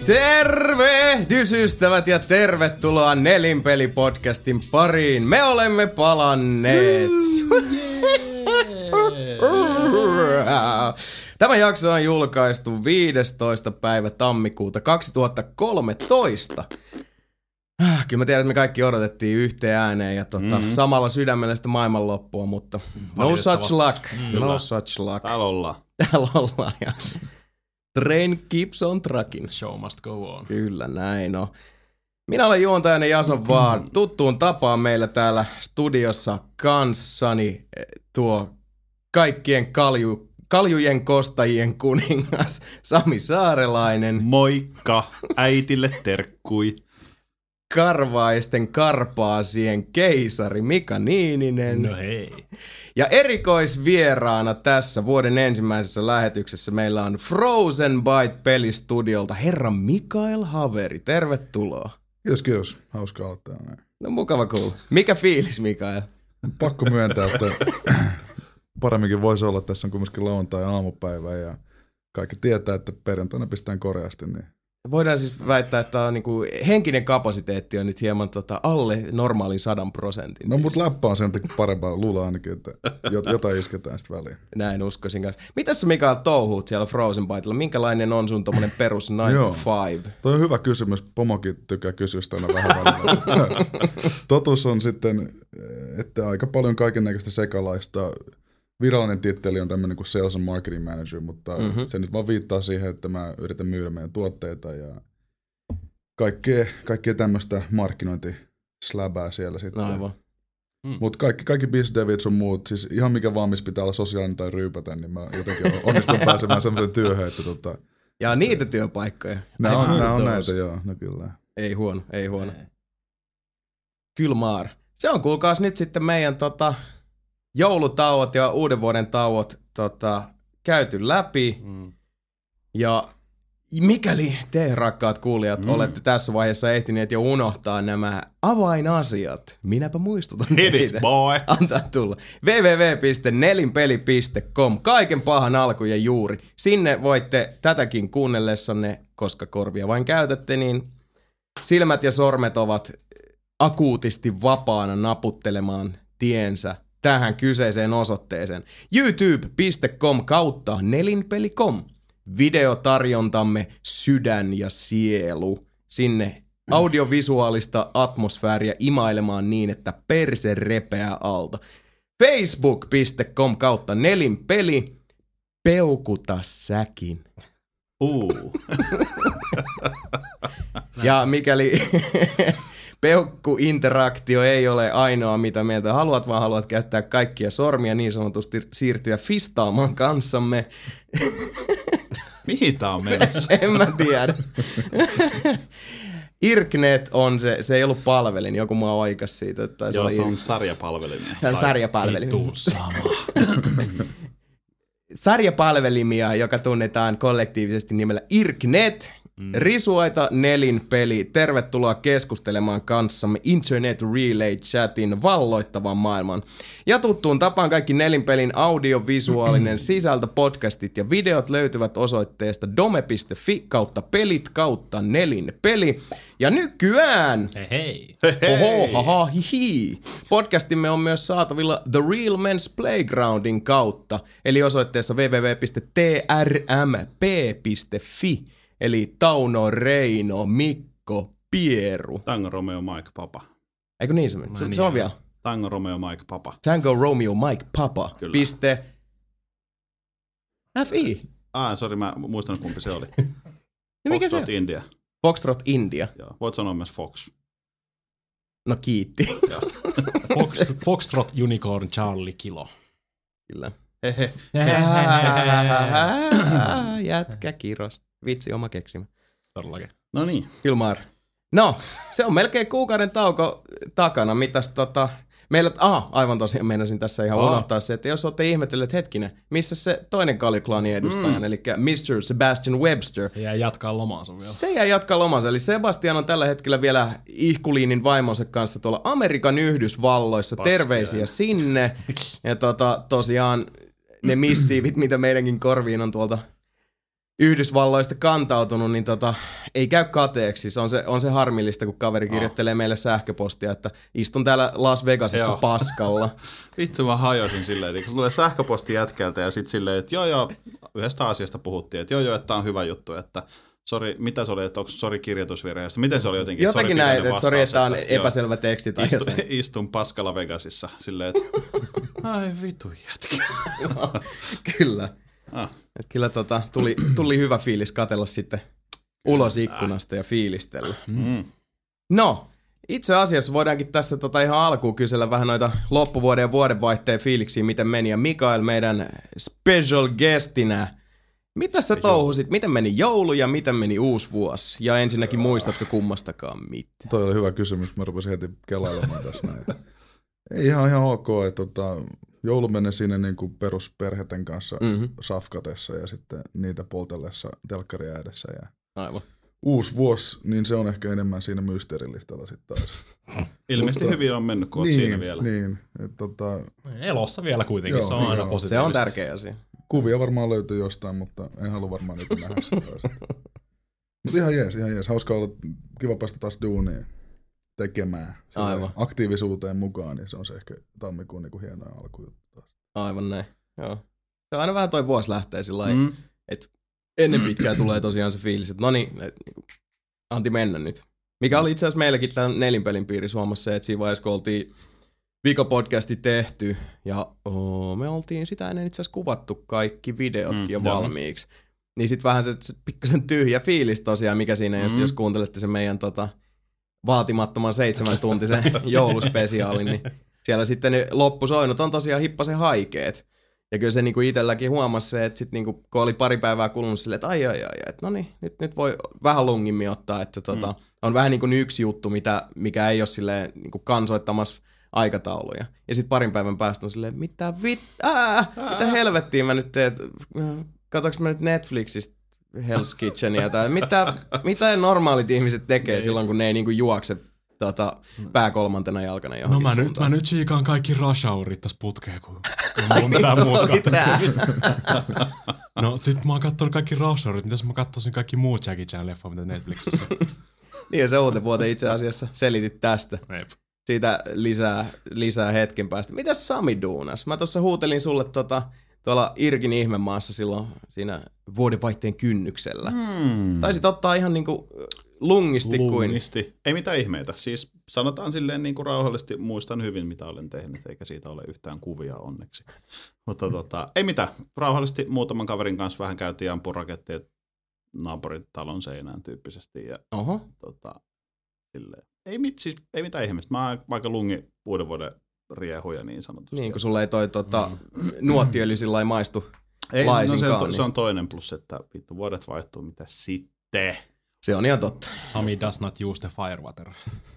Tervehdysystävät ja tervetuloa Nelinpeli-podcastin pariin. Me olemme palanneet. Tämä jakso on julkaistu 15. päivä tammikuuta 2013. Kyllä mä tiedän, että me kaikki odotettiin yhteen ääneen ja samalla sydämellä sitä maailmanloppua, mutta no such luck. No such luck. Täällä ollaan. Täällä ollaan ja train keeps on trucking. Show must go on. Kyllä näin on. Minä olen juontajana Jason Vaard. Tuttuun tapaan meillä täällä studiossa kanssani tuo kaikkien kaljujen kostajien kuningas Sami Saarelainen. Moikka! Äitille terkkui. Karvaisten Karpaasien keisari Mika Niininen. No hei. Ja erikoisvieraana tässä vuoden ensimmäisessä lähetyksessä meillä on Frozen Byte-pelistudiolta herra Mikael Haveri. Tervetuloa. Kiitos. Hauska olla täällä. No mukava kuulla. Mikä fiilis, Mikael? Pakko myöntää, että paremminkin voisi olla. Tässä on kumminkin lauantai-aamupäivä ja kaikki tietää, että perjantaina pistään koreasti. Niin. Voidaan siis väittää, että on niinku, henkinen kapasiteetti on nyt hieman alle normaalin 100%. No mut läppä on sen takia parempaa, luulen ainakin, että jotain isketään sitten väliin. Näin uskoisin kanssa. Mitäs sä Mikael touhuut siellä Frozen Bytella? Minkälainen on sun tommonen perus 9 to 5? Toi on hyvä kysymys. Pomokin tykkää kysyä sitä aina vähän välillä. Totuus on sitten, että aika paljon kaikennäköistä sekalaista. Virallinen titteli on tämmöinen kuin Sales and Marketing Manager, mutta se nyt vaan viittaa siihen, että mä yritän myydä meidän tuotteita ja kaikkea tämmöistä markkinointislabää siellä sitten. Aivan. Mutta kaikki BizDevit sun muut, siis ihan mikä vaan, missä pitää olla sosiaalinen tai ryypätä, niin mä jotenkin onnistun pääsemään semmoisen työhön, että Ja niitä työpaikkoja. Nämä on näitä, joo, no kyllä. Ei huono. Kylmaar. Se on kuulkaas nyt sitten meidän joulutauot ja uuden vuoden tauot käyty läpi. Ja mikäli te, rakkaat kuulijat, olette tässä vaiheessa ehtineet jo unohtaa nämä avainasiat, minäpä muistutan Hit teitä. it, boy! Antaa tulla. www.nelinpeli.com. Kaiken pahan alku ja juuri. Sinne voitte tätäkin kuunnellessanne, koska korvia vain käytätte, niin silmät ja sormet ovat akuutisti vapaana naputtelemaan tiensä tähän kyseiseen osoitteeseen. youtube.com/nelinpeli.com. Videotarjontamme sydän ja sielu. Sinne audiovisuaalista atmosfääriä imailemaan niin, että perse repeää alta. Facebook.com/nelinpeli. Peukuta säkin. Ja mikäli peukkuinteraktio ei ole ainoa, mitä meiltä haluat, vaan haluat käyttää kaikkia sormia niin sanotusti siirtyä fistaamaan kanssamme. Mihin tää on menossa? En mä tiedä. Irknet on se ei ollut palvelin, joku mua oikas siitä. Joo, se on sarjapalvelimia. Se on sarjapalvelimia. Vittu sama. Sarjapalvelimia, joka tunnetaan kollektiivisesti nimellä Irknet. Risuaita Nelinpeli, tervetuloa keskustelemaan kanssamme Internet Relay Chatin valloittavan maailman. Ja tuttuun tapaan kaikki Nelinpelin audiovisuaalinen sisältö, podcastit ja videot löytyvät osoitteesta dome.fi/pelit/nelinpeli. Ja nykyään podcastimme on myös saatavilla The Real Men's Playgroundin kautta, eli osoitteessa www.trmp.fi. Eli Tauno, Reino, Mikko, Pieru. Tango, Romeo, Mike, Papa. Eikö niin se se on vielä? Tango, Romeo, Mike, Papa. Tango, Romeo, Mike, Papa. Kyllä. Piste. FI. Sori, mä muistan kumpi se oli. Mikä Foxtrot se? India. Foxtrot India. Joo, voit sanoa myös Fox. No kiitti. Foxtrot Unicorn Charlie Kilo. Kyllä. Hehe. Jätkä kiros. Vitsi oma keksimä. Todellakin. No niin. Kylmar. No, se on melkein kuukauden tauko takana. Mitäs meillä, aivan tosiaan meinasin tässä ihan unohtaa se, että jos olette ihmetelleet hetkinen, missä se toinen Kaljuklaanin edustajan, eli Mr. Sebastian Webster. Se jää jatkaa lomaansa vielä. Se jää jatkaa lomansa, eli Sebastian on tällä hetkellä vielä Ihkuliinin vaimonsa kanssa tuolla Amerikan Yhdysvalloissa. Terveisiä sinne. Ja tosiaan ne missiivit, mitä meidänkin korviin on tuolta Yhdysvalloista kantautunut, niin ei käy kateeksi. On se harmillista, kun kaveri kirjoittelee meille sähköpostia, että istun täällä Las Vegasissa paskalla. Vitsi mä hajosin silleen, niin kun tulee sähköposti jätkältä ja sitten silleen, että joo, yhdestä asiasta puhuttiin, että joo, että tää on hyvä juttu, että sori, mitä se oli, että onko sori kirjoitusvirheestä, miten se oli jotenkin? Jotenkin näin, että sori, että on epäselvä teksti tai jotain. Istun paskalla Vegasissa silleen, että ai vitu jätkä. Kyllä. Et kyllä tuli hyvä fiilis katsella sitten ulos ikkunasta ja fiilistellä. No, itse asiassa voidaankin tässä ihan alkuun kysellä vähän noita loppuvuoden ja vuodenvaihteen fiiliksiä, miten meni. Ja Mikael meidän special guestinä. Mitä sä touhusit? Miten meni joulu ja miten meni uusi vuosi? Ja ensinnäkin muistatko kummastakaan mitään? Toi oli hyvä kysymys. Mä rupesin heti kelailemaan tässä näin. Ei ihan ok, että joulu menee siinä niin kuin perusperheiden kanssa safkatessa ja sitten niitä poltellessa telkkaria edessä. Ja aivan. Uusi vuosi, niin se on ehkä enemmän siinä mysteerilistalla sitten taas. Ilmeisesti hyvin on mennyt, kun oot siinä vielä. Niin. Elossa vielä kuitenkin, joo, se on aina positiivista. Se on tärkeä asia. Kuvia varmaan löytyy jostain, mutta en halua varmaan niitä nähdä sitä taas. Mutta ihan jees. Hauska olla, kiva päästä taas duuniin tekemään. Aivan. Aktiivisuuteen mukaan, niin se on se ehkä tammikuun niin kuin hienoa alkujuttu taas. Aivan näin, joo. Se on aina vähän toi vuosi lähtee sillä lailla, että ennen pitkään tulee tosiaan se fiilis, että noniin, anti mennä nyt. Mikä oli itse asiassa meilläkin tämän nelinpelin piirissä huomassa se, että siinä vaiheessa kun oltiin Vika-podcasti tehty ja me oltiin sitä ennen itse asiassa kuvattu kaikki videotkin jo valmiiksi. Niin sit vähän se pikkasen tyhjä fiilis tosiaan, mikä siinä, jos kuuntelette sen meidän vaatimattoman 7-tuntisen jouluspesiaalin, niin siellä sitten ne loppusoinut on tosiaan hippasen haikeet. Ja kyllä se niinku itselläkin huomasi se, että sit niinku, kun oli pari päivää kulunut silleen, että ai, että no niin, nyt voi vähän lungimmin ottaa, että on vähän niinku yksi juttu, mikä ei ole silleen niinku kansoittamassa aikatauluja. Ja sit parin päivän päästä on silleen, mitä helvettiä mä nyt teen, katsoinko mä nyt Netflixistä Hell's Kitchenia tai mitä normaalit ihmiset tekee silloin, kun ne ei niinku juokse pää kolmantena jalkana johonkin mä nyt siikaan kaikki Rush Hourit tässä putkeen, kun on mitään muuta katsottavissa. No sit mä oon kattonut kaikki Rush Hourit, mitäs mä katsoisin kaikki muut Jackie Chan-leffat, mitä Netflixissä. Niin ja se uutevuote itse asiassa selitit tästä. Eip. Siitä lisää hetken päästä. Mitäs Sami duunas? Mä tossa huutelin sulle tuolla Irkin ihmemaassa silloin siinä vuodenvaihteen kynnyksellä. Taisit ottaa ihan niinku lungisti. Ei mitään ihmeitä. Siis sanotaan silleen niinku rauhallisesti, muistan hyvin mitä olen tehnyt, eikä siitä ole yhtään kuvia onneksi. Mutta ei mitään. Rauhallisesti muutaman kaverin kanssa vähän käytiin ampua raketteja naapurin talon seinään tyyppisesti. Ja, silleen. Ei mitään ihmeistä. Mä oon vaikka lungi uuden vuoden riehuja niin sanotusti. Niin, kun sulle ei toi nuottiöljy sillä ei maistu ei, laisinkaan. No se on toinen plus, että vittu vuodet vaihtuu, mitä sitten? Se on ihan totta. Sami does not use the firewater.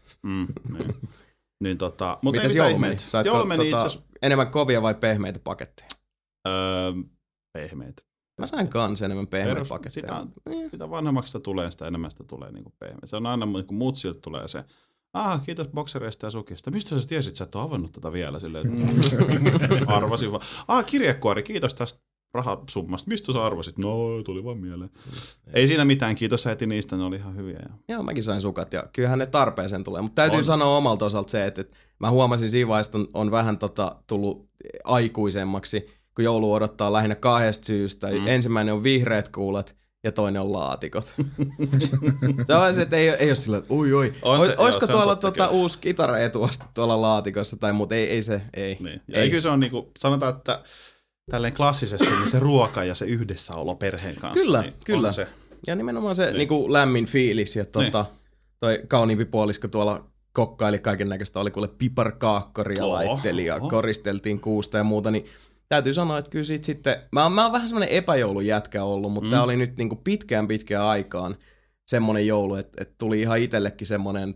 Niin, mutta mitäs joulu meni? Joulu meni itse asiassa enemmän kovia vai pehmeitä paketteja? Pehmeitä. Mä sain kans enemmän pehmeitä paketteja. Sitä vanhemmaksi tulee, sitä enemmän sitä tulee niinku pehmeitä. Se on aina, kun mutsilta tulee se, kiitos boksereista ja sukista. Mistä sä tiesit, sä et ole avannut tätä vielä? Silleen, arvasin vaan. Kirjekuori, kiitos tästä rahasummasta. Mistä sä arvasit? No, tuli vaan mieleen. Ei siinä mitään, kiitos heti niistä, ne oli ihan hyviä. Joo, mäkin sain sukat ja kyllähän ne tarpeeseen tulee. Mutta täytyy sanoa omalta osalta se, että mä huomasin siinä vaiheessa, on vähän tullut aikuisemmaksi, kun joulu odottaa lähinnä kahdesta syystä. Ensimmäinen on vihreät kuulat ja toinen on laatikot. Se on se, että ei ole sillä, että olisiko tuolla uusi kitaraetuoste tuolla laatikossa tai muuta. Ei se. Niin. Ei kyllä se on niinku, sanotaan, että tälleen klassisesti niin se ruoka ja se yhdessäolo perheen kanssa. Kyllä. Se. Ja nimenomaan se niinku lämmin fiilis ja toi kauniimpi puolisko tuolla kokkaili kaiken näköistä. Oli kuule piparkaakkoria laitteli ja koristeltiin kuusta ja muuta, niin täytyy sanoa, että kyllä siitä sitten, mä oon vähän semmoinen epäjoulujätkä ollut, mutta tää oli nyt niinku pitkään aikaan semmonen joulu, että tuli ihan itsellekin semmonen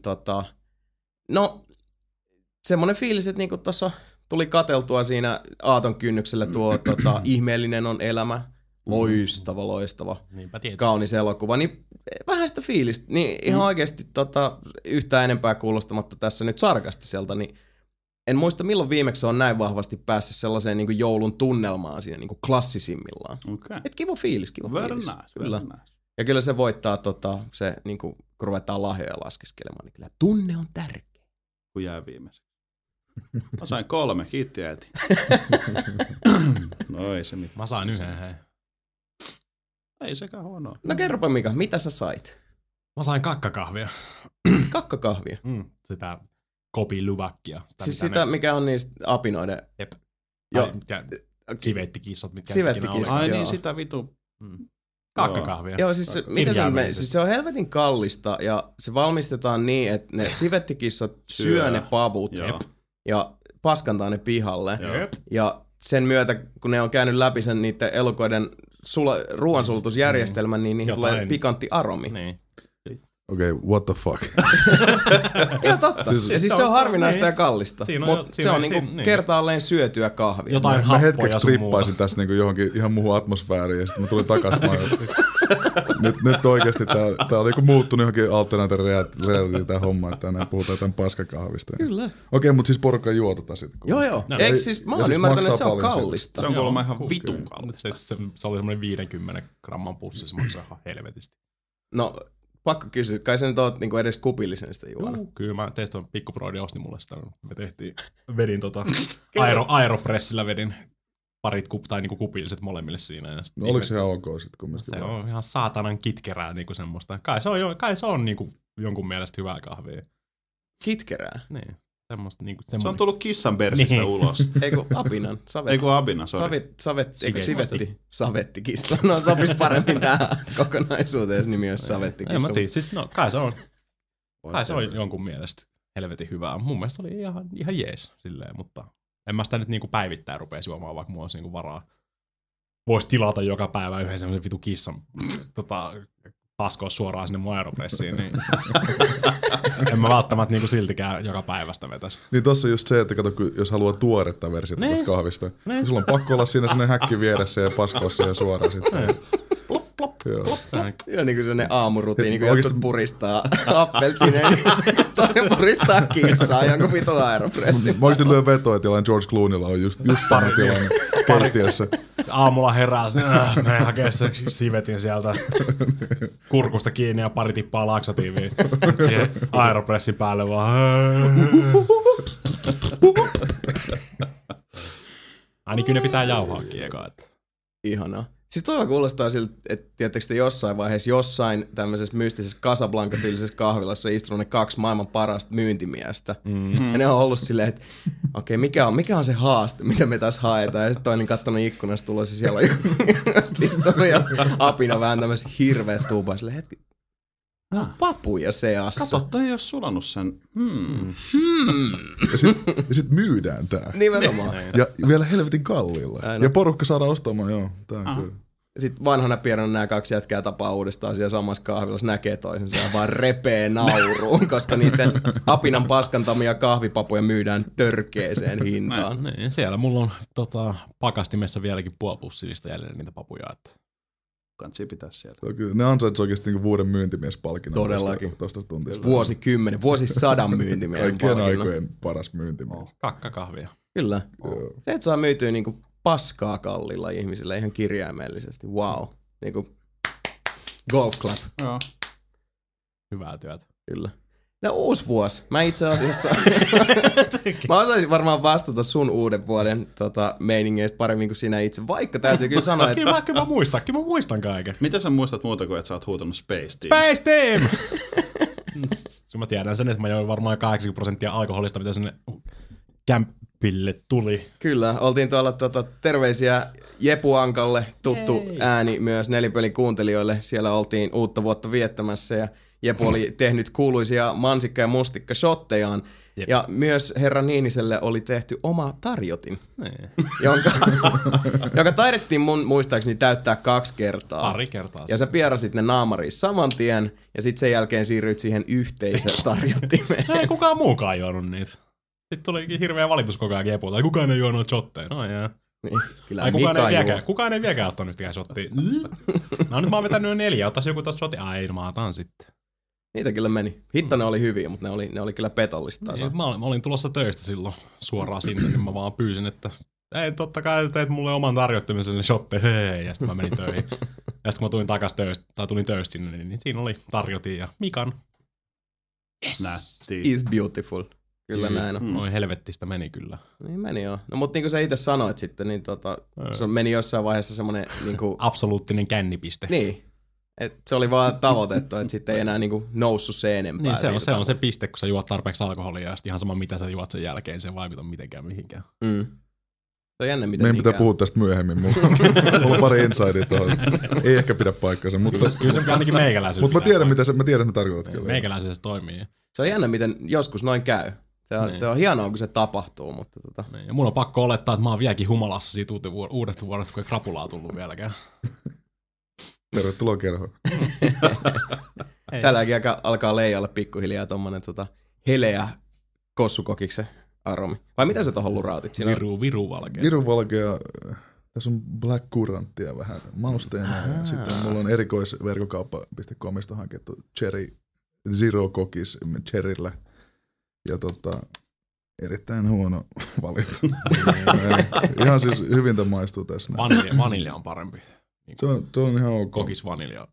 semmonen fiilis, että niinku tossa tuli katseltua siinä aaton kynnyksellä tuo ihmeellinen on elämä, loistava, kaunis elokuva, niin vähän sitä fiilistä, niin ihan oikeesti yhtään enempää kuulostamatta tässä nyt sarkastiselta, niin en muista milloin viimeksi on näin vahvasti päässyt sellaiseen niin kuin joulun tunnelmaan siinä niin kuin klassisimmillaan. Okay. Et kiva fiilis. Very nice, Kyllä. very nice. Ja kyllä se voittaa se, niin kuin, kun ruvetaan lahjoja laskeskelemaan, niin kyllä tunne on tärkeä. Kun jää viimeiseksi. Mä sain 3, kiitti äiti. No ei se mitään. Mä sain 1, hei. Ei sekään huonoa. No kerropa Mika, mitä sä sait? Mä sain kakkakahvia. Kakkakahvia. Sitä kopiluvakkia. Siis sitä, mikä on niistä apinoiden... Jep. Joo. Sivettikissat, mitkä Sivettikissat. Ai Joo. niin, sitä vitu. Kakkakahvia. Joo, siis miten se menee? Siis se on helvetin kallista ja se valmistetaan niin, että ne sivettikissat syö ne pavut ja paskantaa ne pihalle. Jep. Ja sen myötä, kun ne on käynyt läpi sen niiden elukoiden ruoansulutusjärjestelmän, niin niihin tulee pikantti aromi. Niin. Okei, what the fuck? Joo, totta. Ja siis se on harvinaista ja kallista, mutta se on niinku kertaalleen syötyä kahvia. Jotain Mä happoja hetkeksi sun muuta. trippaisin tässä niinku johonkin ihan muuhun atmosfääriin ja sitten mä tulin takas nyt oikeesti tää on niinku muuttunut johonkin alternative reality tää homma, että tänään puhutaan tämän paskakahvista. Kyllä. Okei, mutta siis porukka juo tota sit. Joo. Eikö siis, mä oon siis ymmärtänyt, että se on maksaa paljon kallista. Se on kuulemma ihan vitun kallista. Se oli semmoinen 50 gramman pussi, se maksoi ihan helvetisti. No, pakko kysyä, kai sä nyt oot niinku edes kupillisen sitä juonut? Kyllä mä tein sitä, pikkuproidi osti mulle sitä. Vedin aeropressillä vedin parit niinku kupilliset molemmille siinä. Ja No oliko se ihan ok sit kumminkin? Se on ihan saatanan kitkerää niinku semmoista. Kai se on niinku jonkun mielestä hyvää kahvia. Kitkerää? Niin. Semmoista niinku Se on tullut kissan persistä ulos. Eiku apinan, savet. Eiku abina, sori. Savettikissa. No sopis paremmin tähän kokonaisuuteen, jos nimi olisi savettikissa. En mä tiedä, siis no kai se on jonkun mielestä helvetin hyvää. Mun mielestä oli ihan jees silleen, mutta en mä sitä nyt niinku päivittäin rupeisi juomaan, vaikka mulla olisi niinku varaa. Vois tilata joka päivä yhden semmoisen vitu kissan paskoa suoraan sinne mun aeropressiin, niin en mä välttämättä niinku siltikään joka päivästä vetäisi. Niin tossa on just se, että kato, jos haluaa tuoretta versiota tästä kahvista, niin sulla on pakko olla siinä sellainen häkki vieressä ja paskoa siihen suoraan sitten. Joo, niin kuin sellainen aamurutiini, kun jotkut puristaa appelsiineja, niin toinen puristaa kissaa jonkun vitu aeropressin. Mä oikeesti lyön vetoa, että jollain George Clooneylla on just tämä tilanne keittiössä. Aamulla herää, näin hakee se sivetin sieltä kurkusta kiinni ja pari tippaa laksatiiviin. Siihen aeropressin päälle vaan. Ai niin kyllä ne pitää jauhaakin eka. Ihanaa. Siis toi kuulostaa siltä, että tiedättekö te jossain vaiheessa jossain tämmöisessä mystisessä Casablanca-tyylisessä kahvilassa istunut ne 2 maailman parasta myyntimiestä. Ja ne on ollut silleen, että okei, mikä on se haaste, mitä me tässä haetaan. Ja sitten toinen kattonut ikkunasta tulossa ja siellä on just istunut ja apina vähän tämmöisessä hirveät tuubaa. Silleen hetki, papuja seassa. Kato, toi ei oo sulannut sen. Ja sit myydään tää. Nimenomaan. Ja vielä helvetin kalliilla. Aina. Ja porukka saadaan ostamaan, joo. Tää on kyllä. Sitten vanhana pieränä nämä 2 jätkää tapaa uudestaan siellä samassa kahvilassa, näkee toisensa ja vaan repee nauruun, koska niiden apinan paskantamia kahvipapuja myydään törkeeseen hintaan. Niin, siellä mulla on pakastimessa vieläkin puoli pussillista jäljellä niitä papuja. Että Kansi pitää siellä. Ne ansaitsee oikeesti niinku vuoden myyntimiespalkinnon. Todellakin. Tosta tuntista. Vuosisadan myyntimiehen Kaikkien palkinnon. aikojen paras myyntimies. kakkakahvia. Kyllä. Se, että saa myytyä niinku paskaa kallilla ihmisille ihan kirjaimellisesti. Wow. Niinku golf club. Joo. Hyvää työtä. Kyllä. No uusi vuosi. Mä itse asiassa... mä osaisin varmaan vastata sun uuden vuoden meiningeistä paremmin kuin sinä itse. Vaikka täytyy kyllä sanoa, että... Kyllä mä muistan kaiken. Mitä sä muistat muuta kuin, että sä oot huutanut Space Team? Space Team! Mä tiedän sen, että mä join varmaan 80% alkoholista, mitä sinne kämppille tuli. Kyllä, oltiin tuolla terveisiä Jepu Ankalle, tuttu ääni myös Nelipelin kuuntelijoille. Siellä oltiin uutta vuotta viettämässä ja Jepu oli tehnyt kuuluisia mansikka- ja mustikka-shottejaan. Jep. Ja myös herra Niiniselle oli tehty oma tarjotin, joka taidettiin mun muistaakseni täyttää 2 kertaa. Pari kertaa. Ja sä pierasit ne naamariin saman tien ja sit sen jälkeen siirryit siihen yhteisötarjottimeen. Ei kukaan muukaan juonut niitä. Sitten tulikin hirveä valitus koko ajan Jepulta. Kukaan ei juonut shotteja. No jää. Niin, kyllä Ai, kukaan ei vieläkään ottanut yhtäkään shottia. No nyt mä oon vetänyt 4, ottaisi joku tossa shotti. Ai, no mä otan sitten. Niitä kyllä meni. Hitto ne oli hyviä, mutta ne oli kyllä petollista tasoa. Mä olin tulossa töistä silloin suoraan sinne, niin mä vaan pyysin, että ei, totta kai teet mulle oman tarjottamisen shotte, hei, ja sitten mä menin töihin. Ja sitten kun mä tulin takas tulin töistä sinne, niin siinä oli tarjotin ja Mikan. Yes. Nätti. Is beautiful. Kyllä näin on. Noin helvettistä meni kyllä. Niin meni joo. No mutta niin kuin sä itse sanoit sitten, niin se meni jossain vaiheessa semmonen niinku... Absoluuttinen kännipiste. Niin. Et se oli vaan tavoitettu, että sitten ei enää niinku noussut se enempää. Niin se on se piste, kun sä juot tarpeeksi alkoholia ja sitten ihan sama mitä sä juot sen jälkeen, se ei vaikuta mitenkään mihinkään. Se on jännä, miten meidän pitää puhua tästä myöhemmin. Mulla on pari insidea tuohon. Ei ehkä pidä paikkansa, mutta... Kyllä se ainakin meikäläisyys. Mutta mä tiedän, mitä sä tarkoitat kyllä. Meikäläisyys toimii. Se on jännä, miten joskus noin käy. Se on hienoa, kun se tapahtuu, mutta Niin. Ja mun on pakko olettaa, että mä oon vieläkin humalassa siitä uudesta vuodesta, kun ei krapulaa tullut vieläkään. Tervetuloa kerhoon. Täälläkin alkaa leijalle pikkuhiljaa tommonen heleä kossukokiksen aromi. Vai mitä sä tohon lurautit? Viruvalkea. Viruvalkea. Tässä on Black Currantia vähän mausteena. Ja sitten mulla on erikoisverkkokauppa.comista hankittu Cherry Zero Cookies Cherryllä. Ja erittäin huono valinta. Ihan siis hyvintä maistuu tässä. Vanilja on parempi. Se on ihan ok. Kokis vanilja.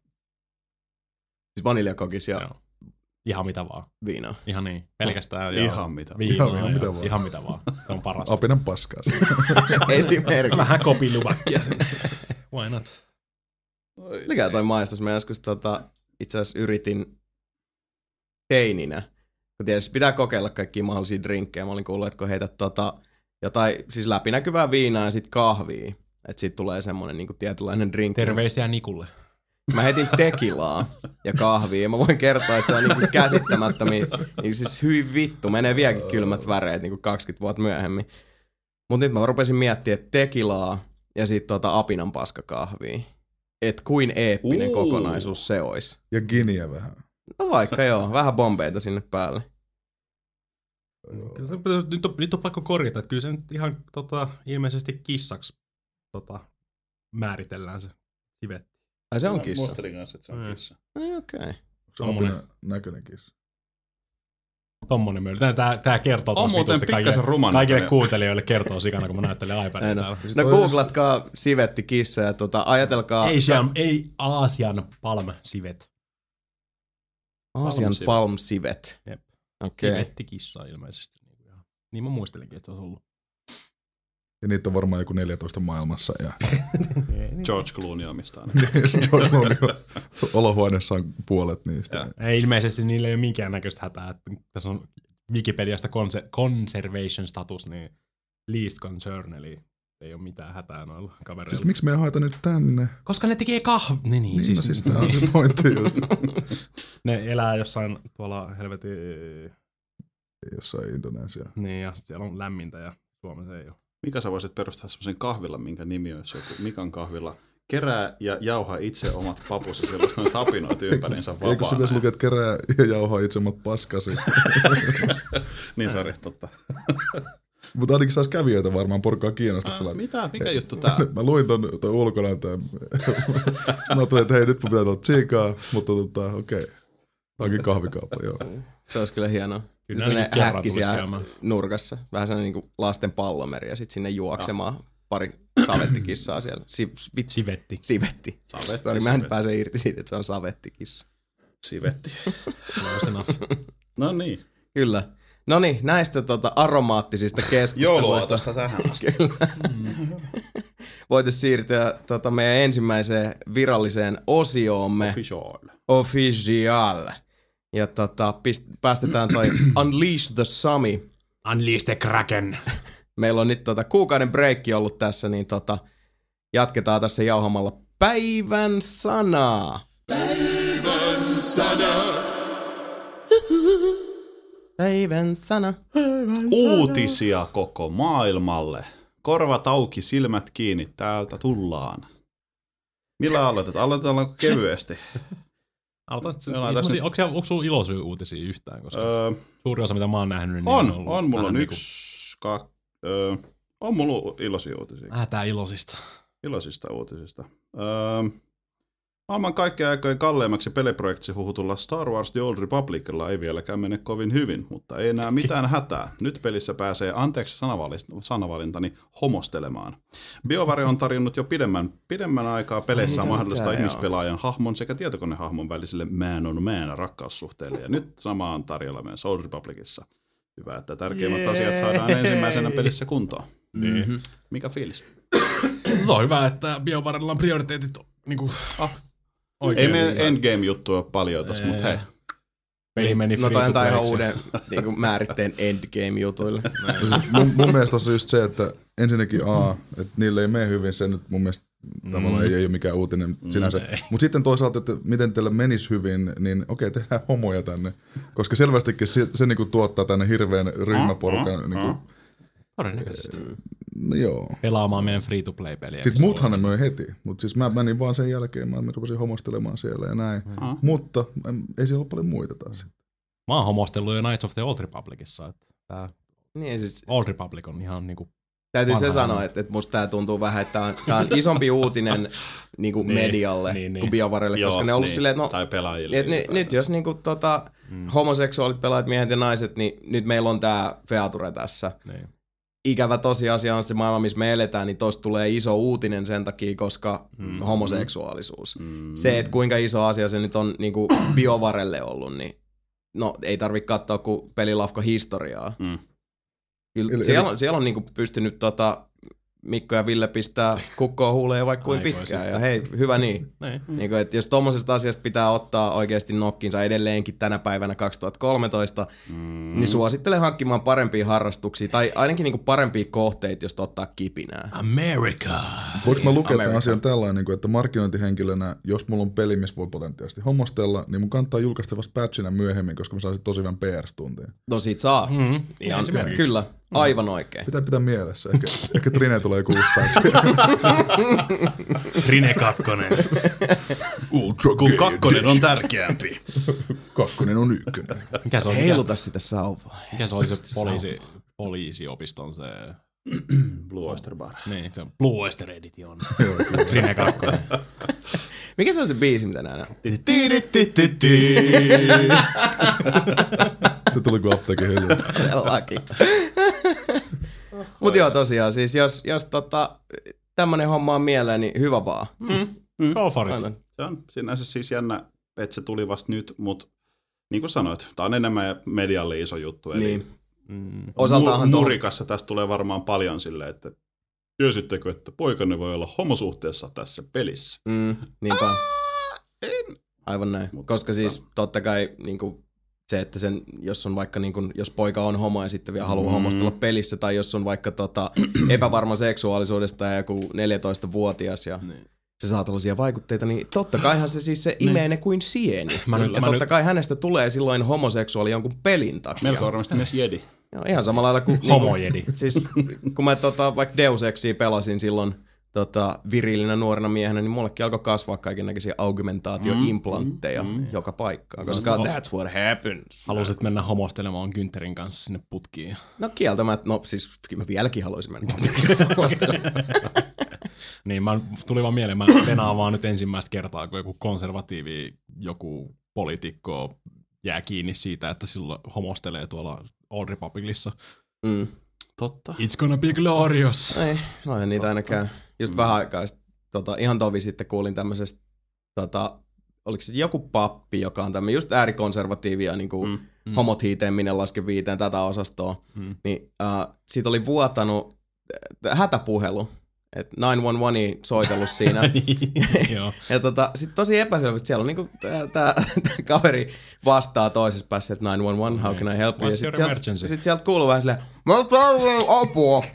Siis vaniljakokis ja ihan mitä vaan. Viinaa. Ihan niin. Pelkästään ihan mitä. Ihan mitä vaan. Se on parasta. Apinan paskaa. Esimerkiksi. Vähän kopiluvakkia sinne. Why not? Mikä toi maistus? Mä joskus itse asiassa yritin teininä. Kun tietysti pitää kokeilla kaikkia mahdollisia drinkkejä. Mä olin kuullut, että kun heität jotain siis läpinäkyvää viinaa ja sit kahvia. Että siitä tulee semmonen niinku tietynlainen drinkki. Terveisiä Nikulle. Mä heitin tekilaa ja kahvia ja mä voin kertoa, että se on niinku käsittämättömiä. Niinku siis hyi vittu, menee vieläkin kylmät väreet niinku 20 vuotta myöhemmin. Mut nyt mä rupesin miettimään, että tekilaa ja sit apinan paskakahvia. Et kuin eeppinen kokonaisuus se ois. Ja giniä vähän. No vaikka joo, vähän bombeita sinne päälle. Nyt on pakko korjata, että kyllä se nyt ihan ilmeisesti kissaksi määritellään se sivetti. Ai se on kissa? Muistelin kanssa, että se on kissa. Okei. Se on apinan näköinen kissa. Tommonen möyly. Tää kertoo on muuten pikkasen ruman. Kaikille kuuntelijoille kertoo sikana, kun mä näyttelen iPadin täällä. No googlatkaa sivetti kissa ja ajatelkaa... Aasian palm sivet. Aasian palm sivet. Jep. Okei. Sivetti kissa ilmeisesti. Niin mä muistelinkin, että se olisi ollut. Ja niitä on varmaan joku 14 maailmassa. Ja... George Clooney omistaa. George Clooney olohuoneessa on puolet niistä. Ei ilmeisesti niillä ei ole minkäännäköistä hätää. Tässä on Wikipediasta conservation status, niin least concern, eli ei ole mitään hätää noilla kavereilla. Siis miksi me ei haeta nyt tänne? Koska ne tekee Niin, siis tää on se pointti just. Ne elää jossain tuolla helvetin... Jossain Indonesia. Niin, ja siellä on lämmintä ja Suomessa ei ole. Mika sä voisit perustaa semmoisen kahvilan, minkä nimi olisi joku Mikan kahvila. Kerää ja jauhaa itse omat papusi, sellaista noita apinoita ympäriinsä vapaana. Eikö se pitäisi lukea, että kerää ja jauhaa itse omat paskasi? Niin sori, totta. Mutta ainakin saisi kävijöitä varmaan, porukkaa kiinnostaa. Mitä? Mikä juttu tää? Mä luin ton ulkona, että sanoin, että hei, nyt mä pitää tulla tsiikaa, mutta okei. Onkin kahvikauppa, joo. Se olisi kyllä hienoa. Kyllä sinne häkki siellä nurkassa. Vähän sellainen niin lasten pallomeri ja sitten sinne juoksemaan pari savettikissaa siellä. Sivetti. Sori, mä en pääse irti siitä, että se on savettikissa. Sivetti. No niin. Kyllä. No niin, näistä aromaattisista keskusteluista. Jouluaatosta tähän asti. Voitaisiin siirtyä meidän ensimmäiseen viralliseen osioomme. Official. Ja päästetään toi Unleash the Sami. Unleash the Kraken. Meillä on nyt kuukauden breikki ollut tässä, niin jatketaan tässä jauhamalla päivän sanaa. Päivän sana. Päivän sana. Uutisia koko maailmalle. Korvat auki, silmät kiinni, täältä tullaan. Millä aloitetaan? Aloitetaanko kevyesti? Onko sulla iloisia-uutisia yhtään? Koska suuri osa, mitä mä oon nähnyt, niin on mulla on on mulla iloisia uutisia. Tää ilosista. Iloisista uutisista. Maailman kaikkien aikojen kalleimmaksi peliprojektiksi huhutulla Star Wars The Old Republicilla ei vieläkään mene kovin hyvin, mutta ei enää mitään hätää. Nyt pelissä pääsee, anteeksi sanavalintani, homostelemaan. BioWare on tarjonnut jo pidemmän aikaa peleissä mahdollistaa ihmispelaajan hahmon sekä tietokonehahmon väliselle man-on-man rakkaussuhteelle, ja nyt sama on tarjolla myös Old Republicissa. Hyvä, että tärkeimmät asiat saadaan ensimmäisenä pelissä kuntoon. Mm-hmm. Mikä fiilis? Se on hyvä, että BioWarella on prioriteetit niinku... Ei meidän endgame-juttua ole paljon tossa, mutta hei. Peli meni no toi on ihan uuden niinku määritteen endgame-jutuille. mun mielestä tossa just se, että ensinnäkin että niille ei mene hyvin, se nyt mun mielestä tavallaan ei ole mikään uutinen sinänsä. Mutta sitten toisaalta, että miten teillä menisi hyvin, niin okei, tehdään homoja tänne. Koska selvästikin se niinku tuottaa tänne hirveän ryhmäporukan. Niinku, todennäköisesti. No joo. Pelaamaan meidän free-to-play-peliä. Sitten muuthan ne möi heti, mutta siis mä menin vaan sen jälkeen, mä rupesin homostelemaan siellä ja näin. Mutta ei siellä ole paljon muita taas. Mä oon homostellut jo Knights of the Old Republicissa. Että tää niin siis Old Republic on ihan niinku... Täytyy se sanoa, että musta tää tuntuu vähän, että tää on isompi uutinen niinku medialle kuin BioWarelle, koska ne on ollut silleen, että no, tai pelaajille. Nyt jos niinku homoseksuaalit pelaajat, miehet ja naiset, niin nyt meillä on tää feature tässä. Niin. Ikävä tosiasia on se maailma, missä me eletään, niin tosta tulee iso uutinen sen takia, koska homoseksuaalisuus. Se, että kuinka iso asia se nyt on niinku BioWarelle ollut, niin no ei tarvitse katsoa kuin pelilafka historiaa. Kyllä, siellä on niinku pystynyt Mikko ja Ville pistää kukkoa huuleen vaikka kuin pitkään. Ja hei, hyvä niin. Niinku, että jos tommosesta asiasta pitää ottaa oikeasti nokkinsa edelleenkin tänä päivänä 2013, niin suosittelen hankkimaan parempia harrastuksia tai ainakin niinku parempia kohteita, jos ottaa kipinää. America! Voinko mä lukea tämän asian tällainen, että markkinointihenkilönä, jos mulla on peli, missä voi potentiaalisesti homostella, niin mun kannattaa julkaista vasta patchina myöhemmin, koska mä saan tosi hyvän PR-stuntia. No siitä saa. Ihan kyllä. Aivan oikein. Pitää mielessä. Ehkä Trine tulee joku uusi patch. Trine 2. Kun 2 on tärkeämpi. 2 on 1. Mikä se on? Heiluta sitä sauvaa. Mikä se oli se poliisiopiston se... Blue Oyster Bar. Niin, se on Blue Oyster Edition. Trine 2. Mikä se on se biisi, mitä nää Se tuli kuin apteekin hyllyltä. Todellakin. Mut joo, tosiaan, siis jos tämmönen homma on mieleen, niin hyvä vaan. Go for it. Se on sinänsä siis jännä, että se tuli vasta nyt, mutta niin kuin sanoit, tää on enemmän medialle iso juttu. Eli niin. Osaltaanhan Nurikassa tästä tulee varmaan paljon silleen, että tiesittekö, että poikanne voi olla homosuhteessa tässä pelissä? Niinpä. Aivan näin. Koska siis totta kai niinku se, että sen, jos on vaikka niinku, jos poika on homo ja sitten vielä haluaa homostella pelissä, tai jos on vaikka epävarma seksuaalisuudesta ja joku 14-vuotias ja se saa tällaisia vaikutteita, niin totta kaihan se siis se imee ne kuin sieni. Ja totta kai hänestä tulee silloin homoseksuaali jonkun pelin takia. Meillä on varmasti myös jedi. Joo, ihan samalla lailla kuin... Homojedi. Siis kun mä vaikka Deus Exia pelasin silloin virillinä nuorena miehenä, niin mullekin alkoi kasvaa kaikennäköisiä augmentaatioimplantteja joka paikkaan, koska that's what happens. Haluaisit mennä homostelemaan Güntterin kanssa sinne putkiin? No kieltämättä, no siis mä vieläkin haluaisin mennä Güntterin kanssa homostelemaan. Niin, tuli vaan mieleen, mä venaan vaan nyt ensimmäistä kertaa, kun joku konservatiivi, joku poliitikko jää kiinni siitä, että silloin homostelee tuolla Old Republicissa. Totta. It's gonna be glorious. Ei, no en niitä ainakaan. Just vähän aikaa ihan tovi sitten kuulin tämmöisestä, oliko se joku pappi, joka on tämmöinen just äärikonservatiivia, niin kuin homot hiiteen, minne laske viiteen, tätä osastoa. Niin siitä oli vuotanut hätäpuhelu. Että 911 soitellut siinä. Ja sit tosi epäselvästi siellä on niinku tää kaveri vastaa toisessa päässä, että 911, how can I help you? Ja sit sieltä kuuluu vähän silleen, mä tarvitsen apua.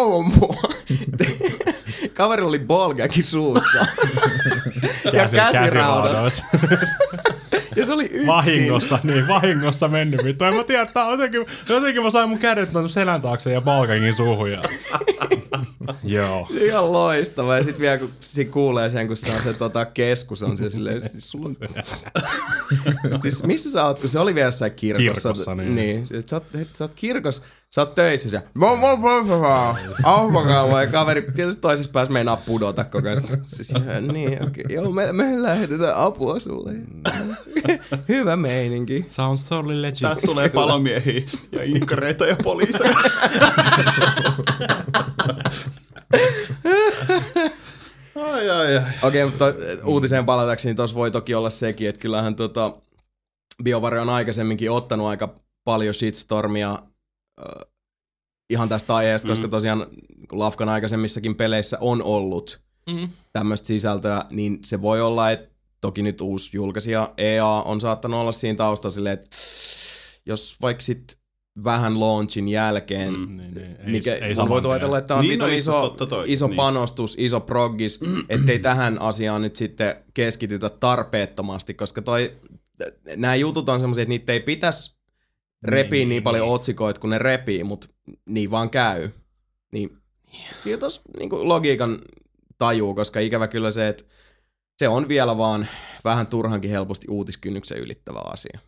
Kaveri oli ballgagin suussa. Ja käsiraudat. Ja se oli yksin. Vahingossa mennyt vittu. En mä tiedä, että jotenkin mä sain mun kädet selän taakse ja ballgagin suuhun. Joo. Ihan loistava. Ja sit vielä kun kuulee sen, kun se on se keskus, on se silleen, siis sulla on... Siis missä sä oot, kun se oli vielä jossain kirkossa. Kirkossa, niin. Sä oot kirkossa, sä oot töissä ja ja kaveri tietysti toisessa päässä meinaa pudota koko ajan. Siis, niin, okei. Joo, me lähetetään apua sulle. Hyvä meininki. Sounds totally legit. Täältä tulee palomiehiä ja inkareita ja poliiseja. Ai. Okei, mutta uutiseen palatakseni niin tuossa voi toki olla sekin, että kyllähän BioWare on aikaisemminkin ottanut aika paljon shitstormia ihan tästä aiheesta, koska tosiaan Lafkan aikaisemmissakin peleissä on ollut tämmöistä sisältöä, niin se voi olla, että toki nyt uusi julkaisija EA on saattanut olla siinä taustalla silleen, että jos vaikka sit vähän launchin jälkeen, mikä on voitu ajatella, että on niin, iso panostus, iso proggis, ettei tähän asiaan nyt sitten keskitytä tarpeettomasti, koska nämä jutut on semmoisia, että niitä ei pitäisi repiä niin paljon otsikoita, kun ne repii, mutta niin vaan käy. Niin kyllä tossa niin logiikan tajuu, koska ikävä kyllä se, että se on vielä vaan vähän turhankin helposti uutiskynnyksen ylittävä asia.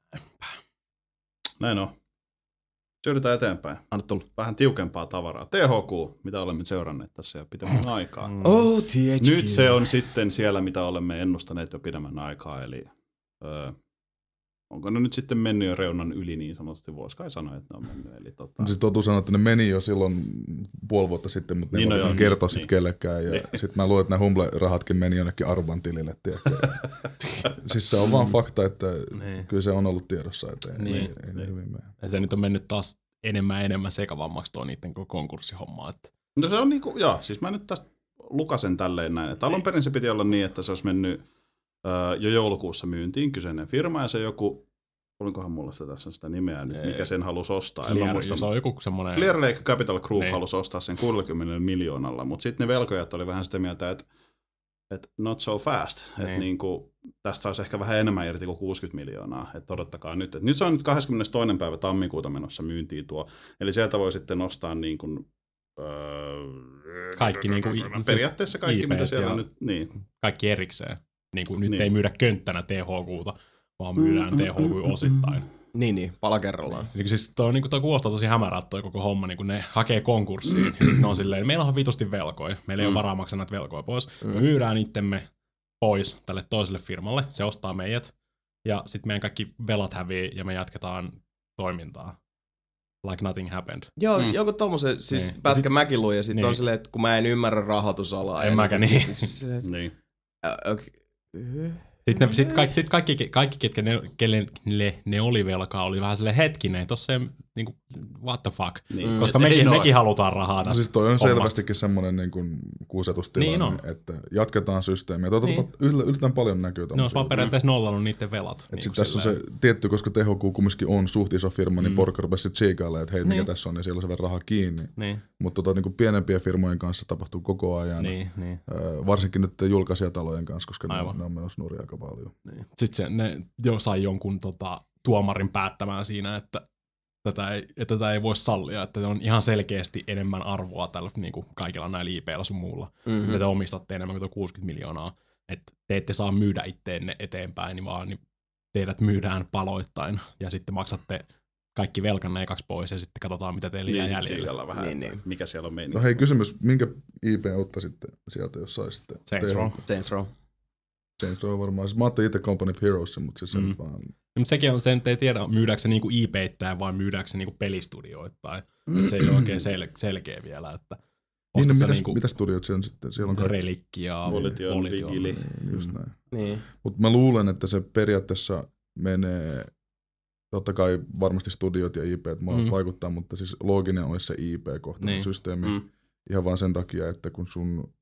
Näin on. Siirrytään eteenpäin. Anna tulla. Vähän tiukempaa tavaraa. THQ, mitä olemme seuranneet tässä jo pidemmän aikaa. THQ. Nyt se on sitten siellä, mitä olemme ennustaneet jo pidemmän aikaa. Eli onko ne nyt sitten mennyt jo reunan yli niin sanotusti? Voisi kai sanoa, että ne on mennyt. Eli Siis totuus sanoo, että ne meni jo silloin puoli vuotta sitten, mutta ne ei kertoa sitten kellekään. Ja sitten mä luulen, että nämä Humble-rahatkin meni jonnekin Aruban tilille. Siis se on vaan fakta, että kyllä se on ollut tiedossa, että ei hyvin mene. Ja se nyt on mennyt taas enemmän sekavammaksi tuo niiden konkurssihomma. Että. No se on niinku, siis mä nyt tästä lukasen tälleen näin, että alun perin se piti olla niin, että se olisi mennyt jo joulukuussa myyntiin kyseinen firma ja se joku, olinkohan mulla sitä nimeä nyt, mikä sen halusi ostaa. Se on joku semmoinen. Clear Lake Capital Group halusi ostaa sen 60 miljoonalla, mutta sitten ne velkojat oli vähän sitä mieltä, että not so fast, että niinku, tästä saisi ehkä vähän enemmän irti kuin 60 miljoonaa, että odottakaa nyt. Et nyt se on nyt 22. päivä tammikuuta menossa myyntiin tuo, eli sieltä voi sitten ostaa niin kuin, kaikki niinku periaatteessa kaikki, mitä siellä nyt, niin. Kaikki erikseen. Niin nyt ei myydä könttänä THQ:ta, vaan myydään THQ osittain. Niin, pala kerrallaan. Eli siis toi kuulostaa tosi hämärää toi koko homma, niin kun ne hakee konkurssiin. Ja sitten ne on silleen, meillä on vitusti velkoja, meillä ei ole varaa maksaa näitä velkoja pois. Me myydään itsemme pois tälle toiselle firmalle, se ostaa meidät. Ja sitten meidän kaikki velat hävii ja me jatketaan toimintaa. Like nothing happened. Joo, joku tommosen, siis pätkä mäkin luin ja sitten on silleen, että kun mä en ymmärrä rahoitusalaa. En mäkään niin. Niin. Sitten kaikki kelle ne oli velkaa, oli vähän silleen hetkinen, tossa ei niinku, what the fuck. Niin. Koska mekin halutaan rahaa tästä. Siis toi on selvästikin semmoinen niin kuusetustilanne, niin että jatketaan systeemiä. Yllätän paljon näkyy tommosia. Ne olisi vaan periaatteessa nollannut niiden velat. Niin sitten tässä on se tietty, koska THQ kumminkin on suht iso firma, niin porukka rupesi tsiikailemaan, että hei, mikä tässä on, niin siellä on sen verran rahaa kiinni. Niin. Mutta niin pienempien firmojen kanssa tapahtuu koko ajan. Niin. Varsinkin nyt julkaisijatalojen kanssa, koska ne on menossa nuria aika paljon. Niin. Sitten ne sai jonkun tuomarin päättämään siinä, että tätä ei voi sallia, että on ihan selkeästi enemmän arvoa tällä niin kuin kaikilla näillä IP:llä sun muulla. Että te omistatte enemmän kuin 60 miljoonaa. Että te ette saa myydä itteenne eteenpäin, vaan niin teidät myydään paloittain ja sitten maksatte kaikki velkanne ekaksi pois ja sitten katsotaan, mitä teillä jää jäljellä. Vähän, mikä siellä on meininki. No hei, kysymys, minkä IP ottaisitte sieltä, jos saisitte? Saints Row varmaan. Siis mä ajattelin itse Company of Heroes, mutta siis sen vaan. Mutta sekin on se, että ei tiedä, myydäänkö se niinku IP-ittäin vai myydäänkö se niinku pelistudioittain. Se ei ole oikein selkeä vielä. Että mitä studiot siellä on sitten? Siellä on kaikki. Relikkia, Volition, Vigili. Just näin. Niin. Mutta mä luulen, että se periaatteessa menee, totta kai varmasti studiot ja IP vaikuttaa, mutta siis looginen olisi se IP-kohtainen systeemi. Ihan vaan sen takia, että kun sun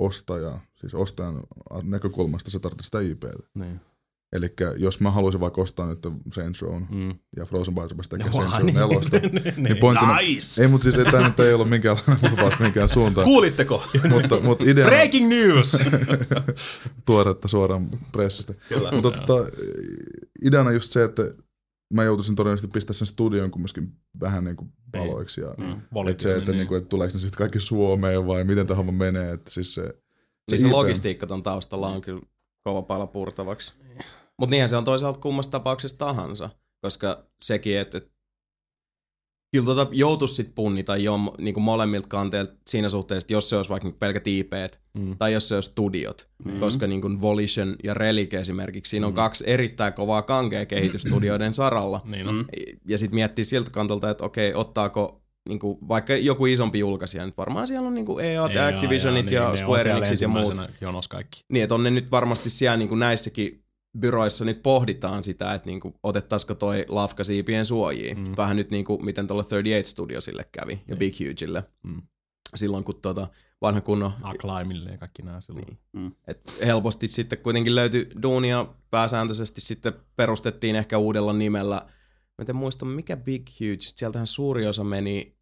ostajan näkökulmasta se tarvitsee sitä IP:tä. Niin. Elikkä jos mä haluaisin vaikka ostaa nyt Saints Rown ja Frozen Bytes rupesi tekemään Saints Row 4, niin pointtina, nice. Ei, mutta siis tämä nyt ei ollut minkäänlainen lupaus minkään suuntaan. Kuulitteko? mutta ideana, breaking news! tuoretta suoraan pressistä. Mutta ideana just se, että mä joutuisin todennäköisesti pistää sen studion kumminkin vähän niin kuin paloiksi. Ja että se, että niinku, et tuleeko ne sitten kaikki Suomeen vai miten tämä homma menee. Että siis se logistiikka ton taustalla on kyllä kova pala purtavaksi. Mutta niinhän se on toisaalta kummassa tapauksessa tahansa, koska sekin, että kyllä joutuisi sit punnita jo niinku molemmilta kanteilta siinä suhteessa, että jos se olisi vaikka niinku pelkät IP:t tai jos se olisi studiot, koska niinku Volition ja Relic esimerkiksi, siinä on 2 erittäin kovaa kankea kehitysstudioiden saralla. Ja sitten miettii siltä kantolta, että okei, ottaako niinku, vaikka joku isompi julkaisija, nyt varmaan siellä on niinku EA ja Activisionit ja Square Enixit ja muut. Niin, että on ne nyt varmasti siellä niinku näissäkin byroissa nyt pohditaan sitä, että niinku otettaisiko toi lafka siipien suojiin. Vähän nyt niinku miten tuolle 38 Studiosille kävi ja Big Hugelle. Silloin kun vanha kunnon Acclaimille ja kaikki nää silloin. Et helposti sitten kuitenkin löytyi duunia, pääsääntöisesti sitten perustettiin ehkä uudella nimellä. Mä en muista mikä Big Huge, sieltähän suuri osa meni.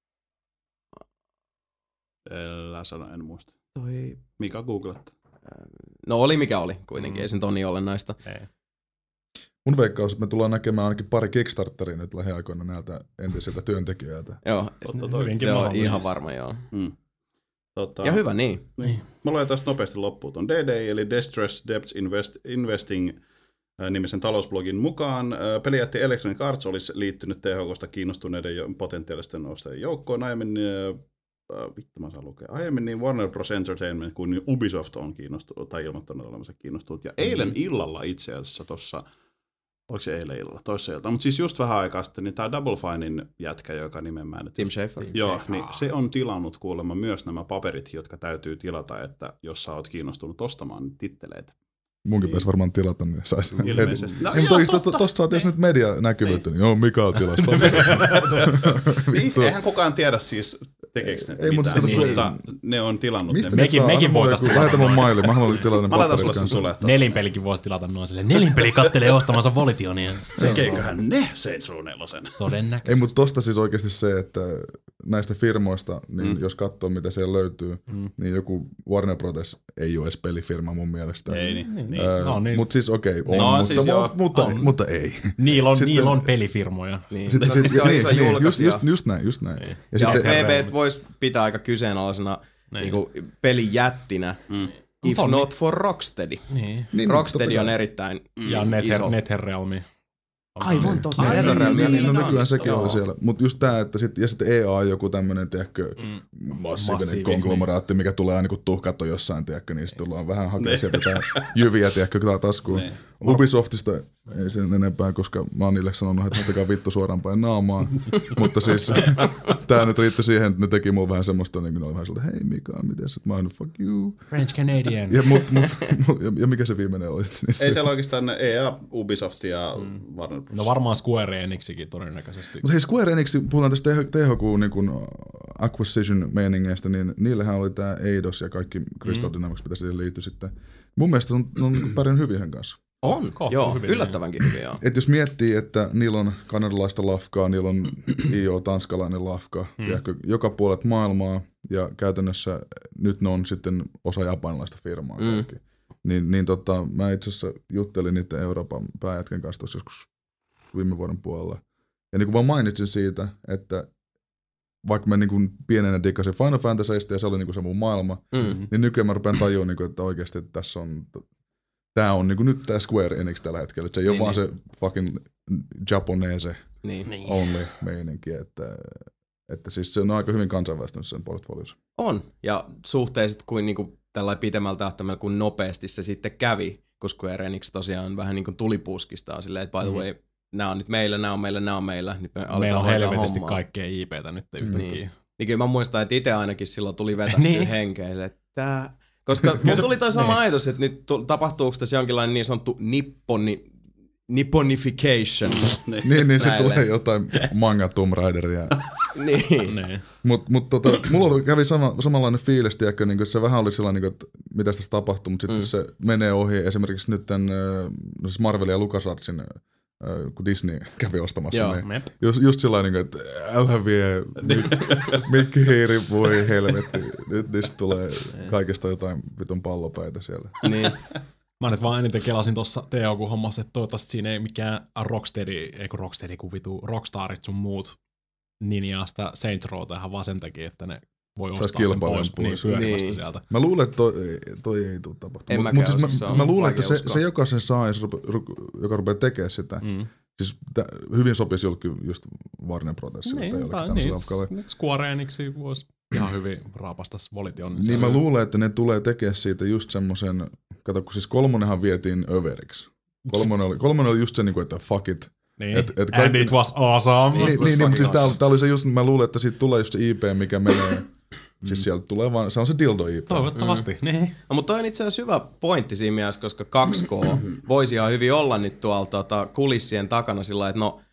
Älä sano, en muista. Toi Mikä googlettaa? No oli mikä oli kuitenkin, ei se nyt ole niin olennaista. Mun veikkaus, että me tullaan näkemään ainakin pari Kickstarteria nyt lähiaikoina näiltä entisiltä työntekijöiltä. Joo, se on ihan varma, joo. Ja hyvä niin. Mä luen tästä nopeasti loppuun ton DD, eli Distress Debt Investing nimisen talousblogin mukaan. Pelijätti Electronic Arts olisi liittynyt THK:sta kiinnostuneiden potentiaalisten ostajien joukkoon. Aiemmin niin Warner Bros. Entertainment kuin Ubisoft on kiinnostunut tai ilmoittanut olevansa kiinnostunut. Ja eilen illalla itse asiassa tuossa, oliko se eilen illalla, toissa ilta, mutta siis just vähän aikaa sitten, niin tämä Double Finein jätkä, joka nimen mä nyt... Tim Schafer. Joo, niin se on tilannut kuulemma myös nämä paperit, jotka täytyy tilata, että jos sä oot kiinnostunut ostamaan titteleitä. Munkin pitäisi varmaan tilata, niin saisi. Ilmeisesti. Ei, mutta tosta saa tietysti nyt medianäkyvyyttä, niin joo, Mika on tilassa. Eihän kukaan tiedä siis, tekeekö ne mitään, mutta ne on tilannut. Mistä mekin voitaisiin tilata. Lähetä mun maili, mä haluan tilata ne paperit. Mä laitan sulle kanssa. sen tulee. Nelinpelikin voisi tilata noin silleen. Nelinpeli kattelee ostamansa Volitionia. Tekeeköhän ne Saints Row 4? Todennäköisesti. Ei, mutta tosta siis oikeasti se, että näistä firmoista, niin jos katsoo mitä siellä löytyy, niin joku Warner Bros. Ei ole edes pelifirma mun mielestä. Ei niin. Mutta siis okei, on, No, mutta, siis joo. mutta ei. Niillä on pelifirmoja. Niin. Sitten, Siis se on iso julkaisija. just näin. Ja sitten, PB voisi pitää aika kyseenalaisena niinku pelijättinä, if not for Rocksteady. Niin. Rocksteady on erittäin iso. NetherRealm. Aivan totta. No nykyään sekin oli siellä. Mutta just tää, että sitten EA on joku tämmönen, tiedätkö, massiivinen konglomeraatti, mikä tulee aina kun tuhkat on jossain, tiedätkö, niin sitten tullaan vähän hakea sieltä jyviä, tiedätkö, taskuun. Ubisoftista ei sen enempää, koska mä oon niille sanonut, että ottakaa vittu suoraan päin naamaa. Mutta siis tää nyt riitti siihen, että ne teki mulle vähän semmoista, niin kuin vähän siltä, hei Mika, miten sä, mä oon fuck you. French Canadian. Ja mikä se viimeinen oli sitten? Ei siellä oikeastaan EA, Ubisoft ja Warner Bros. No varmaan Square Enixikin todennäköisesti. Mutta hei, Square Enix, puhutaan tästä THQ niin acquisition-meiningeistä, niin niillähän oli tää Eidos ja kaikki Crystal Dynamics, mitä siihen liittyi sitten. Mun mielestä on pärjännyt hyvin ihan kanssa. On, joo, hyvin, yllättävänkin hyvin, joo. Et jos miettii, että niillä on kanadalaista lafkaa, niillä on tanskalainen lafka, tiedätkö, joka puolet maailmaa, ja käytännössä nyt ne on sitten osa japanilaista firmaa kaikki. Niin mä itse asiassa juttelin niiden Euroopan pääjätkän kanssa tuossa joskus viime vuoden puolella. Ja niin kuin vaan mainitsin siitä, että vaikka mä niin kuin pienenä dikkasin Final Fantasyista ja se oli niin kuin se mun maailma, niin nykyään mä rupean tajuun, niin kuin, että oikeasti että tässä on... Tää on niinku nyt tää Square Enix tällä hetkellä. Se ei ole vaan se fucking Japanese only meininki, että siis se on aika hyvin kansainvälistynyt sen portfoliossa. On, ja suhteessa kuin niinku tällä pitemmältä tähtäimellä, kun nopeasti se sitten kävi, kun Square Enix tosiaan vähän niin kuin tulipuskistaa silleen, että by the way, nää on nyt meillä, nää on meillä. Nyt meillä on helvetisti kaikkea IPtä nyt yhtäkkiä. Niin kyllä mä muistan, että itse ainakin silloin tuli vetästyä henkeille, että koska mulla tuli toi sama ajatus, että nyt tapahtuuko tässä jonkinlainen niin sanottu nipponification. niin se tulee jotain manga Tomb Raideria. Niin. Mutta mulla kävi samanlainen fiilis, tiedätkö, niin se vähän oli sellainen, niin että mitä tässä tapahtuu, mutta sitten se menee ohi. Esimerkiksi nyt siis Marvel ja LucasArtsin, kun Disney kävi ostamassa, niin just sellainen, että älä vie, mikki hiiri, voi helvetti, nyt niistä tulee kaikesta jotain vitun pallopäitä siellä. Niin. Mä nyt vaan eniten kelasin tossa THQ-hommassa, että toivottavasti siinä ei mikään Rockstarit sun muut ninjaa sitä Saints Rowta ihan vaan sen takia, että ne voi Sais ostaa sen kilpailujen pois pyörimästä Niin. sieltä. Mä luulen, että toi ei tule tapahtumaan. En mäkään Siis usko, mä luulen, että vaikea uskoa. se joka sen saa, joka rupeaa tekemään sitä, siis hyvin sopisi just Warner Brothersille tai jollekin tämmöiselle afkalle. Square Enixi voisi ihan hyvin raapasta Volition. Niin mä luulen, että ne tulee tekemään siitä just semmoisen, kato kun siis 3 vietiin överiksi. 3 oli just se, että fuck it. Niin. And it was awesome. Niin, mutta siis tää oli se just, mä luulen, että siitä tulee just se IP, mikä menee. Siis sieltä tulee vaan, se on se dildo IP. Toivottavasti, niin. No, mutta toi on itse asiassa hyvä pointti siinä mielessä, koska 2K voisi ihan hyvin olla nyt tuolla kulissien takana sillä että no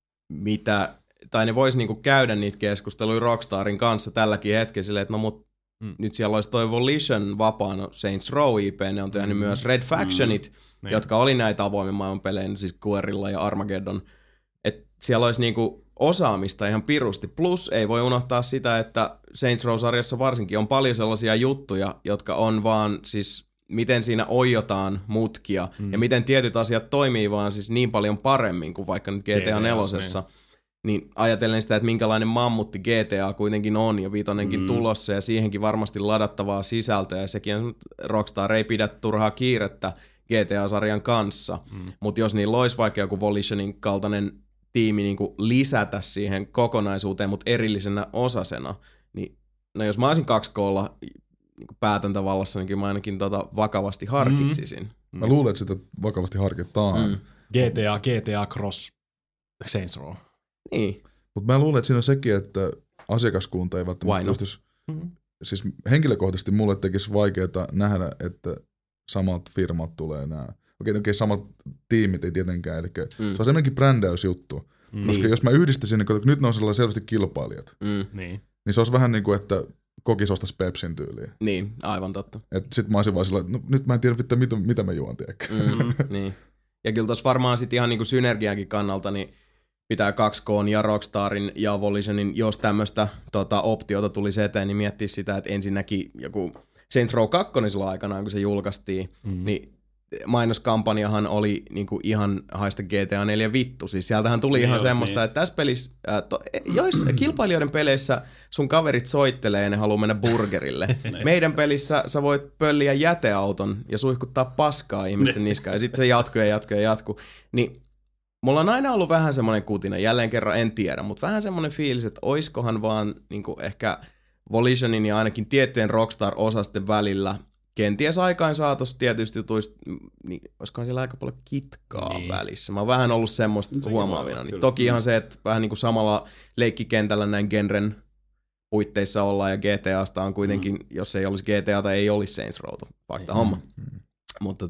mitä, tai ne vois niinku käydä niitä keskusteluja Rockstarin kanssa tälläkin hetkellä silleen, että no mut nyt siellä olisi toi Volition vapaana, Saints Row IP, ne on tehnyt myös Red Factionit, jotka oli näitä avoimen maailman pelejä, siis Guerrilla ja Armageddon, että siellä olisi niinku osaamista ihan pirusti. Plus ei voi unohtaa sitä, että Saints Row-sarjassa varsinkin on paljon sellaisia juttuja, jotka on vaan siis miten siinä oiotaan mutkia ja miten tietyt asiat toimii vaan siis niin paljon paremmin kuin vaikka nyt GTA 4:ssa. Niin ajatellen sitä, että minkälainen mammutti GTA kuitenkin on ja 5:nenkin tulossa ja siihenkin varmasti ladattavaa sisältöä ja sekin on, Rockstar ei pidä turhaa kiirettä GTA-sarjan kanssa, mutta jos niillä olisi vaikka joku Volitionin kaltainen tiimi niin kuin lisätä siihen kokonaisuuteen, mutta erillisenä osasena, niin no jos mä olisin 2K:lla niin päätäntävallassa, niin kyllä mä ainakin vakavasti harkitsisin. Mä luulen, että sitä vakavasti harkitaan. GTA Cross Saints Row. Niin. Mutta mä luulen, että siinä on sekin, että asiakaskunta ei välttämättä pystyisi, siis henkilökohtaisesti mulle tekisi vaikeaa nähdä, että samat firmat tulee nämä. Okei, samat tiimit ei tietenkään, eli se on semmoinenkin brändäysjuttu. Koska jos mä yhdistäisin, niin nyt ne on sellainen selvästi kilpailijat, niin se olisi vähän niin kuin, että kokis ostaisi Pepsin tyyliin. Niin, aivan totta. Sit mä olisin vaan sillä, että no, nyt mä en tiedä mitä mä juon, tiedäkö. Niin. Ja kyllä tossa varmaan sit ihan niinku synergiankin kannalta, niin pitää 2K:n ja Rockstarin ja Volitionin, jos tämmöistä optiota tulisi eteen, niin miettiä sitä, että ensinnäkin joku Saints Row 2 silloin aikanaan, kun se julkaistiin, niin mainoskampanjahan oli niinku ihan haista GTA 4 vittu. Siis sieltähän tuli ihan semmoista, että tässä pelissä, jos kilpailijoiden peleissä sun kaverit soittelee ja ne haluaa mennä burgerille. Meidän pelissä sä voit pölliä jäteauton ja suihkuttaa paskaa ihmisten niskaan ja sitten se jatkuu. Niin mulla on aina ollut vähän semmoinen kutina, jälleen kerran en tiedä, mutta vähän semmoinen fiilis, että oiskohan vaan niinku ehkä Volitionin ja ainakin tiettyjen Rockstar-osasten välillä kenties aikaan saatossa tietysti jutuista, niin olisikohan siellä aika paljon kitkaa välissä. Mä oon vähän ollut semmoista huomaavina. Niin toki ihan se, että vähän niin kuin samalla leikkikentällä näin genren puitteissa ollaan ja GTAsta on kuitenkin, jos ei olisi GTAta, ei olisi Saints Rowta, fakta homma. Mutta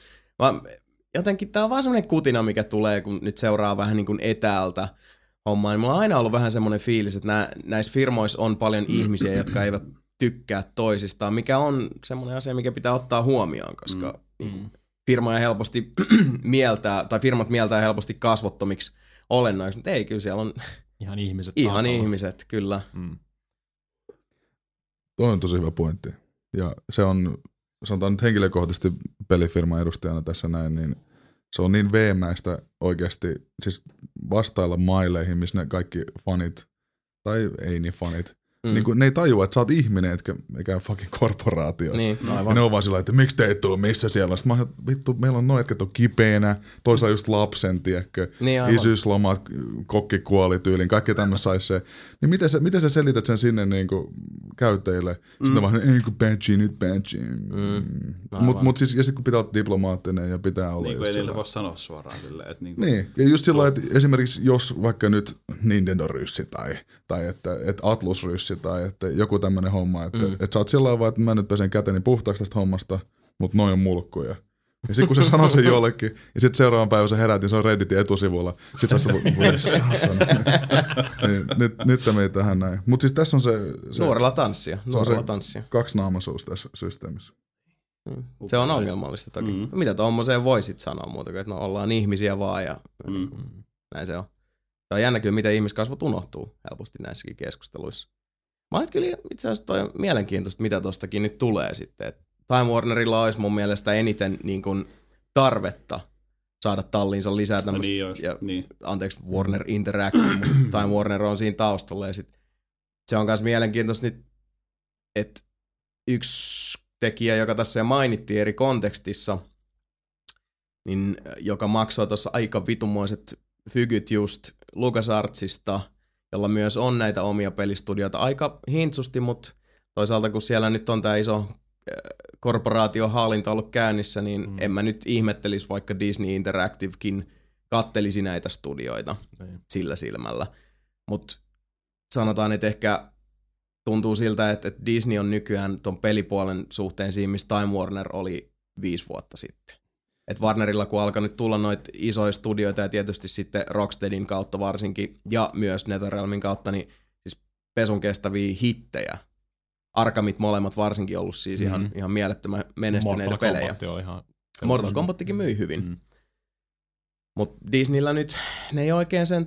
jotenkin tää on vaan semmoinen kutina, mikä tulee, kun nyt seuraa vähän niin kuin etäältä hommaa. Niin mulla on aina ollut vähän semmoinen fiilis, että näissä firmoissa on paljon ihmisiä, jotka eivät tykkää toisistaan, mikä on semmoinen asia, mikä pitää ottaa huomioon, koska firmoja helposti firmat mieltää helposti kasvottomiksi olennoiksi, mutta ei, kyllä siellä on ihan ihmiset. Ihan ihmiset, kyllä. Toi on tosi hyvä pointti. Ja se on, sanotaan nyt henkilökohtaisesti pelifirman edustajana tässä näin, niin se on niin veemäistä oikeasti, siis vastailla maileihin, missä ne kaikki fanit, tai ei niin fanit, niin ne ei tajua, että sä oot ihminen, etkä mikään fucking korporaatio. Niin, ja ne on vaan sillä, että miksi te et tuu, missä siellä on. Sitten mä oon, vittu, meillä on noin, jotka on kipeänä, toisaalta just lapsen, tiedätkö, niin, isyyslomat, kokki kuoli tyyliin, kaikki tämmöistä sais se. Niin miten sä selität sen sinne niinku käyttäjille? Sitten vaan, ei kun badge. Mut siis, ja sit kun pitää olla diplomaattinen ja pitää olla niin just ei niille voi sanoa suoraan silleen, että niinku. Niin, ja just sillä että esimerkiksi jos vaikka nyt Nintendo-ryssi tai että Atlus-ryssi tai että joku tämmönen homma, että sä oot sillä lailla, että mä nyt pesen käteni puhtaaksi tästä hommasta, mutta noin on mulkkuja. Ja sit kun sä sanot sen jollekin, ja sit seuraavan päivän sä herät, niin se on Redditin etusivulla. Sit sä oot niin, nyt meni tähän näin. Mut siis tässä on se nuorella tanssia. kaksinaamaisuus tässä systeemissä. Se on ongelmallista toki. Mitä tommoseen voisit sanoa muuta kuin, että no ollaan ihmisiä vaan ja näin se on. Se on jännä kyllä, miten ihmiskasvot unohtuu helposti näissäkin keskusteluissa. Mä oon kyllä itse asiassa toi mielenkiintoista, mitä tostakin nyt tulee sitten. Time Warnerilla olisi mun mielestä eniten niin kuin tarvetta saada talliinsa lisää tämmöistä. Anteeksi, Warner Interactive, mutta Time Warner on siinä taustalla. Ja sit se on myös mielenkiintoista nyt että yksi tekijä, joka tässä jo mainittiin eri kontekstissa, niin joka maksoi tuossa aika vitumoiset fygyt just LucasArtsista, jolla myös on näitä omia pelistudioita aika hintsusti, mutta toisaalta kun siellä nyt on tää iso korporaatiohallinto ollut käynnissä, niin en mä nyt ihmettelisi, vaikka Disney Interactivekin kattelisi näitä studioita sillä silmällä. Mutta sanotaan, että ehkä tuntuu siltä, että Disney on nykyään ton pelipuolen suhteen siinä, missä Time Warner oli 5 vuotta sitten. Et Warnerilla kun alkaa nyt tulla noita isoja studioita ja tietysti sitten Rocksteadin kautta varsinkin ja myös NetherRealmin kautta, niin siis pesun kestäviä hittejä. Arkhamit molemmat varsinkin ollut siis ihan mielettömän menestyneitä pelejä. Mortal Kombattikin myi hyvin. Mut Disneyllä nyt, ne ei oikein sen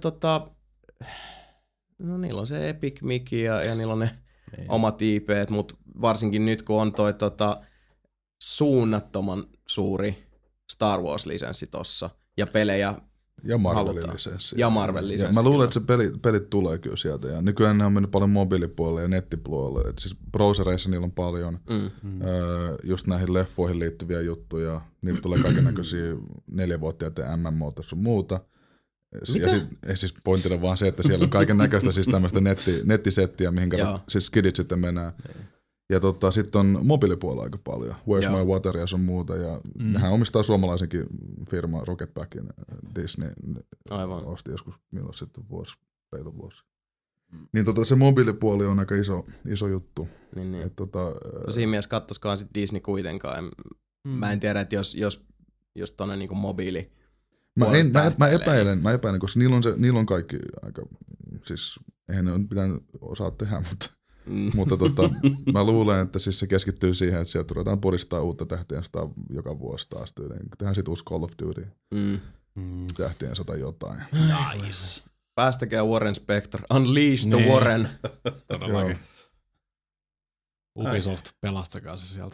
no niillä on se Epic Mickey ja niillä on ne omat IP:t, mut varsinkin nyt kun on toi suunnattoman suuri Star Wars-lisenssi tossa ja pelejä ja Marvel-lisenssi. Ja Marvel-lisenssi. Mä luulen, että se pelit tulee kyllä sieltä. Ja nykyään ne on mennyt paljon mobiilipuolelle ja nettipuolelle. Et siis browsereissa niillä on paljon just näihin leffoihin liittyviä juttuja. Niillä tulee kaikennäköisiä 4-vuotiaiden MMO:ta sun muuta. Ja siis pointtina vaan se, että siellä on kaiken näköistä siis tämmöistä nettisettiä, mihin siis skidit sitten menee. Ja sitten on mobiilipuolella aika paljon. Where's My Water ja sun muuta. Ja nehän omistaa suomalaisenkin firma Rocketbackin. Disney osti joskus milloin sitten reilu vuosi. Niin se mobiilipuoli on aika iso juttu. Niin. Siinä mielessä kattoisikohan sit Disney kuitenkaan. Mä en tiedä, että jos tonne niinku mobiili... Mä epäilen, koska niillä on kaikki aika... Siis eihän ne pitänyt osaa tehdä, mutta mä luulen, että siis se keskittyy siihen, että sieltä ruvetaan puristaa uutta tähtien sota joka vuosi taas tyyliin. Tehdään sit uusi Call of Duty. Tähtien sota jotain. Nice. Päästäkää Warren Spector. Unleash the Warren. Todellakin. Ubisoft, pelastakaa se sieltä.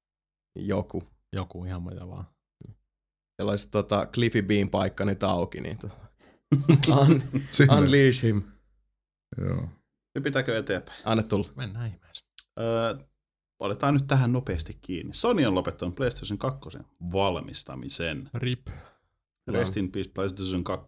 Joku ihan mitä vaan. Siellä olisi Cliffy Bean paikka nyt auki, niin unleash him. Joo. Nyt pitääkö eteenpäin? Anna tulla. Mennään ihmeessä. Otetaan nyt tähän nopeasti kiinni. Sony on lopettanut PlayStation 2 valmistamisen. RIP. Rest in peace PlayStation 2.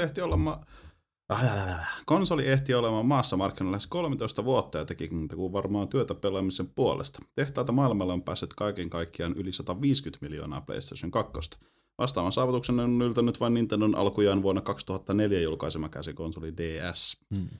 Konsoli ehti olemaan maassa markkinoilla lähes 13 vuotta ja teki varmaan työtä pelaamisen puolesta. Tehtaalta maailmalla on päässyt kaiken kaikkiaan yli 150 miljoonaa PlayStation 2. Vastaavan saavutuksen on yltänyt vain Nintendon alkujaan vuonna 2004 julkaisema käsikonsoli DS.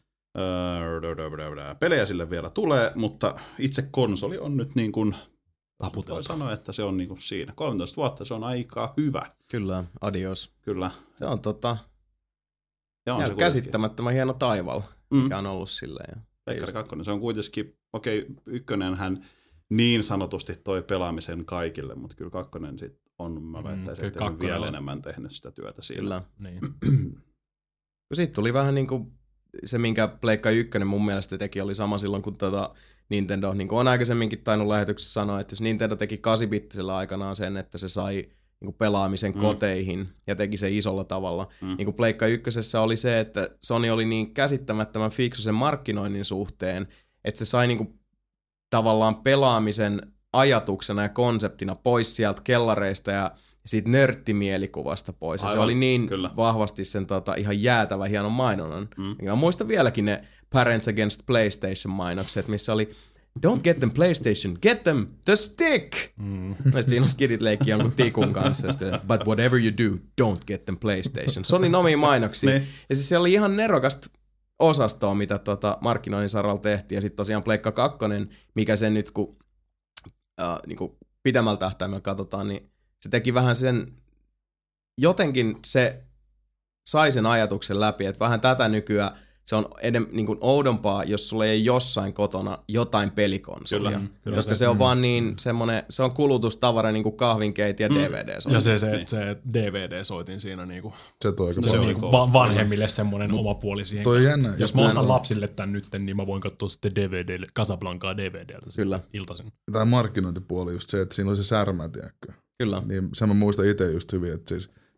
Pelejä sille vielä tulee, mutta itse konsoli on nyt niin kuin, voi sanoa, että se on niin kuin siinä. 13 vuotta, se on aika hyvä. Kyllä, adios. Kyllä. Se on se käsittämättömän hieno taival, mikä on ollut silleen. Pleikkari 2, se on kuitenkin, ykkönenhän niin sanotusti toi pelaamisen kaikille, mutta kyllä 2 sit on, mä väittäisin, että on vielä enemmän tehnyt sitä työtä siinä. Kyllä. Niin. Sitten tuli vähän niinku se, minkä Pleikka 1 mun mielestä teki, oli sama silloin, kun Nintendo, niin kuin on aikaisemminkin tainnut lähetyksessä sanoa, että jos Nintendo teki 8-bittisellä aikanaan sen, että se sai niin kuin pelaamisen koteihin ja teki se isolla tavalla. Niin kuin Pleikka 1 oli se, että Sony oli niin käsittämättömän fiksu sen markkinoinnin suhteen, että se sai niin kuin tavallaan pelaamisen ajatuksena ja konseptina pois sieltä kellareista ja siitä nörttimielikuvasta pois. Ja se oli niin vahvasti sen ihan jäätävä hienon mainonnan. Mä muistan vieläkin ne Parents Against PlayStation mainokset, missä oli Don't get them PlayStation, get them the stick! Siinä on skidit leikki jonkun tikun kanssa. But whatever you do, don't get them PlayStation. Sonin omia mainoksia. Ja siis se oli ihan nerokasta osastoa, mitä markkinoinnin saralla tehtiin. Ja sitten tosiaan Pleikka 2, mikä sen nyt kun niinku pitämällä tähtäimellä katsotaan, niin se teki vähän sen, jotenkin se sai sen ajatuksen läpi, että vähän tätä nykyään se on niin kuin oudompaa, jos sulla ei jossain kotona jotain pelikonsolia. Kyllä, koska se on vaan niin semmoinen, se on kulutustavara niin kuin kahvinkeiti ja DVD-soitin. Ja se DVD-soitin siinä niinku, se on niinku vanhemmille semmoinen oma puoli siihen. Toi jännä. Jos mä ostan lapsille tän nyt, niin mä voin katsoa sitten DVD, Casablancaa DVDltä iltaisin. Tämä markkinointipuoli just se, että siinä oli se särmä, tiedätkö? Kyllä. Niin sen mä muistan itse just hyvin, että siis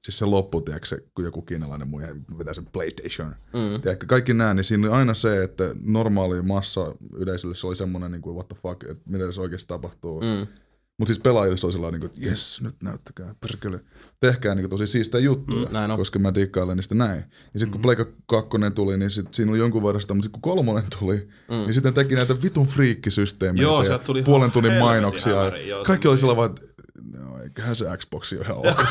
siis se loppu, tiedätkö, kun joku kiinalainen muu vetää sen PlayStation. Tiedätkö, kaikki nää, niin siinä oli aina se, että normaali massa yleisölle se oli semmoinen, niin kuin what the fuck, että mitä tässä oikeasti tapahtuu. Mutta siis pelaajille se oli sellainen, että jes, nyt näyttäkää, perkele. Tehkää niin tosi siistejä juttuja, koska mä dikkailen niistä näin. Ja sitten kun Pleikka 2 tuli, niin sit siinä oli jonkun verran sitä, mutta sitten kun 3 tuli, niin sitten teki näitä vitun friikkisysteemeitä ja puolen tunnin mainoksia. Kaikki oli sellainen, että no, eiköhän se Xbox ole ihan ok.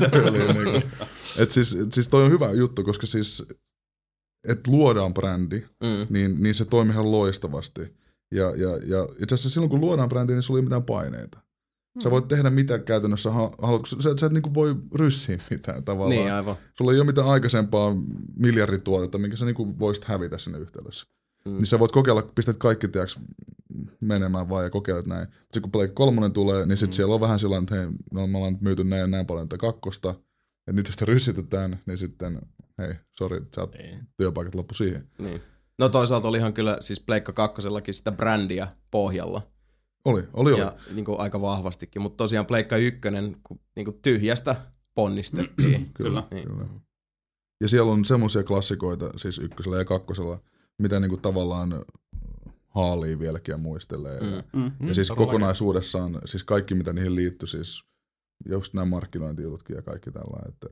siis toi on hyvä juttu, koska siis, että luodaan brändi, niin se toimii ihan loistavasti. Ja itse asiassa silloin, kun luodaan brändiä, niin sulla ei ole mitään paineita. Sä voit tehdä mitä käytännössä haluat, koska sä et niinku voi ryssiä mitään tavallaan. Niin, aivan. Sulla ei ole mitään aikaisempaa miljardituotetta, minkä sä niinku voisit hävitä sinne yhteydessä. Niin sä voit kokeilla, pistät kaikki tiiäks menemään vaan ja kokeilet näin. Sitten kun Pleikka 3 tulee, niin sit siellä on vähän sellainen, että hei, no, me ollaan nyt myyty näin paljon tätä 2, että nyt jos sitä ryssitetään, niin sitten hei, sori, sä oot työpaikat loppu siihen. Niin. No toisaalta olihan kyllä siis Pleikka 2:llakin sitä brändiä pohjalla. Oli. Ja niin kuin aika vahvastikin, mutta tosiaan Pleikka 1, kun niin kuin tyhjästä ponnistettiin. Kyllä. Ja siellä on semmoisia klassikoita, siis 1 ja 2, mitä niin kuin tavallaan haalii vieläkin ja muistelee. Ja siis kokonaisuudessaan, siis kaikki mitä niihin liittyy, siis just nämä markkinointijututkin ja kaikki tällainen, että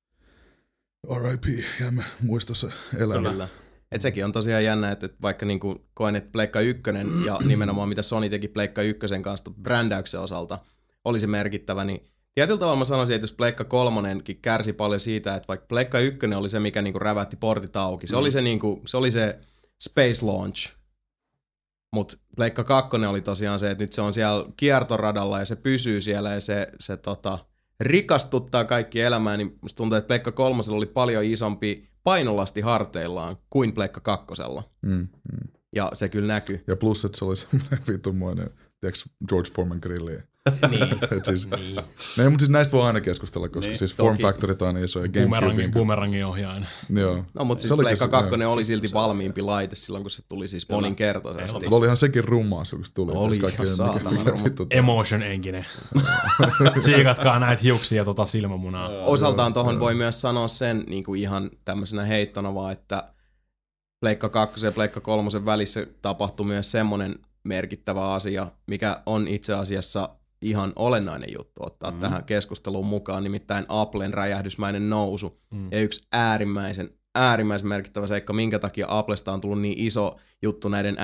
R.I.P. jäämme muistossa elämään. Et sekin on tosiaan jännä, että vaikka niinku koen, että Pleikka 1 ja nimenomaan mitä Sony teki Pleikka 1 kanssa brändäyksen osalta oli se merkittävä, niin tietyllä tavalla mä sanoisin, että jos Pleikka 3:nkin kärsi paljon siitä, että vaikka Pleikka 1 oli se, mikä niinku rävätti portit auki, se oli se space launch, mutta Pleikka 2 oli tosiaan se, että nyt se on siellä kiertoradalla ja se pysyy siellä ja se rikastuttaa kaikki elämää, niin musta tuntuu, että Pleikka 3 oli paljon isompi painolasti harteillaan kuin Pleikka 2. Ja se kyllä näkyy. Ja plus, että se oli semmoinen vitunmoinen, tiedätkö, George Foreman grilli. Niin. Siis, niin, mutta siis näistä voi aina keskustella, koska niin, siis Form Factorit on iso ja Boomerangin ohjaain. Joo. No mutta siis Pleikka 2 oli silti valmiimpi laite silloin, kun se tuli siis moninkertaisesti. Olihan sekin rummaa se, kun se tuli. Oli ihan saatana rumma. Emotion enkinen. Siikatkaa näitä hiuksia ja silmämunaa. Osaltaan tohon voi myös sanoa sen niin kuin ihan tämmöisenä heittona vaan, että Pleikka 2 ja Pleikka 3 välissä tapahtui myös semmonen merkittävä asia, mikä on itse asiassa ihan olennainen juttu ottaa tähän keskusteluun mukaan, nimittäin Applen räjähdysmäinen nousu. Ja yksi äärimmäisen merkittävä seikka, minkä takia Applesta on tullut niin iso juttu näiden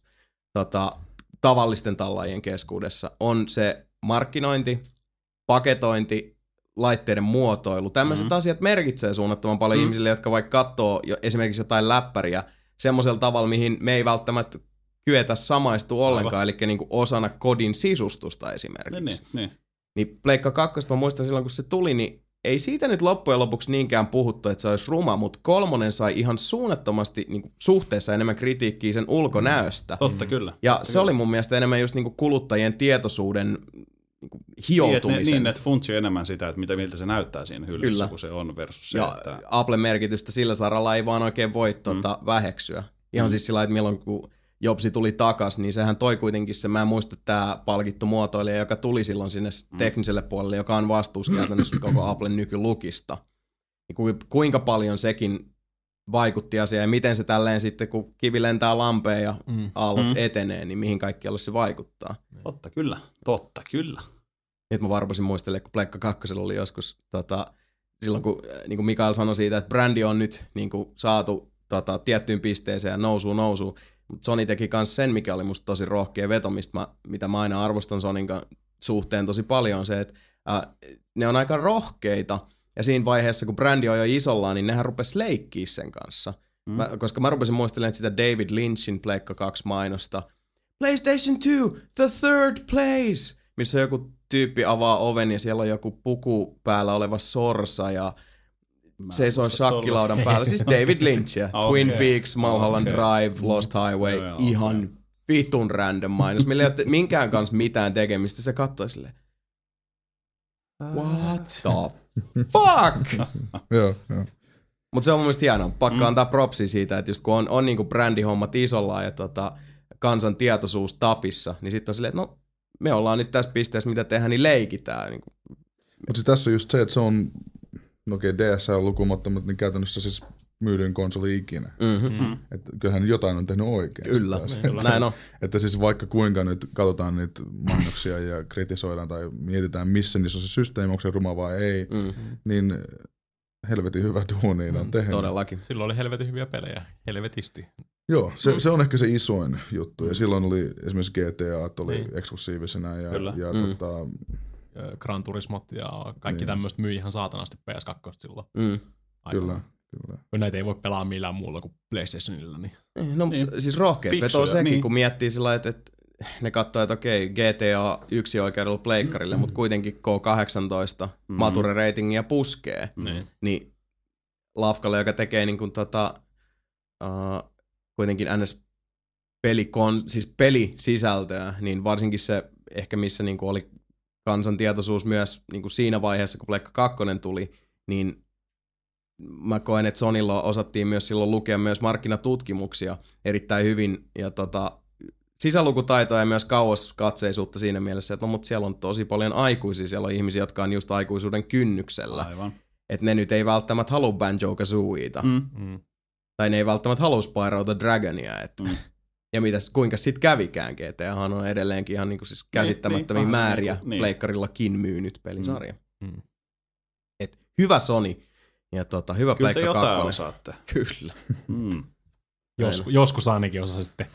tavallisten tallaajien keskuudessa, on se markkinointi, paketointi, laitteiden muotoilu. Tämmöiset asiat merkitsee suunnattoman paljon ihmisille, jotka vaikka katsoo esimerkiksi jotain läppäriä semmoisella tavalla, mihin me ei välttämättä kyetä samaistua ollenkaan, eli niinku osana kodin sisustusta esimerkiksi. Niin Pleikka 2, mä muistan silloin, kun se tuli, niin ei siitä nyt loppujen lopuksi niinkään puhuttu, että se olisi ruma, mutta 3 sai ihan suunnattomasti niinku suhteessa enemmän kritiikkiä sen ulkonäöstä. Totta, kyllä. Ja se oli mun mielestä enemmän just niinku kuluttajien tietoisuuden niinku hioutumisen. Niin, että funtsio enemmän sitä, että miltä se näyttää siinä hyllyssä, kun se on versus se. Ja että Applen merkitystä sillä saralla ei vaan oikein voi väheksyä. Ihan siis sillä, että milloin kun Jobsi tuli takas, niin sehän toi kuitenkin se, mä en muista tää palkittu muotoilija, joka tuli silloin sinne tekniselle puolelle, joka on vastuussa käytännössä koko Applen nykylukista. Niin kuinka paljon sekin vaikutti asiaan ja miten se tälleen sitten, kun kivi lentää lampeen ja aallot etenee, niin mihin kaikkialle se vaikuttaa. Totta kyllä. Nyt mä varmasin muistelemaan, kun Pleikka 2 oli joskus, silloin kun niin kuin Mikael sanoi siitä, että brändi on nyt niin kuin saatu tiettyyn pisteeseen ja nousuu. Mutta Sony teki myös sen, mikä oli musta tosi rohkea veto, mitä mä aina arvostan Sonyn suhteen tosi paljon, on se, että ne on aika rohkeita. Ja siinä vaiheessa, kun brändi on jo isollaan, niin nehän rupesi leikkiä sen kanssa. Koska mä rupesin muistelemaan sitä David Lynchin Pleikka 2 mainosta. PlayStation 2, the third place! Missä joku tyyppi avaa oven ja siellä on joku puku päällä oleva sorsa ja seisoo shakkilaudan päällä. Siis David Lynch ja Twin Peaks, Mulholland Drive, Lost Highway. Ihan vitun random mainos. Millä ei ole minkään kanssa mitään tekemistä. Se katsoi silleen, what the fuck? Joo. Mutta se on mun mielestä hienoa. Pakko antaa propsia siitä, että just kun on niinku brändihommat isolla ja kansan tietoisuus tapissa, niin sitten on silleen, että no me ollaan nyt tässä pisteessä, mitä tehdään, niin leikitään. Niin mutta siis tässä on just se, että se on no okei, DSL lukumattomat, niin käytännössä siis myydyin konsoli ikinä. Että kyllähän jotain on tehnyt oikein. Kyllä, näin on. Että siis vaikka kuinka nyt katsotaan niitä mainoksia ja kritisoidaan tai mietitään, missä niissä on se systeemi, onko se ruma vai ei, niin helvetin hyvä duuni on tehnyt. Todellakin. Silloin oli helvetin hyviä pelejä, helvetisti. Joo, se on ehkä se isoin juttu. Ja silloin oli esimerkiksi GTA oli eksklusiivisena ja Gran Turismot ja kaikki tämmöistä myi ihan saatanasti PS2 silloin. Kyllä. Näitä ei voi pelaa millään muulla kuin PlayStationilla. Niin. No mutta siis rohkeet vetoo sekin, kun miettii sillä että ne katsoo, että okei, GTA 1 oikeudella pleikkarille, mutta kuitenkin K18 mature ratingia puskee. Niin Lafkalle, joka tekee niin kuin kuitenkin NS pelisisältöä, niin varsinkin se ehkä missä niin kuin oli kansantietoisuus myös niin kuin siinä vaiheessa, kun Pleikka 2 tuli, niin mä koen, että Sonylla osattiin myös silloin lukea myös markkinatutkimuksia erittäin hyvin ja sisälukutaitoa ja myös kauaskatseisuutta siinä mielessä, että no, mutta siellä on tosi paljon aikuisia, siellä on ihmisiä, jotka on just aikuisuuden kynnyksellä. Aivan. Että ne nyt ei välttämättä halua Banjo-Kazooiita. Tai ne ei välttämättä halua Spyro the Dragonia. Ja kuinka sit kävikään, GTAhan on edelleenkin ihan niinku siis käsittämättömiä määriä pleikkarillakin myynyt pelisarja. Et hyvä Sony ja hyvä Pleikka 2. Kyllä te jotain osaatte. Kyllä. Joskus ainakin osasitte.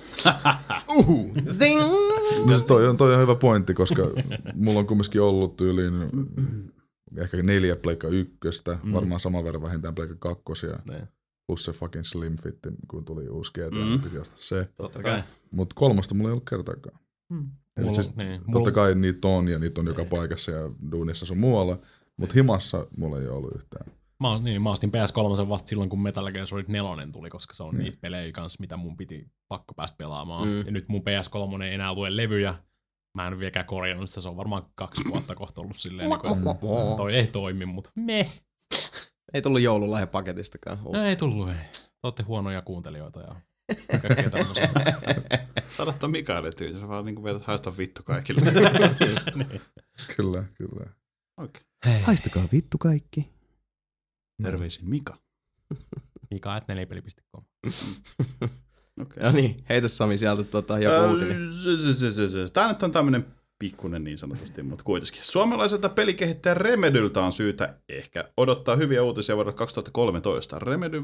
Zing! No se toi on hyvä pointti, koska mulla on kumminkin ollut tyyliin ehkä 4 Pleikka 1, varmaan saman verran vähintään Pleikka 2 plus se fucking Slim Fit, kun tuli uusi GTA, piti ostaa se. Totta kai. Mut 3 mulla ei ollut kertaakaan. Eli siis, totta kai niitä on ja niitä on joka paikassa ja duunissa sun muualla, mutta himassa mulla ei ollut yhtään. Mä ostin PS3 vasta silloin, kun Metal Gear Solid 4 tuli, koska se on niitä pelejä kanssa, mitä mun piti pakko päästä pelaamaan. Ja nyt mun PS3 ei enää lue levyjä. Mä en vieläkään korjannut sitä, se on varmaan 2 vuotta kohta ollut silleen, että toi ei toimi, mutta Ei tullut joululahjapaketistakaan. Ei tullut, ei. Te ootte huonoja kuuntelijoita ja kaikkea tämmöistä. Sanotta Mikael tyytä, sä vaan niinku vedät haista vittu kaikille. Kyllä. Okay. Haistakaa vittu kaikki. Terveisin Mika. Mika@nelipeli.com. Okay. No niin, heitä Sami sieltä joku uutinen. Tää nyt on tämmönen pikkunen niin sanotusti, mutta kuitenkin. Suomalaiselta pelikehittäjä Remedyltä on syytä ehkä odottaa hyviä uutisia vuodelta 2013. Remedyn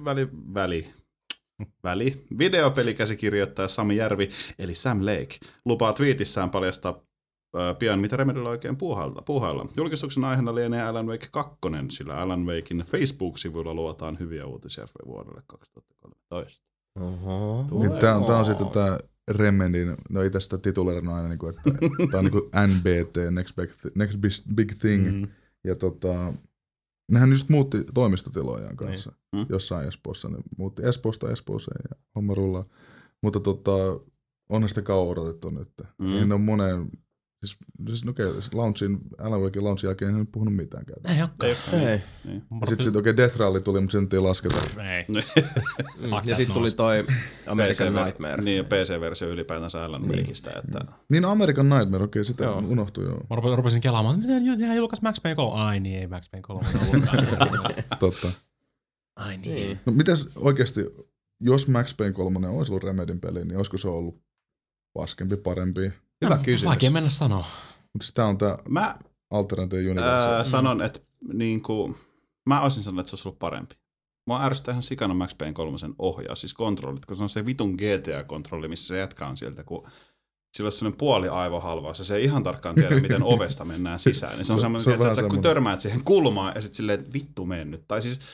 videopelikäsikirjoittaja Sami Järvi, eli Sam Lake, lupaa twiitissään paljastaa pian, mitä Remedyllä oikein puuhailla. Julkistuksen aiheena lienee Alan Wake 2, sillä Alan Wakein Facebook-sivuilla luotaan hyviä uutisia vuodelle 2013. Niin tää on sitten tää Remedin, no itse sitä tituleerina aina, että tää on niinku NBT, Next Big Thing. Ja nehän just muutti toimistotilojaan kanssa jossain Espoossa. Ne muutti Espoosta Espooseen ja homma rullaa. Mutta onhan sitä kauan odotettu nyt. Niin ne on moneen, siis okei, Alan Wakein launchin jälkeen en puhunut mitään käytä. Ei. Sitten Death Rally tuli, mutta sen ei lasketa. Ei. Ja sitten tuli toi American Nightmare. Niin, ja PC-versio ylipäätänsä Alan Wakeista. Että... Niin, American Nightmare, okei, sitä unohtui joo. Mä rupesin kelaamaan, miten nehän julkaisi Max Payne 3. Ai niin, ei Max Payne 3 Totta. Ai niin. No mitäs oikeesti, jos Max Payne 3 olisi ollut Remedin peli, niin olisiko se ollut paskempi, parempi? Hyvä kysymys. Vaikea mennä sanoa. Mutta siis tää on tää Alternative Universe. Sanon, että niinku, mä olisin sanonut, että se olisi ollut parempi. Mua ärsyttää ihan sikana Max Payne 3 ohjaa, siis kontrollit, kun se on se vitun GTA-kontrolli, missä se jätkä on sieltä, kun sillä on sellainen puoli aivohalvaus, ja se ei ihan tarkkaan tiedä, miten ovesta mennään sisään. Niin se on semmoinen, että sä kun törmäät siihen kulmaan, ja sitten silleen, että vittu mennyt. Tai siis...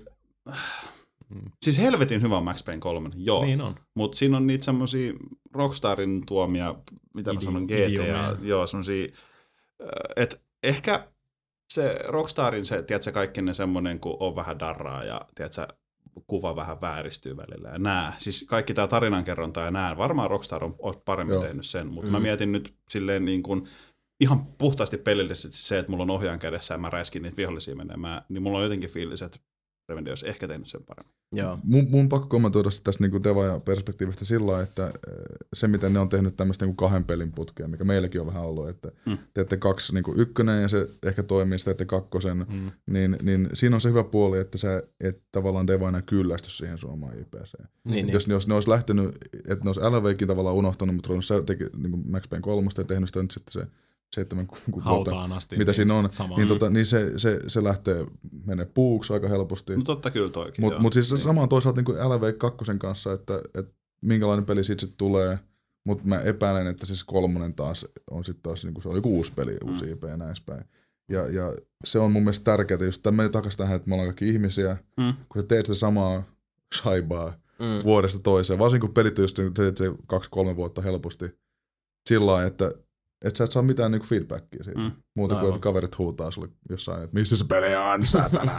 Siis helvetin hyvä Max Payne 3, joo. Niin on. Mutta siinä on niitä semmosia Rockstarin tuomia, mitä mä sanon, GTA, joo, semmosia, että ehkä se Rockstarin se, tiedätkö, kaikki ne semmonen, kun on vähän darraa ja tiedätkö, kuva vähän vääristyy välillä ja nää. Siis kaikki tää tarinankerronta ja nää. Varmaan Rockstar on paremmin tehnyt sen, mutta mä mietin nyt silleen niin kuin ihan puhtaasti pelillisesti se, että mulla on ohjaan kädessä ja mä räiskin niitä vihollisia menemään, niin mulla on jotenkin fiilis, että Remedy olisi ehkä tehnyt sen paremmin. Joo. Mun pakko kommentoida tästä niinku Devaaja-perspektiivistä sillä lailla, että se miten ne on tehnyt tämmöistä niinku 2 pelin putkea, mikä meilläkin on vähän ollut, että teette 2 niinku 1 ja se ehkä toimii, sitten teette 2, niin siinä on se hyvä puoli, että sä et tavallaan Devaajana kyllästy siihen suomaan IP:seen. Niin. Jos ne olisi lähtenyt, että ne olisi Alan Wakein tavallaan unohtanut, mutta ruvennut teki niinku Max Payne 3 ja tehnyt sitä nyt sitten se 7 vuotta, asti, mitä siinä on, niin se lähtee menee puuksi aika helposti. No totta kyllä toikin. Mutta siis sama on toisaalta niin Alan Wake 2 kanssa, että minkälainen peli siitä sitten tulee, mutta mä epäilen, että siis 3 taas on sitten taas niin kuin se on joku uusi peli, uusi IP ja näin päin. Ja se on mun mielestä tärkeää, just tämä menee takaisin tähän, että me ollaan kaikki ihmisiä, kun sä teet sitä samaa shaibaa vuodesta toiseen, varsinkin kun pelit on just teet se 2-3 vuotta helposti sillä lailla, että sä et saa mitään niinku feedbackia siitä. Muuta kuin, että kaverit huutaa sulle jossain, että missä se peli on, saatana.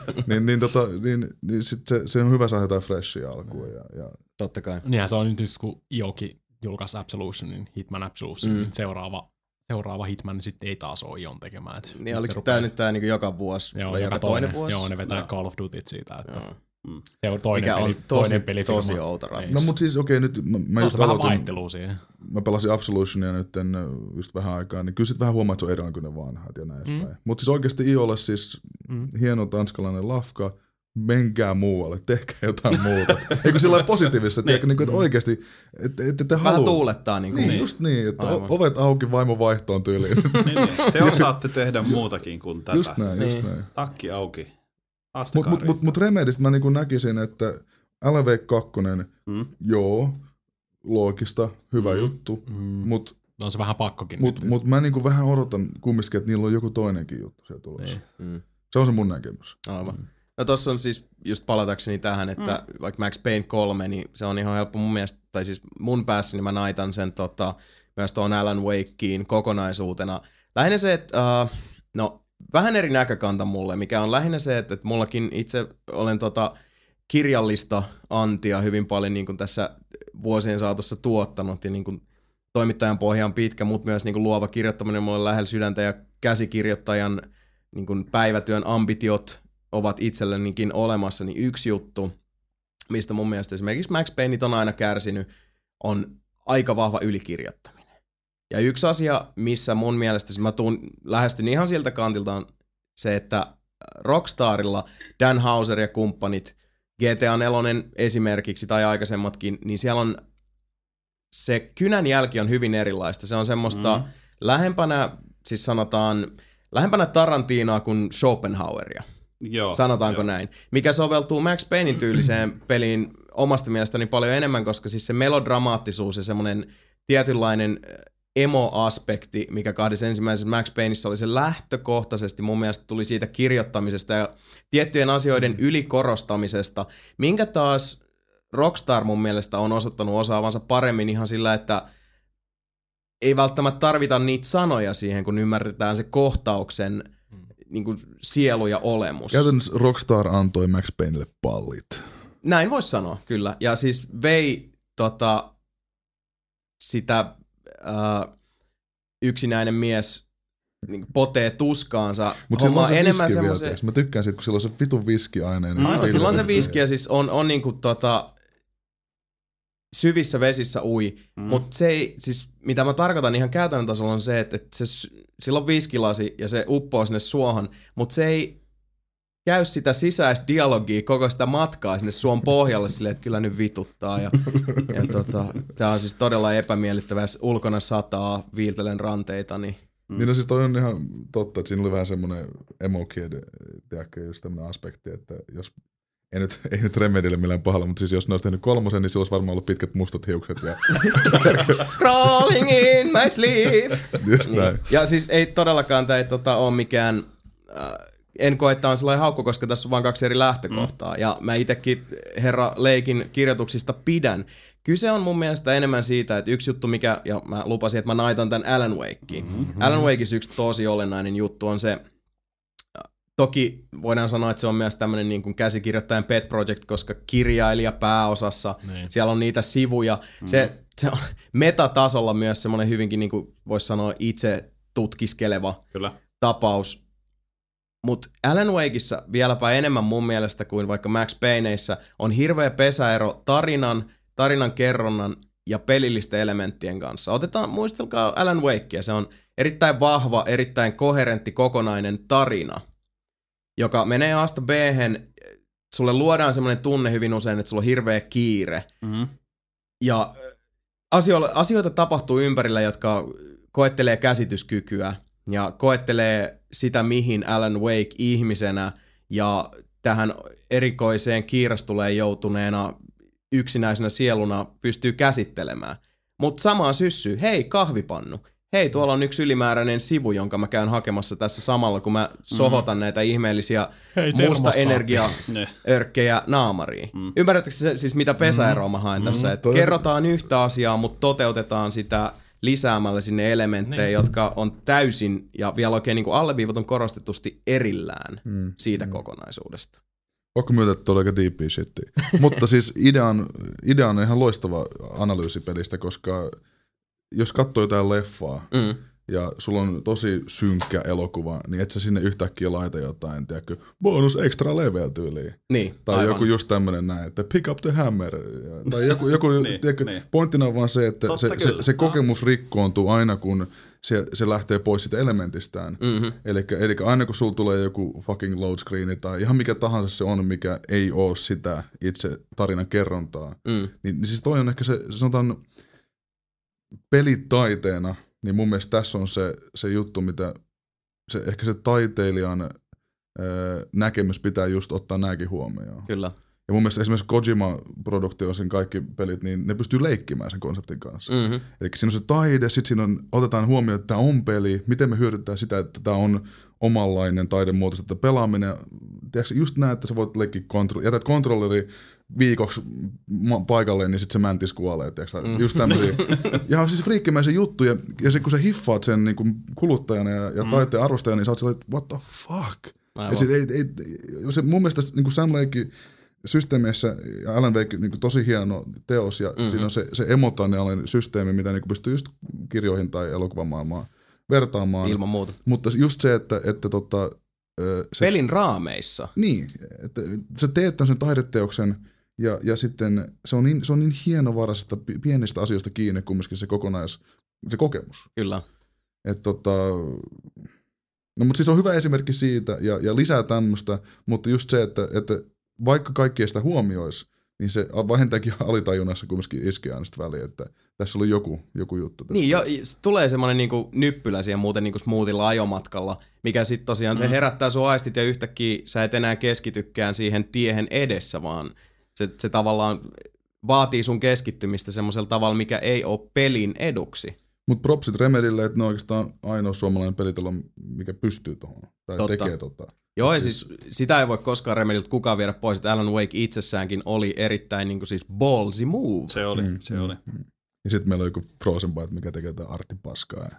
niin sit se on hyvä saada jotain freshia alkuun. Ja Totta kai. Niinhän se on nyt, kun Ioki julkaisi Absolutionin, Hitman Absolution, niin seuraava Hitman niin sitten ei taas ole Ion tekemään. Niin oliko tää nyt tää niinku joka vuosi vai joka toinen vuosi? Joo, ne vetää Call of Dutyt siitä, että se on mikä on tosi outo ratkaisu. No mut siis okei, nyt mä just vähän vaihtelua siihen. Mä pelasin Absolutionia nyt just vähän aikaa, niin kyllä sit vähän huomaa, että se on erilainen kuin ne vanhat ja näin päin. Mut siis oikeesti Iolle siis hieno tanskalainen lafka, menkää muualle, tehkää jotain muuta. Eikö sillä positiivissa, että oikeesti, että te vähän tuulettaa niinku. Niin, just niin, että ovet auki vaimon vaihtoon tyyliin. Niin, te osaatte tehdä muutakin kuin tätä. Just näin. Takki auki. Mut Remedistä mä niinku näkisin, että Alan Wake 2, joo, loogista, hyvä juttu, mut on se vähän pakkokin. Mut mä niinku vähän odotan kumminkin, että niillä on joku toinenkin juttu siellä tulossa. Se on se mun näkemys. Aivan. No tossa on siis just palatakseni tähän, että vaikka Max Payne 3, niin se on ihan helppo mun mielestä, tai siis mun päässä, niin mä naitan sen myös tuon Alan Wakeen kokonaisuutena. Lähinnä se, että vähän eri näkökanta mulle, mikä on lähinnä se, että mullakin itse olen kirjallista antia hyvin paljon niin kuin tässä vuosien saatossa tuottanut ja niin kuin toimittajan pohja on pitkä, mutta myös niin kuin luova kirjoittaminen mulle lähellä sydäntä ja käsikirjoittajan niin kuin päivätyön ambitiot ovat itsellenikin olemassa, niin yksi juttu, mistä mun mielestä esimerkiksi Max Payneit on aina kärsinyt, on aika vahva ylikirjoittaminen. Ja yksi asia, missä mun mielestä mä lähestyn ihan siltä kantilta on se, että Rockstarilla Dan Houser ja kumppanit, GTA 4 esimerkiksi tai aikaisemmatkin, niin siellä on se kynänjälki on hyvin erilaista. Se on semmoista lähempänä, siis sanotaan, lähempänä Tarantinaa kuin Schopenhaueria. Joo, sanotaanko näin. Mikä soveltuu Max Paynein tyyliseen peliin omasta mielestäni paljon enemmän, koska siis se melodramaattisuus ja semmoinen tietynlainen emo-aspekti, mikä kahdessa ensimmäisessä Max Payneissa oli se lähtökohtaisesti mun mielestä tuli siitä kirjoittamisesta ja tiettyjen asioiden ylikorostamisesta, minkä taas Rockstar mun mielestä on osoittanut osaavansa paremmin ihan sillä, että ei välttämättä tarvita niitä sanoja siihen, kun ymmärretään se kohtauksen niin kuin sielu ja olemus. Käytännössä Rockstar antoi Max Payneille pallit. Näin voisi sanoa, kyllä. Ja siis vei sitä yksinäinen mies niin potee tuskaansa. Mutta silloin on se enemmän semmoisen. Mä tykkään siitä, kun silloin on se vitun viskiaineinen. Aivan, silloin se viski ja siis on niinku syvissä vesissä ui. Mutta se ei, siis mitä mä tarkoitan ihan käytännön tasolla on se, että sillä on viskilasi ja se uppoo sinne suohon, mutta se ei käy sitä sisäistä dialogia koko sitä matkaa sinne suon pohjalle silleen, että kyllä nyt vituttaa. Ja tää on siis todella epämiellyttävää, ulkona sataa, viiltelen ranteita. Niin no siis toi on ihan totta, että siinä oli vähän semmoinen emo-kid, tiedätkö, just tämmönen aspekti, että jos ei nyt Remedylle millään pahalla, mutta siis jos ne olisi tehnyt 3, niin sillä olisi varmaan ollut pitkät mustat hiukset. Ja crawling in my sleep. Just näin. Niin. Ja siis ei todellakaan tämä ei ole mikään en koe, että on sellainen haukku, koska tässä on vain 2 eri lähtökohtaa. Ja mä itsekin herra Laken kirjoituksista pidän. Kyse on mun mielestä enemmän siitä, että yksi juttu mikä, ja mä lupasin, että mä naitan tämän Alan Wakeen. Alan Wakeissa yksi tosi olennainen juttu on se, toki voidaan sanoa, että se on myös tämmöinen niin kuin käsikirjoittajan pet project, koska kirjailija pääosassa, siellä on niitä sivuja. Se on metatasolla myös semmoinen hyvinkin, niin kuin voisi sanoa, itse tutkiskeleva tapaus. Mutta Alan Wakeissa vieläpä enemmän mun mielestä kuin vaikka Max Payneissä on hirveä pesäero tarinan kerronnan ja pelillisten elementtien kanssa. Muistelkaa Alan Wakea, se on erittäin vahva, erittäin koherentti, kokonainen tarina, joka menee A:sta B:hen. Sulle luodaan semmoinen tunne hyvin usein, että sulla on hirveä kiire. Mm-hmm. Ja asioita tapahtuu ympärillä, jotka koettelee käsityskykyä ja koettelee sitä, mihin Alan Wake ihmisenä ja tähän erikoiseen kiirastuleen joutuneena yksinäisenä sieluna pystyy käsittelemään. Mutta samaa syssyy, hei kahvipannu, hei tuolla on yksi ylimääräinen sivu, jonka mä käyn hakemassa tässä samalla, kun mä sohotan näitä ihmeellisiä musta energiaörkkejä naamariin. Ymmärrättekö siis mitä pesäeroa mä haen tässä? Että kerrotaan yhtä asiaa, mutta toteutetaan sitä lisäämällä sinne elementtejä, jotka on täysin ja vielä oikein niin kuin alleviivatun korostetusti erillään siitä kokonaisuudesta. Pakko myöntää, että oli aika deep shittiä. Mutta siis idea on ihan loistava analyysi pelistä, koska jos katsoo jotain leffaa ja sulla on tosi synkkä elokuva, niin et sä sinne yhtäkkiä laita jotain, tiedätkö, bonus extra level tyyliin. Niin, tai aivan. Joku just tämmönen näin, että pick up the hammer. Tai joku tiedätkö, pointtina on vaan se, että se kokemus rikkoontuu aina, kun se lähtee pois siitä elementistään. Eli aina kun sulla tulee joku fucking load screeni tai ihan mikä tahansa se on, mikä ei oo sitä itse tarinan kerrontaa, niin siis toi on ehkä se sanotaan pelitaiteena, niin mun mielestä tässä on se juttu, mitä ehkä se taiteilijan näkemys pitää just ottaa nääkin huomioon. Kyllä. Ja mun mielestä esimerkiksi Kojima-produktio, sen kaikki pelit, niin ne pystyy leikkimään sen konseptin kanssa. Eli siinä on se taide, sit siinä otetaan huomioon, että tämä on peli, miten me hyödyntää sitä, että tämä on omanlainen taidemuoto, että pelaaminen, tiedätkö, just näet, että sä voit leikkiä jätät kontrolleri viikoksi paikalleen, niin sit se mäntis kuolee, tiedätkö, just tämmöisiä. Ja siis friikkimäisiä juttuja, ja se, kun sä hiffaat sen niin kuin kuluttajana ja taiteen arvostajana, niin sä oot sellainen, what the fuck? Ja se mun mielestä niin kuin Sam Lake systeemeissä ja Alan Wake niin tosi hieno teos ja siinä on se emotionaalinen systeemi, mitä niin pystyy just kirjoihin tai elokuvamaailmaan vertaamaan. Ilman muuta. Mutta just se, että se, pelin raameissa. Niin, että sä teet sen taideteoksen ja sitten se on niin hienovaraisesta pienistä asioista kiinni kumminkin se kokemus. Kyllä. Että no mutta siis on hyvä esimerkki siitä ja lisää tämmöistä, mutta just se, että vaikka kaikki ei sitä huomioisi, niin se vähintäänkin alitajunnassa kumminkin iskee aina sitä väliin, että tässä oli joku juttu. Tässä. Niin, tulee semmoinen niinku nyppylä siihen muuten niinku smoothilla ajomatkalla, mikä sitten tosiaan se herättää sun aistit ja yhtäkkiä sä et enää keskitykään siihen tiehen edessä, vaan se tavallaan vaatii sun keskittymistä semmoisella tavalla, mikä ei ole pelin eduksi. Mutta propsit Remedylle, että ne on oikeastaan ainoa suomalainen pelitalo, mikä pystyy tuohon tai tekee . Joo, ja siis sitä ei voi koskaan Remedyltä kukaan viedä pois, että Alan Wake itsessäänkin oli erittäin niin kuin siis ballsy move. Se oli. Ja sitten meillä on joku Frozen Byte, mikä tekee jotain arttipaskaa.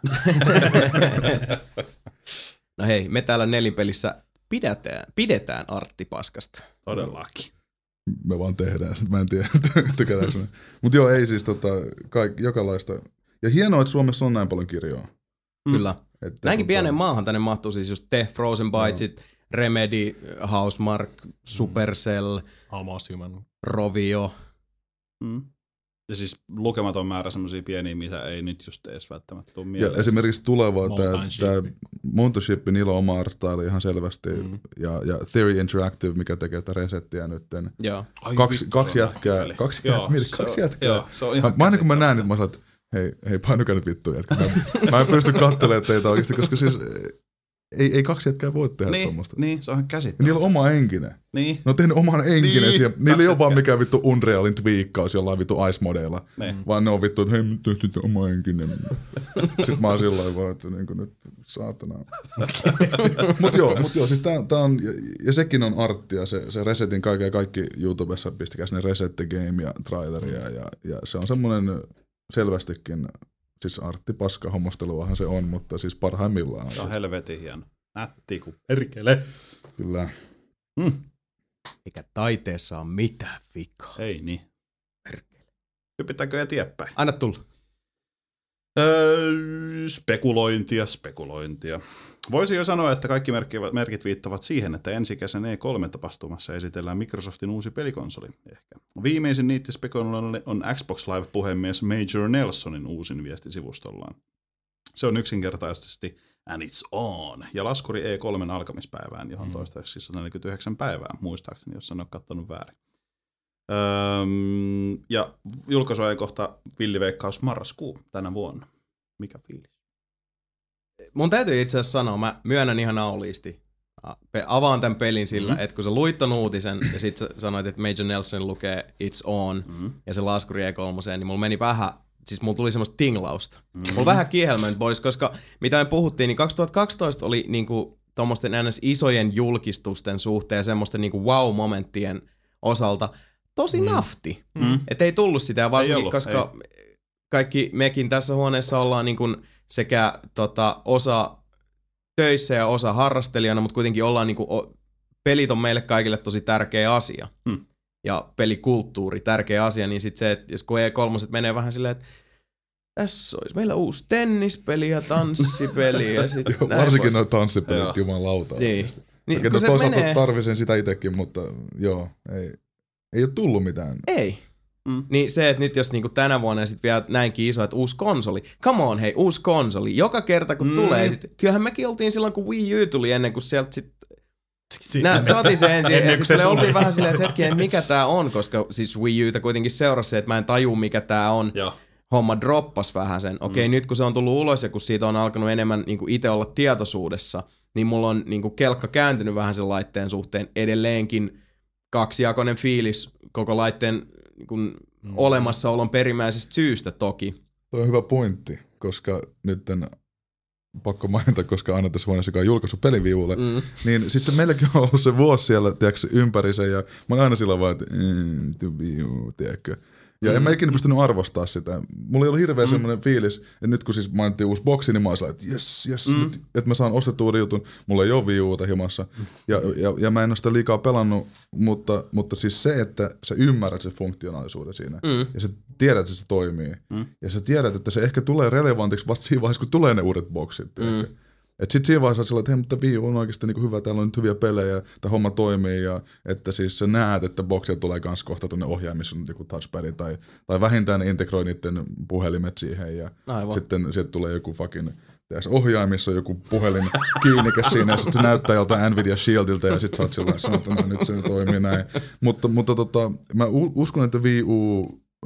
No hei, me täällä Nelinpelissä pidetään arttipaskasta. Todellakin. Me vaan tehdään, mä en tiedä, tykätäänkö me. Mutta joo, ei siis jokalaista. Ja hienoa, että Suomessa on näin paljon kirjoa. Kyllä. Näinkin pienen maahan tänne mahtuu siis just Frozen Bytesit, Remedy, Housemarque, Supercell, Almost Human, Rovio. Ja siis lukematon määrä semmosia pieniä, mitä ei nyt just edes välttämättä tule mieleen. Ja esimerkiksi tuleva tämä Mountainship, niillä on oma artstyle ihan selvästi. Ja Theory Interactive, mikä tekee tätä resettiä nytten. Joo. Kaksi jätkää. Mä aina kun mä näen, niin mä sanon, että hei painukaa nyt vittu jätkä. Mä en pysty katselemaan teitä oikeasti, koska siis ei kaksi jätkää voi tehdä tuommoista. Niin, se on käsittämätöntä. Niillä on oma enkinen. Niin. Ne on tehnyt oman enkinen siihen. Niillä ei ole vaan mikään vittu Unrealin twiikkaus jollain vittu Ice-modeilla. Vaan ne on vittu, että hei, me tehtiin oma enkinen. Sitten mä oon sillain vaan, että niin nyt saatana. Mut joo, siis tää on, ja sekin on arttia, se Resetin kaikki YouTubessa pistäkää sinne Reset the Game ja traileria ja se on semmonen selvästikin, siis arttipaska hommosteluahan se on, mutta siis parhaimmillaan. Se on helvetin hieno. Nätti kuin perkele. Kyllä. Eikä taiteessa ole mitään vikaa. Ei niin. Perkele. Hypitäänkö eteenpäin? Anna tulla. Spekulointia. Voisi jo sanoa, että kaikki merkit viittavat siihen, että ensi kesän E3-tapahtumassa esitellään Microsoftin uusi pelikonsoli. Ehkä. Viimeisin niitti spekuloinnolle on Xbox Live-puhemies Major Nelsonin uusin viesti sivustollaan. Se on yksinkertaisesti and it's on, ja laskuri E3 alkamispäivään, johon toistaiseksi 149 päivää, muistaakseni, jos en ole kattonut väärin. Ja julkaisuajankohta villiveikkaus marraskuu tänä vuonna. Mikä fiilis? Mun täytyy itse asiassa sanoa, mä myönnän ihan auliisti. Avaan tämän pelin sillä, että kun sä luit ton uutisen ja sit sä sanoit, että Major Nelson lukee It's on ja se laskuri E3, niin mulla meni vähän, siis mulla tuli semmoista tinglausta. Mulla vähän kiehelmöint pois, koska mitä me puhuttiin, niin 2012 oli niinku tommosten ns. Isojen julkistusten suhteen semmoisten niinku wow-momenttien osalta tosi nafti. Että ei tullut sitä, ja varsinkin, ollut, koska kaikki mekin tässä huoneessa ollaan niinku sekä osa töissä ja osa harrastelijana, mutta kuitenkin ollaan niinku, pelit on meille kaikille tosi tärkeä asia. Ja pelikulttuuri tärkeä asia, niin sit se, että jos kun E3 menee vähän silleen, että tässä olisi meillä uusi tennispeli ja tanssipeli ja sit varsinkin nuo tanssipelit, jumalauta. Niin kun toisaalta menee tarvitsen sitä itsekin, mutta joo, ei ole tullut mitään. Ei. Niin se, että nyt jos niinku tänä vuonna sit vielä näinkin iso, että uusi konsoli. Come on, hei, uusi konsoli. Joka kerta kun tulee, sit, kyllähän mekin oltiin silloin, kun Wii U tuli ennen kuin sieltä sit saatiin se ensin, ja sitten oltiin vähän silleen, että hetkinen, mikä tää on, koska siis Wii Uta kuitenkin seurasi se, että mä en taju, mikä tää on. Ja homma droppas vähän sen. Okei, nyt kun se on tullut ulos ja kun siitä on alkanut enemmän niinku itse olla tietoisuudessa, niin mulla on niinku kelkka kääntynyt vähän sen laitteen suhteen. Edelleenkin kaksijakoinen fiilis koko laitteen niinku olemassaolon perimmäisestä syystä toki. Tuo on hyvä pointti, koska nyt pakko mainita, koska aina tässä huoneessa, joka on julkaisu peliviulle, niin siis se meilläkin on ollut se vuosi siellä, tiedätkö, ympäri sen, ja mä oon aina sillä vaan, että tiedätkö. Ja en mä ikinä pystynyt arvostaa sitä. Mulla ei ollut hirveä semmoinen fiilis, että nyt kun siis mainittiin uusi boksi, niin mä oon sellainen, että jes, että mä saan ostettua uuden jutun. Mulla ei ole Wii Uta himassa. Ja mä en ole sitä liikaa pelannut, mutta siis se, että sä ymmärrät sen funktionaalisuuden siinä. Ja sä tiedät, että se toimii. Ja sä tiedät, että se ehkä tulee relevantiksi vasta siinä vaiheessa, kun tulee ne uudet boksit. Että sit siinä vaiheessa sillä, että hei, mutta Wii U on oikeasti niinku hyvä, täällä on nyt hyviä pelejä, tämä homma toimii, ja että siis sä näet, että boksia tulee kans kohta tuonne ohjaimissa on joku touchpad, tai vähintään integroi niiden puhelimet siihen, ja sitten sieltä tulee joku fucking ohjaimissa on joku puhelin kiinnike siinä, ja sitten se näyttää joltain Nvidia Shieldilta, ja sitten sä oot sillä sanotaan, nyt se toimii näin. Mutta mä uskon, että Wii U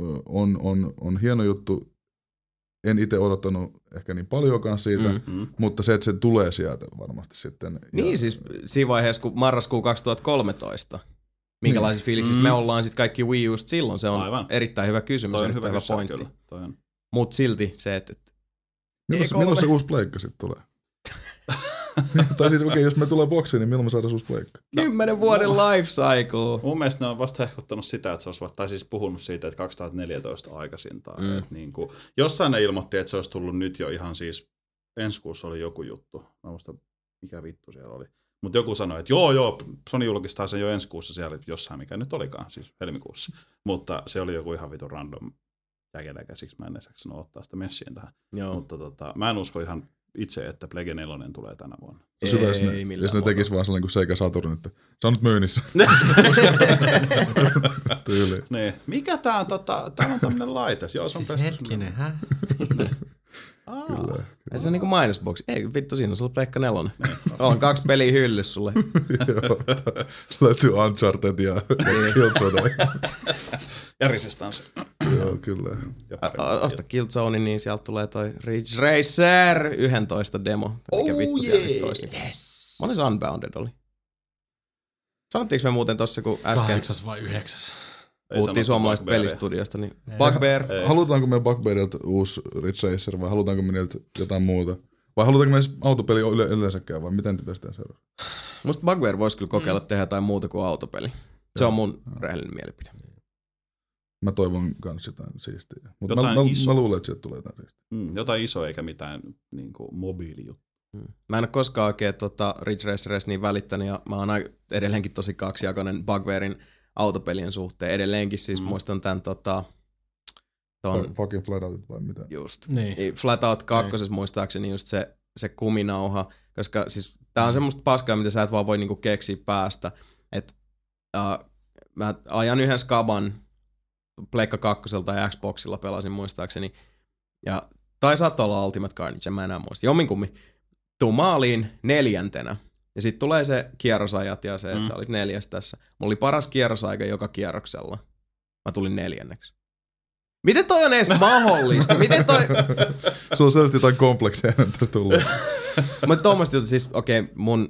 on hieno juttu. En itse odottanut ehkä niin paljonkaan siitä, mutta se, että se tulee sieltä varmasti sitten. Niin siis siinä vaiheessa, kun marraskuu 2013, minkälaisissa fiiliksissä me ollaan sitten kaikki Wii Usta silloin, se on erittäin hyvä kysymys, erittäin hyvä pointti. Mutta silti se, että milloin se uusi pleikka sitten tulee? Tai siis jos me tulee boksiin, niin milloin me saadaan uusi pleikka? 10 vuoden life cycle. Mun mielestä ne on vasta hehkuttanut sitä, että se olisi, tai siis puhunut siitä, että 2014 aikaisintaan. Niin kuin, jossain ne ilmoitti, että se olisi tullut nyt jo ihan siis, ensi kuussa oli joku juttu. Mä muistan, mikä vittu siellä oli. Mutta joku sanoi, että joo, Sony julkistaa sen jo ensi kuussa siellä jossain, mikä nyt olikaan, siis helmikuussa. Mutta se oli joku ihan vitun random jäkeläkä, siksi mä en edes jaksanut ottaa sitä messiin tähän. Joo. Mutta mä en usko ihan itse, että Plege 4 tulee tänä vuonna. Jos ne tekis vaan sellainen kuin Sega Saturn, että se on nyt myynnissä. Niin. Mikä tää on? Tää on tämmönen laite. Joo, se on hetkinen, Kyllä. Se on niinku mainosboksi. Ei vittu, siinä on sulla Pleikka 4. On 2 peliä hyllys sulle. Joo, löytyy Uncharted ja Killzone. Ja Resistance. Joo, kyllä. Osta Killzone, niin sieltä tulee toi Ridge Racer 11 demo. Mikä vittu siellä nyt olisi. Yes. Monen se Unbounded oli? Sanottiinko me muuten tossa, kun äsken 8 vai 9? puhuttiin suomalaisesta pelistudiosta, niin Bugbear. Halutaanko me Bugbearilta uusi Ridge Racer vai halutaanko me niiltä jotain muuta? Vai halutaanko me edes autopeli yleensäkään vai miten te päästään seuraavaksi? Musta Bugbear voisi kyllä kokeilla tehdä jotain muuta kuin autopeli. Se on mun rehellinen mielipide. Mä toivon kans jotain siistiä. Mutta mä luulen, että sieltä tulee jotain siistiä. Jotain isoa eikä mitään niin kuin mobiilijuttu. Mä en ole koskaan oikein Ridge Racerista niin välittänyt ja mä oon edelleenkin tosi kaksijakoinen Bugbearin autopelien suhteen. Edelleenkin siis muistan tämän Fucking Flatoutit vai mitä? Just. Niin. Flatout 2 muistaakseni just se kuminauha, koska siis tää on semmoista paskaa, mitä sä et vaan voi niinku keksiä päästä. Et mä ajan yhden skaban Pleikka 2 ja Xboxilla pelasin muistaakseni. Ja tai saattaa olla Ultimate Carnage, en mä enää muista. Jomminkummin. Tuu maaliin 4. Ja sit tulee se kierrosajat ja se, että sä olit 4. tässä. Mulla oli paras kierrosaika joka kierroksella. Mä tulin 4. Miten toi on edes mahdollista? Miten toi... Se on selvästi jotain komplekseja enää tullut. Mutta tuommoista juttu, siis mun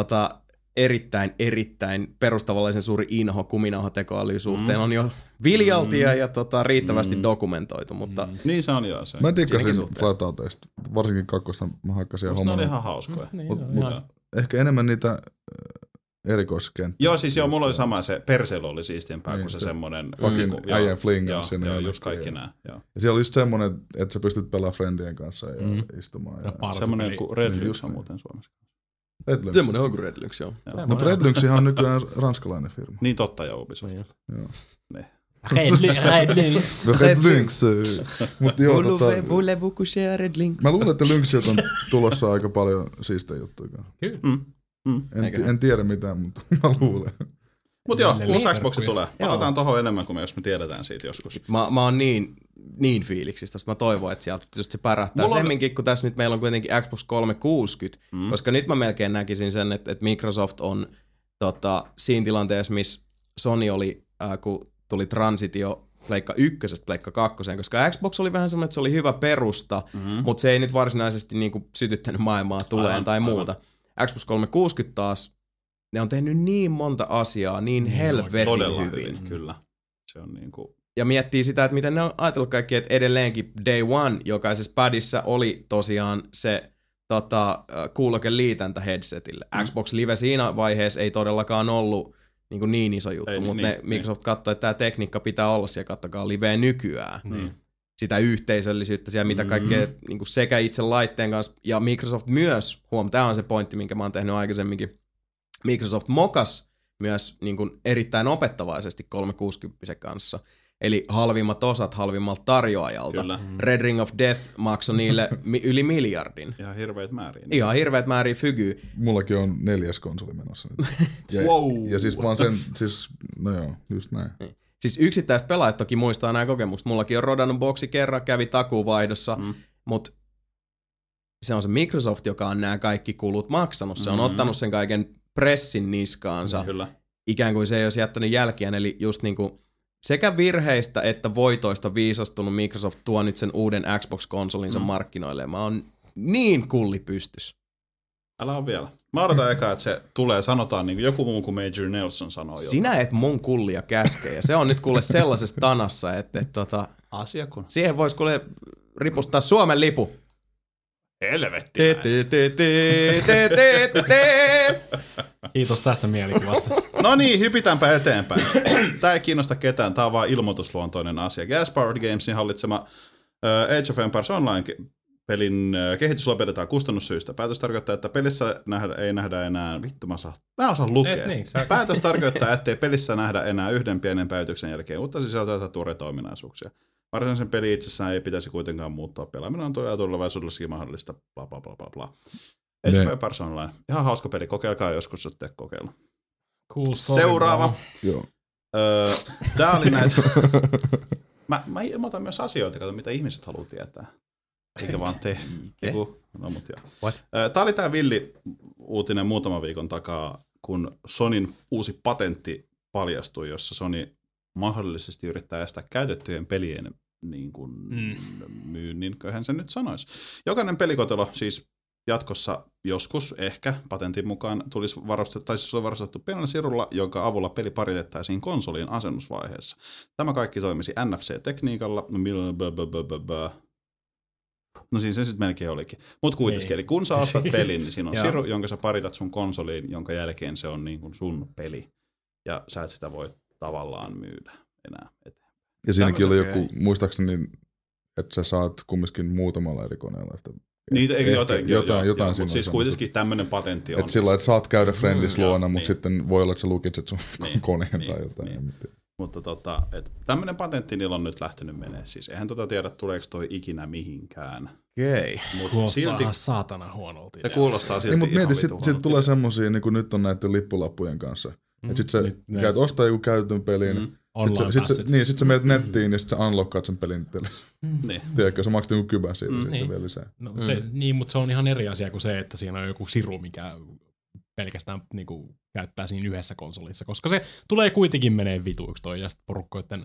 erittäin perustavallisen suuri inho kuminauhatekoälyn suhteen on jo viljalti ja riittävästi dokumentoitu, mutta... Niin se on joo se. Mä tikkasin Flatouteista, varsinkin 2. mä hakkasin ja hommana. Ne oli ihan hauskoja. Ehkä enemmän niitä erikoiskenttiä. Joo, mulla oli sama, se perseilu oli siistimpää kuin se semmonen... Äijän flingaa sinne. Joo, just kaikki nää. Ja siellä oli just semmonen, että sä pystyt pelaamaan friendien kanssa ja istumaan. Semmonen kuin Red Lynx on muuten Suomessa. Semmoinen on kuin Red Lynx, joo. Mutta Red Lynxihan on nykyään ranskalainen firma. Niin totta, joo, Ubisoft. Red Lynx. Red Lynx. Mä luulen, että Lynxiltä on tulossa aika paljon siistejä juttuja. Kyllä. En tiedä mitään, mutta mä luulen. Mutta joo, uusi Xboxi tulee. Palataan tohon enemmän kuin jos me tiedetään siitä joskus. Mä oon niin fiiliksistä, mä toivon, että sieltä just se pärähtää. Semminkin, kun tässä nyt meillä on kuitenkin Xbox 360, koska nyt mä melkein näkisin sen, että Microsoft on siinä tilanteessa, missä Sony oli, kun tuli transitio Pleikka 1:stä Pleikka 2:een, koska Xbox oli vähän semmoinen, että se oli hyvä perusta, mutta se ei nyt varsinaisesti niinku sytyttänyt maailmaa tuleen tai muuta. Xbox 360 taas, ne on tehnyt niin monta asiaa niin helvetin hyvin. Kyllä. Se on niinku... Ja miettii sitä, että miten ne on ajatellut kaikki, että edelleenkin Day One jokaisessa padissa oli tosiaan se kuulokeliitäntä headsetille. Xbox Live siinä vaiheessa ei todellakaan ollut niin iso juttu, mutta Microsoft katsoi, että tämä tekniikka pitää olla siellä, kattokaa Liveä nykyään. Sitä yhteisöllisyyttä siellä, mitä kaikkea sekä itse laitteen kanssa, ja Microsoft myös, tämä on se pointti, minkä mä oon tehnyt aikaisemminkin, Microsoft mokas myös erittäin opettavaisesti 360 kanssa. Eli halvimmat osat halvimmalta tarjoajalta. Kyllä. Red Ring of Death maksoi niille yli 1 miljardin. Ihan hirveät määriä. Ihan hirveät määriä fygyy. Mullakin on 4. konsoli menossa nyt. Ja siis vaan sen, no joo, just näin. Siis yksittäiset pelaajat toki muistaa nämä kokemukset. Mullakin on rodannut boksi kerran, kävi takuuvaihdossa, mutta se on se Microsoft, joka on nämä kaikki kulut maksanut. Se on ottanut sen kaiken pressin niskaansa. Kyllä. Ikään kuin se ei olisi jättänyt jälkiään, eli just sekä virheistä että voitoista viisastunut Microsoft tuo nyt sen uuden Xbox-konsolinsa markkinoille. Mä oon niin kullipystys. Älä on vielä. Mä odotan eka, että se tulee, sanotaan niin kuin joku muu kuin Major Nelson sanoo jotain. Sinä et mun kullia käske, ja se on nyt kuule sellaisessa tanassa, että asia kun. Siihen vois kuule ripustaa Suomen lipu. Helvetti. Kiitos tästä mielikuvasta. No niin, hypitäänpä eteenpäin. Tää ei kiinnosta ketään, tää on vaan ilmoitusluontoinen asia. Gas Powered Gamesin hallitsema Age of Empires Online-pelin kehitys lopetetaan kustannussyistä. Päätös tarkoittaa, että pelissä ei nähdä enää... Mä osaan lukea. Päätös tarkoittaa, ettei pelissä nähdä enää yhden pienen päivityksen jälkeen uutta sisältöä tai tuoreita ominaisuuksia. Varsinaisen peli itsessään ei pitäisi kuitenkaan muuttua. Pelaaminen on todella tulevaisuudessakin mahdollista. Bla bla bla bla bla. Age of Empires Online. Ihan hauska peli. Kokeilkaa joskus, jos te kokeilla. Cool seuraava. Joo. Tää oli näitä... mä ilmoitan myös asioita, mitä ihmiset haluaa tietää. Eikä vaan te. No, mut joo. What? Tää oli tää villi uutinen muutama viikon takaa, kun Sonyn uusi patentti paljastui, jossa Sony mahdollisesti yrittää estää käytettyjen pelien niin kuin myynnin, köhän se nyt sanoisi. Jokainen pelikotelo siis jatkossa joskus ehkä patentin mukaan tulisi varustettu pienellä sirulla, jonka avulla peli paritettaisiin konsoliin asennusvaiheessa. Tämä kaikki toimisi NFC-tekniikalla. No siis se sitten melkein olikin. Mutta kuitenkin, eli kun sä ostat pelin, niin siinä on siru, jonka sä paritat sun konsoliin, jonka jälkeen se on niin kuin sun peli. Ja sä et sitä voi tavallaan myydä enää eteenpäin. Ja siinäkin oli joku, muistaakseni, että sä saat kumminkin muutamalla eri koneella sitä. Niitä ei jotain mutta siis kuitenkin tämmöinen patentti on. Että sillä että saat käydä friendis luona, mutta sitten voi olla, että sä lukitset sun koneen tai jotain. Mutta tämmöinen patentti niillä on nyt lähtenyt menee. Siis eihän tiedä, tuleeko toi ikinä mihinkään. Okei. Kuulostaa silti saatana huonolta. Se kuulostaa silti mutta ihan mieti, vitu sit tulee semmosia, niin kuin nyt on näiden lippulappujen kanssa. Että sit sä käyt ostaa joku käytön pelin, sit sä menet nettiin ja sit sä unlockkaat sen pelin pelissä. Niin. Tiedätkö, sä maksat joku kybän siitä sitten vielä lisää. No, mutta se on ihan eri asia kuin se, että siinä on joku siru, mikä pelkästään niinku käyttää siinä yhdessä konsolissa, koska se tulee kuitenkin menee vituiksi toi, ja sitten porukkoiden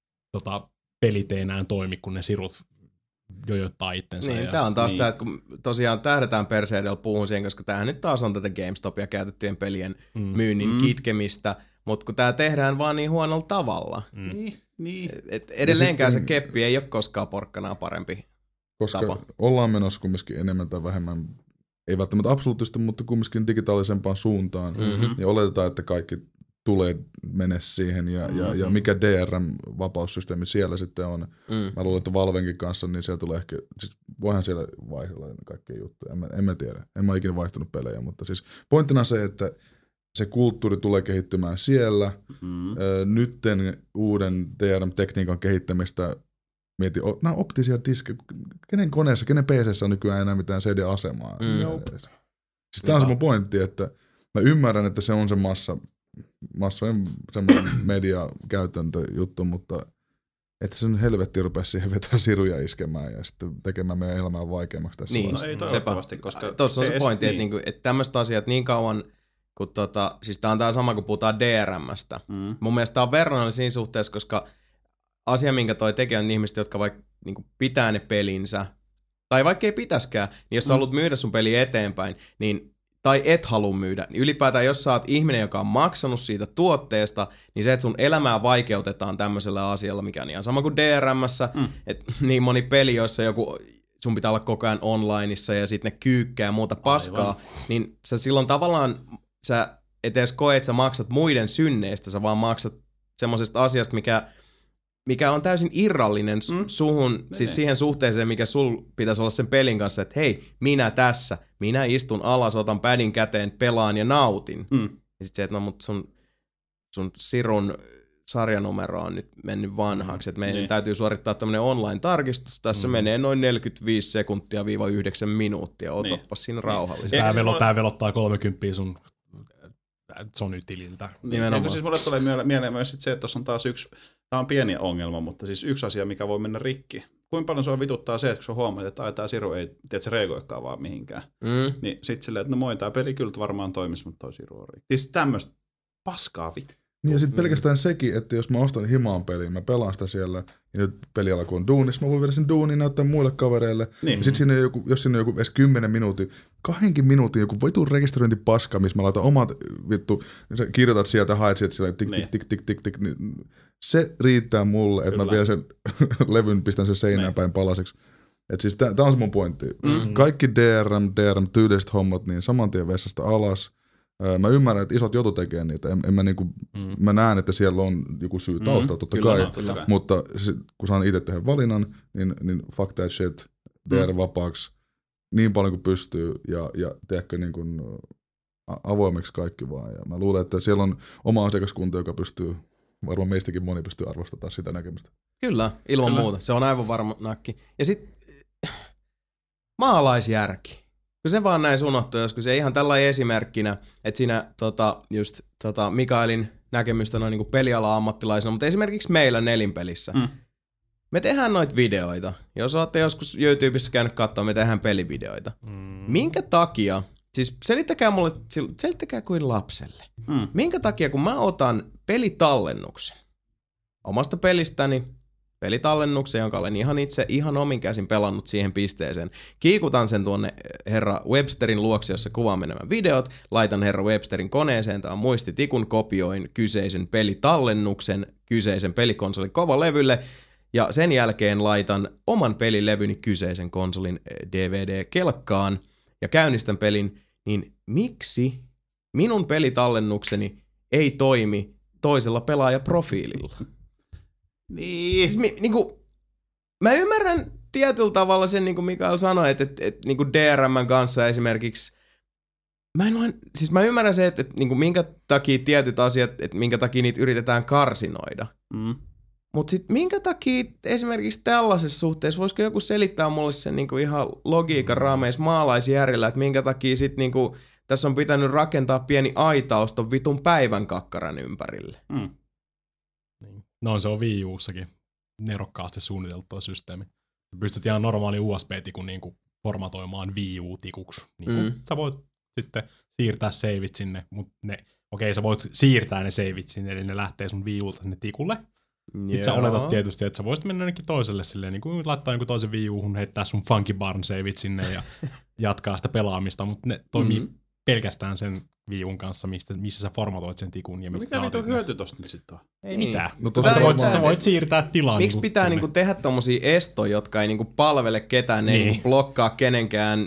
pelit ei enää toimi, kun ne sirut jojoittaa itsensä. Niin, tää on taas tää, että kun tosiaan tähdätään perseidellä puuhun siihen, koska tämähän nyt taas on tätä GameStopia käytettyjen pelien myynnin kitkemistä, mutta kun tää tehdään vaan niin huonolla tavalla. Niin. Et edelleenkään se keppi ei ole koskaan porkkanaa parempi koska tapa. ollaan menossa kumminkin enemmän tai vähemmän, ei välttämättä absoluuttisesti, mutta kumminkin digitaalisempaan suuntaan, niin oletetaan, että kaikki tulee mene siihen, ja mikä DRM-vapaussysteemi siellä sitten on. Mä luulen, että Valvenkin kanssa, niin siellä tulee ehkä, siis voihan siellä vaihdella kaikkia juttuja, en mä tiedä, en mä ole ikinä vaihtanut pelejä, mutta siis pointtina se, että se kulttuuri tulee kehittymään siellä, nytten uuden DRM-tekniikan kehittämistä, mieti, nämä optisia diskejä, kenen koneessa, kenen PC:ssä on nykyään enää mitään CD-asemaa. Siis tää on se mun pointti, että mä ymmärrän, että se on se massojen semmoinen mediakäytäntöjuttu, mutta että se nyt helvetti rupesi siihen vetää siruja iskemään ja sitten tekemään meidän elämää vaikeammaksi tässä Niin, no ei toivottavasti, koska tuossa on se pointti, että tämmöiset asiat niin kauan, kun siis tää on tää sama, kun puhutaan DRM:stä. Mun mielestä tää on verrannollinen siinä suhteessa, koska asia, minkä toi tekee, on ihmiset, jotka vaikka niin pitää ne pelinsä, tai vaikka ei pitäskään, niin jos sä haluat myydä sun peli eteenpäin, niin tai et halua myydä, niin ylipäätään jos sä oot ihminen, joka on maksanut siitä tuotteesta, niin se, että sun elämää vaikeutetaan tämmöisellä asialla, mikä on ihan sama kuin DRM:ssä, että niin moni peli, joissa sun pitää olla koko ajan onlineissa ja sitten ne kyykkää ja muuta paskaa, niin sä silloin tavallaan, sä et edes koe, että sä maksat muiden synneistä, sä vaan maksat semmosesta asiasta, mikä on täysin irrallinen suhun, siis siihen suhteeseen, mikä sul pitäisi olla sen pelin kanssa, että hei, minä istun alas, otan pädin käteen, pelaan ja nautin. Ja sit se, että no mut sun sirun sarjanumero on nyt mennyt vanhaksi, että meidän täytyy suorittaa tämmönen online-tarkistus, tässä menee noin 45 sekuntia viiva 9 minuuttia, otappas siinä rauhallisesti. Tää velottaa 30 sun Sony-tililtä. Nimenomaan. Siis mulle tulee mieleen myös se, että tuossa on taas tämä on pieni ongelma, mutta siis yksi asia, mikä voi mennä rikki. Kuinka paljon sua vituttaa se, että kun sä huomaat, että tää siru ei, tiedät, se reagoikaan vaan mihinkään. Niin sit silleen, että no moi, tää peli kyllä varmaan toimisi, mutta toi siru on rikki. Siis tämmöstä paskaa vittu. Niin ja sit pelkästään sekin, että jos mä ostan himaan peliin, mä pelaan sitä siellä, ja nyt peliala kun on duunissa, mä voin viedä sen duunin näyttää muille kavereille. Niin. Ja sit siinä jos siinä on joku edes 10 minuutin, 2 minuutin joku vitun rekisteröintipaska, missä mä laitan omat vittu, sä kirjoitat sieltä, haet sieltä sillä tik, niin se riittää mulle, että mä vien sen levyn, pistän sen seinään päin palasiksi. Et siis tää on se mun pointti. Kaikki DRM-tyyliset hommat, niin saman tien vessasta alas. Mä ymmärrän, että isot joutu tekee niitä. Mä näen, että siellä on joku syy taustalla, totta kai. Mutta kun saan itse tehdä valinnan, niin fuck that shit, DR-vapaaksi niin paljon kuin pystyy ja tehdä niin kuin avoimeksi kaikki vaan. Ja mä luulen, että siellä on oma asiakaskunta, joka pystyy, varmaan meistäkin moni pystyy arvostamaan sitä näkemystä. Kyllä, ilman muuta. Se on aivan varma nakki. Ja sit maalaisjärki. Kun se vaan näin unohtuu joskus, ja ihan tällainen esimerkkinä, että siinä Mikaelin näkemystä noin niinku peliala-ammattilaisena, mutta esimerkiksi meillä Nelinpelissä. Me tehdään noita videoita. Jos olette joskus YouTubessa käynyt katsoa, me tehdään pelivideoita. Minkä takia, siis selittäkää kuin lapselle. Minkä takia, kun mä otan pelitallennuksen omasta pelistäni, pelitallennuksen, jonka olen ihan omin käsin pelannut siihen pisteeseen. Kiikutan sen tuonne herra Websterin luokse, jossa kuvaamme nämä videot. Laitan herra Websterin koneeseen, tämä on muistitikun, kopioin kyseisen pelitallennuksen kyseisen pelikonsolin kovalevylle. Ja sen jälkeen laitan oman pelilevyni kyseisen konsolin DVD-kelkkaan ja käynnistän pelin. Niin miksi minun pelitallennukseni ei toimi toisella pelaajaprofiililla? Niin. Siis mä ymmärrän tietyllä tavalla sen, niin kuin Mikael sanoi, että niin kuin DRM:n kanssa esimerkiksi mä ymmärrän se, että niinku minkä takia tietyt asiat, että minkä takia niitä yritetään karsinoida. Mutta sitten minkä takia esimerkiksi tällaisessa suhteessa, voisiko joku selittää mulle sen niinku ihan logiikan raameissa maalaisjärjellä, että minkä takia sitten niinku tässä on pitänyt rakentaa pieni aitaus ton vitun päivän kakkaran ympärille. No se on Wii Ussakin nerokkaasti suunniteltu tuo systeemi. Pystyt ihan normaali USB-tikun niinku formatoimaan Wii U-tikuksi. Niinku, sä voit sitten siirtää saveit sinne, mutta sä voit siirtää ne saveit sinne, eli ne lähtee sun Wii Ulta sinne tikulle. Sitten sä oletat tietysti, että sä voisit mennä jonnekin toiselle silleen, niin kuin laittaa jonkun toisen Wii U:hun, heittää sun Funky Barn saveit sinne ja jatkaa sitä pelaamista, mutta ne toimii pelkästään sen Wii U:n kanssa, missä sä formatoit sen tikun. Ja mikä niitä on hyöty tosta nyt sitten on? Ei mitään. No Sä voit siirtää tilaa. Miksi pitää niinku tehdä tommosia estoja, jotka ei niinku palvele ketään, ne ei niinku blokkaa kenenkään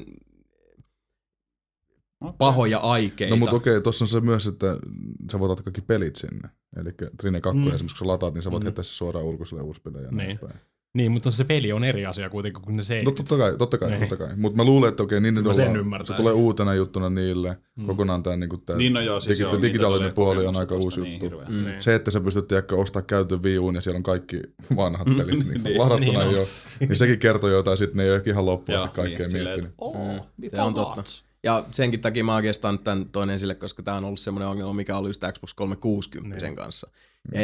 pahoja aikeita? No mutta okei, tossa on se myös, että sä voit ottaa kaikki pelit sinne. Eli Trine 2 esimerkiksi, kun sä lataat, niin sä voit heittää se suoraan ulkoiselle uusille ja näin päin. Niin, mutta se peli on eri asia kuitenkin kuin ne saveit. No totta kai. Mutta mä luulen, että okei, niin se tulee uutena juttuna niille. Kokonaan tää niinku tää digitaalinen puoli on aika uusi juttu. Se, että sä pystyt ostaa käytön Wii U:n ja siellä on kaikki vanhat pelit niin ladattuna jo, niin sekin kertoo jotain, sit ne ei ole ihan loppuun asti kaikkea miettinyt. Se on totta. Ja senkin takia mä oikeastaan tän toin esille, koska tää on ollut semmoinen ongelma, mikä oli just Xbox 360 kanssa. Ja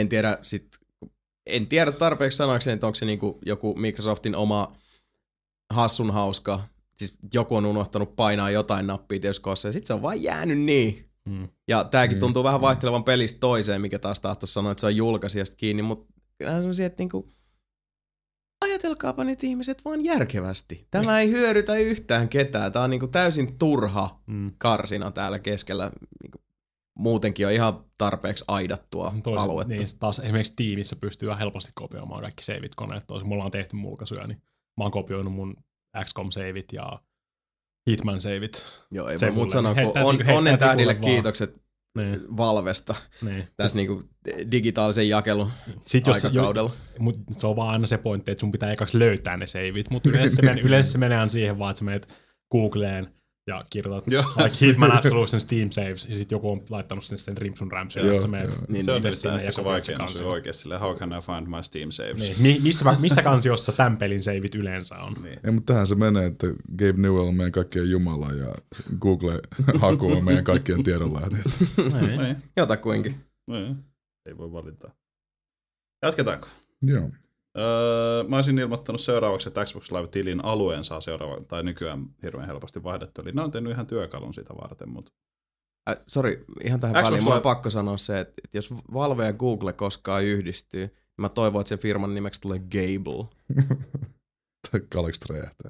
en tiedä tarpeeksi sanoakseni, että onko se niinku joku Microsoftin oma hassun hauska, siis joku on unohtanut painaa jotain nappia tietysti ja sit se on vaan jäänyt niin. Ja tääkin tuntuu vähän vaihtelevan pelistä toiseen, mikä taas tahtoisi sanoa, että se on julkaisijasta kiinni, mutta kyllähän se on siihen, että niinku, ajatelkaapa nyt ihmiset vaan järkevästi. Tämä ei hyödytä yhtään ketään. Tää on niinku täysin turha karsina täällä keskellä. Niinku, muutenkin on ihan tarpeeksi aidattua aluetta. Niin, taas esimerkiksi Teamissä pystyy helposti kopioimaan kaikki saveit koneet. Mulla on tehty mulkaisuja, niin mä oon kopioinut mun XCOM-saveit ja Hitman-saveit. Joo, ei voi muuta sanoa, kun onnen tähdille kiitokset Valvesta tässä niinku digitaalisen jakelun aikakaudella. Mutta se on vaan aina se pointti, että sun pitää ekaksi löytää ne saveit, mutta yleensä se menee siihen vaan, että sä menet Googleen ja kirjoitat like Hitman Absolution Steam Saves, ja sitten joku on laittanut sinne sen rimpsun rämpsyä, ja sitten sä menet itse sinne ja vaikea se oikeasti silleen, how can I find my Steam Saves? Niin. Missä kansiossa tämän pelin saveit yleensä on? Niin. Ei, mutta tähän se menee, että Gabe Newell on meidän kaikkien jumala, ja Google-haku on meidän kaikkien tiedonlähdeet. Jotakuinkin. Ei voi valittaa. Jatketaanko? Joo. Mä olisin ilmoittanut seuraavaksi, että Xbox Live-tilin alueen saa tai nykyään hirveän helposti vaihdettu. Eli ne on tehnyt ihan työkalun sitä varten. Mutta sori, ihan tähän väliin. Mulla on pakko sanoa se, että jos Valve ja Google koskaan yhdistyy, niin mä toivon, että sen firman nimeksi tulee Gable. Tai Galaxy räjähtää.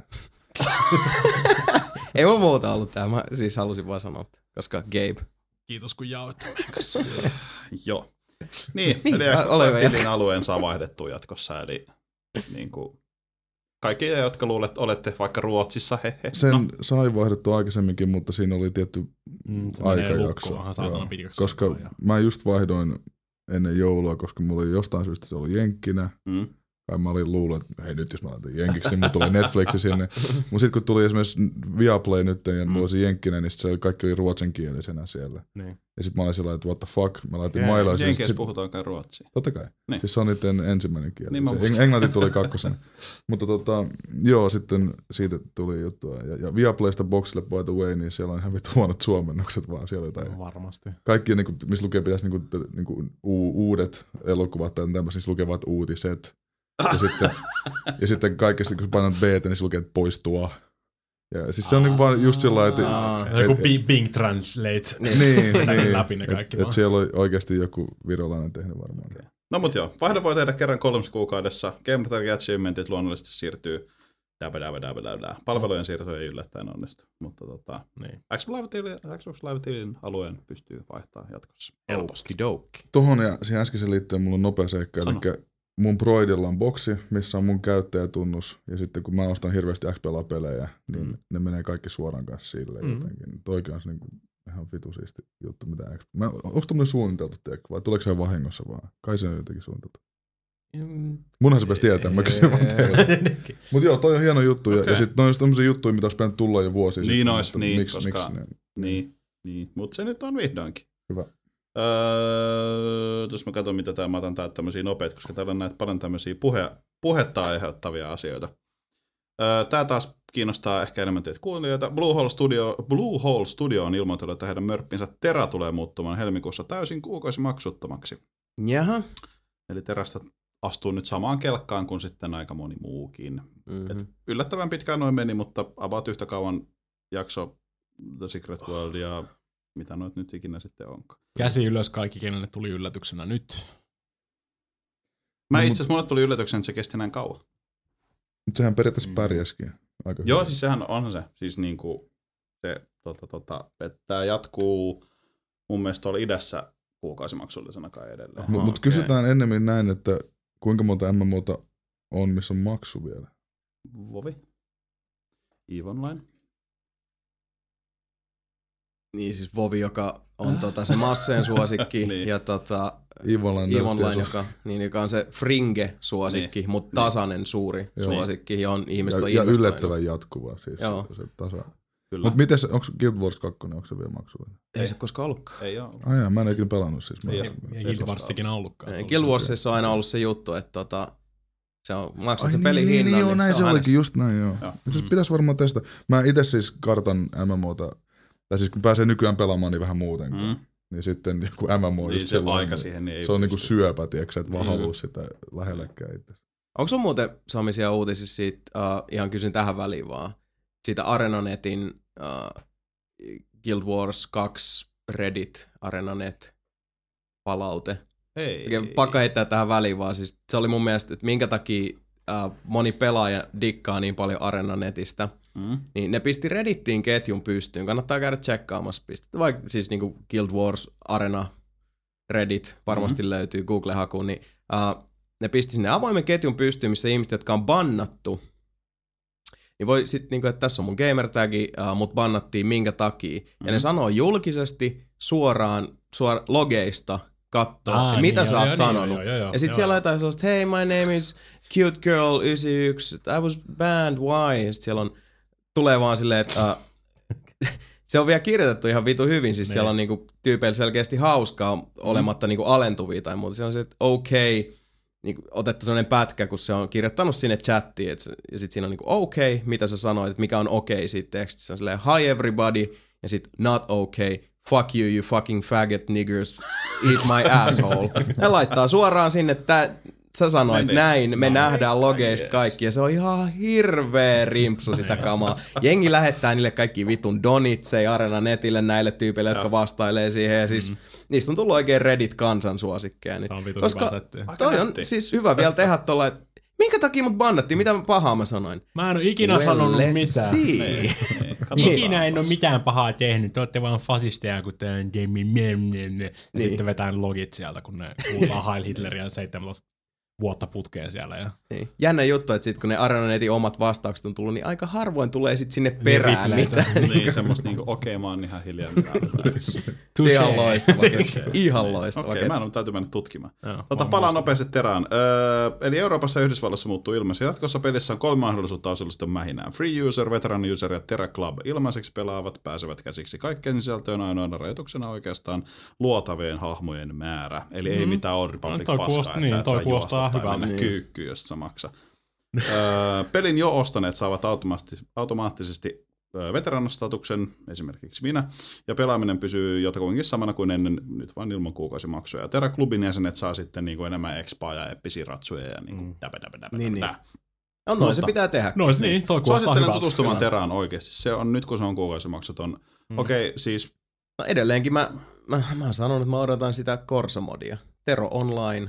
Ei mun muuta ollut tää. Mä siis halusin vaan sanoa, koska Gabe. Kiitos kun jaoit meidän kanssa. Joo. Niin, eli Xbox-tilin alueen saa vaihdettua jatkossa, eli niin kuin kaikki, jotka luulet, olette vaikka Ruotsissa, Sen sai vaihdettua aikaisemminkin, mutta siinä oli tietty aikajakso. Koska mä just vaihdoin ennen joulua, koska mulla oli jostain syystä se oli jenkkinä. Tai mä olin luullut, että hei nyt jos mä laitan jenkiksi, niin mulla tulee Netflixi sinne. Mutta sitten kun tuli esimerkiksi Viaplay nyt ja mulla olisi jenkkinen, niin se kaikki oli ruotsinkielisenä siellä. Niin. Ja sitten mä olin sellainen, että what the fuck, mä laitin mailaisen. Jenkeissä puhutaankaan ruotsia. Totta kai. Niin. Siis se on niiden ensimmäinen kieli. Niin englanti tuli kakkosena. Mutta joo, sitten siitä tuli juttua. Ja Viaplaysta Boxille by the way, niin siellä on ihan vittu huonot suomennokset vaan siellä jotain. Varmasti. Kaikki, niin kuin, missä lukee pitäisi niin kuin uudet elokuvat tai tämmöisiä, niissä lukevat uutiset. Ja sitten kaikesta, kun painat B, niin se lukee, että poistua. Ja siis se on niin vaan just sillä että joku Bing Translate. Niin. Läpi ne kaikki että siellä oli oikeasti joku virolainen tehnyt varmaan. Okay. No mut joo, vaihdon voi tehdä kerran 3 kuukaudessa. Game Target Achievementit luonnollisesti siirtyy. Palvelujen siirto ei yllättäen onnistu. Mutta Xbox Live-tilin alueen pystyy vaihtamaan jatkossa helposti. Tuohon ja siihen äskeisen liittyen mulla on nopea seikka. Eli mun Broidilla on boksi, missä on mun käyttäjätunnus, ja sitten kun mä ostan hirveästi XPLA-pelejä, niin ne menee kaikki suoraan kanssa silleen jotenkin. Toikin on se niinku ihan vitu siisti juttu, mitä onko tommoinen suunniteltu, vai tuleeko se vahingossa vaan? Kai se on jotenkin suunniteltu. Munhan se pääsi tietää, mä kysyn vaan teiltä. Mut joo, toi on hieno juttu, ja sit noin tommosia juttuja, mitä olisi pitänyt tulla jo vuosia niin sitten. Miksi ne? Niin. Niin, mutta se nyt on vihdoinkin. Hyvä. Jos mä katson, mitä mä otan täältä tämmöisiä nopeita, koska täällä on näitä paljon tämmöisiä puhetta aiheuttavia asioita. Tää taas kiinnostaa ehkä enemmän teitä kuuntelijoita. Blue Hole Studio on ilmoitellut, että heidän mörppinsä Tera tulee muuttumaan helmikuussa täysin kuukausimaksuttomaksi. Jaha. Eli Terasta astuu nyt samaan kelkkaan kuin sitten aika moni muukin. Et yllättävän pitkään noin meni, mutta about yhtä kauan jakso The Secret World ja mitä noit nyt ikinä sitten onkaan. Käsi ylös kaikki, kenelle tuli yllätyksenä nyt. Itse asiassa mulle tuli yllätyksenä, että se kesti näin kauan. Mutta sehän periaatteessa pärjäskin. Aika Joo, hyvä. siis sehän onhan se. Siis niinku se, että tää jatkuu mun mielestä tuolla idässä kuukausimaksullisena kai edelleen. Mutta kysytään ennemmin näin, että kuinka monta MMOta on, missä on maksu vielä? Vovi. EVE Online. Niin siis Vovi, joka on se massojen suosikki Niin. ja EVE Online, joka on se Fringe-suosikki, Niin. mutta tasainen suuri suosikki, johon ihmiset on ja investoinut. yllättävän jatkuva siis. Joo. Se tasa. Kyllä. Mutta miten se, onko Guild Wars 2, onko se vielä maksullinen? Ei se koskaan ollutkaan. Ei oo. Ai mä en ikinä pelannut siis. Ei Ei Guild Wars ikinä ollutkaan. Guild Warsissa on aina ollut se juttu, että se on, maksat se pelin niin, hinnan, joo, näin se olikin, hänessä. just näin, joo. Itse pitäisi varmaan testata. Mä itse siis kartan MMOta, tai siis kun pääsee nykyään pelaamaan niin vähän muutenkin, niin sitten joku MMO Niin just se silloin, aika siihen niin ei se on niinku pysty. syöpä, tiiäksä, et vaan haluu sitä lähellekään itse. Onko sun muuten Samisia uutisia siitä, ihan kysyn tähän väliin vaan, siitä Arenanetin Guild Wars 2 Reddit Arenanet palaute? Ei. Pakko heittää tähän väliin vaan, siis se oli mun mielestä, että minkä takia moni pelaaja dikkaa niin paljon Arenanetistä, niin ne pisti Reddittiin ketjun pystyyn, kannattaa käydä tsekkaamassa, vaikka siis niinku Guild Wars Arena Reddit varmasti löytyy Google-hakuun, niin ne pisti sinne avoimen ketjun pystyyn, missä ihmiset, jotka on bannattu, niin voi sit niinku, että tässä on mun gamertagi, mut bannattiin minkä takia. Ja ne sanoo julkisesti suoraan logeista kattoo, mitä sä oot sanonut. Ja sit siellä on jotain sellaista, hey, my name is Cute Girl 91, I was banned, why? Ja sit siellä tulee vaan silleen, että se on vielä kirjoitettu ihan vitu hyvin, siis siellä on niinku tyypeillä selkeästi hauskaa olematta niinku alentuvia tai muuta. Se on se, että okei, niinku otetta sellainen pätkä, kun se on kirjoittanut sinne chattiin, ja sit siinä on niinku okei, mitä sä sanoit, että mikä on okei siitä tekstissä. Se on silleen, hi everybody, ja sit not okay, fuck you, you fucking faggot niggers, eat my asshole. Ne laittaa suoraan sinne, että sä sanoit näin, me nähdään logeista kaikki, ja se on ihan hirveä rimpsu sitä kamaa. Jengi lähettää niille kaikki vitun donitseja Arenanetille näille tyypeille, jotka vastailee siihen, ja siis niistä on tullut oikein Reddit-kansan suosikkeja. Se on vitun koska hyvä setti. toi on siis hyvä vielä tehdä tuolla, että minkä takia mut bannattiin, mitä pahaa mä sanoin? Mä en oo ikinä sanonut let's mitään. see. Ikinä en oo mitään pahaa tehnyt. Te ootte vaan fasisteja, kun te on ja sitten vetää logit sieltä, kun ne kuullaan Heil Hitleriä 17 vuotta putkeen siellä. Ja Niin. Jännä juttu, että sit kun ne Arenanetin omat vastaukset on tullut, niin aika harvoin tulee sit sinne perään mitään. Niin, semmoista niinku, okei, mä oon ihan hiljaa. Ihan loistava. Ihan loistava. Okei, mä en täytyy mennä tutkimaan. Palaan nopeasti Teraan. Eli Euroopassa ja Yhdysvalloissa muuttuu ilmaisen. Jatkossa pelissä on 3 mahdollisuutta osallistua mähinään. Free User, Veteran User ja Terra Club. Ilmaiseksi pelaavat pääsevät käsiksi kaikkeen sisältöön, ainoana rajoituksena oikeastaan luotavien hahmojen määrä. Eli ei mitään Old Republic paskaa, että sä et saa juosta tai mennä kyykkyyn, jos sä maksaa. Pelin jo ostaneet saavat automaattisesti veteranastatuksen, esimerkiksi minä, ja pelaaminen pysyy jotakuinkin samana kuin ennen, nyt vain ilman kuukausimaksuja. Terra Clubin jäsenet saa sitten niinku enemmän expaa ja eppisiä ratsuja ja niinku Niin. No noin se pitää tehdä. no niin, toi kuulostaa Suosittelen hyvältä. tutustumaan Teraan oikeasti. Se on nyt, kun se on kuukausimaksuton. Okei, siis No edelleenkin mä sanon, että mä odotan sitä Corso-modia. Tero Online.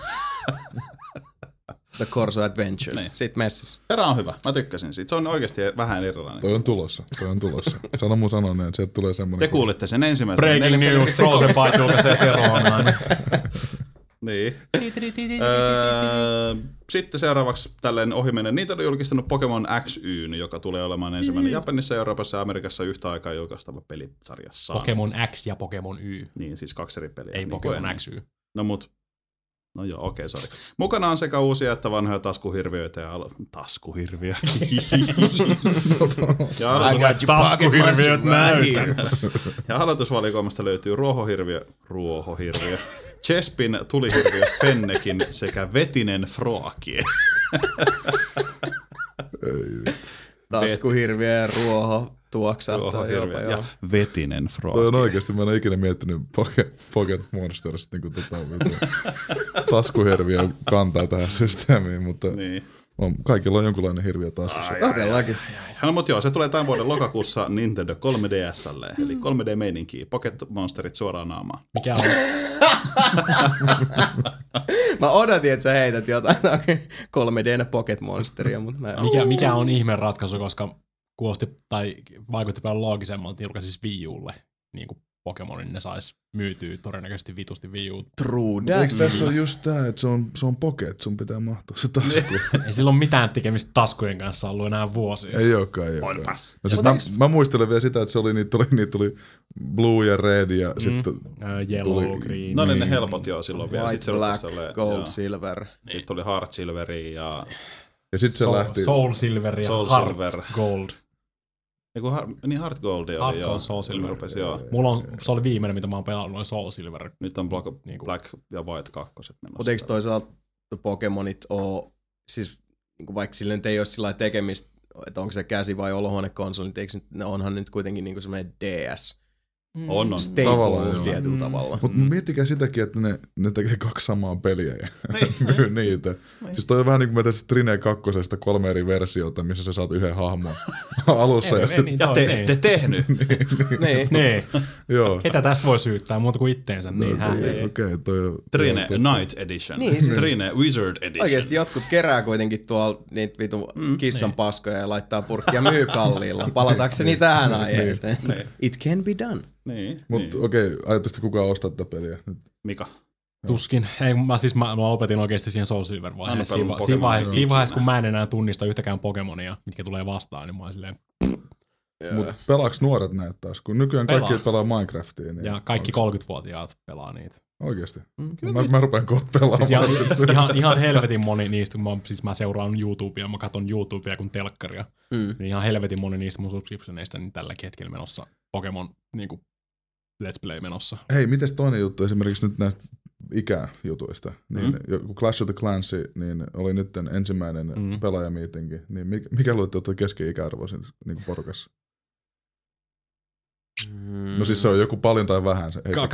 The Corso Adventures. Niin. Sitten messissä. Terra on hyvä. Mä tykkäsin siitä. Se on oikeasti vähän erilainen. Toi on tulossa. Sano mun sanoneen, että sieltä tulee semmonen... Te kuulitte sen ensimmäisen. Breaking news, Frozen Byte julkaisee Teroonaan. Niin. Sitten seuraavaksi tälleen ohimennen Nintendo on julkistanut Pokemon XY:n, joka tulee olemaan ensimmäinen Japanissa, Euroopassa ja Amerikassa yhtä aikaa julkaistava pelisarjassa. Pokemon X ja Pokemon Y. Niin, siis 2 eri peliä. Ei niin Pokemon ennen. XY. No mut, No joo, okei, sori. Mukana on sekä uusia että vanhoja taskuhirviöitä ja taskuhirviö. Taskuhirviöt näytän. Ja aloitusvalikoimasta löytyy ruohohirviö, Chespin tulihirviö, Fennekin sekä vetinen Froakie. Taskuhirviö ja ruoho tuoksahtaa jopa. Ja vetinen Froakie. Toi on oikeesti, mä en ole ikinä miettinyt Pocket Monsterista niin taskuhirviö kantaa tähän systeemiin, mutta Niin. kaikilla on jonkunlainen hirviö taskussa. Todellakin. No mutta joo, se tulee tämän vuoden lokakuussa Nintendo 3DS:lle, eli 3D-meininkiä, Pocket Monsterit suoraan naamaan. Mikä on? Mä odotin, että sä heität jotain 3D Pocket Monsteria, mutta Mikä on ihmeen ratkaisu, koska kuulosti tai vaikutti paljon loogisemmalta, julkaisi siis Wii Ulle, niin kuin Pokemonin ne sais myytyä todennäköisesti vitusti Wii U. True Eikö tässä ole just tää, että se on Pocket, sun pitää mahtua se tasku? Ei sillä ole mitään tekemistä taskujen kanssa ollut enää vuosia. Ei olekaan. Onpas. No siis mä muistelen vielä sitä, että se oli, niitä tuli Blue ja Red ja sitten Yellow, Green. No ne helpot joo silloin vielä. White, Sitten se Black, oli Gold, joo. Silver. Sitten tuli Heart Silveri ja sitten se lähti. Soul Silver ja Soul Heart Silver. Gold. Niin Heart Gold oli Heart joo. Gold, Soul Silver. Rupesi, joo. Mulla on, se oli viimeinen, mitä mä oon pelannut, noin Soul Silver. Nyt on Black ja White 2 menossa. Mutta eikö toisaalta Pokemonit oo, siis niinku vaikka sille nyt ei ole sillä tekemistä, että onko se käsi- vai olohuonekonsoli, niin eikö nyt, onhan nyt kuitenkin niinku semmoinen DS. On. Tavallaan, Staple tietyllä tavalla. Mutta miettikää sitäkin, että ne tekee 2 samaa peliä ja myy niitä. Siis toi on vähän niin kuin mä tein Trine 2 3 eri versiota, missä sä saat yhden hahmon alussa. Ja te ette tehnyt. Niin. Joo. Ketä tästä voi syyttää muuta kuin itteensä? Niin, Okei, toi on... Trine Night Edition. Niin, siis Trine Wizard Edition. Oikeesti jotkut kerää kuitenkin tuolla niitä vitu kissan paskoja ja laittaa purkkia myy kalliilla. Palatakseni tähän aiheeseen. It can be done. Niin. Mutta okei, ajattelisitte kukaan ostaa tätä peliä? Mika. Tuskin. Ei, mä lopetin oikeesti siihen Soul Silver vaiheessa. Siinä vaiheessa, kun mä en enää tunnista yhtäkään Pokemonia, mitkä tulee vastaan, niin mä oon silleen... Mutta pelaaks nuoret näitä taas? Kun nykyään kaikki pelaa Minecraftia. Niin ja kaikki 30-vuotiaat pelaa niitä. Oikeesti? Mä rupean kohta pelaamaan. Siis ihan helvetin moni niistä, kun mä seuraan YouTubea, mä katson YouTubea kuin telkkaria. Niin ihan helvetin moni niistä mun subscriptioneista niin tälläkin hetkellä menossa Pokemon niinku Let's Play menossa. Hei, mites toinen juttu esimerkiksi nyt näistä ikäjutuista? Niin, kun Clash of the Clans niin oli nyt ensimmäinen pelaajamiitinki, niin mikä luulitte, että on keski-ikäarvo niin porukassa? No siis se on joku paljon tai vähän.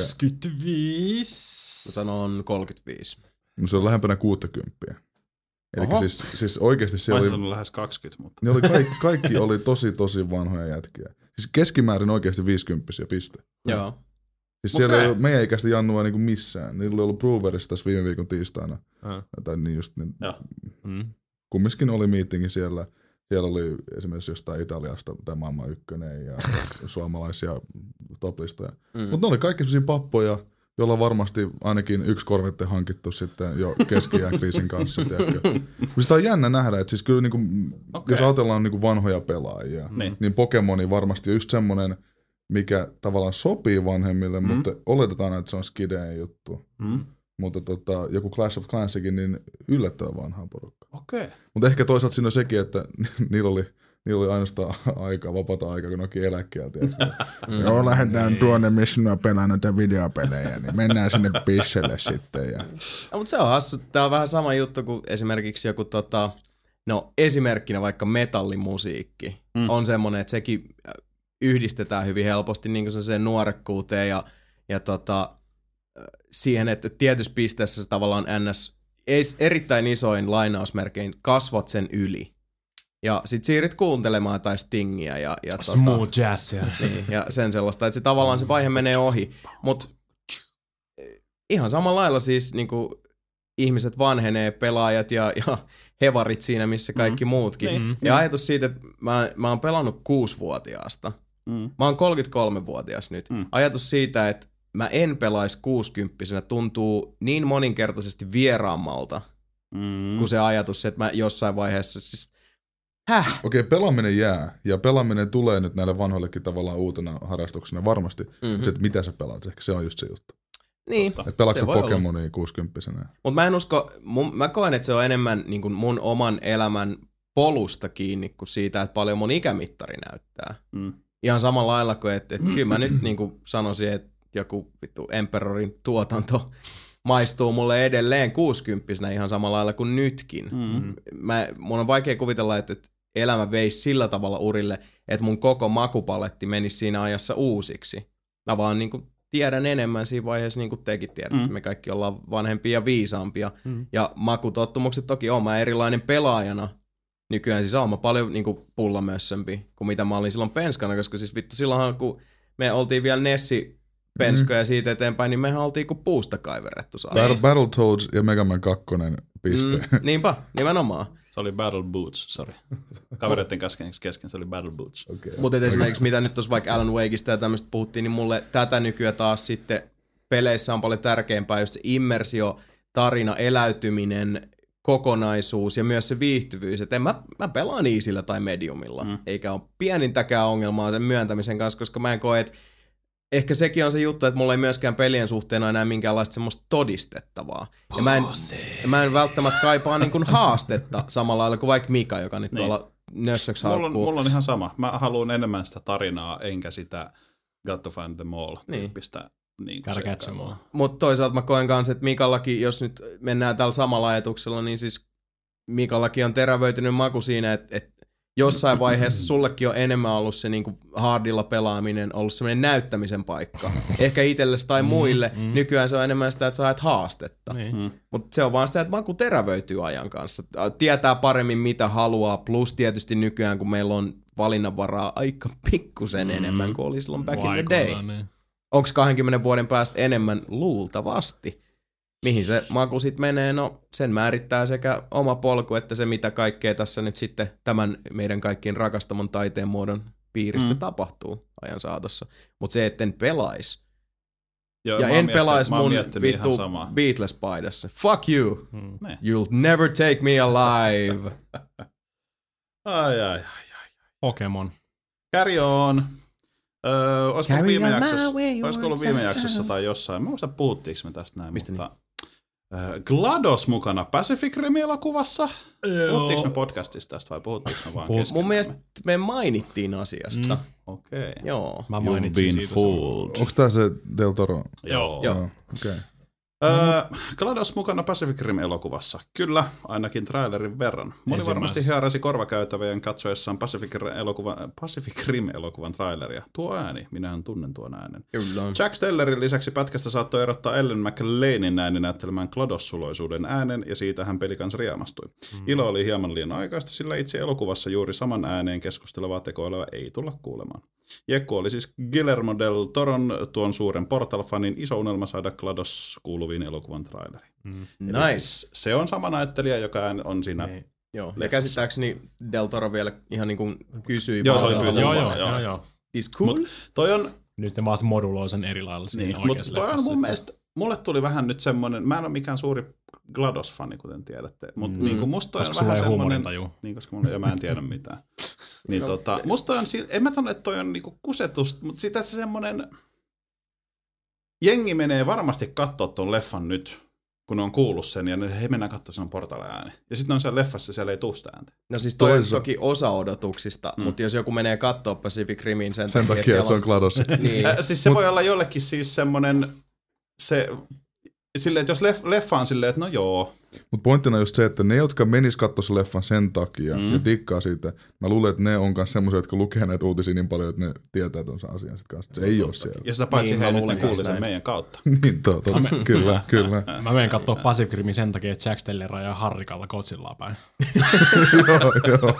25. Mä sanon 35. No se on lähempänä 60. Eli siis oikeesti siellä oli... Mä sanon lähes 20, mutta... Ne oli kaikki oli tosi vanhoja jätkiä. Siis keskimäärin oikeesti 50-vuotiaita piste. Joo. Siis siellä ei ole meidän ikäistä jannua niinku missään. Niillä oli ollut Brewerissa tässä viime viikon tiistaina. Tai niin just niin. Kumminkin oli meetingi siellä. Siellä oli esimerkiksi jostain Italiasta tai maailman ykkönen ja suomalaisia toplistoja. Mutta ne oli kaikki sellaisia pappoja, jolla varmasti ainakin yksi korvette hankittu sitten jo keski-iän kriisin kanssa. Sitä on jännä nähdä, että siis kyllä niinku, jos ajatellaan niinku vanhoja pelaajia, niin Pokemoni varmasti on just semmoinen, mikä tavallaan sopii vanhemmille, mutta oletetaan, että se on skideen juttu. Mutta joku Clash of Clansikin, niin yllättävän vanhaa porukkaa. Mutta ehkä toisaalta siinä on sekin, että niillä oli ainoastaan vapaata aikaa, kun ne onkin eläkkeeltä. Joo, lähdetään tuonne, missä ne on pelannut näitä videopelejä, niin mennään sinne pisselle sitten. No, mutta se on hassu. Tää on vähän sama juttu kuin esimerkiksi joku no esimerkkinä vaikka metallimusiikki. On semmonen, että sekin yhdistetään hyvin helposti niin kuin sen nuorekkuuteen ja siihen, että tietyssä pisteessä se tavallaan erittäin isoin lainausmerkein kasvat sen yli. Ja sit siirryt kuuntelemaan tai Stingiä ja smooth jazzia. Niin, ja sen sellaista, että se tavallaan se vaihe menee ohi. Mut ihan samalla lailla siis niinku ihmiset vanhenee, pelaajat ja hevarit siinä, missä kaikki muutkin. Ja ajatus siitä, että mä oon pelannut 6-vuotiaasta. Mä oon 33-vuotias nyt. Ajatus siitä, että mä en pelaisi 60-vuotiaana tuntuu niin moninkertaisesti vieraammalta kuin se ajatus, että mä jossain vaiheessa siis Okei, pelaaminen jää, ja pelaaminen tulee nyt näille vanhoillekin tavallaan uutena harrastuksena varmasti. Se, että mitä sä pelaat, ehkä se on just se juttu. Niin. Että pelaatko Pokemonia 60-vuotiaana? Mutta mä en usko, mä koen, että se on enemmän niin kuin mun oman elämän polusta kiinni kuin siitä, että paljon mun ikämittari näyttää. Ihan samalla lailla kuin, että kyllä mä nyt niin kuin sanoisin, että joku vittu Emperorin tuotanto maistuu mulle edelleen 60-vuotiaana ihan samalla lailla kuin nytkin. Mun on vaikea kuvitella, että elämä veisi sillä tavalla urille, että mun koko makupaletti menisi siinä ajassa uusiksi. Mä vaan niin kuin tiedän enemmän siinä vaiheessa, niin kuin tekin tiedätte. Me kaikki ollaan vanhempia ja viisaampia. Ja makutottumukset toki on. Mä erilainen pelaajana nykyään. Siis oon mä paljon niin kuin pullamössömpi kuin mitä mä olin silloin penskana, koska siis vittu silloinhan kun me oltiin vielä Nessi-penskoja siitä eteenpäin, niin mehän oltiin kuin puusta kaiverrettu saa. Battletoads ja Mega Man 2 piste. Niinpä, nimenomaan. Se oli Battle Boots, sorry. Kavereiden kesken se oli Battle Boots. Okay. Mutta esimerkiksi mitä nyt tuossa vaikka Alan Wakeista ja tämmöistä puhuttiin, niin mulle tätä nykyään taas sitten peleissä on paljon tärkeämpää just se immersio, tarina, eläytyminen, kokonaisuus ja myös se viihtyvyys. Että mä pelaan easyllä tai mediumilla, eikä ole pienintäkään ongelmaa sen myöntämisen kanssa, koska mä en koe, että ehkä sekin on se juttu, että mulla ei myöskään pelien suhteen ole enää minkäänlaista semmoista todistettavaa. Ja mä en välttämättä kaipaa niin kuin haastetta samalla lailla kuin vaikka Mika, joka nyt tuolla nössöksi harkkuu. Mulla on ihan sama. Mä haluan enemmän sitä tarinaa, enkä sitä got to find them all tyyppistä. Niin mutta toisaalta mä koen kanssa, että Mikallakin, jos nyt mennään tällä samalla ajatuksella, niin siis Mikallakin on terävöitynyt maku siinä, että jossain vaiheessa sullekin on enemmän ollut se niinku hardilla pelaaminen, ollut semmoinen näyttämisen paikka. Ehkä itsellesi tai muille. Nykyään se on enemmän sitä, että sä haet haastetta. Mutta se on vaan sitä, että maku terävöityy ajan kanssa. Tietää paremmin mitä haluaa, plus tietysti nykyään, kun meillä on valinnanvaraa aika pikkusen enemmän kuin oli silloin back in the day. Niin. Onko 20 vuoden päästä enemmän? Luultavasti. Mihin se maku sitten menee? No sen määrittää sekä oma polku että se mitä kaikkea tässä nyt sitten tämän meidän kaikkien rakastamon taiteen muodon piirissä tapahtuu ajan saatossa. Mutta se, etten pelais. Ja en pelais mun vittu Beatles-paidassa. Fuck you. You'll never take me alive. Ai. Pokemon. Carry on. Olisiko ollut viime jaksossa tai jossain? Mä muistan, puhuttiinko me tästä näin, mistä mutta GLaDOS mukana Pacific Rim-elokuvassa. Puhuttiinko me podcastista tästä vai puhuttiinko me vaan keskenään? Mun mielestä me mainittiin asiasta. Okei. Joo. Mä mainitsin siitä. Onko tää se Del Toro? Joo. Okei. GLaDOS mukana Pacific Rim-elokuvassa. Kyllä, ainakin trailerin verran. Moni varmasti hierasi korvakäytävien katsoessaan Pacific Rim-elokuvan traileria. Tuo ääni, minähän tunnen tuon äänen. Kyllä. Jack Stellerin lisäksi pätkästä saattoi erottaa Ellen McLeanin ääni näyttelemään GLaDOS-suloisuuden äänen, ja siitähän peli kanssa riemastui. Ilo oli hieman liian aikaista, sillä itse elokuvassa juuri saman ääneen keskustelevaa tekoilua ei tulla kuulemaan. Jekku oli siis Guillermo del Toron, tuon suuren Portal-fanin iso unelma saada GLaDOS kuuluviin elokuvan traileriin. Nice. Siis se on sama näyttelijä, joka on siinä. Joo, ja käsittääkseni Del Toro vielä ihan niin kuin kysyi. Joo. Is cool. Toi on, nyt ne vaan moduloi sen eri lailla. Mutta toi on mun mielestä, mulle tuli vähän nyt semmonen, mä en ole mikään suuri GLaDOS-fani, kuten tiedätte, mutta niinku musta toi on vähän semmonen, niin koska mä en tiedä mitään. Niin musta toi on, en mä sano, että toi on niinku kusetus, mutta sitä se semmonen, jengi menee varmasti kattoo ton leffan nyt, kun on kuullut sen, ja he mennään katsoa sen Portal-ääni. Ja sitten on siellä leffassa, siellä ei tuu sitä ääntä. No siis toi on toki osa odotuksista, mutta jos joku menee kattoo Pacific Rimin sen takia, että se on GLaDOS. Niin. Siis se voi olla jollekin siis semmonen, silleen, että jos leffa on silleen, että no joo. Mutta pointtina on just se, että ne, jotka menis katsoa sen leffan sen takia ja dikkaa siitä, mä luulen, että ne on myös semmoisia, jotka lukee näitä uutisia niin paljon, että ne tietää ton asian sit kanssa. Se ei ole siellä. Ja sitä paitsi niin, he nyt kuulee sen meidän kautta. Niin, kyllä. Mä menen katsoa Pacific Rimin sen takia, että Jack Steller ajaa harrikalla Godzillaa päin. Joo.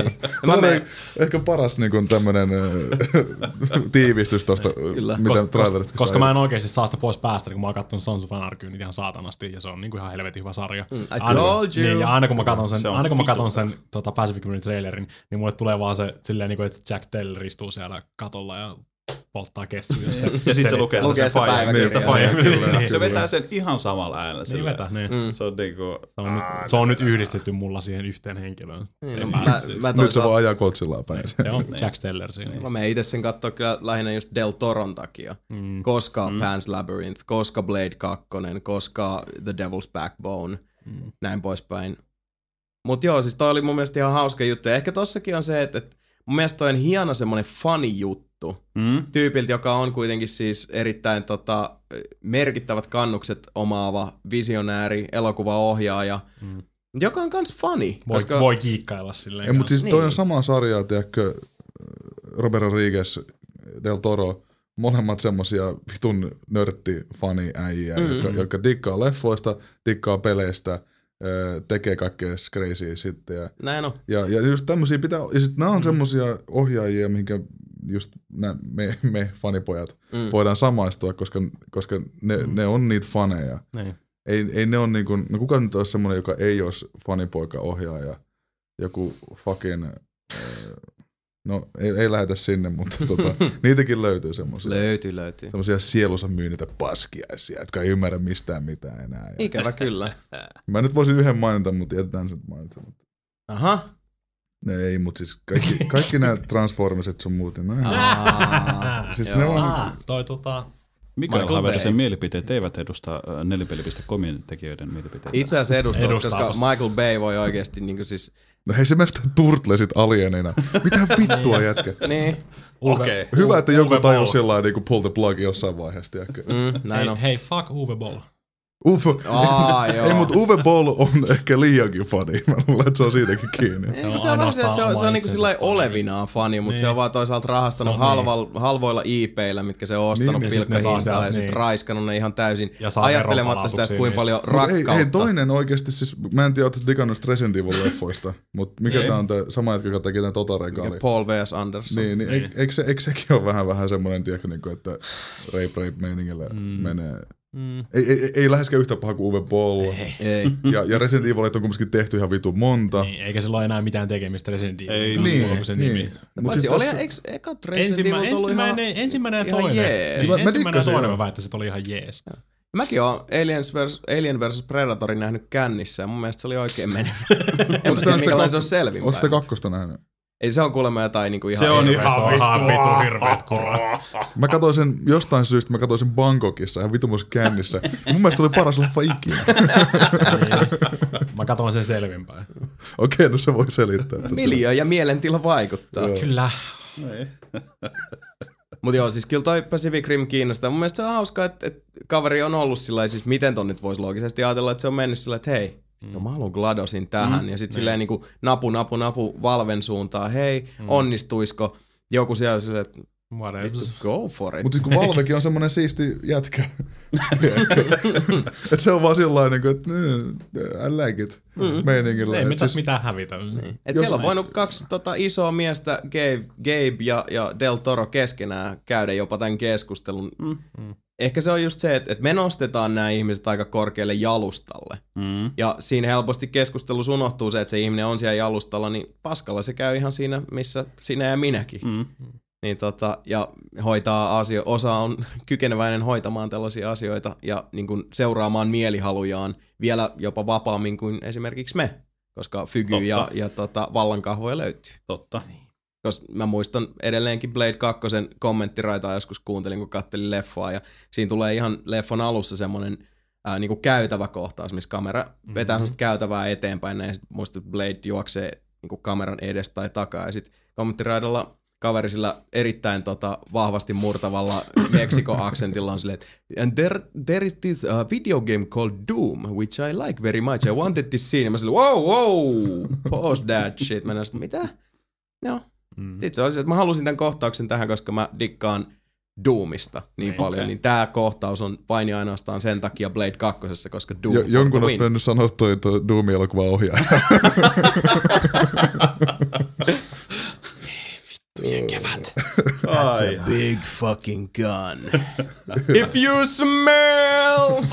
Ehkä paras niin tämmönen tiivistys tosta, mitä trailerista koska mä en oikeesti saa sitä pois päästä, kun mä oon kattonut Sons of Anarchy nyt ihan saatanasti, ja se on niinku ihan helvetin hyvä sarja. Aina kun mä katon sen Pacific Rim trailerin, niin mulle tulee vaan se silleen, että Jack Teller istuu siellä katolla ja polttaa kessuja. Ja sit se lukee sitä päiväkirjaa. Se vetää sen ihan samalla äänellä. Niin vetää, niin. Se on niinku... Se on nyt yhdistetty mulla siihen yhteen henkilöön. Nyt se voi ajaa kotsillaan päin. Se on Jack Steller siinä. Mä menen itse sen kattoo kyllä lähinnä just Del Toron takia. Koska Pan's Labyrinth, koska Blade 2, koska The Devil's Backbone, näin poispäin. Mut joo, siis toi oli mun mielestä ihan hauska juttu. Ja ehkä tossakin on se, että mun mielestä toi on hieno semmonen funny juttu. Tyypiltä, joka on kuitenkin siis erittäin merkittävät kannukset omaava visionääri, elokuvaohjaaja, joka on kans funny. Koska... Voi kiikkailla silleen. Mutta siis toi on samaa sarjaa, tiedätkö, Robert Rodriguez, Del Toro, molemmat semmosia vitun nörtti-fani-äijiä, jotka dikkaa leffoista, dikkaa peleistä, tekee kaikkea crazyä sitten. Näin on. Ja just tämmösiä pitää, ja sit nää on semmosia ohjaajia, mihinkä just me fanipojat voidaan samaistua, koska ne on niitä faneja. Niin. Ei ne on niinku, no kuka nyt olisi semmonen, joka ei olisi fanipoika ohjaaja, joku fucking, no ei lähetä sinne, mutta niitäkin löytyy semmosia. Löytyy. Semmosia sielussa myynnitä paskiaisia, jotka ei ymmärrä mistään mitään enää. Ikävä kyllä. Mä nyt voisin yhden mainita, mutta jätetään sen mainitsemaan. Aha. Ne ei, mutta siis kaikki nämä Transformersit sun muut, no siis ne on... Mikael Haverisen mielipiteet eivät edusta nelipeli.comin tekijöiden mielipiteitä. Itse asiassa edustaa, koska Michael Bay voi oikeesti niinku siis... No hei se meistä Turtlesit alienina. Mitä vittua jätkä? Niin. Okei. Hyvä, että joku tajus sillain niinku pull the plug jossain vaiheessa, tiedätkö? Näin on. Hei, fuck Uwe Boll. Ei, mutta Uwe Boll on ehkä liiankin fani. Mä luulen, että se on siitäkin kiinni. Se on vaan se, että se on niinku sillai olevinaan fani, mutta se on vaan toisaalta rahastanut halvoilla IP-illä, mitkä se on ostanut pilkkahintaan ja sitten raiskannut ne ihan täysin. Ajattelematta sitä, että kuinka paljon rakkautta. Hei, toinen oikeesti, siis mä en tiedä, oot digannut Resident Evil-leffoista, mutta mikä tää on tää sama jätkä, joka teki tän Total-regaali? Paul V.S. Anderson. Niin, eikö sekin ole vähän semmonen, tiedätkö, että rape-meiningillä menee... Ei läheskään yhtä paha kuin Uwe Boll. Ei. Ja Resident Evil on kumminkin tehty ihan vitu monta. Niin, eikä sillä ole enää mitään tekemistä Resident Evil. Ei, niin. Paitsi oli eka Resident Evil ollut ensimmäinen ja toinen. Ensimmäinen ja toinen mä väittäisin, että oli ihan jees. Mäkin oon Alien vs. Predatorin nähnyt kännissä ja mun mielestä se oli oikein menevä. En tiedä minkälainen se on selvinpäin. Oot sitä kakkosta nähnyt? Ei se on kuulemma jotain niinku ihan... Se on ihan vitu hirveet kuraa. Mä katsoin sen jostain syystä, Bangkokissa ihan vitumus kännissä. Mun mielestä oli paras leffa ikinä. Mä katsoin sen selvinpäin. Okei, no se voi selittää. Miljö ja mielentila vaikuttaa. Joo. Kyllä. Mut joo, siis kyllä toi Pacific Rim kiinnostaa. Mun mielestä se on hauskaa, että kaveri on ollut sillä siis miten ton nyt voisi loogisesti ajatella, että se on mennyt sillä, että hei, mä haluan GLaDOSin tähän. Ja sit silleen niinku napu Valven suuntaan. Hei, onnistuisko? Joku siellä silleen, että go for it. Mut siis kun Valvekin on semmonen siisti jätkä. Et se on vaan sillain, että I like it meiningillä. Ei mitäs mitään hävitä. Niin. Et siellä on voinut kaksi isoa miestä, Gabe ja Del Toro keskenään käydä jopa tämän keskustelun. Ehkä se on just se, että me nostetaan nämä ihmiset aika korkealle jalustalle. Ja siinä helposti keskustelussa unohtuu se, että se ihminen on siellä jalustalla, niin paskalla se käy ihan siinä, missä sinä ja minäkin. Niin ja hoitaa osa on kykeneväinen hoitamaan tällaisia asioita ja niin kuin seuraamaan mielihalujaan vielä jopa vapaammin kuin esimerkiksi me, koska fygy ja vallankahvoja löytyy. Totta. Koska mä muistan edelleenkin Blade 2 kommenttiraitaa joskus kuuntelin, kun kattelin leffaa ja siinä tulee ihan leffon alussa semmonen niinku käytävä kohtaus, missä kamera vetää semmoista käytävää eteenpäin ja sit muistan, että Blade juoksee niinku kameran edestä tai takaa ja sit kommenttiraidalla kaveri sillä erittäin vahvasti murtavalla Meksiko-aksentilla on silleen, and there is this video game called Doom, which I like very much. I wanted to see. Ja mä silleen, wow, pause that shit. Mä näin, mitä? Joo. Sitten se oli se, että mä halusin tämän kohtauksen tähän, koska mä dikkaan Doomista niin paljon, niin tää kohtaus on vain ja ainoastaan sen takia Blade 2, koska Doom jonkun olisi mennyt sanoa toi Doom-elokuva ohjaaja. Kevät. That's a big fucking gun. If you smell.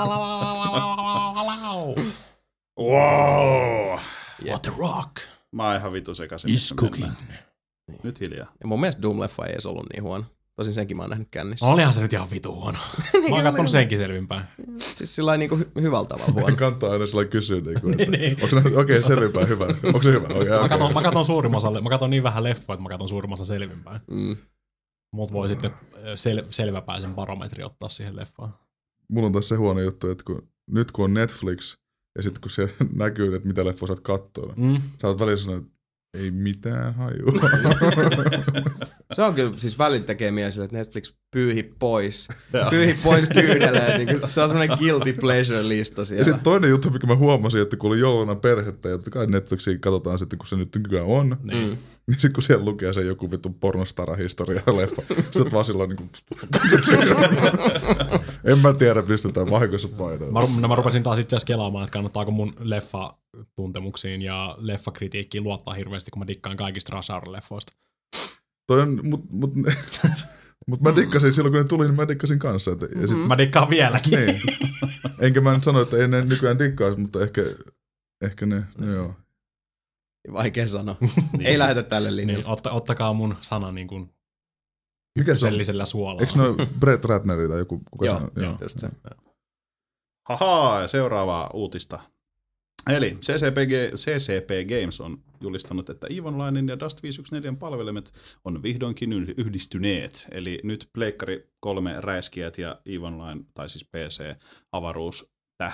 Wow. What the rock. Mä oon ihan vitu sekaisin. Is cooking. Nyt hiljaa. Ja mun mielestä Doom-leffa ei edes ollut niin huono. Tosin senkin mä oon nähnyt kännissä. Olihan se nyt ihan vitu huono. Mä oon kattonut senkin selvinpäin. Siis sillä niinku hyvällä tavalla huono. Kannattaa aina sillä kysyä, että onko se oikein selvinpäin hyvä? Onko se hyvä? Mä katon suurimman osan, mä katon niin vähän leffoja, että mä katon suurimman osan selvinpäin. Mut voi sitten selväpäisen barometri ottaa siihen leffaan. Mulla on taas se huono juttu, että nyt kun on Netflix, ja sitten kun siellä näkyy, että mitä leffoja sä oot katsoa, sä oot välillä sanoa, että ei mitään hajua. Se on kyllä, siis välillä tekee mielessä, että Netflix pyyhi pois kyyneleet. Niin se on semmoinen guilty pleasure-lista siellä. Ja sitten toinen juttu, mikä mä huomasin, että kun oli jouluna perhettä, ja totta kai Netflixiin katsotaan sitten, kun se nyt nykyään on, niin sitten kun siellä lukee se joku vittu pornostara-historia-leffa, sä oot vaan silloin niin kuin... En mä tiedä, pistetään vahingossa painoon. Mä rupesin taas itse asiassa kelaamaan, että kannattaako mun leffatuntemuksiin ja leffakritiikkiin luottaa hirveästi, kun mä dikkaan kaikista Rush Hour-leffoista. Mut mä dikkasin silloin, kun ne tuli, niin mä dikkasin kanssa. Ja sit, mä dikkaan vieläkin. Niin. Enkä mä nyt sano, että ei ne nykyään dikkaisi, mutta ehkä ne joo. Vaikea sanoa. Ei lähetä tälle linjalle. Niin, ottakaa mun sana niin kuin sellisellä suolalla. Eikö ne ole Brett Ratneri tai joku? Joo, just se. Haha, ja seuraavaa uutista. Eli CCP Games on julistanut, että EVE Onlinein ja Dust 514 palvelimet on vihdoinkin yhdistyneet. Eli nyt Pleikkari 3 räiskijät ja EVE Online, tai siis PC, avaruus,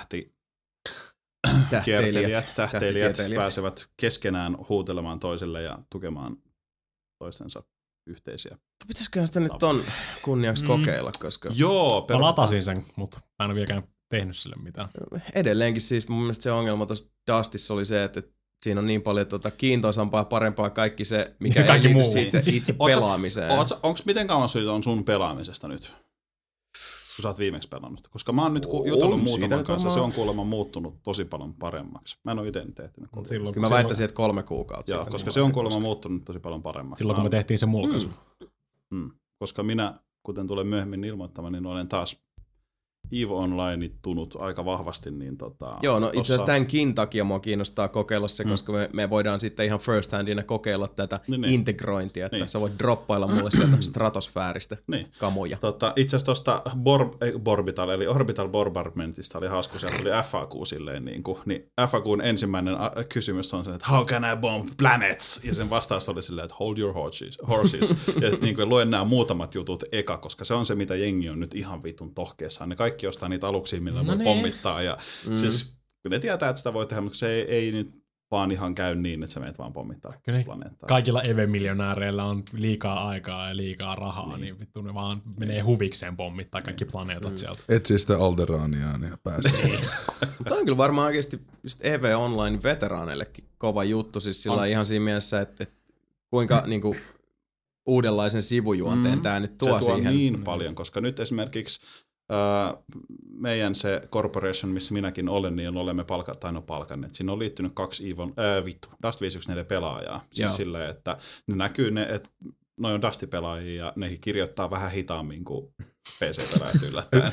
tähteilijät pääsevät keskenään huutelemaan toiselle ja tukemaan toistensa yhteisiä. Pitäisiköhän sitä nyt on kunniaksi kokeilla, koska... Joo, mä latasin sen, mutta mä en ole vieläkään tehnyt sille mitään. Edelleenkin siis mun mielestä se ongelma tuossa Dustissa oli se, että siinä on niin paljon kiintoisampaa ja parempaa kaikki se, mikä ei liity siitä itse pelaamiseen. Onko miten kauan se on sun pelaamisesta nyt? Kun sä oot viimeksi pelannut. Koska mä oon nyt jutellut muutaman kanssa, se on kuulemma muuttunut tosi paljon paremmaksi. Mä en ole itse tehnyt. Kyllä mä väittäisin, että 3 kuukautta. Joo, koska se on kuulemma muuttunut tosi paljon paremmaksi. Silloin kun me tehtiin se mulkaisu. Koska minä, kuten tulen myöhemmin ilmoittamaan, niin olen taas EVE Online tunut aika vahvasti. Niin joo, no itse asiassa tämänkin takia mua kiinnostaa kokeilla se, koska me voidaan sitten ihan first handina kokeilla tätä integrointia, että sä voit droppailla mulle sieltä stratosfääristä kamoja. Itse asiassa tuosta Borbital, eli Orbital Bombardmentista oli hauska, sieltä tuli FAQ silleen, niin FAQn ensimmäinen kysymys on se, että how can I bomb planets? Ja sen vastaus oli silleen, että hold your horses. Ja niin luen nämä muutamat jutut eka, koska se on se, mitä jengi on nyt ihan vitun tohkeessaan. Ne kaikki ostaa niitä aluksia, millä voi pommittaa. Ja siis ne tietää, että sitä voi tehdä, mutta se ei nyt vaan ihan käy niin, että sä menet vaan pommittaa planeettaa. Kaikilla EVE-miljonääreillä on liikaa aikaa ja liikaa rahaa, niin vittu ne vaan menee huvikseen pommittaa kaikki planeetat sieltä. Etsii sitä Alderaaniaan ja pääsee. Mutta on kyllä varmaan oikeasti just EVE Online veteraaneillekin kova juttu, siis sillä ihan siinä mielessä, että kuinka niinku uudenlaisen sivujuonteen tää nyt tuo siihen. Se tuo niin paljon, koska nyt esimerkiksi meidän se corporation, missä minäkin olen, niin olemme palkanneet. Siinä on liittynyt 2 Dust 514 pelaajaa. Siis silleen, että ne näkyy että noi on Dust-pelaajia ja ne kirjoittaa vähän hitaammin kuin PC-pelaajat yllättäen.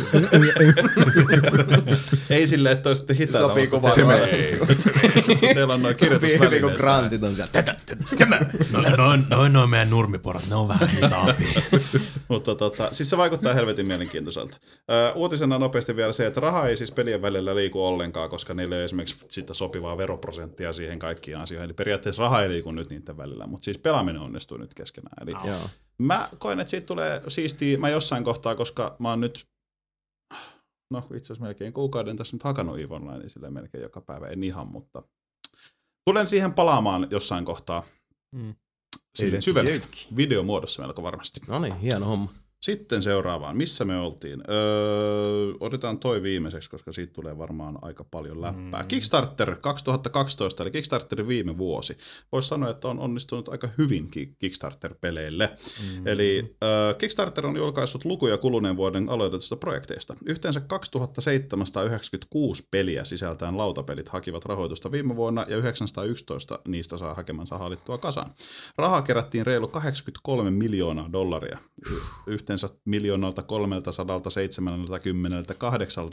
Ei silleen, että olisitte hitaita. Sopii kovaa. Teillä on noin kirjoitusvälineet. Hyvin kuin grantit on siellä. Noin meidän nurmiporat, ne on vähän hitaampia. Mutta siis se vaikuttaa helvetin mielenkiintoiselta. Uutisena nopeasti vielä se, että raha ei siis pelien välillä liiku ollenkaan, koska niillä ei ole esimerkiksi sitä sopivaa veroprosenttia siihen kaikkiin asioihin. Eli periaatteessa raha ei liiku nyt niiden välillä, mutta siis pelaaminen onnistuu nyt keskenään. Eli mä koen, että siitä tulee siistiä. Mä jossain kohtaa, koska mä oon nyt, itse asiassa melkein kuukauden tässä nyt hakannut EVE Online, silleen melkein joka päivä, en ihan, mutta tulen siihen palaamaan jossain kohtaa. Silleen syvemmin, videomuodossa melko varmasti. No niin, hieno homma. Sitten seuraavaan. Missä me oltiin? Otetaan toi viimeiseksi, koska siitä tulee varmaan aika paljon läppää. Kickstarter 2012, eli Kickstarterin viime vuosi. Voisi sanoa, että on onnistunut aika hyvin Kickstarter-peleille. Eli Kickstarter on julkaissut lukuja kuluneen vuoden aloitetusta projekteista. Yhteensä 2796 peliä sisältäen lautapelit hakivat rahoitusta viime vuonna, ja 911 niistä saa hakemansa haalittua kasaan. Rahaa kerättiin reilu $83 miljoonaa yhteensä yhteensä 1,378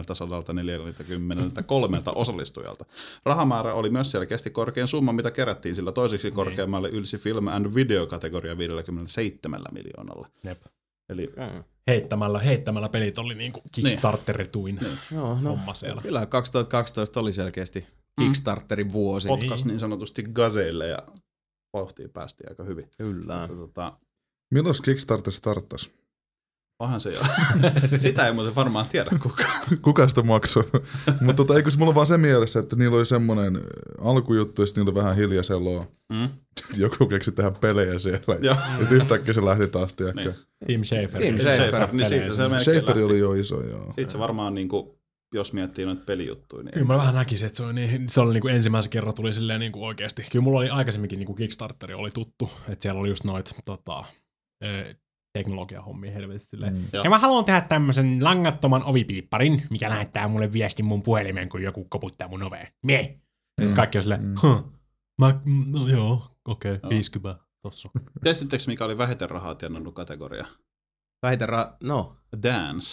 143 osallistujalta. Rahamäärä oli myös selkeästi korkein summa, mitä kerättiin, sillä toiseksi korkeammalle ylsi Film and Video-kategoria 57 miljoonalla. Jep. Eli heittämällä pelit oli niinku Kickstarterituin homma siellä. Kyllä 2012 oli selkeästi Kickstarterin vuosi. potkas niin sanotusti gazeille ja vauhtiin päästiin aika hyvin. Kyllä. Milloin Kickstarter starttasi? Onhan se jo. Sitä ei muuten varmaan tiedä kukaan. Kuka sitä maksoi? Mutta eikö mulla on vaan se mielessä, että niillä oli semmoinen alkujuttu, ja sitten niillä oli vähän hiljaiseloa. Joku keksi tehdä pelejä siellä. Ja sitten yhtäkkiä se lähti taas, tiedäkö? Tim Schafer. Niin siitä se Schafer oli jo iso, joo. Siitä se varmaan, niinku, jos miettii noita pelijuttuja. Niin kyllä mä vähän näkisin, että se oli niinku ensimmäisen kerran tuli silleen niinku oikeasti. Kyllä mulla oli aikaisemminkin niinku Kickstarteri oli tuttu, että siellä oli just noit teknologiahommia helvetisti silleen. Ja mä haluan tehdä tämmösen langattoman ovipiipparin, mikä lähettää mulle viestin mun puhelimeen, kun joku koputtaa mun oveen. Mie! Ja sit kaikki on silleen, no joo, okei, 50 tossa. Tiesittekö, mikä oli vähiten rahaa tienannut kategoria? No. Dance.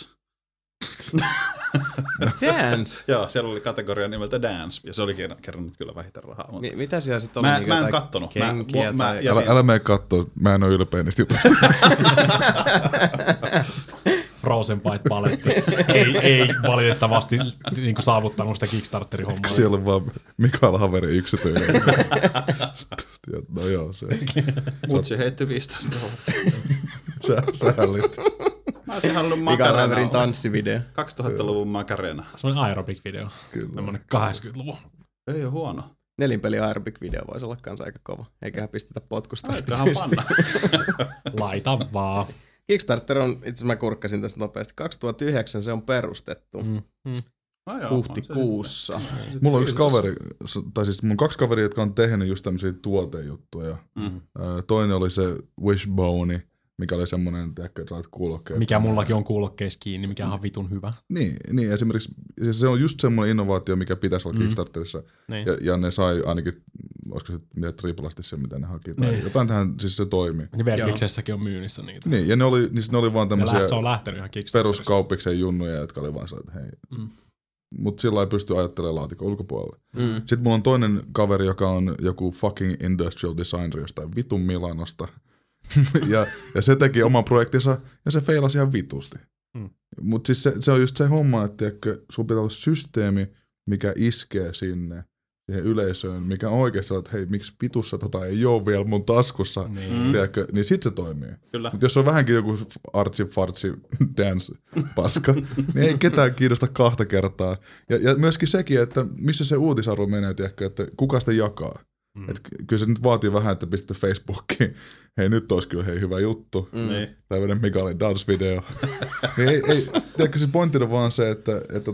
Dance? Joo, siellä oli kategoria nimeltä Dance, ja se oli kerrannut kyllä vähiten rahaa. Mitä siellä sitten oli? Mä en kattonut. Älä mene kattoo, mä en ole ylpeä niistä jutuista. Frozen Bite paletti. ei valitettavasti niin saavuttanut sitä Kickstarterin-hommaa. Siellä on vaan Mikael Haveri yksityinen. No joo, se. Mutsi heitti 15 Säällisti. Mä olisin halunnut Mikael Haverin Macarena. tanssivideo. 2000-luvun Macarena. Se on aerobic-video. Semmoinen 80-luvun. Ei ole huono. Nelinpeli aerobic-video voisi olla kanssa aika kova. Eiköhän pistetä potkusta. Aikahan panna. Laita vaan. Kickstarter on, itse mä kurkkasin tästä nopeasti, 2009 se on perustettu. No joo, huhtikuussa. Mulla on yksi kaveri, tai siis mun 2 kaveria, jotka on tehnyt just tämmösiä tuotejuttuja. Toinen oli se Wishbone, mikä oli semmonen, että saat kuulokkeet. Mikä mullakin on kuulokkeissa kiinni, mikä on vitun hyvä. Niin esimerkiksi se on just semmoinen innovaatio, mikä pitäisi olla Kickstarterissa. Ja ne sai ainakin, olisiko se mitä triplasti se, mitä ne haki. Tai jotain tähän, siis se toimii. Niin Verkiksessäkin on myynnissä niitä. Niin, ja ne oli vaan tämmöisiä se on lähtenyt ihan peruskauppiksen junnuja, jotka oli vaan että hei. Mutta sillä ei pysty ajattelemaan laatikon ulkopuolelle. Sitten mulla on toinen kaveri, joka on joku fucking industrial designer jostain vitun Milanosta. ja se teki oman projektinsa ja se feilasi ihan vitusti. Mutta siis se on just se homma, että sun pitää olla systeemi, mikä iskee siihen yleisöön, mikä on oikeasti että hei, miksi vitussa ei ole vielä mun taskussa, niin sit se toimii. Mutta jos on vähänkin joku artsi-fartsi dance-paska, niin ei ketään kiinnosta 2 kertaa. Ja myöskin sekin, että missä se uutisarvo menee, että kuka sitä jakaa. Et kyllä se nyt vaatii vähän, että pistetään Facebookiin, hei nyt olisi kyllä hyvä juttu, tämmöinen Mikaelin dance-video. ei, tiedätkö se pointtina vaan se, että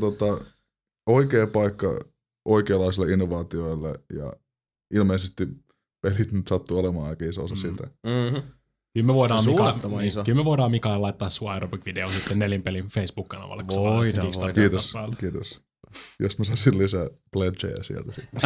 oikea paikka oikeanlaisille innovaatioille ja ilmeisesti pelit nyt sattuu olemaan aika iso osa sitä. Kyllä me voidaan Mikael laittaa sun aerobic-video sitten Nelinpelin Facebook-kanavalle, kun voidaan. Kiitos. Jos mä saisin lisää pledgeja sieltä sitten.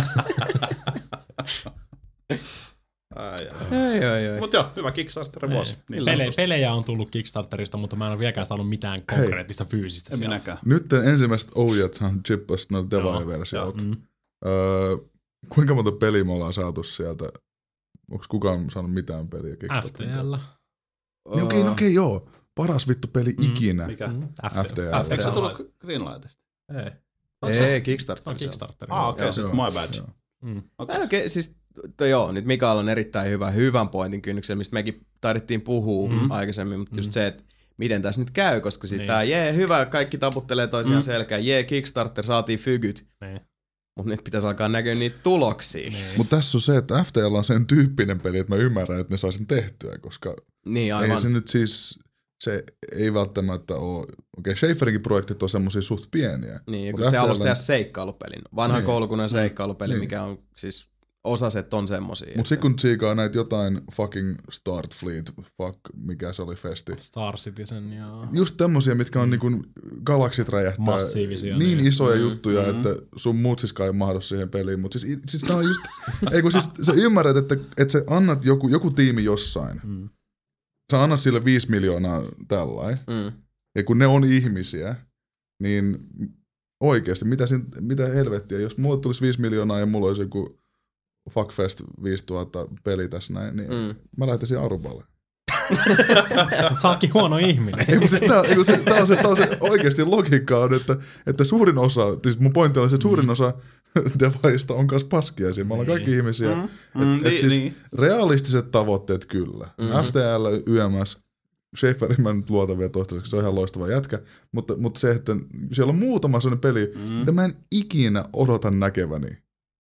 Mutta joo, hyvä Kickstarter-vuosi. Niin pelejä on tullut Kickstarterista, mutta mä en ole vieläkään saanut mitään konkreettista fyysistä sieltä. Minäkään. Nyt ensimmäiset ohjathan chippasi noita Device-versioita. Kuinka monta peliä me ollaan saatu sieltä? Onko kukaan saanut mitään peliä Kickstarterista? FTL. Okei, joo. Paras vittu peli ikinä. Mikä? FTL. Eikö se tullut Greenlightista? Ei, Kickstarter. Okei, se on my bad. Siis, joo, nyt Mikael on erittäin hyvän pointin kynnyksellä, mistä mekin taidettiin puhua aikaisemmin, mutta just se, että miten tässä nyt käy, koska siis tää hyvä, kaikki taputtelee toisiaan selkään, Kickstarter, saatiin fygyt. Mutta nyt pitäisi alkaa näkyä niitä tuloksia. Mutta tässä on se, että FTL on sen tyyppinen peli, että mä ymmärrän, että ne saa sen tehtyä, koska ei se nyt siis, se ei välttämättä ole, Schaferinkin projektit on semmosia suht pieniä. Niin, ja kun se alusti tehdä seikkailupelin, vanhan koulukunnan seikkailupeli, mikä on siis osaset on semmosia. Mut sit kun tsiikaa näitä jotain fucking Starfleet, mikä se oli festi. Star Citizen ja... Just tämmösiä, mitkä on niinku galaksit räjähtää. Massiivisia. Niin isoja juttuja, että sun mutsiskaan ei mahdu siihen peliin. Mut siis tää on just... ei kun siis sä ymmärrät, että sä annat joku tiimi jossain. sä annat sille 5 miljoonaa tällainen, ja kun ne on ihmisiä, niin oikeasti, mitä helvettiä, jos mulle tulisi 5 miljoonaa ja mulla olisi joku Fuckfest 5000 peli tässä näin, niin mä lähtisin Aruballe. Sä ootkin huono ihminen. Ei, mutta siis tää on se oikeasti logiikka on, että suurin osa, siis mun pointti on se, että suurin osa devaista on kanssa paskia siinä. Me ollaan kaikki ihmisiä. Siis realistiset tavoitteet kyllä. FTL, YMS, Schaeferin mä nyt luotan vielä toistaiseksi, se on ihan loistava jätkä, mutta se, että siellä on muutama sellainen peli, mitä mä en ikinä odota näkeväni.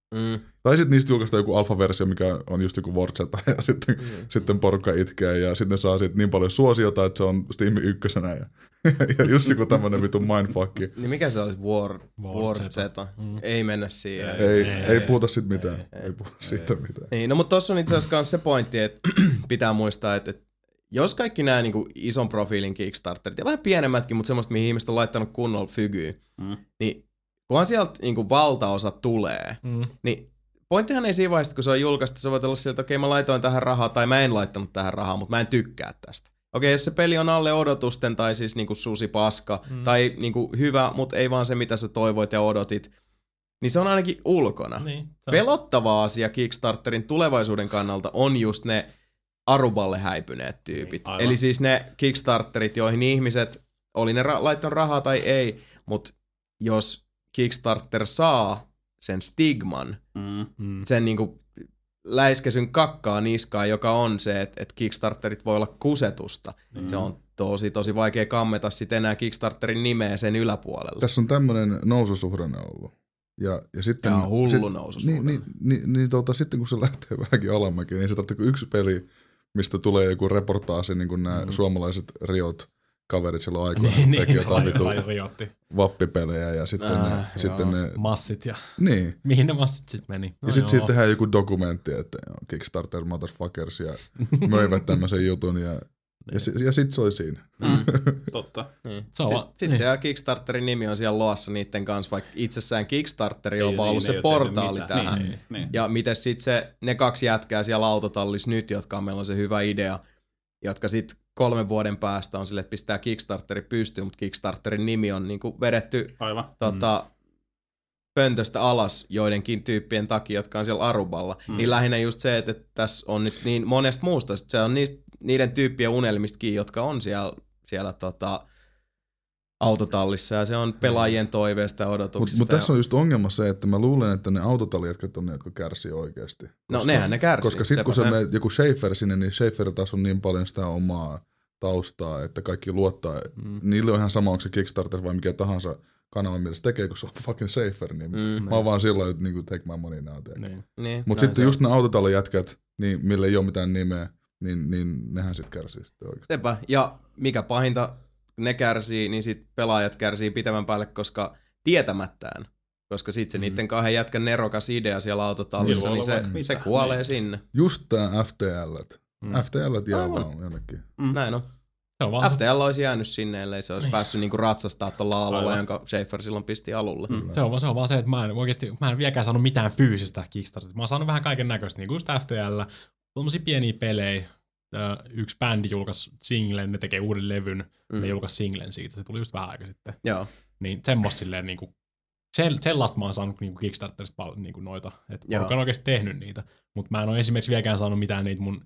Tai sitten niistä julkaistaan joku alfa-versio, mikä on just joku Warzeta, ja sitten porukka itkee, ja sitten saa siitä niin paljon suosiota, että se on Steam ykkösenä, ja just joku tämmönen vitun mindfucki. Niin mikä se olisi Warzeta? Ei mennä siihen. Ei puhuta siitä mitään. Ei puhuta siitä mitään. Niin, no mutta tossa on itse asiassa myös se pointti, että pitää muistaa, että jos kaikki nämä niinku ison profiilin Kickstarterit, ja vähän pienemmätkin, mutta semmoista, mihin ihmiset on laittanut kunnolla fygyä, niin kunhan sieltä niinku valtaosa tulee, niin pointtihan ei siinä vaiheessa, kun se on julkaistu, se voi olla sieltä, että okei, mä laitoin tähän rahaa, tai mä en laittanut tähän rahaa, mutta mä en tykkää tästä. Okei, jos se peli on alle odotusten, tai siis niinku susi paska, tai niinku hyvä, mutta ei vaan se, mitä sä toivoit ja odotit, niin se on ainakin ulkona. Niin, pelottava asia Kickstarterin tulevaisuuden kannalta on just ne Aruballe häipyneet tyypit. Aivan. Eli siis ne Kickstarterit, joihin ihmiset, oli ne laittanut rahaa tai ei, mutta jos Kickstarter saa sen stigman, sen niinku läiskäsyn kakkaa niskaan, joka on se, että Kickstarterit voi olla kusetusta. Se on tosi vaikea kammeta sit enää Kickstarterin nimeä sen yläpuolella. Tässä on tämmönen noususuhdanne ollut. Ja sitten, hullu noususuhdanne. Sitten kun se lähtee vähänkin alamäkin, niin se tarvitsee yksi peli, mistä tulee joku reportaasi, niin kuin nämä suomalaiset Riot kaverit silloin aikoinaan teki jotain vitu vappipelejä ja sitten ne massit ja niin. Mihin ne massit sitten meni? No ja sitten siitä tehdään joku dokumentti, että Kickstarter motherfuckers ja möivät tämmöisen jutun ja sit se oli siinä. Totta. Sitten se Kickstarterin nimi on siellä loassa niitten kanssa, vaikka itsessään Kickstarteri on vaan ollut se portaali tähän. Niin. Ja miten sitten ne 2 jätkää siellä autotallissa nyt, jotka on meillä on se hyvä idea, jotka sitten 3 vuoden päästä on sille, että pistää Kickstarteri pystyyn, mutta Kickstarterin nimi on niinku vedetty pöntöstä alas joidenkin tyyppien takia, jotka on siellä Aruballa. Niin lähinnä just se, että tässä on nyt niin monesta muusta, että se on niiden tyyppien unelmistakin, jotka on siellä autotallissa, ja se on pelaajien toiveista ja odotuksista. Mutta tässä on just ongelma se, että mä luulen, että ne autotallijatkat on ne, jotka kärsii oikeasti. Nehän ne kärsii. Koska sitten kun se menee joku Schaefer sinne, niin Schaefer taas on niin paljon sitä omaa taustaa, että kaikki luottaa. Niille on ihan sama, onko se Kickstarter vai mikä tahansa kanava mielestä tekee, kun se on fucking Schaefer. Niin mä oon vaan sillä että niinku take my money now. Niin, mutta sitten just ne autotallijätkät, niin mille ei ole mitään nimeä, niin nehän sitten kärsii sitten oikeasti. Sepä. Ja mikä pahinta, ne kärsii, niin sit pelaajat kärsii pitemmän päälle, koska tietämättään. Koska sit se niiden 2 jätkän nerokas idea siellä autotallissa, niin se kuolee sinne. Just tää FTL:t. FTL:t jää vaan jonnekin. Näin on. FTL olisi jäänyt sinne, ellei se olisi päässyt niinku ratsastaa tuolla alulla, jonka Schaefer silloin pisti alulle. Se on vaan se, että mä en vieläkään saanut mitään fyysistä Kickstarterista. Mä oon saanut vähän kaiken näköistä, niin kuin just FTL, tuollaisia pieniä pelejä. Yksi bändi julkaisi singlen, ne tekee uuden levyn, ne julkaisi singlen siitä, se tuli just vähän aika sitten. Joo. Niin semmos silleen niinku, sellaista mä oon saanut niinku Kickstarterista niinku noita, että porukka on oikeesti tehnyt niitä, mutta mä en ole esimerkiksi vieläkään saanut mitään niitä mun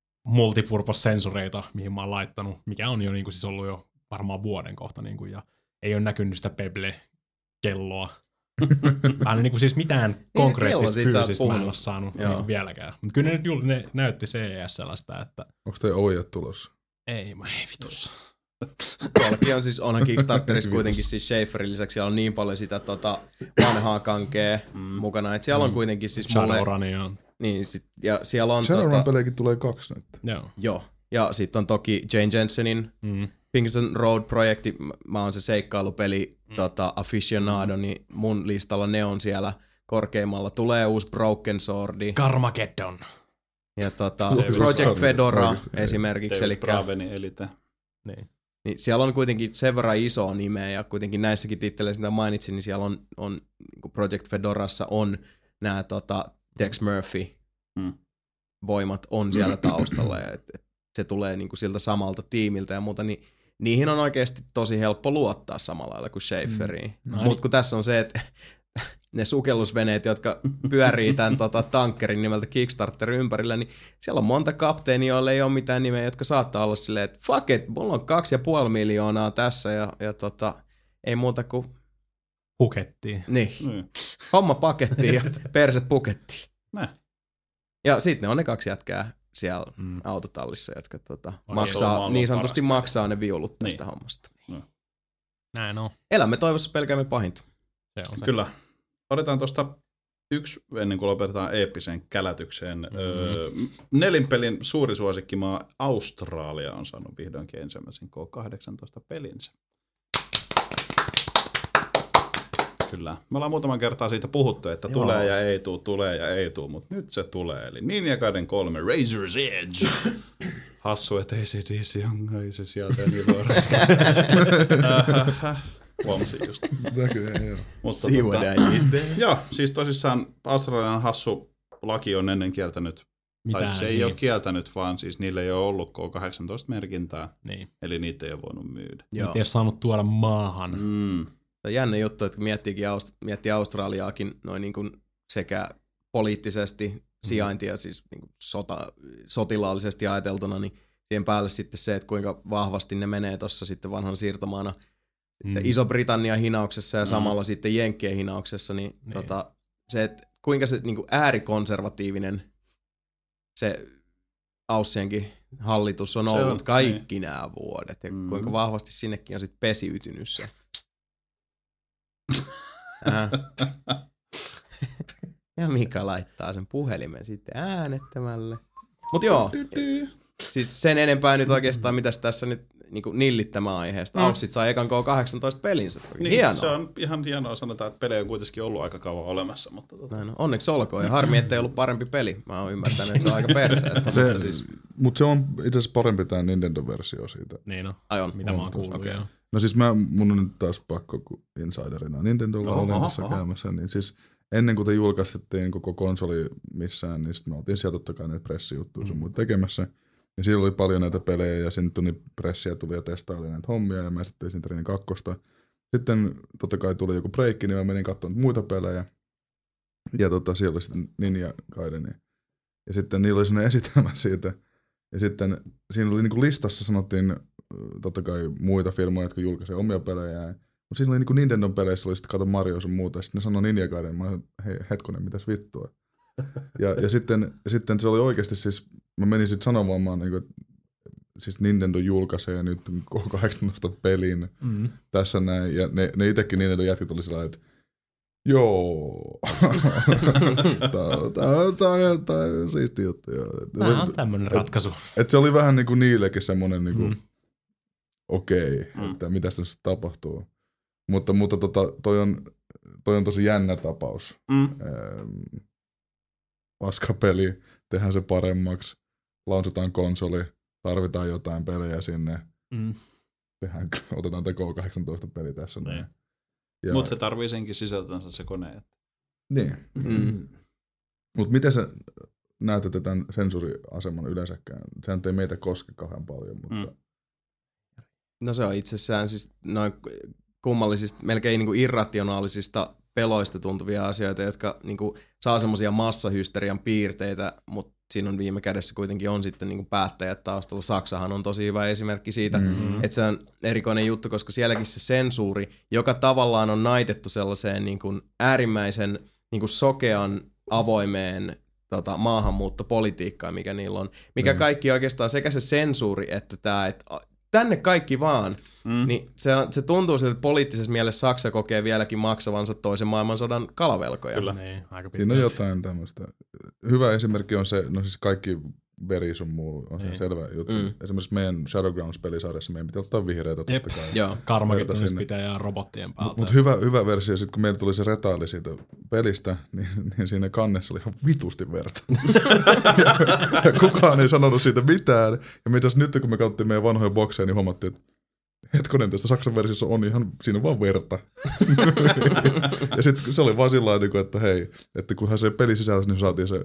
multipurpose-sensoreita, mihin mä oon laittanut, mikä on jo niinku siis ollut jo varmaan vuoden kohta niinku, ja ei ole näkynyt sitä Pebble-kelloa. Vähän niinku siis mitään konkreettista fyysistä mä en ole saanut vieläkään. Mutta kyllä ne näytti CES-sellaista, että onko toi OIAT tulossa? Ei vitussa. Tuollakin on siis, onhan Kickstarterissa kuitenkin siis Schaeferin lisäksi siellä on niin paljon sitä vanhaa kankea mukana, että siellä on kuitenkin siis Shadowrunia. Niin, ja siellä on Shadowrun pelejäkin tulee 2 nyt. Joo. Ja sitten on toki Jane Jensenin Pinkerton Road-projekti, mä oon se seikkailupeli aficionado, niin mun listalla ne on siellä korkeimmalla. Tulee uusi Broken Swordi. Carmageddon. Ja Project Fedora esimerkiksi. David Bravenin Elite. Niin siellä on kuitenkin sen verran iso nimeä, ja kuitenkin näissäkin titteleissä, mitä mainitsin, niin siellä on niin Project Fedorassa on nämä Tex Murphy voimat on siellä taustalla. Ja se tulee niinku siltä samalta tiimiltä ja muuta, niin niihin on oikeasti tosi helppo luottaa samalla lailla kuin Schaefferiin. Mutta kun tässä on se, että ne sukellusveneet, jotka pyörii tämän tankkerin nimeltä Kickstarter ympärillä, niin siellä on monta kapteenia, joille ei ole mitään nimeä, jotka saattaa olla silleen, että fuck it, mulla on 2,5 miljoonaa tässä ja ei muuta kuin pukettiin. Niin. Homma pakettiin ja perse pukettiin. Ja sitten ne on ne 2 jätkää siellä autotallissa, jotka maksaa, niin sanotusti maksaa ne viulut tästä hommasta. Näin on. Elämme toivossa, pelkäämme pahinta. Se on se. Kyllä. Otetaan tuosta yksi ennen kuin lopetetaan eeppiseen kälätykseen. Nelinpelin suuri suosikkimaa Australia on saanut vihdoinkin ensimmäisen K18-pelinsä. Kyllä. Me ollaan muutaman kertaa siitä puhuttu, että tulee ja ei tuu, mutta nyt se tulee. Eli Ninja Gaiden 3 Razor's Edge. Hassu, että ACDC on, ei se sieltä niin vuorossa. Huomasin just. See what I did. Joo, siis tosissaan Australian hassu laki on ennen kieltänyt, tai siis ei ole kieltänyt, vaan siis niillä ei ole ollut K18-merkintää, eli niitä ei ole voinut myydä. Niitä ei ole saanut tuoda maahan. On jännä juttu, että kun miettii Australiaakin noin niin kuin sekä poliittisesti sijaintia, siis niin kuin sotilaallisesti ajateltuna, niin siihen päälle sitten se, että kuinka vahvasti ne menee tuossa sitten vanhan siirtomaana Iso-Britannian hinauksessa ja samalla sitten Jenkkien hinauksessa, niin se, että kuinka se niin kuin äärikonservatiivinen se Aussienkin hallitus on ollut kaikki nämä vuodet ja kuinka vahvasti sinnekin on sitten pesiytynyt se. Ja Mika laittaa sen puhelimen sitten äänettämälle. Mut joo, siis sen enempää nyt oikeastaan mitäs tässä nyt niinku nillittämään aiheesta. Aussit sai ekan K18-pelinsä. Niin, hienoa. Se on ihan hienoa, sanotaan, että pelejä on kuitenkin ollut aika kauan olemassa. Mutta onneksi olkoon, ja harmi, ettei ollut parempi peli. Mä oon ymmärtänyt, että se on aika perseestä. Mutta se on itse asiassa parempi tää Nintendo-versio siitä. Niin on. Ai on. Mitä mä oon kuullut. Okay. No siis mun on nyt taas pakko, kun insiderina Nintendolla olen tässä käymässä, niin siis ennen kuin te julkaistettiin koko konsoli missään, niin sitten me oltiin sieltä totta kai näitä pressijuttuja sun muut tekemässä. Ja siellä oli paljon näitä pelejä ja sinne pressiä tuli ja testaili näitä hommia ja mä sitten tein Training 2. Sitten totta kai tuli joku breikki, niin mä menin katsomaan muita pelejä. Ja siellä oli sitten Ninja Gaiden. Ja sitten niillä oli sellainen esitelmä siitä. Ja sitten siinä oli niinku listassa sanottiin totta kai muita firmoja, jotka julkaisee omia pelejä. Mutta siinä oli niinku Nintendon peleissä oli sitten kato Mario sun muuta. Ja sitten ne sanoi Ninja Gaiden. Mä olin, hei hetkonen, mitäs vittua. Ja sitten se oli oikeasti siis, mä menin sitten sanomaan vaan niinku, että siis Nintendo julkaisee nyt K18 pelin tässä näin. Ja ne itekin Nintendo jätkät oli sellainen, että joo, tää on siisti juttu. Tää on tämmönen ratkaisu. Et se oli vähän niinku niillekin semmonen niinku, okei, että mitäs tässä tapahtuu. Mutta toi on tosi jännä tapaus. Paskapeli, tehdään se paremmaksi, launchataan konsoli, tarvitaan jotain pelejä sinne, otetaan te K18-peli tässä. Mutta se tarvii senkin sisältönsä se kone. Niin. Mutta miten sä näet, että tämän sensuuriaseman yleensäkään, sehän ei meitä koske kauhean paljon, mutta... No se on itsessään siis noin kummallisista, melkein niinku irrationaalisista peloista tuntuvia asioita, jotka niinku saa semmoisia massahysterian piirteitä, mutta siinä on viime kädessä kuitenkin on sitten niinku päättäjät taustalla. Saksahan on tosi hyvä esimerkki siitä, että se on erikoinen juttu, koska sielläkin se sensuuri, joka tavallaan on naitettu sellaiseen niinku äärimmäisen niinku sokean avoimeen maahanmuuttopolitiikkaan, mikä niillä on. Mikä kaikki oikeastaan, sekä se sensuuri että tämä, että tänne kaikki vaan, niin se tuntuu siltä, että poliittisessa mielessä Saksa kokee vieläkin maksavansa toisen maailmansodan kalavelkoja. Kyllä. Niin, aika siinä on jotain tämmöistä. Hyvä esimerkki on se, no siis kaikki veri sun muu on se selvä juttu. Esimerkiksi meidän Shadowgrounds-pelisarjassa meidän pitää ottaa vihreitä totta kai. Joo, karmakin pitää jää robottien päältä. Mutta hyvä versio, sit kun meillä tuli se retaili siitä pelistä, niin siinä kannessa oli ihan vitusti verta. ja kukaan ei sanonut siitä mitään. Ja nyt kun me katsottiin meidän vanhoja bokseja, niin huomattiin, että hetkonen, tästä Saksan versiossa on ihan, siinä on vaan verta. Ja sitten se oli vaan sillä lailla, että hei, että kunhan se peli sisältä, niin saatiin se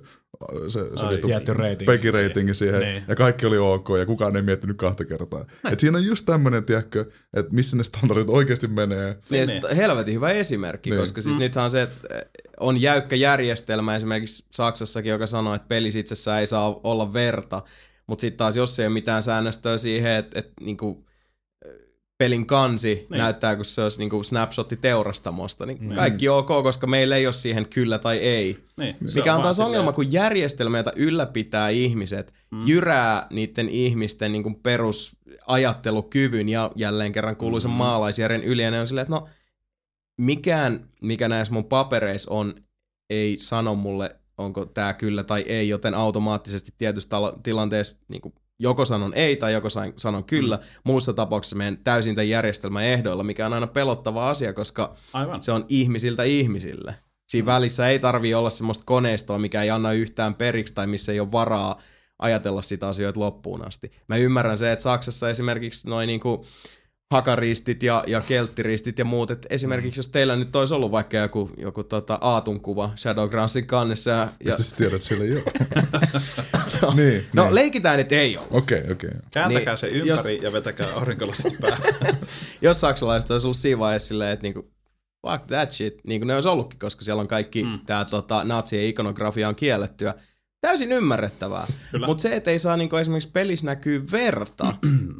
PEGI-ratingi siihen, niin. Ja kaikki oli ok, ja kukaan ei miettinyt 2 kertaa. Et siinä on just tämmönen, tiedätkö, että missä ne standardit oikeasti menee. Niin. Helvetin hyvä esimerkki, niin. Koska siis nythän se, että on jäykkä järjestelmä esimerkiksi Saksassakin, joka sanoo, että pelissä itsessään ei saa olla verta, mutta sitten taas jos ei ole mitään säännöstöä siihen, että niinku pelin kansi näyttää, kun se olisi niinku snapshotti teurastamosta, niin kaikki ok, koska meillä ei ole siihen kyllä tai ei. Niin. Mikä on taas ongelma, kun järjestelmä, jota ylläpitää ihmiset, jyrää niiden ihmisten niinku perusajattelukyvyn ja jälleen kerran kuuluisen maalaisjärjen yli, ja ne on silleen, että no mikään, mikä näissä mun papereissa on, ei sano mulle, onko tää kyllä tai ei, joten automaattisesti tietyssä tilanteessa niinku joko sanon ei tai joko sanon kyllä. Muussa tapauksessa menen täysin tämän järjestelmän ehdoilla, mikä on aina pelottava asia, koska se on ihmisiltä ihmisille. Siinä välissä ei tarvii olla semmoista koneistoa, mikä ei anna yhtään periksi tai missä ei ole varaa ajatella sitä asioita loppuun asti. Mä ymmärrän se, että Saksassa esimerkiksi noin niinku hakaristit ja kelttiristit ja muut, että esimerkiksi jos teillä nyt olisi ollut vaikka joku aatunkuva Shadowgroundsin kannessa ja mistä sä tiedät, että siellä ei ole? niin. Leikitään, että ei ole. Okei. Kääntäkää se ympäri ja vetäkää aurinkolasit päähän. Jos saksalaiset olisi ollut siinä vaiheessa silleen, että niinku, fuck that shit, niin kuin ne olisi ollutkin, koska siellä on kaikki tää natsien ikonografia on kiellettyä. Täysin ymmärrettävää. Mutta se, että ei saa niinku esimerkiksi pelissä näkyy verta,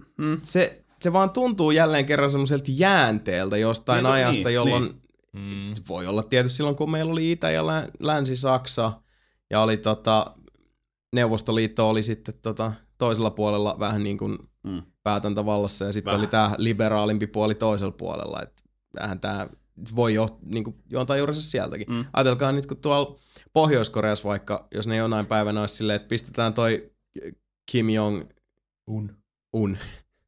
se vaan tuntuu jälleen kerran semmoiselta jäänteeltä jostain ajasta, jolloin se voi olla tietysti silloin, kun meillä oli Itä- ja Länsi-Saksa ja oli Neuvostoliitto oli sitten toisella puolella vähän niin kuin päätäntävallassa ja sitten oli tää liberaalimpi puoli toisella puolella. Et vähän tää voi niin juontaa juurensa sieltäkin. Ajatelkaa nyt, kun tuolla Pohjois-Koreassa vaikka, jos ne jonain päivänä olisi silleen, että pistetään toi Kim Jong-un.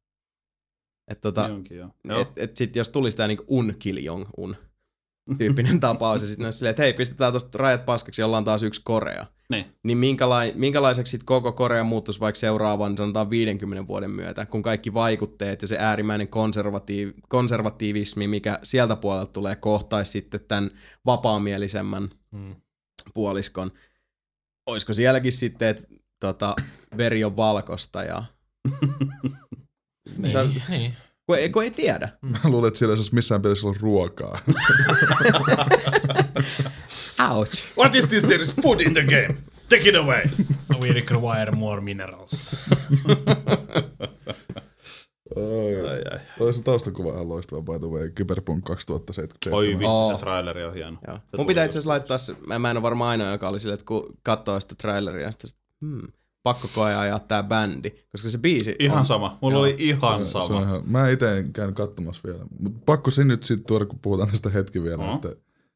Että sit jos tulisi tää niinku Kim Jong-un tyyppinen tapaus ja sit ne silleen, että hei, pistetään tosta rajat paskaksi, jolla on taas yksi Korea. Niin minkälaiseksi sit koko Korea muuttuisi vaikka seuraavan, sanotaan 50 vuoden myötä, kun kaikki vaikutteet ja se äärimmäinen konservatiivismi, mikä sieltä puolelta tulee, kohtaisi sitten tämän vapaamielisemmän puoliskon. Olisiko sielläkin sitten, että veri on valkosta ja niin. Kun ei tiedä. Mä luulen, että siellä ei missään pelissä ollut ruokaa. Ouch. What is this? There is food in the game. Take it away. We require more minerals. Toi sun taustakuva ihan loistava, by the way. Cyberpunk 2077. Oi vitsi, se traileri on hieno. Mun pitää itse asiassa laittaa se, mä en ole varmaan ainoa, joka oli silleen, että kun katsoo sitä traileria, pakko koe ajaa tää bändi, koska se biisi ihan sama. Mulla oli ihan sama. Mä ite en käynyt katsomassa vielä. Mutta pakko se nyt sit tuoda, kun puhutaan tästä hetki vielä, että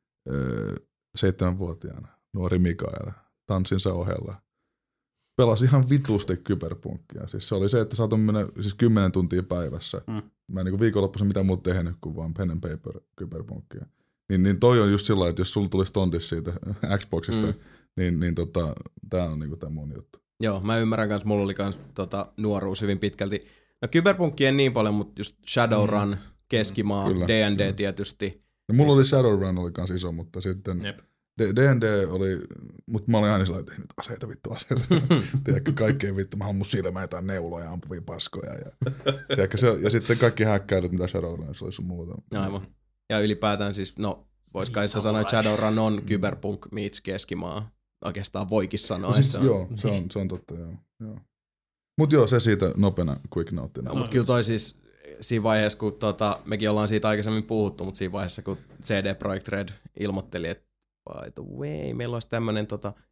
7-vuotiaana nuori Mikael tanssinsa ohella pelasi ihan vitusti Cyberpunkia. Siis se oli se, että saatoin mennä siis 10 tuntia päivässä. Mä en niin viikonloppuisin mitään muuta tehnyt kuin vaan pen and paper Cyberpunkia. Niin toi on just sillä, että jos sulla tulisi tontis siitä Xboxista, niin tää on niinku tää mun juttu. Joo, mä ymmärrän kanssa, mulla oli kans nuoruus hyvin pitkälti. No Cyberpunkki en niin paljon, mutta just Shadowrun, Keskimaa, D&D tietysti. No, mulla oli Shadowrun oli kans iso, mutta sitten D&D oli, mutta mä olin aina sellainen, että aseita. Tiedätkö, kaikkeen vittu, mä hammun silmään jotain neuloja, ampuvia paskoja. Ja sitten kaikki häkkäilyt, mitä Shadowrunissa oli sun muuta. Aivan. Ja ylipäätään siis, no vois kai sä sanoa, että Shadowrun on Cyberpunk meets Keskimaa. Oikeastaan voikin sanoa. Siis, se on totta, joo. Mut joo, se siitä nopeana quick noteina. No, mut kyllä toi siis siinä vaiheessa, kun mekin ollaan siitä aikaisemmin puhuttu, mutta siinä vaiheessa, kun CD Projekt Red ilmoitteli, että by the way, meillä olisi tämmönen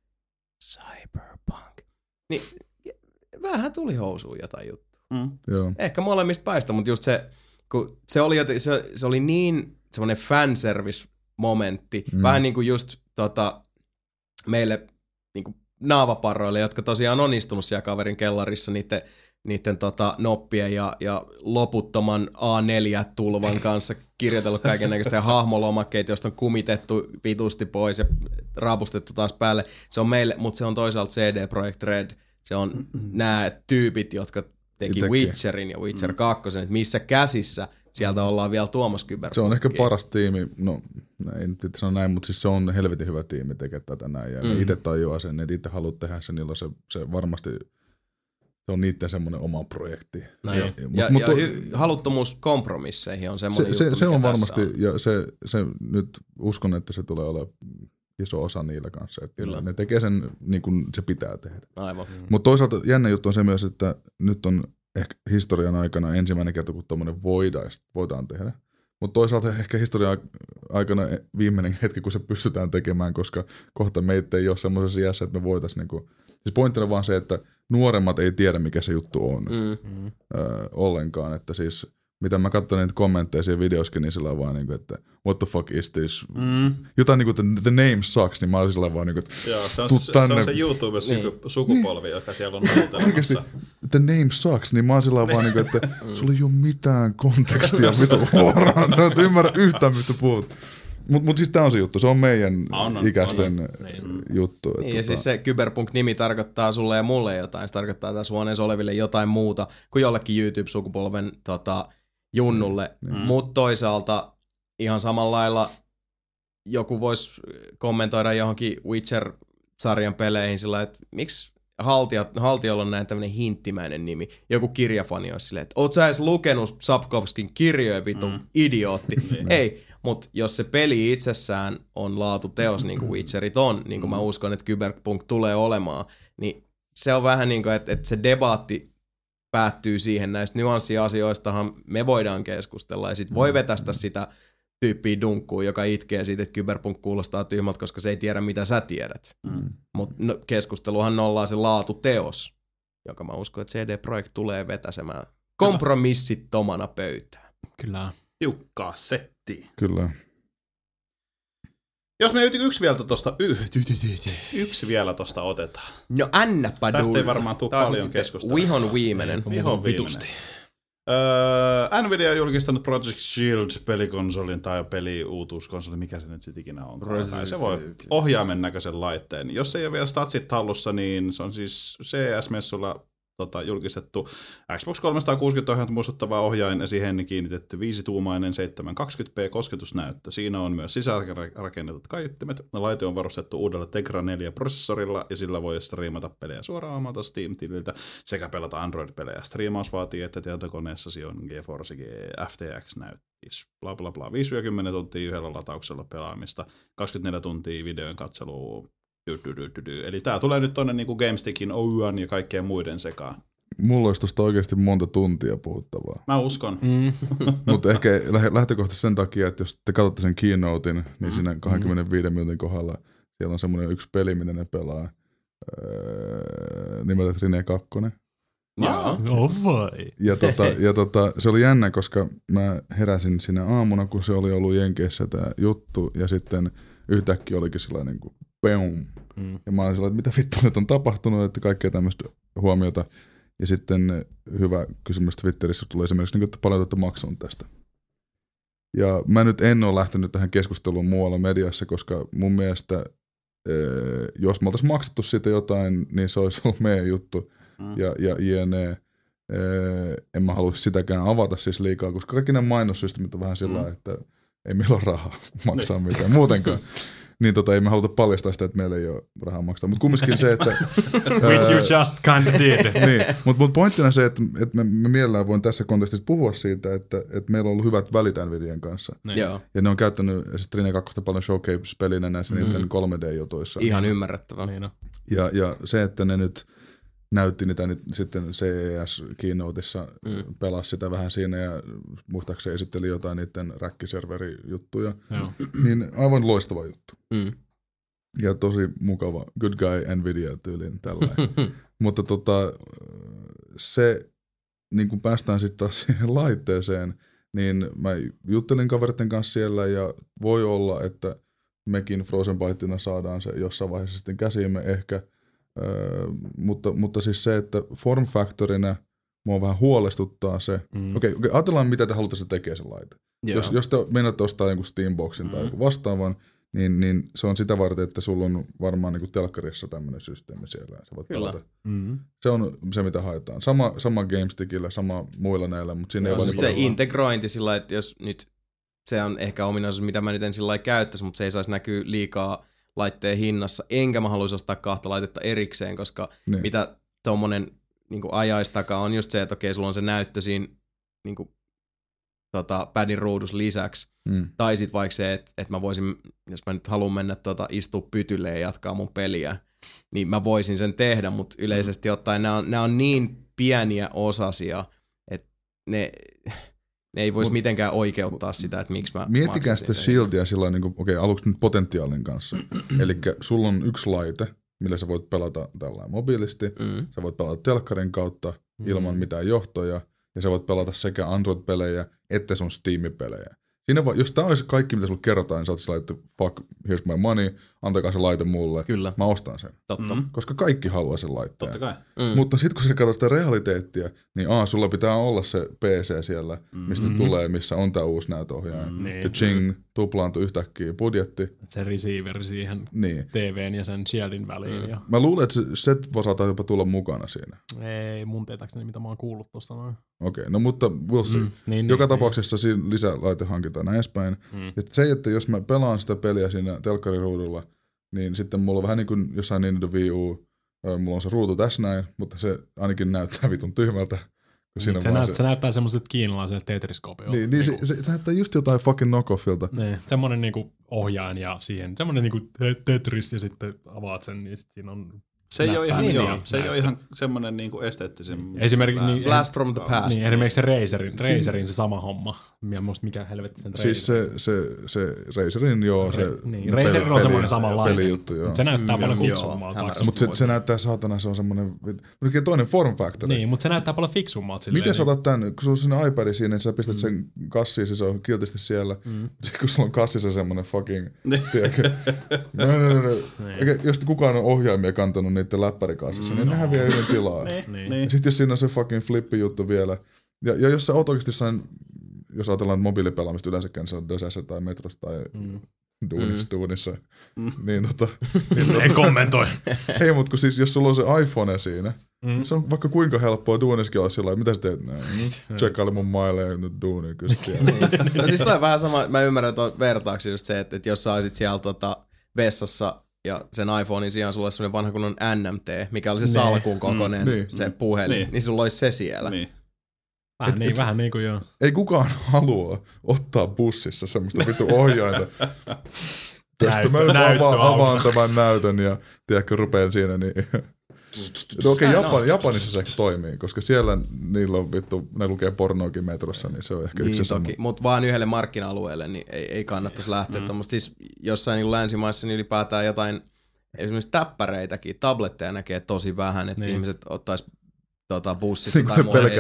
Cyberpunk. Niin vähän tuli housuun jotain juttua. Joo. Ehkä molemmista päistä, mutta just se, kun se oli niin semmoinen fanservice-momentti. Vähän niin kuin just meille niinku naavaparroille, jotka tosiaan on istunut siellä kaverin kellarissa niiden noppien ja loputtoman A4-tulvan kanssa kirjoitellut kaikennäköistä ja hahmolomakkeita, joista on kumitettu vitusti pois ja raapustettu taas päälle. Se on meille, mutta se on toisaalta CD Projekt Red. Se on nämä tyypit, jotka teki Witcherin ja Witcher 2, että missä käsissä sieltä ollaan vielä tuomassa Cyberpunkia. Se on ehkä paras tiimi, no ei nyt sano näin, mutta siis se on helvetin hyvä tiimi tekee tätä näin. Ja ne itse tajuaa sen, että itse haluat tehdä sen, niillä se varmasti se on niiden semmoinen oma projekti. Ja haluttomuus kompromisseihin on semmoinen juttu, se on varmasti, on. ja se nyt uskon, että se tulee olla iso osa niillä kanssa. Että ne tekee sen niin kuin se pitää tehdä. Aivan. Mutta toisaalta jännä juttu on se myös, että nyt on ehkä historian aikana ensimmäinen kerta, kun tuommoinen voidaan tehdä. Mutta toisaalta ehkä historian aikana viimeinen hetki, kun se pystytään tekemään, koska kohta meitä ei ole semmoisessa iässä, että me voitaisiin niinku. Siis pointtina on vaan se, että nuoremmat ei tiedä, mikä se juttu on ollenkaan. Että siis, mitä mä katsoin niitä kommentteja siinä videoskin, niin sillä on vaan niinku, että what the fuck is this? Jotain niinku, the name sucks, niin mä olin sillä vaan niinku, että joo, se on se YouTube-sukupolvi, joka siellä on nautelemassa. The name sucks, niin mä oon sillä vaan niinku, että sulla ei ole mitään kontekstia vitu huoraan. Sä et ymmärrä yhtään, mistä puhut. Mut siis tää on se juttu, se on meidän ikäisten juttu. Niin, ja siis se Cyberpunk-nimi tarkoittaa sulle ja mulle jotain, se tarkoittaa tässä huoneessa oleville jotain muuta kuin jollekin YouTube-sukupolven junnulle. Mutta toisaalta ihan samalla lailla joku voisi kommentoida johonkin Witcher-sarjan peleihin sillä, että miksi Haltiolla on näin tämmönen hinttimäinen nimi. Joku kirjafani olisi silleen, että oot sä edes lukenut Sapkowskin kirjoja, vitu idiootti. Ei, mutta jos se peli itsessään on laatuteos, niin kuin Witcherit on, niin kuin mä uskon, että Cyberpunk tulee olemaan, niin se on vähän niin kuin, että se debatti päättyy siihen, näistä nyanssiasioistahan me voidaan keskustella, ja sit voi vetästä sitä tyyppiä dunkkuun, joka itkee siitä, että Cyberpunk kuulostaa tyhmältä, koska se ei tiedä, mitä sä tiedät. Mutta keskusteluhan nollaa se laatuteos, joka mä uskon, että CD Projekt tulee vetäsemään kompromissittomana pöytään. Kyllä. Tiukkaa settiä. Kyllä. Jos me yksi vielä tosta otetaan. No annappa tästä ei varmaan tule paljon keskustelua. Vihon viimeinen. Vitusti. Nvidia on julkistanut Project Shield-pelikonsolin tai peliuutuuskonsoli, mikä se nyt sitten ikinä on. Se voi ohjaimen näköisen laitteen. Jos ei ole vielä statsit hallussa, niin se on siis CS-messulla julkistettu Xbox 360 ohjainta muistuttava ohjain ja siihen kiinnitetty 5-tuumainen 720p kosketusnäyttö. Siinä on myös sisäänrakennetut kaiuttimet. Laite on varustettu uudella Tegra 4-prosessorilla ja sillä voi striimata pelejä suoraan omalta Steam-tililtä sekä pelata Android-pelejä. Striimaus vaatii, että tietokoneessasi on GeForce FTX-näyttis. Bla bla bla. 5-10 tuntia yhdellä latauksella pelaamista, 24 tuntia videon katselua. Eli tää tulee nyt tonne niinku GameStickin, OUAN ja kaikkien muiden sekaan. Mulla olisi tosta oikeasti monta tuntia puhuttavaa. Mä uskon. Mutta ehkä lähtökohtaisesti sen takia, että jos te katsotte sen keynotein, niin siinä 25 minuutin kohdalla siellä on semmoinen yksi peli, mitä ne pelaa nimeltä Trine 2. No vai. Ja se oli jännä, koska mä heräsin siinä aamuna, kun se oli ollut Jenkeissä tää juttu, ja sitten yhtäkkiä olikin sellainen niin kuin peum. Ja mä olin sellainen, että mitä vittu nyt on tapahtunut, että kaikkea tämmöistä huomiota. Ja sitten hyvä kysymys Twitterissä tuli esimerkiksi, että paljon olette maksanut tästä. Ja mä nyt en ole lähtenyt tähän keskusteluun muualla mediassa, koska mun mielestä jos me oltaisiin maksettu siitä jotain, niin se olisi ollut meidän juttu. Ja jne. En mä halua sitäkään avata siis liikaa, koska kaikki nämä mainossysteemit on vähän sillä että ei meillä ole rahaa maksaa mitään muutenkaan. Niin ei me haluta paljastaa sitä, että meillä ei ole rahaa maksaa. Mutta kumminkin se, että which you just kind of did. Niin, mutta pointtina se, että me mielellään voin tässä kontekstissa puhua siitä, että meillä on ollut hyvät välit Nvidian kanssa. Ja ne on käyttänyt Trine 2 paljon showcase-pelinä näissä niiden 3D-jutuissa. Ihan ymmärrettävää. Ja se, että ne nyt näytti niitä nyt sitten CES-keynoteissa, pelasi sitä vähän siinä ja muistaakseni esitteli jotain niiden räkkiserverijuttuja. Niin aivan loistava juttu. Ja tosi mukava, good guy Nvidia tyyliin tällainen. Mutta se, niin kun päästään sitten taas siihen laitteeseen, niin mä juttelin kaveritten kanssa siellä ja voi olla, että mekin Frozen Byteina saadaan se jossain vaiheessa sitten käsiimme ehkä. Mutta siis se, että form factorina mua vähän huolestuttaa se. Okei, ajatellaan mitä te haluatte se tekee se laite. Jos te meinaatte ostaa jonkun Steamboxin tai joku vastaavan, niin se on sitä varten, että sulla on varmaan niin kuin telkkarissa tämmöinen systeemi siellä. Sä voit pelata. Se on se, mitä haetaan. Sama GameStickillä, sama muilla näillä, mutta siinä ei ole se integrointi sillä, että jos nyt se on ehkä ominaisuus, mitä mä nyt en sillä käyttäisi, mutta se ei saisi näkyä liikaa laitteen hinnassa, enkä mä haluaisi ostaa 2 laitetta erikseen, koska mitä tommonen niin ajaisi takaa on just se, että okei, sulla on se näyttö siinä niin kuin, padin ruudus lisäksi. Tai sit vaikka se, että mä voisin, jos mä nyt haluan mennä istua pytylle ja jatkaa mun peliä, niin mä voisin sen tehdä, mutta yleisesti ottaen nämä on niin pieniä osasia, että ne ei voisi mitenkään oikeuttaa sitä, että miksi mä miettikää sitä Shieldia sillä niin okei, aluksi nyt potentiaalin kanssa. Elikkä sulla on yksi laite, millä sä voit pelata tällainen mobiilisti, sä voit pelata telkkarin kautta ilman mitään johtoja, ja sä voit pelata sekä Android-pelejä että sun Steam-pelejä. Siinä jos tää olisi kaikki, mitä sulle kerrotaan, niin sä oot sillä, että fuck, here's my money, antakaa se laite mulle, Kyllä. Mä ostan sen. Totta. Koska kaikki haluaa sen laitteen. Totta kai. Mutta sitten kun sä katsot sitä realiteettia, niin sulla pitää olla se PC siellä, mistä se tulee, missä on tää uusi näytöohjaaja. Ja ching, tuplaantui yhtäkkiä budjetti. Se receiver siihen TVn ja sen Shieldin väliin. Ja... Mä luulen, että se saattaa jopa tulla mukana siinä. Ei mun tietääkseni, mitä mä oon kuullut tosta noin. Okei, no mutta we'll see. Joka tapauksessa siinä lisälaite hankitaan näin edespäin. Että se, että jos mä pelaan sitä peliä siinä telkkariruudulla, niin sitten mulla on vähän niin kuin jossain Nintendo Wii U, mulla on se ruutu tässä näin, mutta se ainakin näyttää vitun tyhmältä. Se näyttää semmoiset kiinalaiset Tetris-kopioilta. Niin se näyttää just jotain fucking knockoffilta. Niin, semmonen niinku ohjaajan ja siihen, semmonen niinku Tetris ja sitten avaat sen, niin sit siinä on... Se ei ole ihan semmoinen niinku esteettisen. Esimerkiksi niin, Blast from the past. Niin, esimerkiksi se Razerin se sama homma. Mikä helvetti sen Razerin. Siis se Razerin Razerin on semmoinen samanlainen. Pelijuttu, joo. Se näyttää paljon fiksummalta. Mutta se näyttää saatana, se on semmoinen toinen form factor. Niin, mutta se näyttää paljon fiksummalta. Miten sä otat tän, kun sulla on sinne iPad siinä, niin sä pistät sen kassiin, se on kiltisti siellä. Sitten kun sulla on kassissa semmoinen fucking, tiedätkö? Jos kukaan on ohjaimia kantanut niiden läppärikassissa, niin ne häviää yhden tilaa. Sitten jos siinä on se fucking flippi-juttu vielä. Ja jos sä oot oikeasti jossain, jos ajatellaan mobiilipelaamista yleensäkään, se on Dösässä tai Metrossa tai duunissa. Niin en kommentoi. Ei, mutta kun siis jos sulla on se iPhone siinä, se on vaikka kuinka helppoa duuniskin olla sillä, mitä sä teet näin? Tsekkaile mun maileja nyt duunia kyllä siellä. No siis toi on vähän sama, mä ymmärrän tuon vertaaksi just se, että jos sä olisit siellä vessassa ja sen iPhonein sijaan sulla olisi sellainen vanha kunnon NMT, mikä oli se salkun kokoinen se puhelin, niin sulla olisi se siellä. Vähän niin kuin joo. Ei kukaan halua ottaa bussissa semmoista vittu ohjainta. Tästä mä avaan tämän näytön ja tiedätkö rupeen siinä niin... No okei, Japanissa se toimii, koska siellä niillä on vittu, ne lukee pornoakin metrossa, niin se on ehkä yksi toki, mutta vaan yhdelle markkina-alueelle niin ei kannattaisi lähteä. Mutta siis jossain niin länsimaissa niin ylipäätään jotain, esimerkiksi täppäreitäkin, tabletteja näkee tosi vähän, että ihmiset ottais bussissa tai muualla.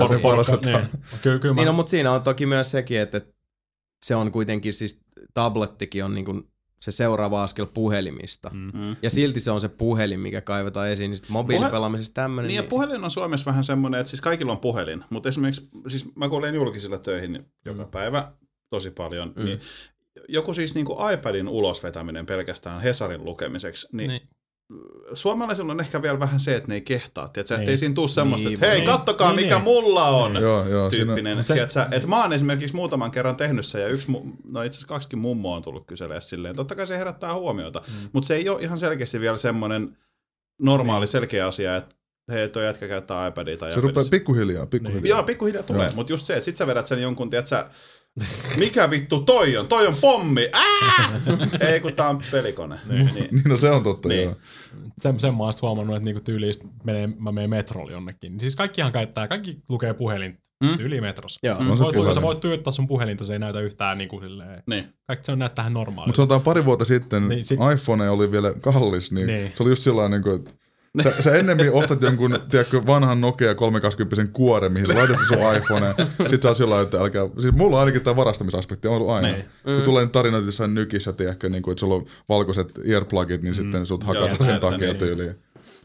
Niin no, mutta siinä on toki myös sekin, että se on kuitenkin siis tablettikin on niin kuin se seuraava askel puhelimista. Ja silti se on se puhelin, mikä kaivetaan esiin. Niin mobiilipelaamisessa tämmöinen. Niin ja puhelin on Suomessa vähän semmoinen, että siis kaikilla on puhelin. Mutta esimerkiksi, siis mä kun olen julkisilla töihin joka päivä tosi paljon, niin joku siis niin kuin iPadin ulosvetäminen pelkästään Hesarin lukemiseksi, niin suomalaisilla on ehkä vielä vähän se, että ne ei kehtaa. Tiedätkö, ettei siinä tule semmoista, että hei, kattokaa mikä mulla on tyyppinen. Että mä oon esimerkiksi muutaman kerran tehnyt sen ja itse asiassa 2 mummoa on tullut kyselemään silleen. Totta kai se herättää huomiota, mutta se ei ole ihan selkeästi vielä semmoinen normaali selkeä asia, että hei, toi jätkä käyttää iPadia tai se rupeaa pikkuhiljaa. Joo, pikkuhiljaa tulee, mutta just se, että sit sä vedät sen jonkun, tiedätkö, mikä vittu toi on? Toi on pommi! Ei, kun tää on pelikone. Niin, no se on totta, joo. Sen mä oon huomannut, että niinku tyyliin mä menen metrolle jonnekin. Siis kaikki lukee puhelin tyyliin metrossa. Sä voit tuijottaa sun puhelinta, se ei näytä yhtään niinku silleen. Kaikki se näyttää ihan normaalia. Mutta sanotaan pari vuotta sitten iPhone oli vielä kallis, niin se oli just sellainen, että Sä ennemmin ostat jonkun, tiedätkö, vanhan Nokia 320 kuoren, mihin sä laitat sun iPhone. Sit sä oot sillä että älkää... Siis mulla on ainakin tää varastamisaspekti on ollut aina. Kun tulee tarinoita jossain nykissä, tiedätkö, niin kuin, että sulla on valkoiset earplugit, niin sitten sut hakataan sen takia tyyliin.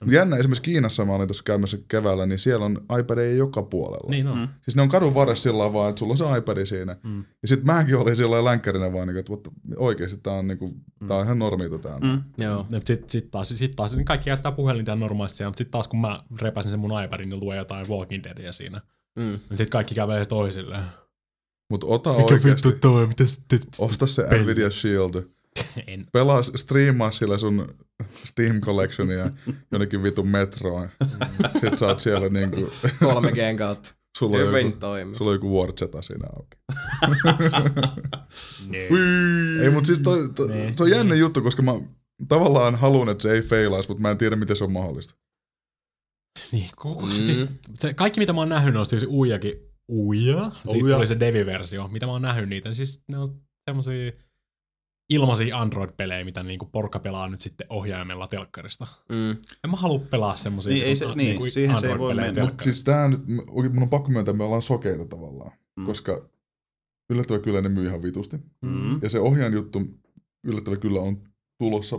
Jännä, esimerkiksi Kiinassa mä olin tuossa käymässä keväällä, niin siellä on iPadeja joka puolella. Niin on. Siis ne on kadun varressa sillä vaan, että sulla on se iPad siinä. Ja sit mäkin olin sillä länkkärinä vaan, että oikeesti tää on, tää on ihan normita tää. Joo. Sit taas niin kaikki käyttää puhelinta normaalisti siellä, mutta sit taas kun mä repäsin sen mun iPadin, niin lue jotain Walking Deadia siinä. Niin sit kaikki kävelee toisilleen. Mut ota oikeesti. Toi? Osta se Nvidia Shield. En. Pelaa, striimaa sillä sun Steam Collectionia jonnekin vitun metroon. Sit sä oot siellä niinku... 3G:n kautta. Sulla on joku Warcheta siinä auki. Ei, mut siis se on jännä juttu, koska mä tavallaan haluan, että se ei feilaisi, mutta mä en tiedä, miten se on mahdollista. Niin, siis kaikki mitä mä oon nähnyt on siis Uija? Siitä tuli se Devi-versio. Mitä mä oon nähnyt niitä, niin siis ne on semmosia ilmaisia Android-pelejä, mitä niinku porukka pelaa nyt sitten ohjaimella telkkarista. En mä halua pelaa semmosia niin, siihen se ei voi mennä. Mut siis tää nyt, mun on pakko myöntää, me ollaan sokeita tavallaan, koska yllättävän kyllä ne myy ihan vitusti. Ja se ohjaan juttu yllättävän kyllä on tulossa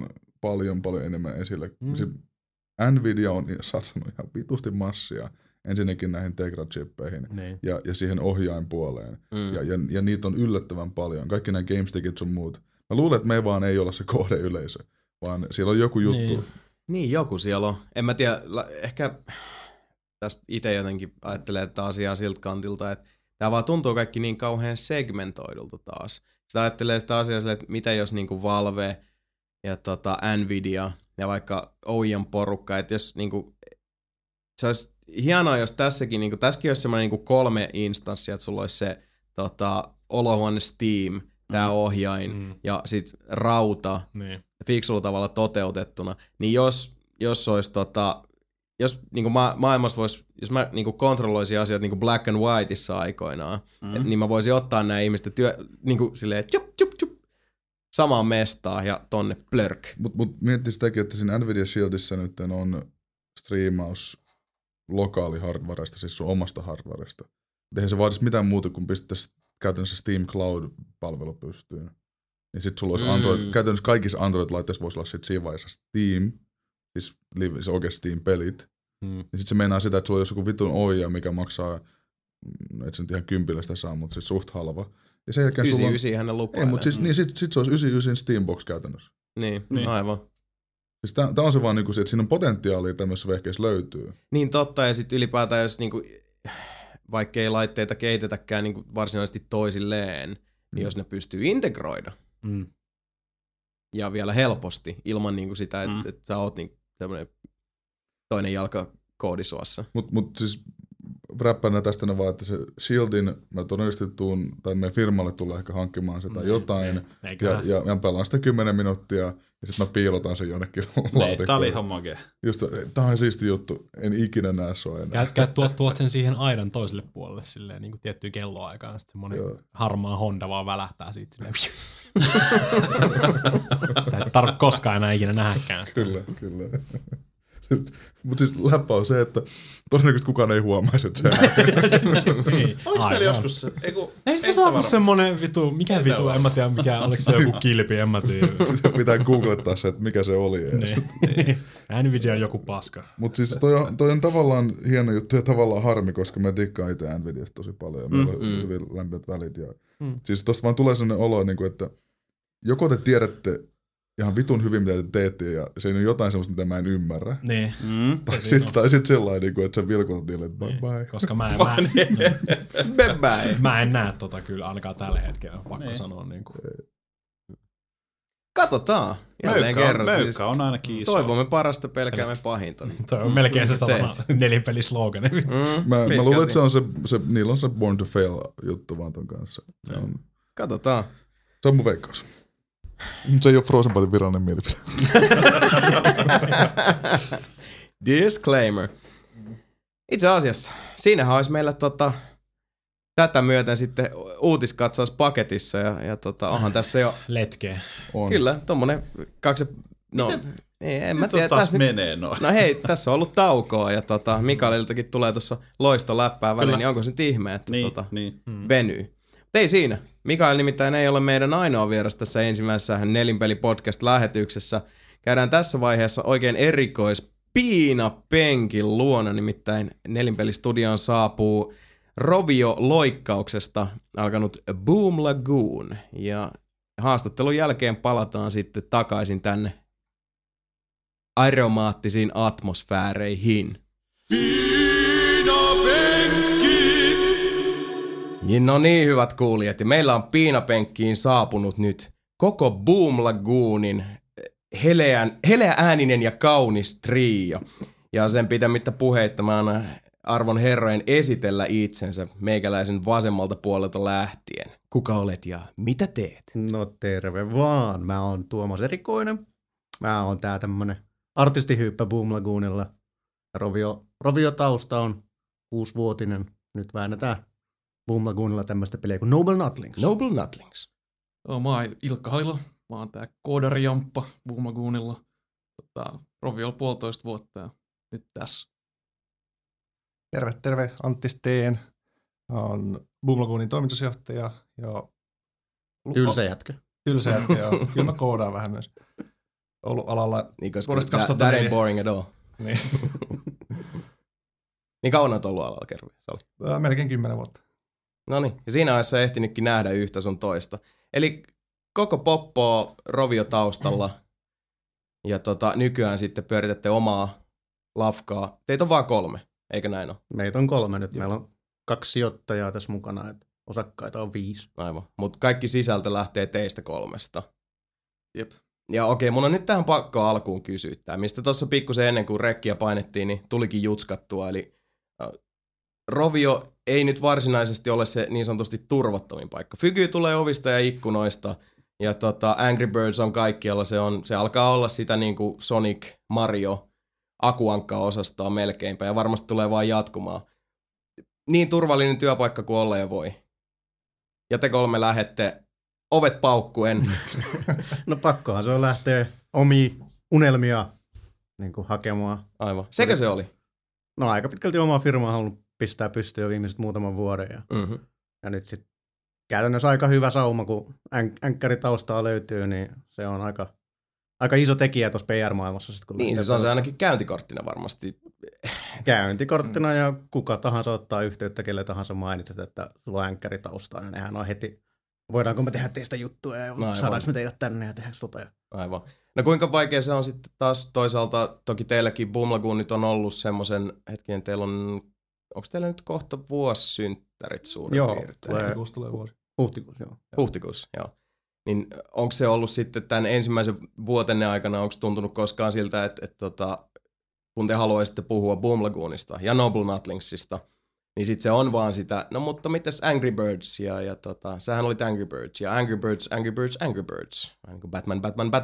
paljon enemmän esille. Se Nvidia on satsannut ihan vitusti massia ensinnäkin näihin Tegra-chippeihin ja siihen ohjainpuoleen. Ja niitä on yllättävän paljon. Kaikki nämä GameStickit sun muut. Mä luulen, että me vaan ei olla se kohdeyleisö, vaan siellä on joku juttu. Niin, joku siellä on. En mä tiedä, ehkä tässä itse jotenkin ajattelee tätä asiaa siltä kantilta, että tää vaan tuntuu kaikki niin kauhean segmentoidulta taas. Sitä ajattelee sitä asiaa silleen, että mitä jos niinku Valve ja Nvidia ja vaikka OEM porukka, että jos niinku, se olisi hienoa, jos tässäkin olisi semmoinen niinku 3 instanssia, että sulla olisi se olohuone Steam, tää ohjain ja sit rauta fiksulla tavalla toteutettuna, niin jos olisi jos niinku maailmassa voisi, jos mä niinku kontrolloisin asioita niinku Black and Whiteissa aikoinaan, niin mä voisin ottaa nämä ihmisten niinku silleen chup samaan mestaan ja tonne plörk. Mut miettii sitäkin, että siinä Nvidia Shieldissä nyt on striimaus lokaali hardwaresta, siis sun omasta hardwaresta. Eihän se vaatisi mitään muuta kuin pistettäisiin käytännössä Steam Cloud-palvelu pystyyn. Niin sit sulla olisi Android, käytännössä kaikissa Android-laitteissa voisi olla sit siinä vaiheessa Steam, siis se oikeasti Steam-pelit. Niin sit se meinaa sitä, että sulla on joku vitun ohjaa, mikä maksaa, et se nyt ihan 10 sitä saa, mutta siis suht halva. Ja sen jälkeen 99 hänen lupailee. Ei, mutta siis, niin sit se olisi 99 Steambox käytännössä. Niin, aivan. Siis tää on se vaan niinku se, että siinä on potentiaalia tämmöisessä vehkeissä löytyy. Niin totta, ja sitten ylipäätään jos niinku, vaikkei laitteita kehitetäkään niinku varsinaisesti toisilleen, niin jos ne pystyy integroida ja vielä helposti ilman niinku sitä, että et sä oot niinku tämmönen toinen jalka koodisuossa. Mut siis räppänä tästä vaan, että se Shieldin mä todennäköisesti tuun, tai meidän firmalle tulee ehkä hankkimaan sitä jotain, ja pelaan sitä 10 minuuttia, ja sitten mä piilotan sen jonnekin laatikkoon. Tää oli homogeen. Just, tää on siisti juttu, en ikinä näe sua enää. Tuot sen siihen aidan toiselle puolelle silleen, niin kuin tiettyyn kelloaikaan, sitten semmonen harmaa Honda vaan välähtää siitä silleen. Sä et tarvitse koskaan enää ikinä nähdäkään sitä. Kyllä. Mutta siis läppä on se, että todennäköisesti kukaan ei huomaisi, että se oliko meillä joskus se? Ei se saatu semmonen vitu, mikä vitu, en mä tiedä mikä, oliko se joku kilpi, en mä tiedä. Pitää googlettaa se, että mikä se oli. Nvidia on joku paska. Mutta siis toi on tavallaan hieno juttu ja tavallaan harmi, koska mä dikkaan itse Nvidiasta tosi paljon ja meillä on hyvin lämpimät välit. Siis tosta vaan tulee sellainen olo, että joko te tiedätte ihan vitun hyvin, mitä te teette, ja se on jotain semmoista, mitä mä en ymmärrä. Niin. Tai sit sellainen, että sä vilkutat niille, että bye bye. Koska mä en näe tota kyllä ainakaan tällä hetkellä, pakko sanoa. Niin kuin. Katsotaan. Jälleen kerran. Möykkä on ainakin iso. Toivomme parasta, pelkäämme pahinta. Toi on melkein se 4 peli slogani. Mä luulen, että niillä on se Born to Fail juttu vaan ton kanssa. Katsotaan. Se on mun veikkaus. Se ei ole Frozen Byten virallinen mielipide. Disclaimer. Itse asiassa, siinähän olisi meillä tätä myöten sitten uutiskatsaus paketissa ja onhan tässä jo... Letkeä. On. Kyllä, tommonen 2... No, en mä tiedä. Taas menee no hei, tässä on ollut taukoa ja Mikaeliltakin tulee tuossa loista läppää väliin, niin onko se ihme, että venyy. Ei siinä. Mikael nimittäin ei ole meidän ainoa vieras tässä ensimmäisessä Nelinpeli podcast-lähetyksessä. Käydään tässä vaiheessa oikein Piinapenkin luona, nimittäin Nelinpelistudioon saapuu Rovio-loikkauksesta alkanut Boom Lagoon. Ja haastattelun jälkeen palataan sitten takaisin tänne aromaattisiin atmosfääreihin. No niin, hyvät kuulijat, ja meillä on Piinapenkkiin saapunut nyt koko Boom Lagoonin heleä ääninen ja kaunis trio. Ja sen pitämättä puheitta mä annan arvon herrojen esitellä itsensä meikäläisen vasemmalta puolelta lähtien. Kuka olet ja mitä teet? No terve vaan, mä oon Tuomas Erikoinen. Mä oon tää tämmönen artistihyyppä Boom Lagoonilla. Rovio tausta on 6-vuotinen. Nyt väännetään Boom Lagoonilla tämmöistä peliä kuin Noble Notlings. Noble Notlings. Mä oon Ilkka Halila. Mä oon tää koodarijamppa Boom Lagoonilla. Roviolla 1,5 vuotta ja nyt tässä. Terve, Antti Steen. Oon Boom Lagoonin toimitusjohtaja ja Tylsä jätkä. Joo. Kyllä mä koodaan vähän myös. Ollut alalla Niin, koska vuodesta that 2004. ain't boring at all. Niin. Niin kauan olet ollut alalla, kerran? Melkein 10 vuotta. Noniin, ja siinä ajassa ehtinytkin nähdä yhtä sun toista. Eli koko poppo Rovio taustalla. Ja nykyään sitten pyöritätte omaa lafkaa. Teitä on vaan 3, eikö näin ole? Meitä on 3 nyt. Meillä on 2 sijoittajaa tässä mukana, että osakkaita on 5. Aivan. Mutta kaikki sisältö lähtee teistä 3. Jep. Ja okei, mun on nyt tähän pakko alkuun kysyttää, mistä tuossa pikkusen ennen kuin rekkiä painettiin, niin tulikin jutskattua. Eli Rovio ei nyt varsinaisesti ole se niin sanotusti turvattomin paikka. Fygy tulee ovista ja ikkunoista, ja Angry Birds on kaikkialla. Se alkaa olla sitä niinku Sonic, Mario, Akuankka-osastoa melkeinpä, ja varmasti tulee vaan jatkumaan. Niin turvallinen työpaikka kuin olla ja voi. Ja te 3 lähette ovet paukkuen. No pakkohan se on lähteä omia unelmia niin kuin hakemaan. Aivan. Sekö se oli? No aika pitkälti omaa firmaa on halunnut pistää pystyyn jo viimeiset muutaman vuoden. Ja nyt sitten käytännössä aika hyvä sauma, kun änkkäritaustaa löytyy, niin se on aika iso tekijä tuossa PR-maailmassa. Sit, kun niin, se on se ainakin käyntikorttina varmasti. Käyntikorttina ja kuka tahansa ottaa yhteyttä, kelle tahansa mainitset, että sulla on änkkäritaustaa, niin nehän on heti, voidaanko me tehdä teistä juttuja ja saadaanko me teidät tänne ja tehdä tota. Aivan. No kuinka vaikea se on sitten taas toisaalta, toki teilläkin Boom Lagoon nyt on ollut semmoisen hetken, teillä onko teillä nyt kohta vuosisynttärit suurin piirtein? Joo, huhtikuussa tulee vuosi. Huhtikuussa, joo. Niin onko se ollut sitten tämän ensimmäisen vuotenne aikana, onko tuntunut koskaan siltä, että kun te haluaisitte puhua Boom Lagoonista ja Noble Notlingsista, niin sitten se on vaan sitä, no mutta mitäs Angry Birds ja sähän olit Angry Birds ja Angry Birds. Batman.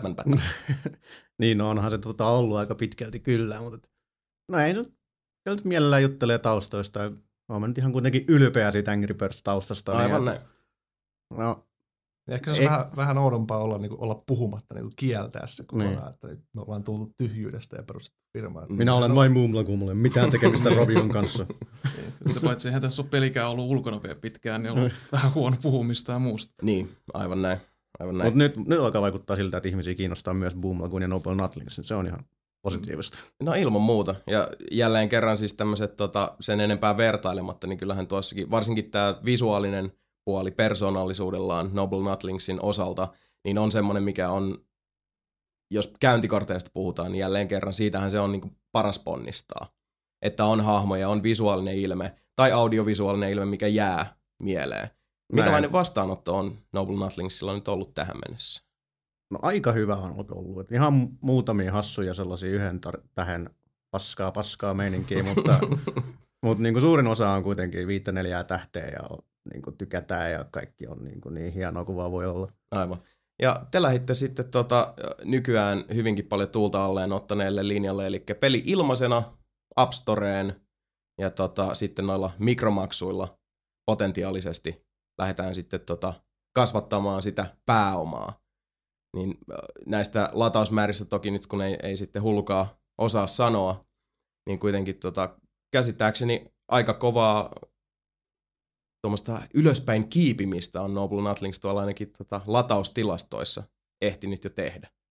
Niin, no onhan se ollut aika pitkälti kyllä, mutta no ei nyt mielellään juttelee taustoista. Olen nyt ihan kuitenkin ylpeä siitä Angry Birds taustasta. Aivan näin. No, ehkä se on vähän oudompaa olla puhumatta, kieltää se kokonaan, että me ollaan tullut tyhjyydestä ja perustettu firmaa. Minä olen vain Boom Lagoon, mulla ei mitään tekemistä Rovion kanssa. Sitä paitsi eihän tässä ole pelikään ollut ulkona vielä pitkään, niin on ollut vähän huono puhumista ja muusta. Niin, aivan näin. Mutta nyt alkaa vaikuttaa siltä, että ihmisiä kiinnostaa myös Boom Lagoon ja Noble Notlings. Se on ihan positiivista. No ilman muuta. Ja jälleen kerran siis tämmöiset sen enempää vertailematta, niin kyllähän tuossakin, varsinkin tämä visuaalinen puoli persoonallisuudellaan Noble Notlingsin osalta, niin on semmoinen, mikä on, jos käyntikorteista puhutaan, niin jälleen kerran siitähän se on niin kuin paras ponnistaa. Että on hahmoja, on visuaalinen ilme tai audiovisuaalinen ilme, mikä jää mieleen. Minkälainen vastaanotto on Noble Notlingsilla nyt ollut tähän mennessä? No aika hyvä on ollut. Ihan muutamia hassuja sellaisia yhden tähän paskaa meininkiä, mutta niin kuin suurin osa on kuitenkin 5-4 tähteä ja niin kuin tykätään ja kaikki on niin hienoa kuin vaan voi olla. Aivan. Ja te lähditte sitten nykyään hyvinkin paljon tuulta alleen ottaneelle linjalle, eli peli ilmaisena App Storeen ja sitten noilla mikromaksuilla potentiaalisesti lähdetään sitten kasvattamaan sitä pääomaa. Niin näistä latausmääristä toki nyt kun ei sitten hullukaan osaa sanoa, niin kuitenkin käsittääkseni aika kovaa tuommoista ylöspäin kiipimistä on Noble Notlings tuolla ainakin lataustilastoissa ehtinyt jo tehdä.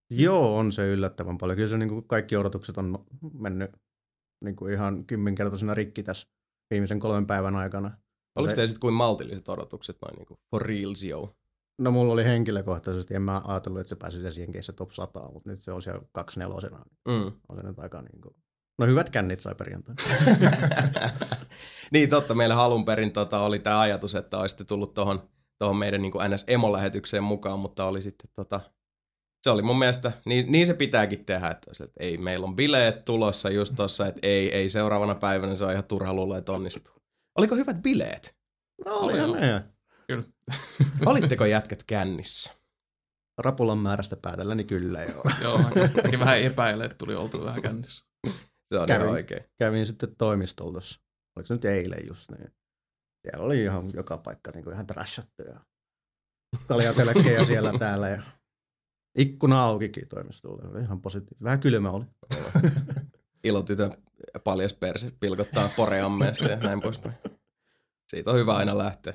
Joo, on se yllättävän paljon. Kyllä se niin kuin kaikki odotukset on mennyt niin kuin ihan 10-kertaisena rikki tässä viimeisen 3 päivän aikana. Oliko teillä sitten kuin maltilliset odotukset noin niin kuin for reals, yo? No mulla oli henkilökohtaisesti, en mä ajatellut, että se pääsisi edes jenkeissä top 100, mutta nyt se on siellä 24. On se nyt aika niin kuin... No hyvät kännit sai perjantaina. Niin totta, meillä alun perin oli tämä ajatus, että olisitte tullut tuohon meidän niin kuin NS-emo-lähetykseen mukaan, mutta oli sitten se oli mun mielestä, niin se pitääkin tehdä, että ei, meillä on bileet tulossa just tossa, että ei seuraavana päivänä, se on ihan turha luulla, että onnistuu. Oliko hyvät bileet? No oli ne. Kyllä. Olitteko jätkät kännissä? Rapulan määrästä päätellä, niin kyllä joo. Joo, mäkin vähän epäilen, että tuli oltu vähän kännissä. Se on ihan oikein. Kävin sitten toimistolla tuossa. Oliko se nyt eilen just niin? Siellä oli ihan joka paikka niin kuin ihan trashattu ja kaljatelekkeja siellä täällä ja ikkuna aukikin toimistolla. Oli ihan positiivista. Vähän kylmä oli. Ilotytön paljas perse pilkottaa poreammeesta ja näin poispäin. Siitä on hyvä aina lähteä.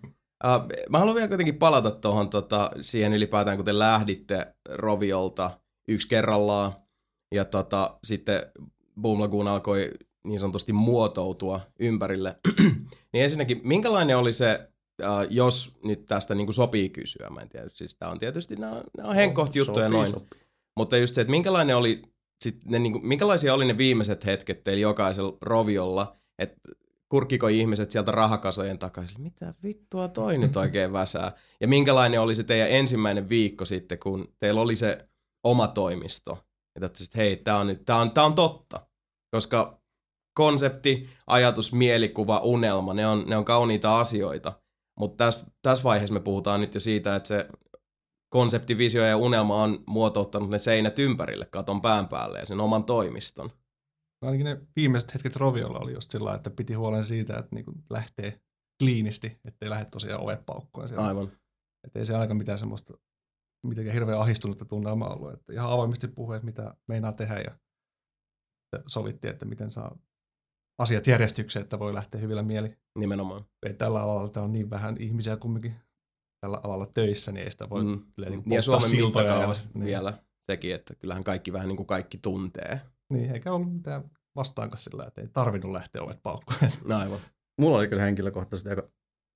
Mä haluan vielä kuitenkin palata tuohon siihen ylipäätään, kun te lähditte Roviolta yksi kerrallaan ja sitten Boom Lagoon alkoi niin sanotusti muotoutua ympärille. Niin ensinnäkin, minkälainen oli se, jos nyt tästä niin kuin sopii kysyä, mä en tiedä, siis tää on tietysti, nämä on henkkoht juttuja noin. Sopii. Mutta just se, että minkälainen oli, minkälaisia oli ne viimeiset hetket teillä jokaisella Roviolla, että kurkkiko ihmiset sieltä rahakasojen takaisin, mitä vittua toi nyt oikein väsää? Ja minkälainen oli se teidän ensimmäinen viikko sitten, kun teillä oli se oma toimisto? Ja että hei, tää on totta. Koska konsepti, ajatus, mielikuva, unelma, ne on kauniita asioita. Mutta tässä vaiheessa me puhutaan nyt jo siitä, että se konsepti, visio ja unelma on muotouttanut ne seinät ympärille, katon pään päälle ja sen oman toimiston. Ainakin ne viimeiset hetket Roviolla oli just sillä, että piti huolen siitä, että niinku lähtee kliinisti, ettei lähde tosiaan ovet paukkoon siellä. Aivan. Että ei se aika mitään semmoista, mitenkään hirveän ahdistunutta tunnelmaa ollut. Että ihan avoimesti puhui, että mitä meinaa tehdä ja sovittiin, että miten saa asiat järjestykseen, että voi lähteä hyvillä mieli. Nimenomaan. Ei tällä alalla on niin vähän ihmisiä kumminkin tällä alalla töissä, niin ei sitä voi ja Suomen mittakaavassa vielä sekin, että kyllähän kaikki vähän niin kuin kaikki tuntee. Niin, eikä ollut mitään vastaankaan sillä, että ei tarvinnut lähteä ovet paukkoon. No aivan. Mulla oli kyllä henkilökohtaisesti aika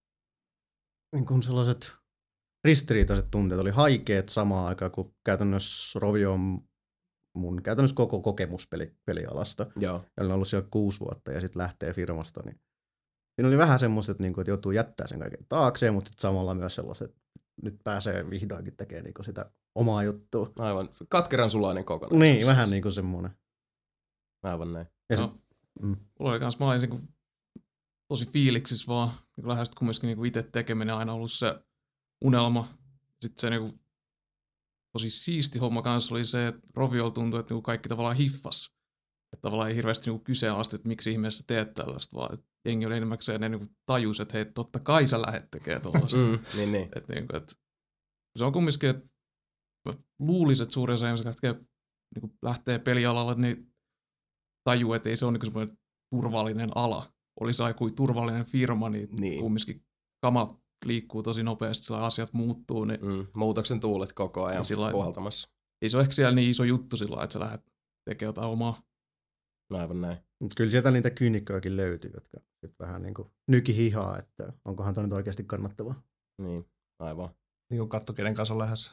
niin kuin sellaiset ristiriitaiset tunteet. Oli haikeet samaan aikaan, kun käytännössä Rovio on mun käytännössä koko kokemus pelialasta. Joo. Ja olen ollut siellä 6 vuotta ja sitten lähtee firmasta. Niin siinä oli vähän semmoista, että joutuu jättämään sen kaiken taakseen, mutta samalla myös sellaiset, että nyt pääsee vihdoinkin tekemään sitä omaa juttua. Aivan. Katkeran sulainen kokonaisuus. Niin, vähän niin kuin semmoinen. Aivan näin. Mulla oli kans, mä olin tosi fiiliksissä vaan, niin lähes kumminkin niin itse tekeminen aina ollut se unelma. Sitten se niin tosi siisti homma kanssa oli se, että Roviolla tuntui, että niin kaikki tavallaan hiffas. Että tavallaan ei hirveästi niin kyseenalaista, että miksi ihmeessä teet tällaista, vaan että jengi oli enimmäkseen ne niin tajus, että hei, totta kai sä lähdet tekemään tuollaista. Niin. Että se on kumminkin, että luulisin, että suurin osa ihmisiä, jotka niin lähtee pelialalle, niin tajuu, että ei se ole niin semmoinen turvallinen ala. Olisi kuin turvallinen firma, niin. Kumminkin kama liikkuu tosi nopeasti, sillä asiat muuttuu. Niin muutoksen tuulet koko ajan puhaltamassa. Ei se ole ehkä siellä niin iso juttu sillä, että sä lähdet tekemään jotain omaa. Aivan näin. Mutta kyllä sieltä niitä kyynikkojakin löytyy, jotka vähän niin kuin nykihihaa, että onkohan toi nyt oikeasti kannattavaa. Niin, aivan. Niin kuin katso, kenen kanssa on lähdössä.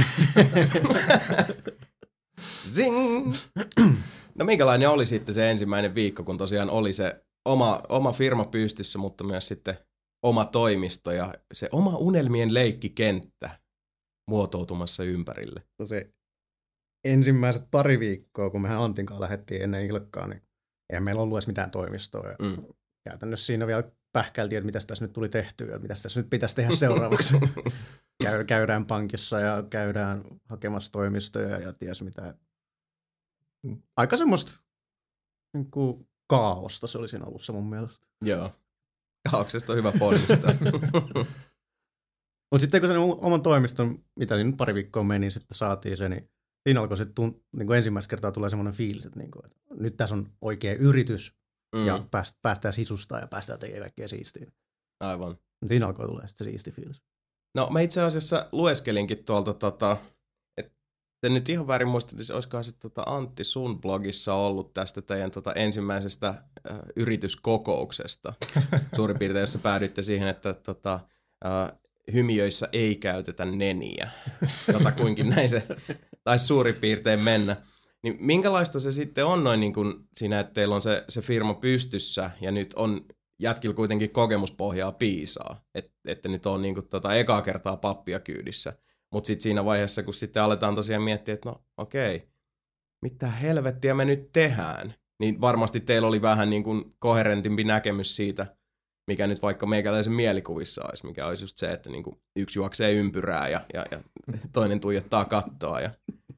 Zing! No minkälainen oli sitten se ensimmäinen viikko, kun tosiaan oli se oma firma pystyssä, mutta myös sitten oma toimisto ja se oma unelmien leikkikenttä muotoutumassa ympärille? No se ensimmäiset pari viikkoa, kun mehän Antin kanssa lähdettiin ennen Ilkkaa, niin eihän meillä ollut edes mitään toimistoa. Ja käytännössä siinä vielä pähkäiltiin, että mitäs tässä nyt tuli tehtyä ja mitäs tässä nyt pitäisi tehdä seuraavaksi. Käydään pankissa ja käydään hakemassa toimistoja ja ties mitä. Aika semmoista niin kuin kaaosta se oli siinä alussa mun mielestä. Joo. Kaauksesta on hyvä ponnistaa. Mutta sitten kun sen oman toimiston, mitä siinä nyt pari viikkoa meni, sitten saatiin se, niin siinä alkoi sitten niin ensimmäistä kertaa tulee semmoinen fiilis, että, niin kuin, että nyt tässä on oikea yritys ja päästään sisustaa ja päästään tekemään kaikkea siistiä. Aivan. Siinä alkoi tulla sitten siisti fiilis. No mä itse asiassa lueskelinkin tuolta, että nyt ihan väärin muista, niin olisikohan se Antti sun blogissa ollut tästä teidän ensimmäisestä yrityskokouksesta. Suurin piirtein, jossa päädyitte siihen, että hymiöissä ei käytetä neniä. Jotakuinkin näin se taisi suurin piirtein mennä. Niin minkälaista se sitten on noin niin kuin siinä, että teillä on se firma pystyssä ja nyt on jätkillä kuitenkin kokemuspohjaa piisaa, että nyt on niin kuin ekaa kertaa pappia kyydissä. Mutta sitten siinä vaiheessa, kun sitten aletaan tosiaan miettiä, että no okei, mitä helvettiä me nyt tehdään, niin varmasti teillä oli vähän niin kuin koherentimpi näkemys siitä, mikä nyt vaikka meikäläisen mielikuvissa olisi, mikä olisi just se, että niin kuin yksi juoksee ympyrää ja toinen tuijottaa kattoa ja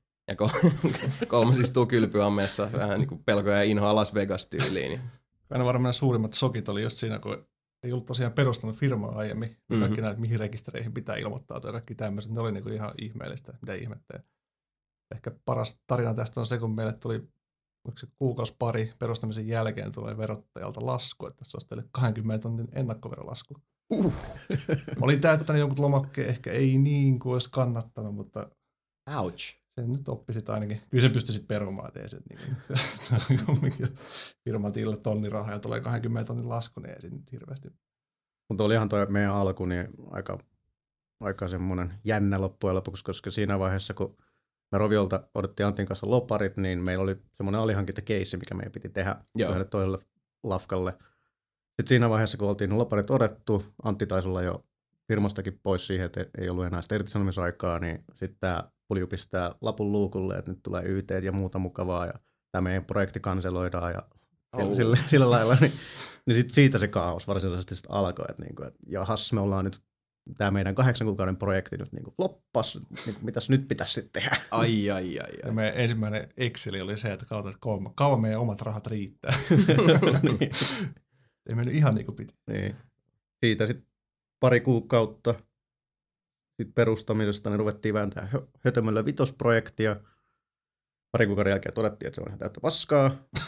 kolmas istuu kylpyammeessa vähän niin kuin pelkoja ja inhoa Las Vegas-tyyliin. Aina varmaan suurimmat sokit oli just siinä, kun ei ollut tosiaan perustanut firmaa aiemmin. Kaikki näitä, mihin rekistereihin pitää ilmoittautua ja kaikki tämmöiset. Ne oli niinku ihan ihmeellistä, mitä ihmettä. Ehkä paras tarina tästä on se, kun meille tuli kuukausi pari perustamisen jälkeen tulee verottajalta lasku, että se olisi teille 20 tonnin ennakkoverolasku. Mä olin täyttänyt jonkun lomakkeen, ehkä ei niin kuin olisi kannattanut, mutta ouch. Sen nyt oppisit ainakin. Kyllä se pystyisit perumaan, että ei se niin firman tilille tonnin rahaa ja tulee 20 tonnin lasku, niin ei se nyt hirveästi. Mutta olihan toi meidän alku niin aika semmoinen jännä loppujen lopuksi, koska siinä vaiheessa, kun me Roviolta odottiin Antin kanssa loparit, niin meillä oli semmoinen alihankintakeissi, mikä meidän piti tehdä yhdelle toiselle lafkalle. Sitten siinä vaiheessa, kun oltiin loparit odottu, Antti taisi olla jo firmastakin pois siihen, että ei ollut enää sitä irtisanomisaikaa, niin sitten tämä Pulju pistää lapun luukulle, että nyt tulee YT ja muuta mukavaa ja tämä meidän projekti kanseloidaan ja sillä lailla, niin sit siitä se kaos varsinaisesti sitten alkoi, että niinku, et jahas, me ollaan nyt, tämä meidän 8 kuukauden projekti nyt niinku floppas, niinku, mitäs nyt pitäisi sitten tehdä? Ai. Ja meidän ensimmäinen Exceli oli se, että kauan meidän omat rahat riittää. Niin. Ei mennyt ihan niin kuin piti. Niin. Siitä sitten pari kuukautta sit perustamisesta niin ruvettiin vääntää hötömöllä vitosprojektia. Pari kuukauden jälkeen todettiin, että se on ihan täyttä paskaa.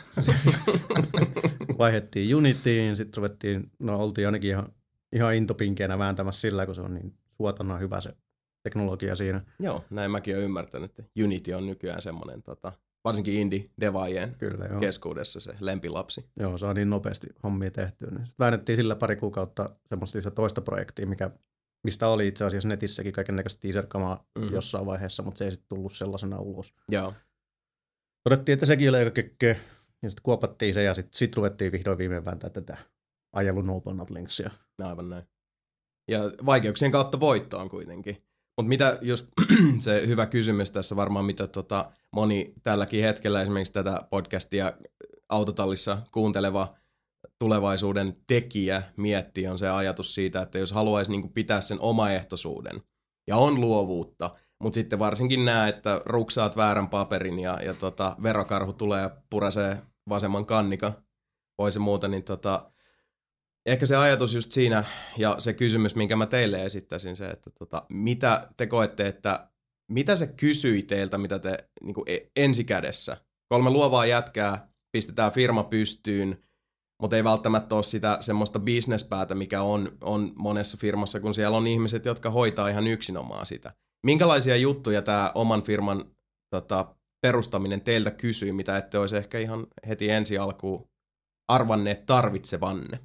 Vaihdettiin Unityin, sitten ruvettiin, oltiin ainakin ihan intopinkeenä vääntämässä sillä, kun se on niin suotannan hyvä se teknologia siinä. Joo, näin mäkin olen ymmärtänyt, että Unity on nykyään semmoinen, varsinkin indie-devaajien keskuudessa se lempilapsi. Joo, saa niin nopeasti hommia tehtyä. Niin sitten väännettiin sillä pari kuukautta semmoista toista projektia, mistä oli itse asiassa netissäkin kaikennäköistä teaser-kamaa jossain vaiheessa, mutta se ei sitten tullut sellaisena ulos. Joo. Todettiin, että sekin oli aika kökkö, ja sitten kuopattiin se, ja sitten ruvettiin vihdoin viimein vääntää tätä ajelun open not linksia. Aivan näin. Ja vaikeuksien kautta voittoon kuitenkin. Mutta mitä just se hyvä kysymys tässä varmaan, mitä moni tälläkin hetkellä esimerkiksi tätä podcastia autotallissa kuunteleva tulevaisuuden tekijä miettii, on se ajatus siitä, että jos haluaisi niinku pitää sen omaehtoisuuden ja on luovuutta, mutta sitten varsinkin nämä, että ruksaat väärän paperin ja verokarhu tulee ja purasee vasemman kannika pois ja muuta, niin ehkä se ajatus just siinä ja se kysymys, minkä mä teille esittäisin se, että mitä te koette, että mitä se kysyi teiltä, mitä te niinku ensikädessä, 3 luovaa jätkää, pistetään firma pystyyn, mutta ei välttämättä ole sitä semmoista bisnespäätä, mikä on monessa firmassa, kun siellä on ihmiset, jotka hoitaa ihan yksinomaan sitä. Minkälaisia juttuja tämä oman firman perustaminen teiltä kysyi, mitä ette olisi ehkä ihan heti ensi alkuun arvanneet tarvitsevanne?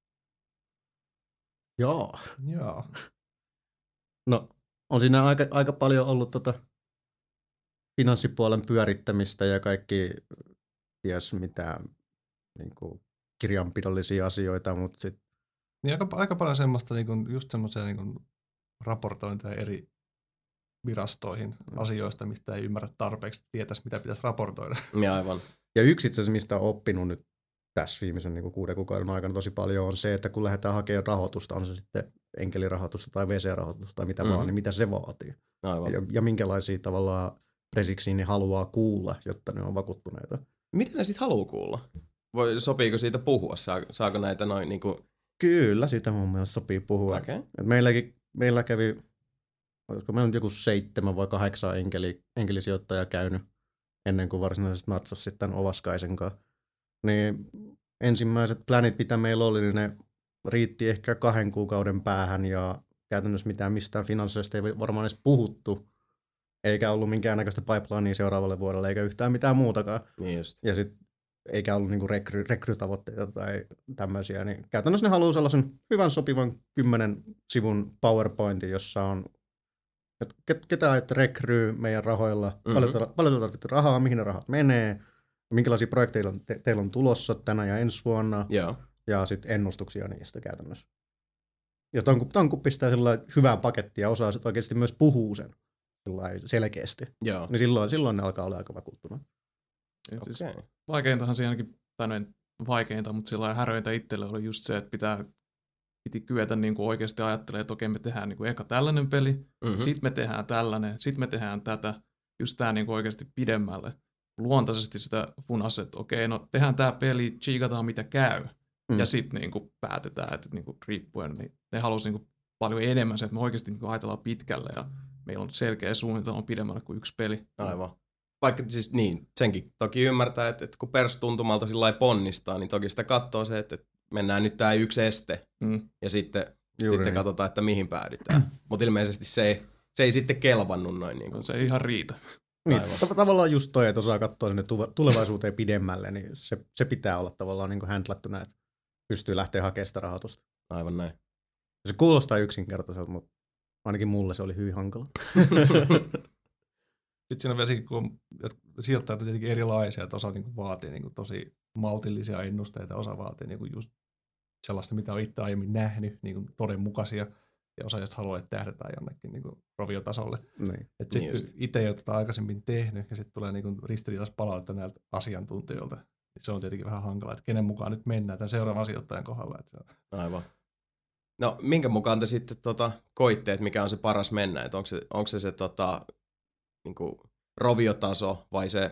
Joo. No, on siinä aika paljon ollut finanssipuolen pyörittämistä ja kaikki ties mitä niinku kirjanpidollisia asioita, mutta sitten niin aika paljon semmoista niinku just semmoisia niinku raportointia eri virastoihin asioista, mistä ei ymmärrä tarpeeksi, tietäisi mitä pitäisi raportoida. Ja aivan. Ja yksi itse asiassa, mistä olen oppinut nyt tässä viimeisen 6 kuukauden aikana tosi paljon on se, että kun lähdetään hakemaan rahoitusta, on se sitten enkelirahoitusta tai VC-rahoitusta tai mitä vaan, niin mitä se vaatii. Aivan. Ja minkälaisia tavallaan presiksiä ne haluaa kuulla, jotta ne on vakuuttuneita. Miten ne sitten haluaa kuulla? Sopiiko siitä puhua? Saako näitä noin niinku? Kyllä, siitä mun mielestä sopii puhua. Okay. Meillä kävi, olisiko meillä nyt joku 7 vai 8 enkelisijoittajaa käynyt ennen kuin varsinaisesti natsasi sitten Ovaskaisen kanssa. Niin ensimmäiset planit, mitä meillä oli, niin ne riitti ehkä 2 kuukauden päähän ja käytännössä mistään finansseista ei varmaan edes puhuttu eikä ollut minkäännäköistä pipelinea seuraavalle vuodelle, eikä yhtään mitään muutakaan. Niin just. Ja sit eikä ollut niinku rekrytavoitteita tai tämmöisiä, niin käytännössä ne haluaa sellaisen hyvän sopivan 10 sivun PowerPointin, jossa on, ketä ajatte rekryy meidän rahoilla, paljon tarvitsette rahaa, mihin ne rahat menee, minkälaisia projekteja teillä on tulossa tänä ja ensi vuonna, ja sitten ennustuksia niistä käytännössä. Ja ton kun pistää hyvään pakettiin ja osaa sit oikeasti myös puhuu sen selkeästi, niin silloin ne alkaa olla aika vakuuttunut. Okay. Siis vaikeintahan se ainakin, tai noin vaikeinta, mutta sillä häröintä itselle oli just se, että piti kyetä niin kuin oikeasti ajattelemaan, että okei, me tehdään niin kuin eka tällainen peli, sitten me tehdään tällainen, sitten me tehdään tätä, just tämä niin kuin oikeasti pidemmälle. Luontaisesti sitä funassa, että okei, no tehdään tämä peli, chiikataan mitä käy, ja sitten niin kuin päätetään, että niin kuin riippuen, niin ne halusi niin kuin paljon enemmän se, että me oikeasti niin kuin ajatellaan pitkälle, ja meillä on selkeä suunnitelma pidemmälle kuin yksi peli. Aivan. Vaikka siis niin, senkin toki ymmärtää, että kun perstuntumalta sillä lailla ponnistaa, niin toki sitä katsoo se, että mennään nyt tää yksi este, ja sitten katsotaan, että mihin päädytään. Mutta ilmeisesti se ei sitten kelvannut noin. Niin kuin. Se ei ihan riitä. Niin, tavallaan just toi, että osaa katsoa sinne tulevaisuuteen pidemmälle, niin se pitää olla tavallaan niin kuin handlattuna, että pystyy lähteä hakemaan sitä rahoitusta. Aivan näin. Se kuulostaa yksinkertaiselta, mutta ainakin mulle se oli hyvin hankala. Sitten siinä on vielä kun sijoittajat on tietenkin erilaisia, että osa niin vaatii niin tosi maltillisia ennusteita, osa vaatii niin just sellaista, mitä on itse aiemmin nähnyt, niin todenmukaisia, ja osa just haluaa, että tähdätään jonnekin niin roviotasolle. Niin. Sitten itse ei ole tätä aikaisemmin tehnyt, ja sitten tulee niin ristiriitaista palautetta näiltä asiantuntijoilta. Se on tietenkin vähän hankala, että kenen mukaan nyt mennään tämän seuraavan sijoittajan kohdalla. Että aivan. No, minkä mukaan te sitten koitte, että mikä on se paras mennä? Että onko se niin kuin roviotaso vai se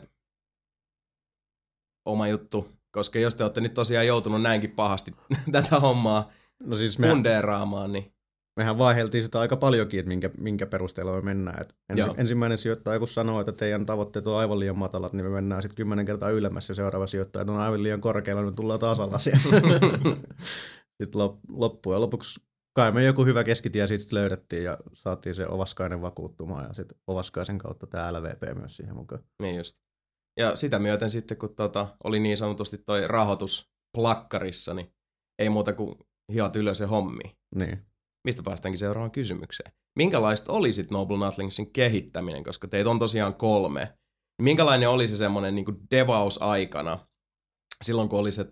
oma juttu? Koska jos te olette nyt tosiaan joutunut näinkin pahasti tätä hommaa fundeeraamaan, niin mehän vaiheltiin sitä aika paljonkin, että minkä perusteella me mennään. Ensimmäinen sijoittaja, kun sanoo, että teidän tavoitteet on aivan liian matalat, niin me mennään sitten 10 kertaa ylemmässä ja seuraava sijoittaja on aivan liian korkealla, niin me tullaan taas alas. Sitten loppujen lopuksi kai me joku hyvä keskitie siitä löydettiin ja saatiin se Ovaskainen vakuuttumaan ja sitten Ovaskaisen kautta tämä LVP myös siihen mukaan. Niin just. Ja sitä myöten sitten, kun oli niin sanotusti toi rahoitus plakkarissa, niin ei muuta kuin hiot ylös se hommi. Niin. Mistä päästäänkin seuraavaan kysymykseen. Minkälaista oli sitten Noble Nothlingsin kehittäminen, koska teitä on tosiaan 3. Minkälainen oli se semmoinen niin kuin devaus-aikana, silloin kun oli se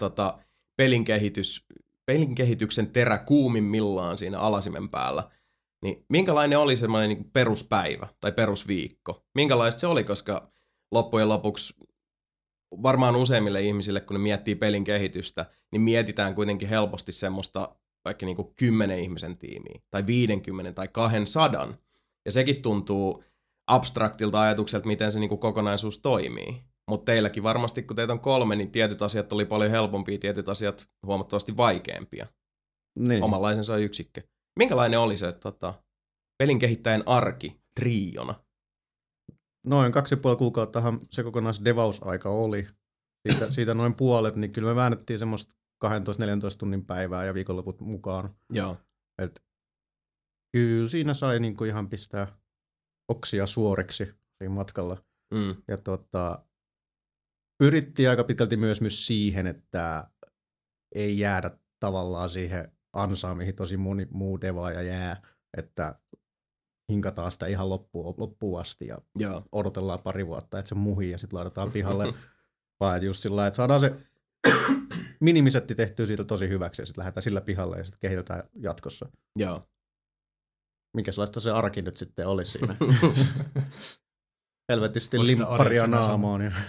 pelin kehityksen terä kuumimmillaan siinä alasimen päällä, niin minkälainen oli semmoinen niin kuin peruspäivä tai perusviikko? Minkälaista se oli, koska loppujen lopuksi varmaan useimmille ihmisille, kun ne miettii pelin kehitystä, niin mietitään kuitenkin helposti semmoista vaikka niin kuin 10 ihmisen tiimiä, tai 50 tai 200. Ja sekin tuntuu abstraktilta ajatukselta, miten se niin kuin kokonaisuus toimii. Mutta teilläkin varmasti, kun teitä on 3, niin tietyt asiat oli paljon helpompia, tietyt asiat huomattavasti vaikeampia. Niin. Omanlaisensa yksikkö. Minkälainen oli se pelin kehittäjän arki triona? Noin 2,5 kuukauttahan se kokonaisdevausaika oli. Siitä noin puolet, niin kyllä me väännettiin semmoista 12-14 tunnin päivää ja viikonloput mukaan. Joo. Et kyllä siinä sai niinku ihan pistää oksia suoriksi siinä matkalla. Ja pyrittiin aika pitkälti myös siihen, että ei jäädä tavallaan siihen ansaan, mihin tosi moni muu devaaja jää, että hinkataan sitä ihan loppuun asti ja odotellaan pari vuotta, että se muhii ja sitten laitetaan pihalle. Vaan just sillä lailla, että saadaan se minimisetti tehtyä siitä tosi hyväksi ja sitten lähdetään sillä pihalle ja sitten kehitetään jatkossa. Joo. Mikäslaista se arki nyt sitten oli siinä? Helvetisti limpparia naamaan. Ja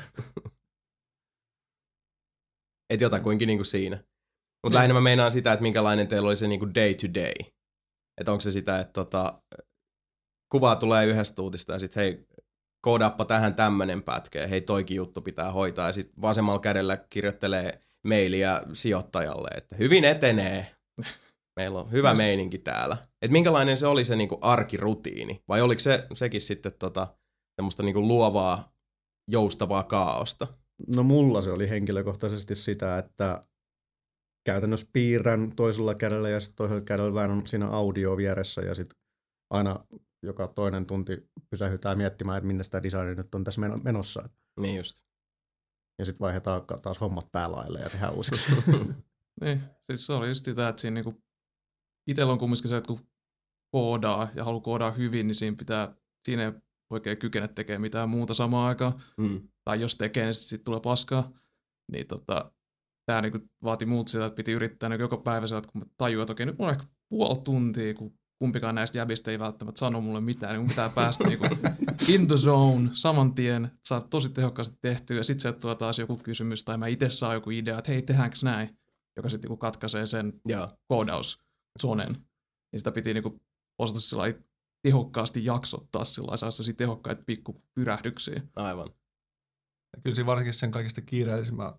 et jotakuinkin niinku siinä. Mutta lähinnä mä meinaan sitä, että minkälainen teillä oli se niinku day to day. Että onko se sitä, että kuvaa tulee yhdestä tuutista ja sitten hei, koodaappa tähän tämmönen pätkä ja hei toikin juttu pitää hoitaa ja sitten vasemmalla kädellä kirjoittelee mailia sijoittajalle, että hyvin etenee. Meillä on hyvä meininki täällä. Että minkälainen se oli se niinku arkirutiini vai oliko sekin sitten semmoista niinku luovaa, joustavaa kaaosta? No mulla se oli henkilökohtaisesti sitä, että käytännössä piirrän toisella kädellä ja sitten toisella kädellä väännän siinä audio vieressä ja sitten aina joka toinen tunti pysähytään miettimään, että minne sitä designi nyt on tässä menossa. Niin just. Ja sitten vaihdetaan taas hommat päälaille ja tehdään uusiksi. Niin, siis se oli just sitä, että siinä niinku, itsellä on kumminkin se, että kun koodaa ja haluaa koodaa hyvin, niin siinä ei oikein kykene tekemään mitään muuta samaan aikaan. Tai jos tekee, niin sitten tulee paskaa. Niin tämä niinku vaati muut sitä, että piti yrittää niinku joka päivä sillä, että kun mä tajuan, että okei, nyt mulla on ehkä puoli tuntia, kun kumpikaan näistä jäbistä ei välttämättä sano mulle mitään, niin mun pitää päästä niinku in the zone saman tien, saa tosi tehokkaasti tehtyä, ja sitten sieltä tuo taas joku kysymys, tai mä itse saan joku idea, että hei, tehdäänkö näin, joka sitten niinku katkaisee sen koodauszonen. Niin sitä piti niinku osata sillä tehokkaasti jaksottaa sellaisia tehokkaita pikkupyrähdyksiä. Aivan. Ja kyllä siinä varsinkin sen kaikista kiireellisimpän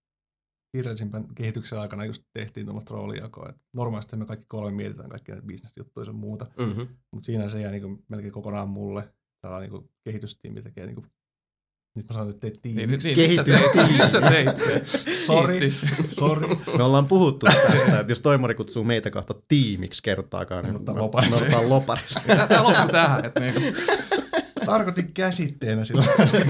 kehityksen aikana just tehtiin tuommoista roolijakoa. Normaalisti me kaikki 3 mietitään kaikkia näitä business-juttuja ja muuta. Mutta siinä se jää niinku melkein kokonaan mulle. Täällä niinku kehitystiimi tekee niinku... Nyt mä sanon, että teet tiimiksi. Nyt sä teit se. Sori. Me ollaan puhuttu tästä, että jos toimari kutsuu meitä kahta tiimiksi kertaakaan, niin me otetaan loparissa. Tää loppu tähän. Tarkoitin käsitteenä sillä,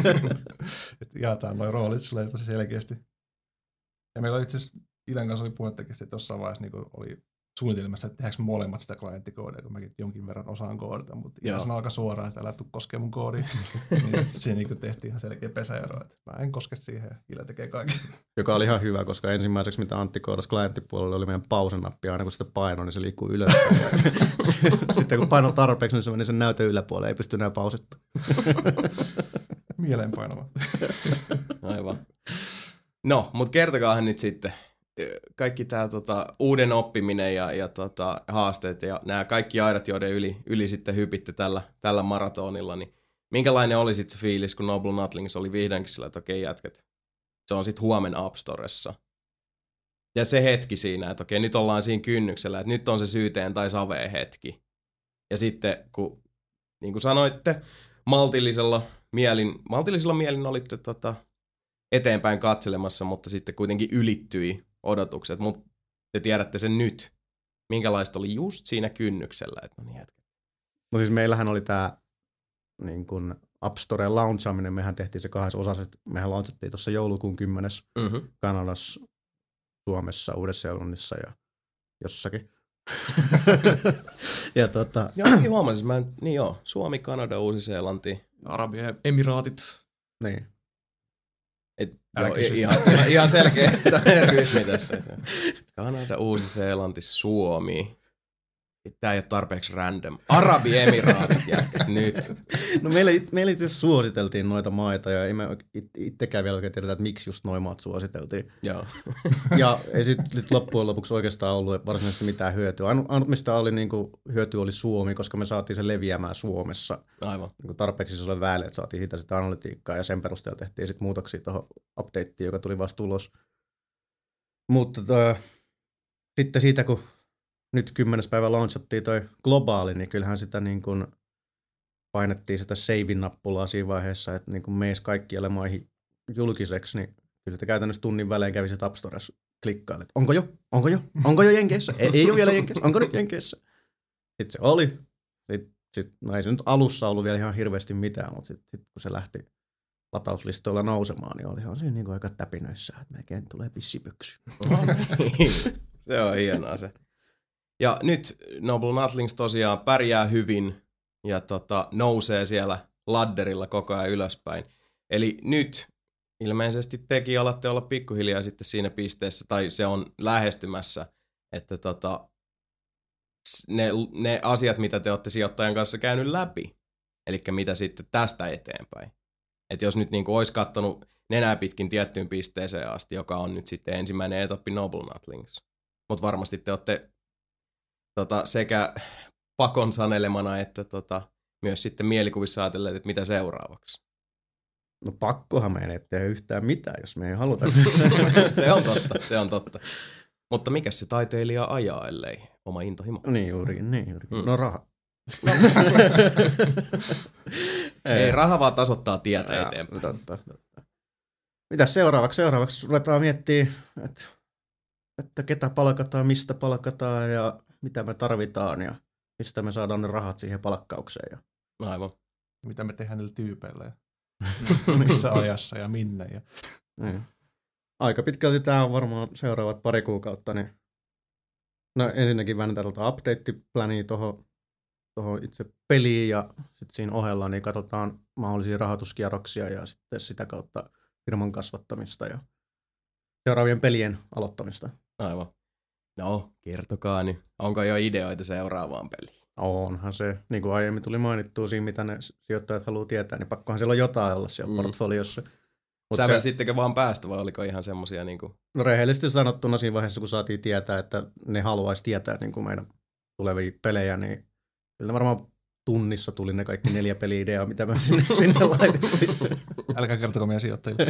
että jaetaan noin roolit sillä tosi selkeästi. Ja meillä oli itse asiassa Ilen kanssa oli puhettakin, että jossain vaiheessa niin oli suunnitelmassa, että tehdäänkö molemmat sitä klienttikoodia, kun mäkin jonkin verran osaan koodata, mutta Ila sanoi aika suoraan, että älä tuu koskee mun koodiin. Niin siinä niin tehtiin ihan selkeä pesäero, että mä en koske siihen ja Ila tekee kaiken. Joka oli ihan hyvä, koska ensimmäiseksi mitä Antti koodasi klienttipuolella oli meidän pausenappi, aina kun sitä painoi, niin se liikkuu ylös. Sitten kun painoi tarpeeksi, niin se meni sen näytön yläpuolelle, ei pysty enää pausettaa. Mieleenpainava. Aivan. No, mutta kertokaahan nyt sitten. Kaikki tämä uuden oppiminen ja haasteet ja nämä kaikki aidat, joiden yli sitten hypitte tällä maratonilla, niin minkälainen oli sitten se fiilis, kun Noble Nothings oli vihdoinkin sillä, että okei jätkät, se on sitten huomenna App Storessa. Ja se hetki siinä, että okei nyt ollaan siinä kynnyksellä, että nyt on se syyteen tai saveen hetki. Ja sitten kun, niin kuin sanoitte, maltillisilla mielin olitte eteenpäin katselemassa, mutta sitten kuitenkin ylittyi odotukset, mutta te tiedätte sen nyt. Minkälaista oli just siinä kynnyksellä? Että no, niin no siis meillähän oli tämä niin kuin App Storen launchaaminen, mehän tehtiin se 2 osassa, mehän launchattiin tuossa joulukuun 10. Kanadassa, Suomessa, Uudessa-Seelannissa ja jossakin. ja huomasin, Suomi, Kanada, Uusi-Seelanti. Arabiemiraatit. Niin. Ihan selkeä rytmi tässä. Kanada, Uusi-Seelanti, Suomi. Tää ei ole tarpeeksi random. Arabiemiraatit jätkät nyt. No meillä itse suositeltiin noita maita ja ei me itsekään vielä oikein tiedetä, että miksi just noi maat suositeltiin. Joo. Ja ei sit loppujen lopuksi oikeastaan ollut varsinaisesti mitään hyötyä. Ainut mistä oli niinku hyötyä oli Suomi, koska me saatiin se leviämään Suomessa. Aivan. Niinku tarpeeksi se oli väelle, että saatiin sitä analytiikkaa ja sen perusteella tehtiin sit muutoksia tuohon updateen, joka tuli vasta ulos. Mutta sitten siitä, kun nyt 10. päivä launchattiin toi globaali, niin kyllähän sitä niin kuin painettiin sitä save-nappulaa siinä vaiheessa, että niin kuin meis kaikkialle maihin julkiseksi, niin kyllä te käytännössä tunnin välein kävi sit App Storessa klikkailla, että onko jo Jenkeissä? Ei ole vielä Jenkeissä, onko nyt Jenkeissä? Sitten se oli. No ei se nyt alussa ollut vielä ihan hirveästi mitään, mutta sitten kun se lähti latauslistoilla nousemaan, niin olihan siinä niin kuin aika täpinöissä, että melkein tulee pissipyksy. Se on hienoa se. Ja nyt Noble Nothings tosiaan pärjää hyvin ja nousee siellä ladderilla koko ajan ylöspäin. Eli nyt ilmeisesti tekin alatte olla pikkuhiljaa sitten siinä pisteessä, tai se on lähestymässä, että ne asiat, mitä te olette sijoittajan kanssa käynyt läpi, eli mitä sitten tästä eteenpäin. Että jos nyt niinku olisi kattonut nenää pitkin tiettyyn pisteeseen asti, joka on nyt sitten ensimmäinen etappi Noble Nothings. Mutta varmasti te olette sekä pakon sanelemana että myös sitten mielikuvissa ajatelleet, että mitä seuraavaksi. No pakkohan me ei tehdä yhtään mitään, jos me ei haluta. se on totta. Mutta mikä se taiteilija ajaa, ellei oma intohimo? Niin juurikin. No raha. Ei, raha vaan tasoittaa tietä eteenpäin. Totta. Mitäs seuraavaksi? Seuraavaksi ruvetaan miettimään, että ketä palkataan, mistä palkataan ja mitä me tarvitaan ja mistä me saadaan ne rahat siihen palkkaukseen. Ja Aivan. Mitä me tehdään niillä tyypeillä ja missä ajassa ja minne. Ja. niin. Aika pitkälti tämä on varmaan seuraavat pari kuukautta. Niin no ensinnäkin väännetään update-plania tuohon itse peliin ja sitten siinä ohella niin katsotaan mahdollisia rahoituskierroksia ja sitten sitä kautta firman kasvattamista ja seuraavien pelien aloittamista. Aivan. No, kertokaa nyt. Onko jo ideoita seuraavaan peliin? Onhan se, niin kuin aiemmin tuli mainittua siinä, mitä ne sijoittajat haluaa tietää, niin pakkohan siellä on jotain olla siellä portfoliossa. Sävelsittekö vaan päästä vai oliko ihan semmosia niinku... No rehellisesti sanottuna siinä vaiheessa, kun saatiin tietää, että ne haluaisi tietää niin kuin meidän tulevia pelejä, niin kyllä varmaan tunnissa tuli ne kaikki 4 peli-ideaa, mitä mä sinne laitettiin. Älkää kertoko meidän sijoittajille.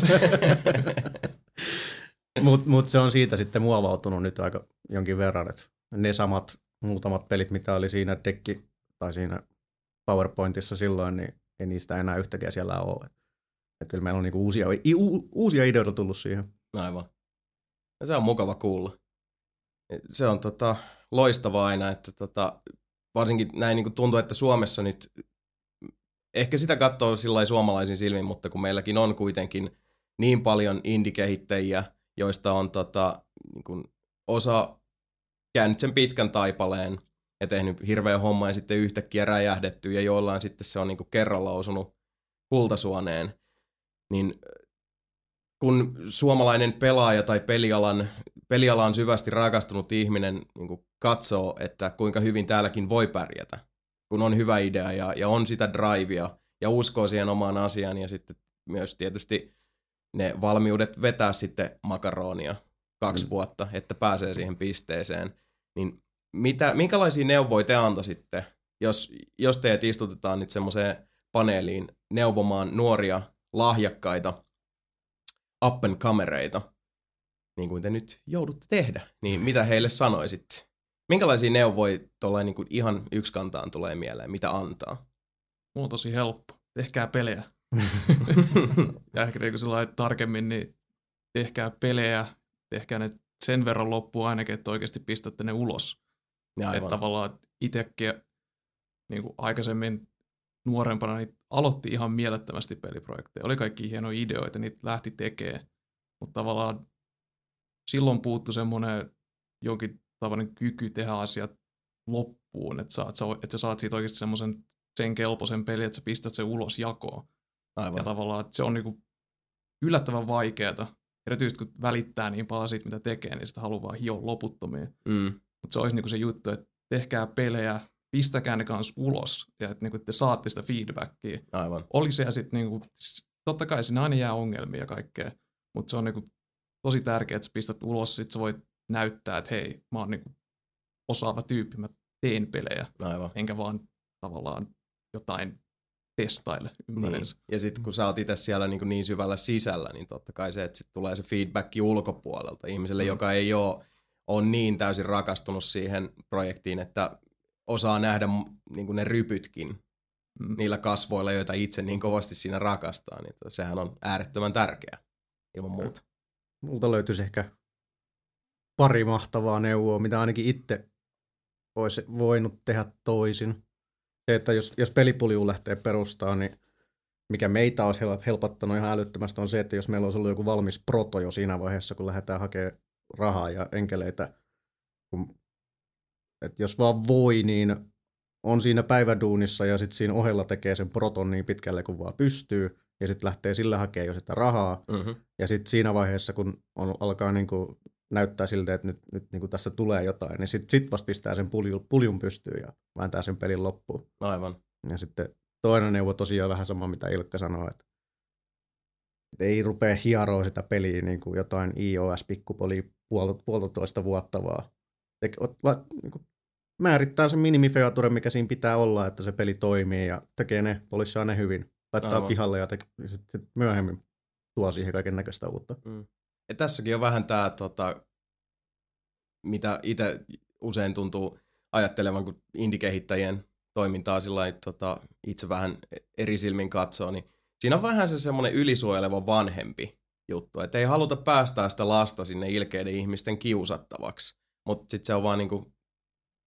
Mut se on siitä sitten muovautunut nyt aika jonkin verran, että ne samat muutamat pelit, mitä oli siinä tai siinä PowerPointissa silloin, niin ei niistä enää yhtäkään siellä ole. Ja kyllä meillä on niinku uusia ideoita tullut siihen. Aivan. Ja se on mukava kuulla. Se on loistavaa aina, että varsinkin näin niinku tuntuu, että Suomessa nyt ehkä sitä katsoo sillai suomalaisin silmin, mutta kun meilläkin on kuitenkin niin paljon indie-kehittäjiä, joista on niin osa käynyt sen pitkän taipaleen ja tehnyt hirveän homma ja sitten yhtäkkiä räjähdetty ja joillain sitten se on niin kuin kerralla osunut kultasuoneen, niin kun suomalainen pelaaja tai pelialan syvästi rakastunut ihminen niin kuin katsoo, että kuinka hyvin täälläkin voi pärjätä, kun on hyvä idea ja on sitä drivea ja uskoo siihen omaan asiaan ja sitten myös tietysti ne valmiudet vetää sitten makaronia 2 vuotta, että pääsee siihen pisteeseen, niin minkälaisia neuvoja te antaisitte, jos teet istutetaan nyt semmoiseen paneeliin neuvomaan nuoria, lahjakkaita up-and-comereita, niin kuin te nyt joudutte tehdä, niin mitä heille sanoisitte? Minkälaisia neuvoja tuollain niin kuin ihan yksikantaan tulee mieleen, mitä antaa? Mulla on tosi helppo. Tehkää pelejä. Ja ehkä niin kuin tarkemmin, niin tehkää pelejä, tehkää ne sen verran loppuun ainakin, että oikeasti pistätte ne ulos. Että tavallaan itsekin niin kuin aikaisemmin nuorempana niin aloitti ihan mielettömästi peliprojekteja. Oli kaikki hienoja ideoita, niitä lähti tekemään. Mutta tavallaan silloin puuttui semmoinen jonkin tavallinen kyky tehdä asiat loppuun, että sä saat siitä oikeasti semmoisen sen kelpoisen pelin, että sä pistät sen ulos jakoon. Aivan. Ja tavallaan että se on niinku yllättävän vaikeaa. Erityisesti kun välittää niin paljon siitä, mitä tekee, niin sitä haluaa vaan hioa loputtomiin. Mutta se olisi niinku se juttu, että tehkää pelejä, pistäkää ne kanssa ulos, ja että niinku te saatte sitä feedbackia. Aivan. Oli se ja sitten niinku, totta kai siinä aina jää ongelmia ja kaikkea, mutta se on niinku tosi tärkeää, että sä pistät ulos, sit sä voit näyttää, että hei, mä oon niinku osaava tyyppi, mä teen pelejä. Aivan. Enkä vaan tavallaan jotain testaile ympärensä. Niin. Ja sitten kun sä oot itse siellä niin syvällä sisällä, niin totta kai se, että sit tulee se feedback ulkopuolelta ihmiselle, joka ei ole niin täysin rakastunut siihen projektiin, että osaa nähdä niin ne rypytkin niillä kasvoilla, joita itse niin kovasti siinä rakastaa. Niin sehän on äärettömän tärkeää ilman muuta. Multa löytyisi ehkä pari mahtavaa neuvoa, mitä ainakin itse olisi voinut tehdä toisin. Se, että jos pelipulju lähtee perustamaan, niin mikä meitä olisi helpottanut ihan älyttömästi on se, että jos meillä olisi ollut joku valmis proto jo siinä vaiheessa, kun lähdetään hakemaan rahaa ja enkeleitä, että jos vaan voi, niin on siinä päiväduunissa ja sitten siinä ohella tekee sen proton niin pitkälle kuin vaan pystyy ja sitten lähtee sillä hakemaan jo sitä rahaa. Ja sitten siinä vaiheessa, kun alkaa niinku näyttää siltä, että nyt niinku tässä tulee jotain, niin sitten vasta pistää sen puljun pystyyn ja vääntää sen pelin loppuun. Aivan. Ja sitten toinen neuvo tosiaan vähän sama, mitä Ilkka sanoi, että ei rupea hieroa sitä peliä niin kuin jotain iOS-pikkupoli 1,5 vuotta, vaan niin määrittää sen minimifeature, mikä siinä pitää olla, että se peli toimii ja tekee ne, polissaan ne hyvin. Laittaa pihalle ja sitten myöhemmin tuo siihen kaiken näköistä uutta. Ja tässäkin on vähän tämä, mitä itse usein tuntuu ajattelevan, kun indie-kehittäjien toimintaa sillai, itse vähän eri silmin katsoo, niin siinä on vähän se semmoinen ylisuojeleva vanhempi juttu, että ei haluta päästää sitä lasta sinne ilkeiden ihmisten kiusattavaksi, mutta sitten se on vaan niinku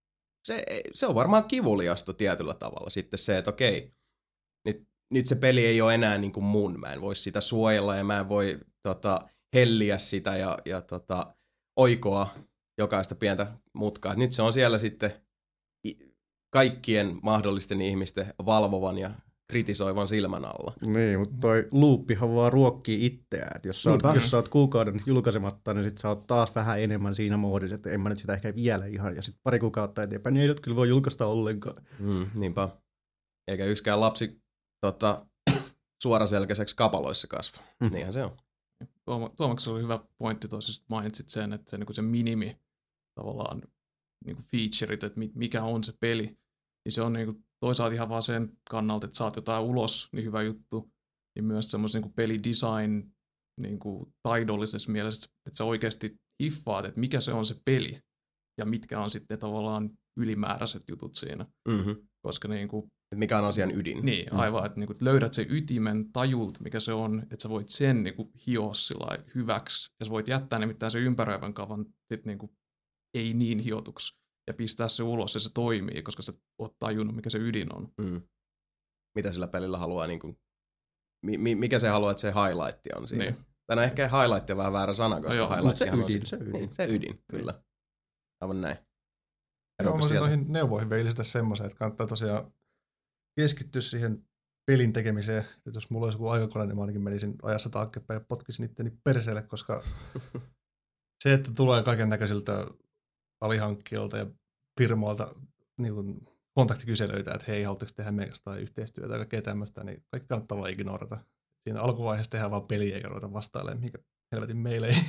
se on varmaan kivuliasta tietyllä tavalla sitten se, että okei, nyt se peli ei ole enää niin kuin mun, mä en voi sitä suojella ja mä en voi helliä sitä ja oikoa jokaista pientä mutkaa. Nyt se on siellä sitten kaikkien mahdollisten ihmisten valvovan ja kritisoivan silmän alla. Niin, mutta toi loopihan vaan ruokkii itseään. Et jos sä oot kuukauden julkaisematta, niin sit sä oot taas vähän enemmän siinä moodissa, että en mä nyt sitä ehkä vielä ihan. Ja sit pari kuukautta eteenpäin, niin ei nyt kyllä voi julkaista ollenkaan. Niinpä. Eikä yksikään lapsi suoraselkäiseksi kapaloissa kasva. Niinhän se on. Tuomaksella oli hyvä pointti tuossa, mainitsit sen, että se minimi tavallaan featureit, että mikä on se peli, niin se on toisaalta ihan vaan sen kannalta, että saat jotain ulos, niin hyvä juttu, niin myös semmoisen pelidesign taidollisessa mielessä, että sä oikeasti hiffaat, että mikä se on se peli ja mitkä on sitten tavallaan ylimääräiset jutut siinä. Koska mikä on asian ydin. Niin, aivan, että löydät sen ytimen, tajut, mikä se on, että sä voit sen hioa sillä hyväksi, ja sä voit jättää nimittäin sen ympäröivän kavan sit ei niin hiotuksi, ja pistää se ulos, ja se toimii, koska sä oot tajunnut, mikä se ydin on. Mitä sillä pelillä haluaa, mikä se haluaa, että se highlight on siinä. Niin. Tai ehkä highlight on vähän väärä sana, koska highlight on se ydin, kyllä. Aivan näin. Mä voisin noihin neuvoihin vielä lisätä semmoisen, että kannattaa tosiaan keskittyä siihen pelin tekemiseen. Että jos mulla olisi joku aikakone, niin mä ainakin menisin ajassa taaksepäin ja potkisin itteni perseelle, koska se, että tulee kaiken näköisiltä alihankkijoilta ja firmoilta niin kontaktikyselyitä, että hei, haluatteko tehdä meidän tai yhteistyötä tai kaikkea tämmöistä, niin kaikki kannattaa vaan ignorata. Siinä alkuvaiheessa tehdään vaan peliä eikä ruveta vastailemaan, mikä helvetin meille ei.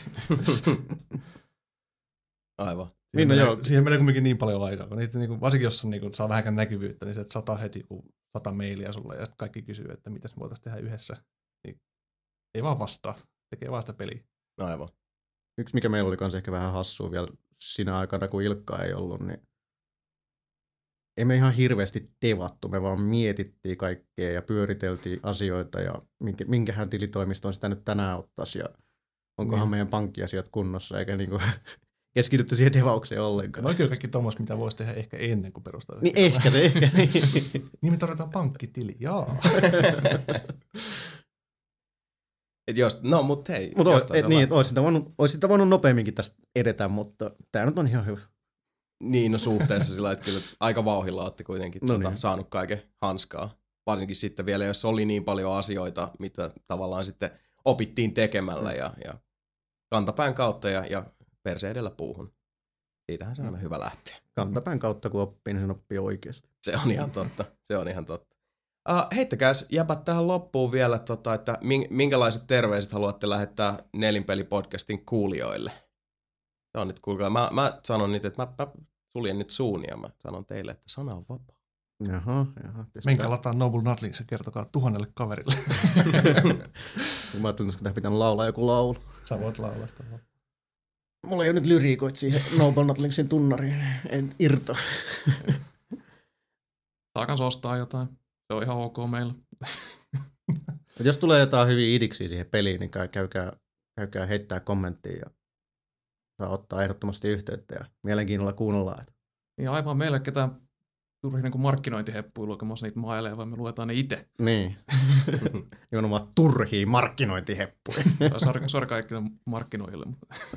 Aivan. Siihen menee kuitenkin niin paljon aikaa, kun niitä, varsinkin jos saa vähänkään näkyvyyttä, niin se, että 100 heti 100 mailia sulle ja sitten kaikki kysyy, että mitä me voitaisiin tehdä yhdessä, niin ei vaan vastaa, tekee vaan sitä peliä. Aivan. Yksi mikä meillä oli kanssa ehkä vähän hassua vielä siinä aikana, kun Ilkka ei ollut, niin ei me ihan hirveästi devattu, me vaan mietittiin kaikkea ja pyöriteltiin asioita ja minkähän tilitoimistoon sitä nyt tänään ottaisi ja onkohan meidän pankkiasiat kunnossa, eikä keskitytty siihen devaukseen ollenkaan. No oikein kaikki tommoista, mitä voisi tehdä ehkä ennen kuin perustaa. Niin ehkä. Niin me tarvitaan pankkitili, jaa. Mut hei. Olisi sitä voinut nopeamminkin tästä edetä, mutta tää nyt on ihan hyvä. Niin, no suhteessa sillä, että kyllä aika vauhdilla olette kuitenkin saanut kaiken hanskaa. Varsinkin sitten vielä, jos oli niin paljon asioita, mitä tavallaan sitten opittiin tekemällä ja kantapään kautta ja perse edellä puuhun. Siitähän se on hyvä lähteä. Kantapään kautta, kun oppii, niin sen oppii oikeasti. Se on ihan totta. Heittäkääs jäbät tähän loppuun vielä, että minkälaiset terveiset haluatte lähettää Nelinpeli-podcastin kuulijoille. Se on nyt, kuulkaa. Mä sanon nyt, että mä suljen nyt suun ja mä sanon teille, että sana on vapaa. Jaha. Menkää lataan Noble Nothings ja kertokaa 1000 kaverille. Mä ajattelin, että tähän pitää laulaa joku laulu. Sä voit laulaa sitä. Mulla ei ole nyt lyriikoit siihen Noble Nothingsin tunnariin. En irtoa. Saa kans ostaa jotain. Se on ihan ok meillä. Jos tulee jotain hyviä idiksiä siihen peliin, niin käykää heittää kommenttia ja saa ottaa ehdottomasti yhteyttä ja mielenkiinnolla kuunnellaan. Niin aivan meille ketään turhi markkinointiheppuja lukemassa niitä maileja, vaan me luetaan ne itse. Niin. Nimenomaan turhia markkinointiheppuja. Sori kaikille markkinoille.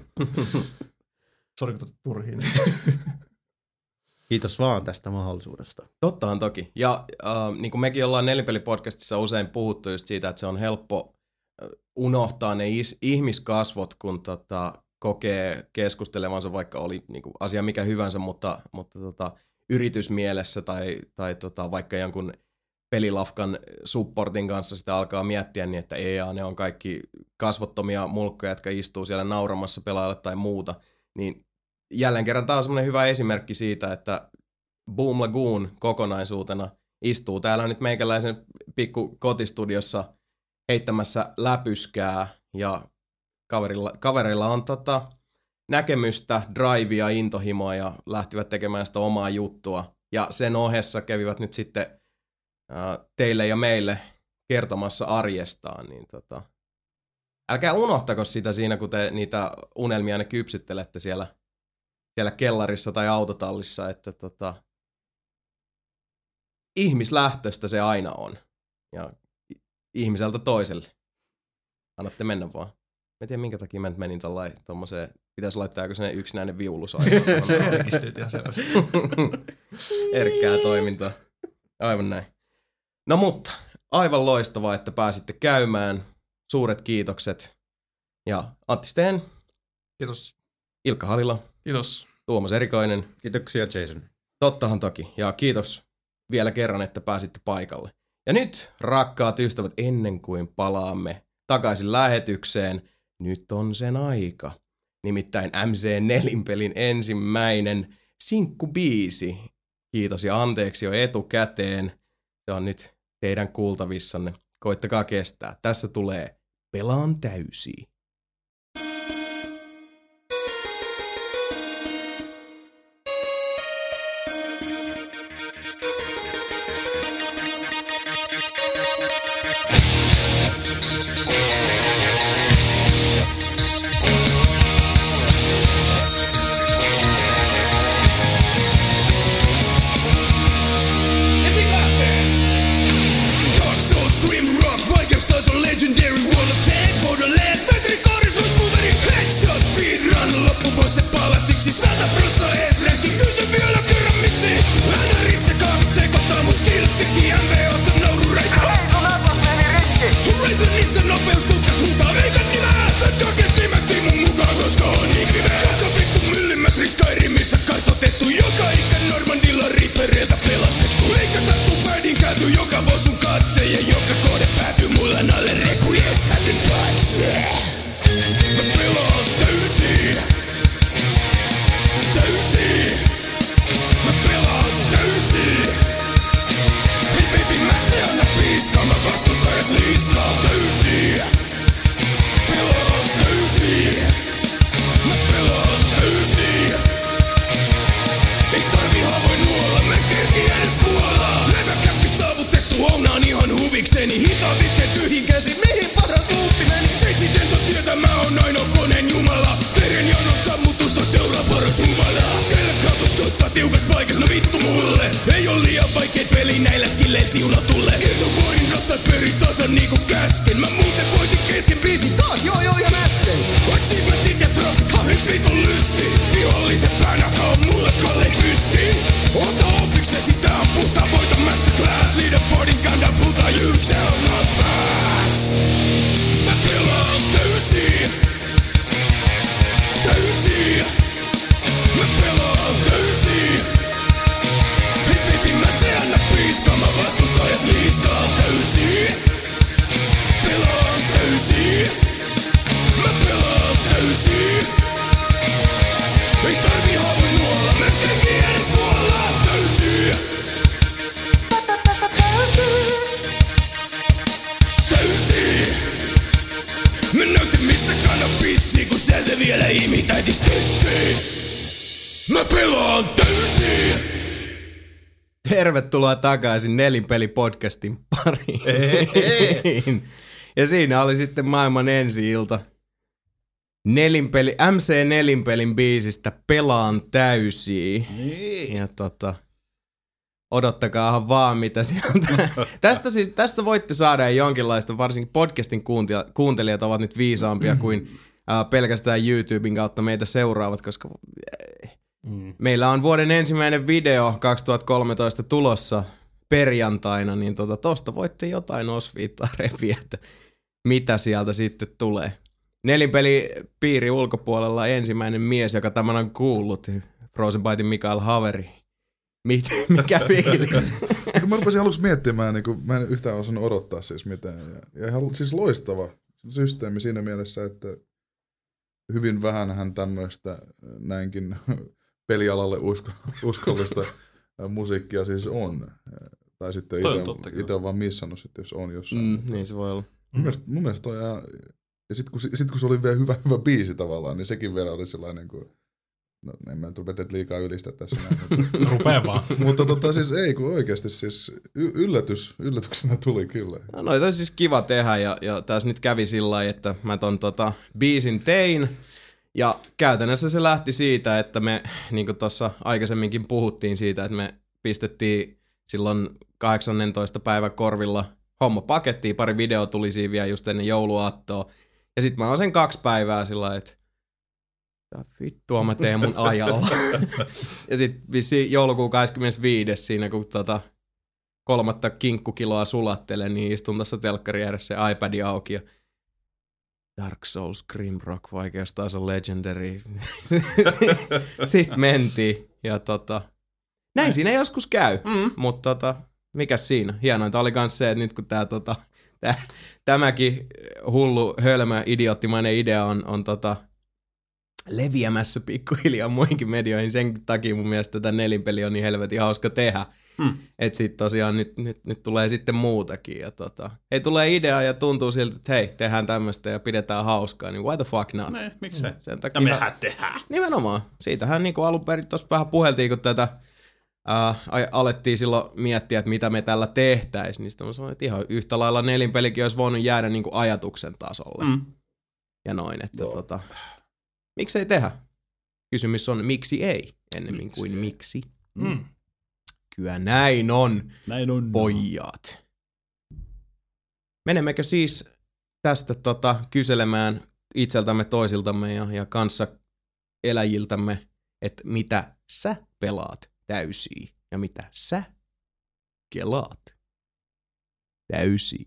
Sori turhiin. Kiitos vaan tästä mahdollisuudesta. Tottahan toki. Ja niin kuin mekin ollaan Nelinpeli-podcastissa usein puhuttu just siitä, että se on helppo unohtaa ne ihmiskasvot, kun kokee keskustelevansa, vaikka oli niin kuin asia mikä hyvänsä, mutta yritysmielessä tai vaikka jonkun pelilafkan supportin kanssa sitä alkaa miettiä niin, että ne on kaikki kasvottomia mulkkoja, jotka istuu siellä nauramassa pelaajalle tai muuta, niin jälleen kerran taas semmoinen hyvä esimerkki siitä, että Boom Lagoon kokonaisuutena istuu täällä nyt meikäläisen pikku kotistudiossa heittämässä läpyskää ja kavereilla on näkemystä, drivea, intohimoa ja lähtivät tekemään sitä omaa juttua. Ja sen ohessa kävivät nyt sitten teille ja meille kertomassa arjestaan. Niin älkää unohtako sitä siinä, kun te niitä unelmia ne kypsyttelette siellä kellarissa tai autotallissa, että ihmislähtöistä se aina on. Ja ihmiseltä toiselle. Annatte mennä vaan. Mä en tiedä, minkä takia mä nyt menin tommoseen, pitäisi laittaa joku sellainen yksinäinen viulusoima. Se herkistyy ihan selvästi. Herkkää toimintaa. Aivan näin. No mutta, aivan loistavaa, että pääsitte käymään. Suuret kiitokset. Ja Antti Steen. Kiitos. Ilkka Halila. Kiitos. Tuomas Erikoinen. Kiitoksia Jason. Tottahan toki. Ja kiitos vielä kerran, että pääsitte paikalle. Ja nyt, rakkaat ystävät, ennen kuin palaamme takaisin lähetykseen, nyt on sen aika. Nimittäin MC4-pelin ensimmäinen sinkkubiisi. Kiitos ja anteeksi jo etukäteen. Se on nyt teidän kuultavissanne. Koittakaa kestää. Tässä tulee Pelaan täysiä. Tervetuloa takaisin Nelinpeli-podcastin pariin. Ja siinä oli sitten maailman ensi-ilta. MC4-pelin biisistä Pelaan täysiä. Niin. Ja odottakaahan vaan mitä sieltä. Tästä voitte saada jonkinlaista, varsinkin podcastin kuuntelijat ovat nyt viisaampia kuin pelkästään YouTuben kautta meitä seuraavat, koska meillä on vuoden ensimmäinen video 2013 tulossa perjantaina, niin tosta voitte jotain osviittaa repiä, että mitä sieltä sitten tulee. Nelinpelipiiri ulkopuolella ensimmäinen mies, joka tämän on kuullut, Frozenbyten Mikael Haveri. Mikä fiilis? Mä rupesin aluksi miettimään, niin kuin, mä en yhtään osannut odottaa siis mitään. Ja ihan siis loistava systeemi siinä mielessä, että hyvin vähänhän tämmöistä näinkin pelialalle uskollista musiikkia siis on. Tai sitten itse on vaan missannut, että jos on jossain. Niin se voi olla. Mun mielestä toi ihan... Ja sit kun se oli vielä hyvä biisi tavallaan, niin sekin vielä oli sellainen kuin... No en mä rupea teet liikaa ylistä tässä näin. Rupee vaan. Mutta siis ei, kun oikeasti siis yllätyksenä tuli kyllä. No noita on siis kiva tehdä ja tässä nyt kävi sillä lailla, että mä ton biisin tein. Ja käytännössä se lähti siitä, että me, niin kuin tuossa aikaisemminkin puhuttiin siitä, että me pistettiin silloin 18 päivän korvilla homma pakettiin, pari video tuli siinä vielä just ennen jouluaattoa. Ja sit mä oon sen 2 päivää sillä että vittua mä teen mun ajalla. Ja sit vissiin joulukuun 25. siinä kun 3 kinkkukiloa sulattelen, niin istun tässä telkkari ääressä ja iPad auki ja Dark Souls, Grimrock, vaikeus taas on Legendary. Sitten mentiin ja näin siinä joskus käy, mutta mikäs siinä? Hienointa oli kans se, että nyt kun tämäkin hullu, hölmö, idioottimainen idea on leviämässä pikkuhiljaa muihinkin medioihin, sen takia mun mielestä tätä nelinpeli on niin helvetin hauska tehdä. Että sit tosiaan nyt tulee sitten muutakin. Ja ei tulee idea ja tuntuu siltä, että hei, tehdään tämmöistä ja pidetään hauskaa, niin why the fuck not? Miksei? Sen takia ja mehän tehdään. Nimenomaan. Siitähän niin alun perin tuossa vähän puheltiin, kun tätä alettiin silloin miettiä, että mitä me tällä tehtäisiin. Niin sitten mä sanoin, että ihan yhtä lailla nelinpelikin olisi voinut jäädä niin kuin ajatuksen tasolle. Ja noin, että miksei tehdä? Kysymys on, miksi ei, ennemmin kuin miksi. Kyllä näin on, pojat. Menemmekö siis tästä kyselemään itseltämme, toisiltamme ja kanssa eläjiltämme, että mitä sä pelaat täysiä ja mitä sä kelaat täysiä?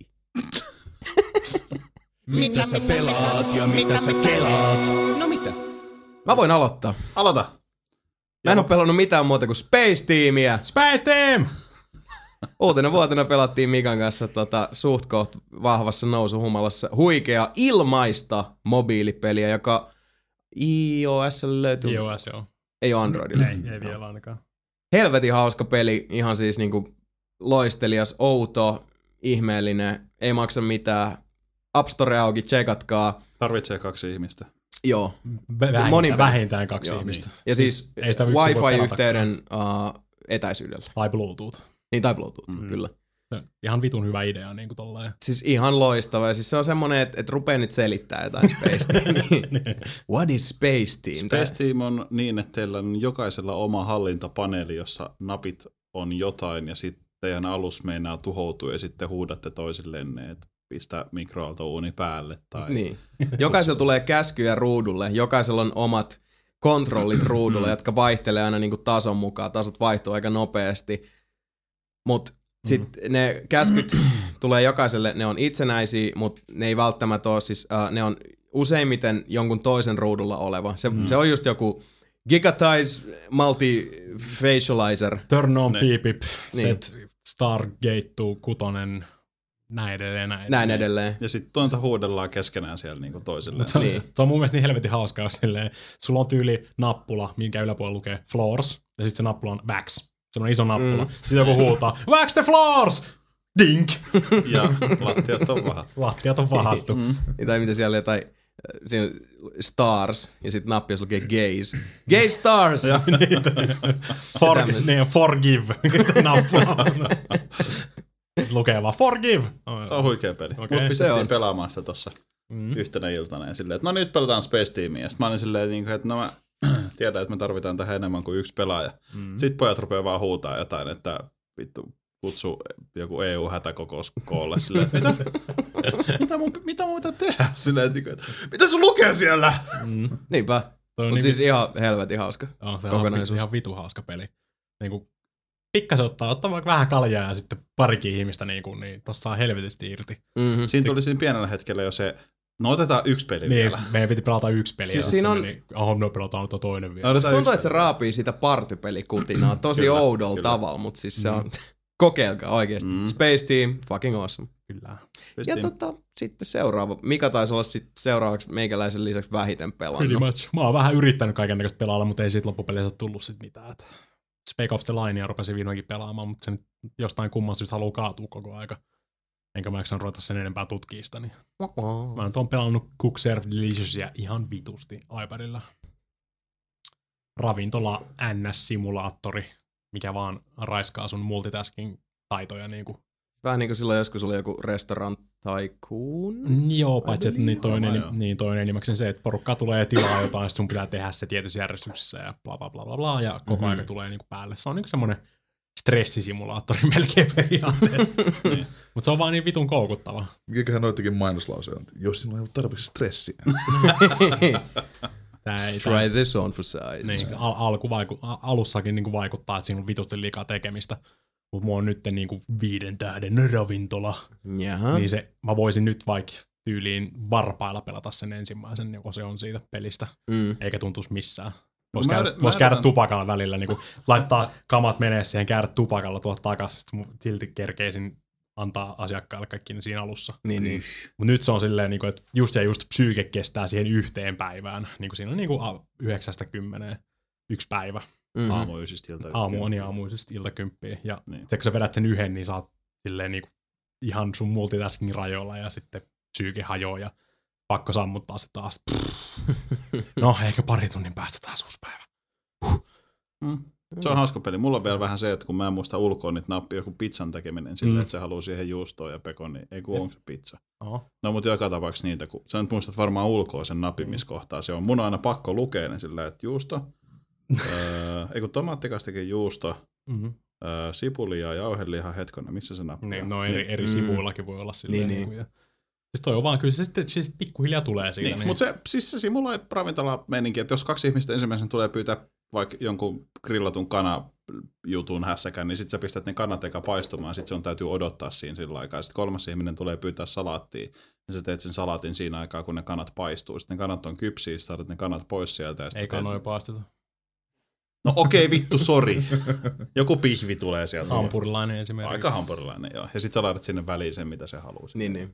Mitä sä pelaat ja mitä sä kelaat? No mitä? Mä voin aloittaa. Aloita. Mä en oo pelannut mitään muuta kuin Space Teamia. Space Team! Uutena vuotena pelattiin Mikan kanssa suht koht vahvassa nousuhumalassa huikea ilmaista mobiilipeliä, joka iOS löytyy. iOS, joo. Ei ole Androidilla. Ei vielä ainakaan. Helvetin hauska peli, ihan siis niinku loistelias, outo, ihmeellinen, ei maksa mitään. App Store auki, tsekatkaa. Tarvitsee 2 ihmistä. Joo. Vähintään 2 ihmistä. Niin. Ja siis Wi-Fi-yhteyden etäisyydellä. Tai Bluetooth. Niin, tai Bluetooth, kyllä. Ihan vitun hyvä idea niin kuin tollain. Siis ihan loistava. Ja siis se on semmonen, että rupee nyt selittää jotain Space Teamia. What is Space Team? Space Team on niin, että teillä on jokaisella oma hallintapaneeli, jossa napit on jotain ja sitten teidän alus meinaa tuhoutua ja sitten huudatte toisillenne, että pistä mikroaaltouuni päälle. Tai niin. Jokaisella tulee käskyjä ruudulle. Jokaisella on omat kontrollit ruudulle, jotka vaihtelee aina niinku tason mukaan. Tasot vaihtuu aika nopeasti. Mut sitten ne käskyt tulee jokaiselle, ne on itsenäisiä, mutta ne ei välttämättä ole siis, ne on useimmiten jonkun toisen ruudulla oleva. Se on just joku Gigatize Multi-Facializer. Turn on beep, set Stargate 6, näin edelleen. Ja sitten huudellaan keskenään siellä niinku toisille. Se on mun mielestä niin helvetin hauskaa, jos silleen, sulla on tyyli nappula, minkä yläpuolella lukee floors, ja sitten se nappula on wax. Se on iso nappula. Sitten joku huutaa, wax the floors! Dink! Ja lattiat on vahattu. Tai mitä siellä jotain, siinä stars, ja sitten nappi, jos lukee gaze. Gaze stars! Forgive nappula. Lukee vaan forgive. Se on huikea peli. Okay. Mut pistettiin pelaamaan sitä tossa yhtenä iltana ja silleen, että no nyt pelataan Space Teamia. Sitten mä olin silleen, että no mä tiedän, että me tarvitaan tähän enemmän kuin 1 pelaaja. Sitten pojat rupeaa vaan huutaa jotain, että vittu kutsu joku EU-hätäkokous koolle silleen, että mitä mun pitää tehdä? Silleen, että mitä sun lukee siellä? Niinpä. Mutta siis ihan helvetin hauska kokonaisuus. Ihan vitu hauska peli. Niinku pikkasen ottaa vaikka vähän kaljaa ja sitten parikin ihmistä niin tossa on helvetisti irti. Siinä tuli siinä pienellä hetkellä jo se, no otetaan 1 peli vielä. Meidän piti pelata 1 peli. Siis siinä on... no pelataan toinen vielä. Musta tuntuu, että se raapii sitä partypelikutinaa tosi oudolla tavalla, mutta siis se on... Kokeilkaa oikeesti. Space Team, fucking awesome. Kyllä. Ja sitten seuraava. Mika taisi olla sitten seuraavaksi meikäläisen lisäksi vähiten pelannut. Pretty much. Mä oon vähän yrittänyt kaikennäköistä pelailla, mutta ei siitä loppupeleissä tullut sit mitään. Spec Ops The Linea rupesin viinoinkin pelaamaan, mutta se nyt jostain kumman syystä haluaa kaatua koko aika. Enkä mä jaksan ruveta sen enempää tutkia sitä. Niin. Mä nyt oon pelannut Cook Serve Delicious'ia ihan vitusti iPadilla. Ravintola NS-simulaattori, mikä vaan raiskaa sun multitasking-taitoja. Niinku. Vähän niin kuin silloin joskus oli joku Restaurant Tycoon. Joo, paitsi että toinen enimmäkseen se, että porukkaa tulee tilaa jotain, sit sun pitää tehdä se tietyssä järjestyksessä ja bla bla bla bla bla, ja koko ajan tulee niinku päälle. Se on niinku semmonen stressisimulaattori melkein periaatteessa. Mutta se on vaan niin vitun koukuttava. Mikäköhän noitakin mainoslause on? Jos sinulla ei ole tarpeeksi stressiä. Try this on for size. Niin, alussakin niinku vaikuttaa, että siinä on vitusti liikaa tekemistä. Mutta mulla on nyt niinku 5 tähden ravintola. Jaha. Niin mä voisin nyt vaikka tyyliin varpailla pelata sen ensimmäisen osion siitä pelistä. Eikä tuntuisi missään. Vois käydä tupakalla välillä, niin laittaa kamat menee siihen, käydä tupakalla tuolta takaisin, sitten silti kerkeisin antaa asiakkaille kaikki siinä alussa. Niin. Mutta nyt se on silleen, että just psyyke kestää siihen yhteen päivään. Niin siinä on 9-10 yksi päivä. Aamuisista ilta. Aamuisista ilta 10. Ja niin. Kun sä vedät sen yhden, niin sä oot silleen ihan sun multitasking rajoilla ja sitten psyyke hajoaa ja pakko sammuttaa se taas. No, ehkä pari tunnin päästä taas uusi päivä. Se on hauska peli. Mulla on vielä vähän se, että kun mä en muista ulkoa niitä nappia, joku pizzan tekeminen silleen, että se haluaa siihen juustoa ja pekonia. Ei kun onko se pizza. No, mutta joka tapauksessa niitä, kun sä nyt muistat varmaan ulkoa sen napimiskohtaa. Se on mun aina pakko lukea ne silleen, että juusto, ei kun tomaattikastike juusto, sipuli ja jauheliha hetkonen, missä se nappi on? No eri sivuillakin voi olla silleen. Niin. Siis toi on vaan, kyllä se sitten siis pikkuhiljaa tulee siitä. Niin. Mutta se simuloi ravintola-meininki, että jos 2 ihmistä ensimmäisen tulee pyytää vaikka jonkun grillatun kanajutun hässäkään, niin sit sä pistät ne kanat eka paistumaan, sit se on täytyy odottaa siinä sillä aikaa. Sitten 3. ihminen tulee pyytää salaattia, ja sä teet sen salaatin siinä aikaa, kun ne kanat paistuu. Sitten ne kanat on kypsiä, saatat ne kanat pois sieltä. Ei kanoja paisteta. No okei, vittu, sori. Joku pihvi tulee sieltä. Hampurilainen esimerkiksi. Aika hampurilainen, joo. Ja sit sä laitat sinne väliin sen, mitä se haluaa. Niin.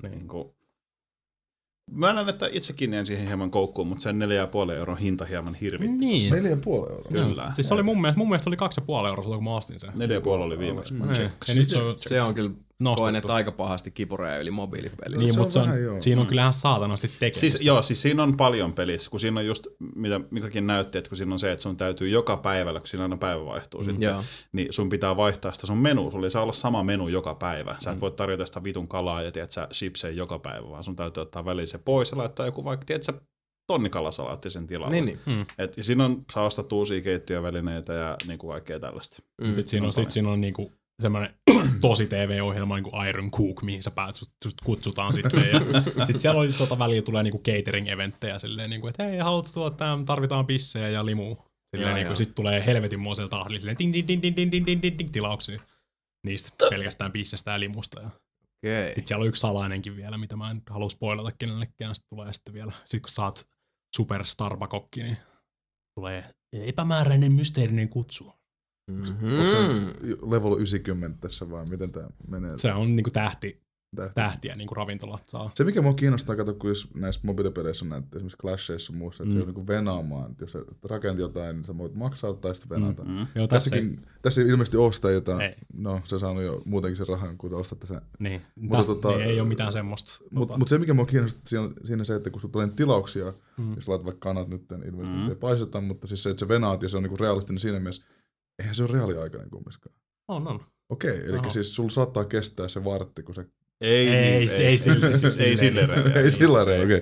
Myönnän, että itsekin jäin siihen hieman koukkuun, mutta sen 4,5 € hinta hieman hirvittää. Niin. 4,5 €? Kyllä. Siis se oli mun mielestä oli 2,5 € kun mä ostin sen. 4,5 oli viimeksi. Se on kyllä koen, että aika pahasti kipureja yli mobiilipeliä. Niin, mutta siinä on kyllähän saatanasti tekemistä. Siis siinä on paljon pelissä, kun siinä on just, mitä Mikakin näytti, että kun siinä on se, että sun täytyy joka päivällä, kun siinä aina päivä vaihtuu sitten, niin sun pitää vaihtaa sitä sun menua. Sulla ei saa olla sama menu joka päivä. Sä et voi tarjota sitä vitun kalaa ja tiedät sä chipsejä joka päivä, vaan sun täytyy ottaa väliin se pois ja laittaa joku vaikka, tiedät sä, tonnikalasalatti sen tilalle. Niin. Ja siinä on, sä ostat uusia keittiövälineitä ja niinku kaikkea tällaista. Sitten siinä on niinku semmoinen tosi TV-ohjelma niin kuin Iron Cook, mihin sä kutsutaan sitten. Ja sitten siellä oli väliin tulee niinku catering-eventtejä silleen, niinku, että hei, haluatko tarvitaan pissejä ja limua. Sitten tulee helvetinmoisella tahdilla silleen ding tilauksia niistä pelkästään pissestä ja limusta. Ja sitten siellä on yksi salainenkin vielä, mitä mä en halua spoilata kenellekään. Sitten tulee sitten vielä, sit kun saat Super Starbuckokki, niin tulee epämääräinen mysteerinen kutsu. Onko se level 90 tässä vai miten tämä menee? Se on niinku tähtiä niinku ravintola saa. Se mikä mua kiinnostaa, kato, kun jos näissä mobiilipeleissä on näitä esimerkiksi Clasheissa ja muussa, että se on niinku venaamaan. Jos sä rakenti jotain, niin sä voit maksaa tai sitten venata. Tässä ei ilmeisesti ole sitä jotain. Ei. No, sä saanut jo muutenkin sen rahan, kun ostat sen. Niin, mutta ei ole mitään semmoista. Mutta se mikä mua kiinnostaa siinä se, että kun sulla tulee tilauksia, jos laitat vaikka kanat nyt, ilmeisesti ei paisteta, mutta siis se, että se venaat ja se on niinku realistinen siinä mielessä, eihän se ole reaaliaikainen kumminkaan. On. Okei, eli siis sulla saattaa kestää se vartti, kun se... Ei sillä reaaliaikainen, okei.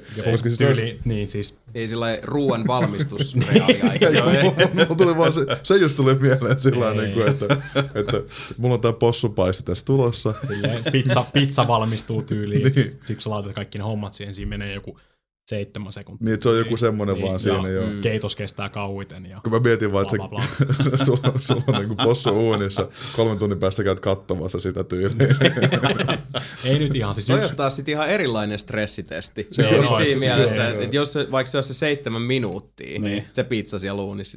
Ei sillä ruoan valmistus reaaliaikainen. Mulla tuli vaan se just tuli mieleen sillä niin että mulla on tää possupaiste tässä tulossa. Pizza valmistuu tyyliin, niin. Siksi laitat kaikki ne hommat siihen, siinä menee joku 7 sekuntia. Niin, että se on joku semmonen vaan siinä, joo. Keitos kestää kauiten. Ja kun mä mietin vaan, että sulla on niinku possu uunissa, 3 tunnin päästä käyt katsomassa sitä tyyliä. Ei nyt ihan siis yksi. Taas sit ihan erilainen stressitesti. Siis siinä mielessä, että jos se, vaikka se on se 7 minuuttia, se pizza siellä uunissa.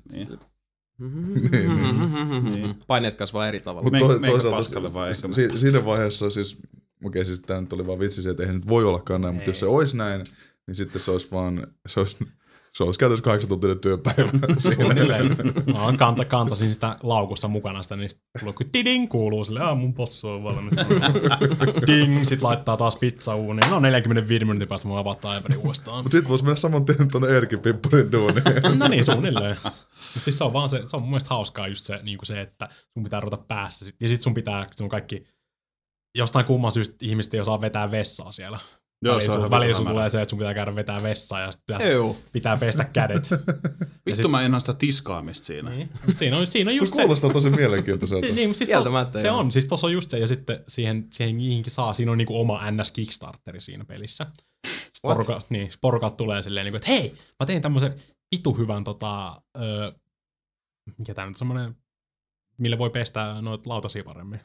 Paineet kasvaa eri tavalla. Mutta toisaalta siinä vaiheessa siis, okei, siis tää nyt oli vaan vitsi, että eihän nyt voi ollakaan näin, mutta jos se olisi näin, niin sitten se olisi vaan, se olisi käytössä 8-tuntinen työpäivä. Mä kantasin sitä laukussa mukana sitä, niin sitten ding kuuluu silleen, mun possu on valmis. Ding, sit laittaa taas pizza uuniin. No 45 minuutin päästä mun avataan iPadin uudestaan. Mut sit vois mennä saman tien tonne Erkin Pippurin duuniin. No niin, suunnilleen. Mut siis se on vaan se on mun mielestä hauskaa just se, niin se että sun pitää ruveta päässä. Ja sit sun kaikki, jostain kumman syystä ihmiset ei osaa vetää vessaa siellä. Välillä sun tulee se, että sun pitää käydä vetää vessaa ja sitten pitää pestä kädet. Vittu mä inhoan sitä tiskaamista siinä. Niin. Siinä on just se. Kuulostaa tosi mielenkiintoiselta. Niin, siis Kieltämättä, se joo. on, siis tossa on just se, ja sitten siihen niihinkin saa, siinä on niinku oma NS Kickstarteri siinä pelissä. Porukat tulee silleen niinku, että hei, mä tein tämmösen vitu hyvän mikä tää nyt semmonen, millä voi pestää noita lautasia paremmin.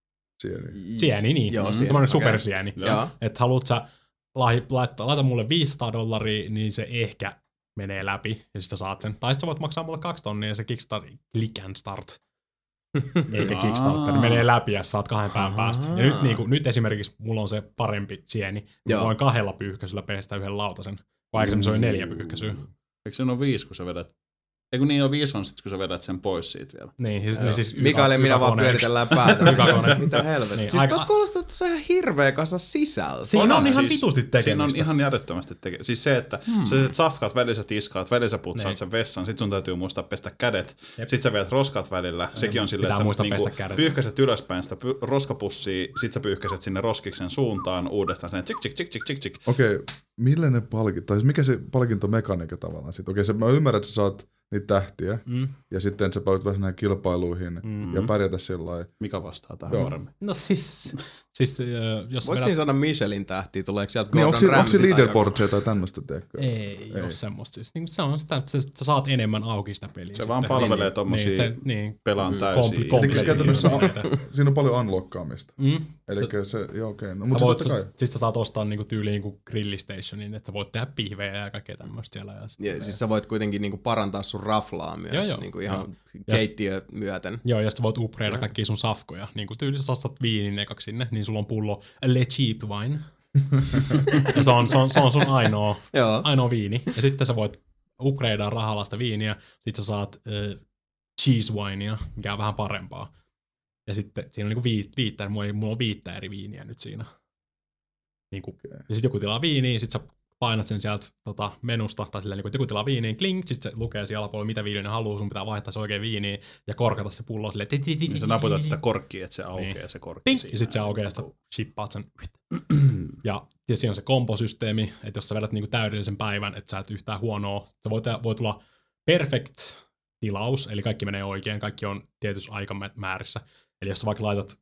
Sieni, niin. Joo, sieni. Semmoinen Okei. supersieni. Joo. Että haluat sä laita mulle $500, niin se ehkä menee läpi, ja sitten saat sen. Tai sitten sä voit maksaa mulle 2 tonnia, ja se Kickstarter, Click and Start, eikä Kickstarter, menee läpi, ja saat 2 päivän päästä. Ja nyt esimerkiksi mulla on se parempi sieni, mä voin 2 pyyhkäisyllä pestä yhden lautasen, kun aikaisemmin se oli 4 pyyhkäisyä. Eikö se ole 5, kun sä vedät? Ei kun niin on 5 on sit, kun sä vedät sen pois siitä vielä. Niin, siis Mikael ja minä vaan pyöritellään päätä. Ykakone. Mitä helvettiä. Niin, Siis aika- tuossa kuulostaa, että se on ihan hirveä kasa sisältö. Siinä on ihan siis, vitusti tekemistä. Siinä on ihan järjettömästi tekemistä. Siis se, että sä safkaat, välillä sä tiskaat, välillä sä putsaat Niin. sen vessan, sit sun täytyy muistaa pestä kädet, sit sä viet roskat välillä. Sekin on silleen, pitää että muistaa sä pestä niinku kädet. pyyhkäset ylöspäin sitä roskapussia, sit sä pyyhkäset sinne roskiksen suuntaan uudestaan sen tsik. Okei, millä ne palkit, tai siis mikä se palkintomekaniikka tavallaan sit? Okei, mä ymmärrän, että sä saat niitä tähtiä, ja sitten sä päädyt vähän näihin kilpailuihin, ja pärjätä sillä lailla. Mikä vastaa tähän paremmin? No siis jos Voiko siinä saada Michelin tähtiä? Tuleeko sieltä Niin, Gordon onko Ramsay se tai leaderboardia tai tämmöistä, tiedätkö? Ei ole semmoista. Siis, niin se on sitä, että sä saat enemmän auki sitä peliä. Se vaan palvelee tommosia pelaan täysiä. Elikkä käytännössä komplettioita. siinä on paljon unlockkaamista. Elikkä se, joo okei. No, mutta totta kai. Sitten sä saat ostaa niinku tyyliin niinku grillistationin, että voit tehdä pihvejä ja kaikkea tämmöistä siellä. Ja siis sä voit kuitenkin niinku parantaa sun raflaa myös, Joo. niinku ihan keittiö myöten. Joo, ja sitten voit upgradeata kaikkia sun safkoja. Niin kuin tyyliin sä ostat viinin ekaksi sinne, niin sulla on pullo Le Cheap Wine. Ja se on sun ainoa viini. Ja sitten sä voit upgradea rahalla sitä viiniä, sit sä saat cheese winea, mikä on vähän parempaa. Ja sitten siinä on niinku mulla on 5 eri viiniä nyt siinä. Niinku, ja sitten joku tilaa viiniä, sit sä painat sen sieltä menusta, tai silleen, niin joku tilaa viiniin, kling, sit se lukee siellä alapuolella, mitä viiniä haluaa, sun pitää vaihtaa se oikein viiniin ja korkata se pullo silleen. Niin sä naputat sitä korkkia, että se aukeaa se korkki. Pink, ja sit se aukeaa, ja sit shippaat sen. Ja siinä on se komposysteemi, että jos sä vedät niinku täydellisen päivän, että sä et yhtään huonoa, se voi tulla perfect tilaus, eli kaikki menee oikein, kaikki on tietyssä aikamäärissä. Eli jos sä vaikka laitat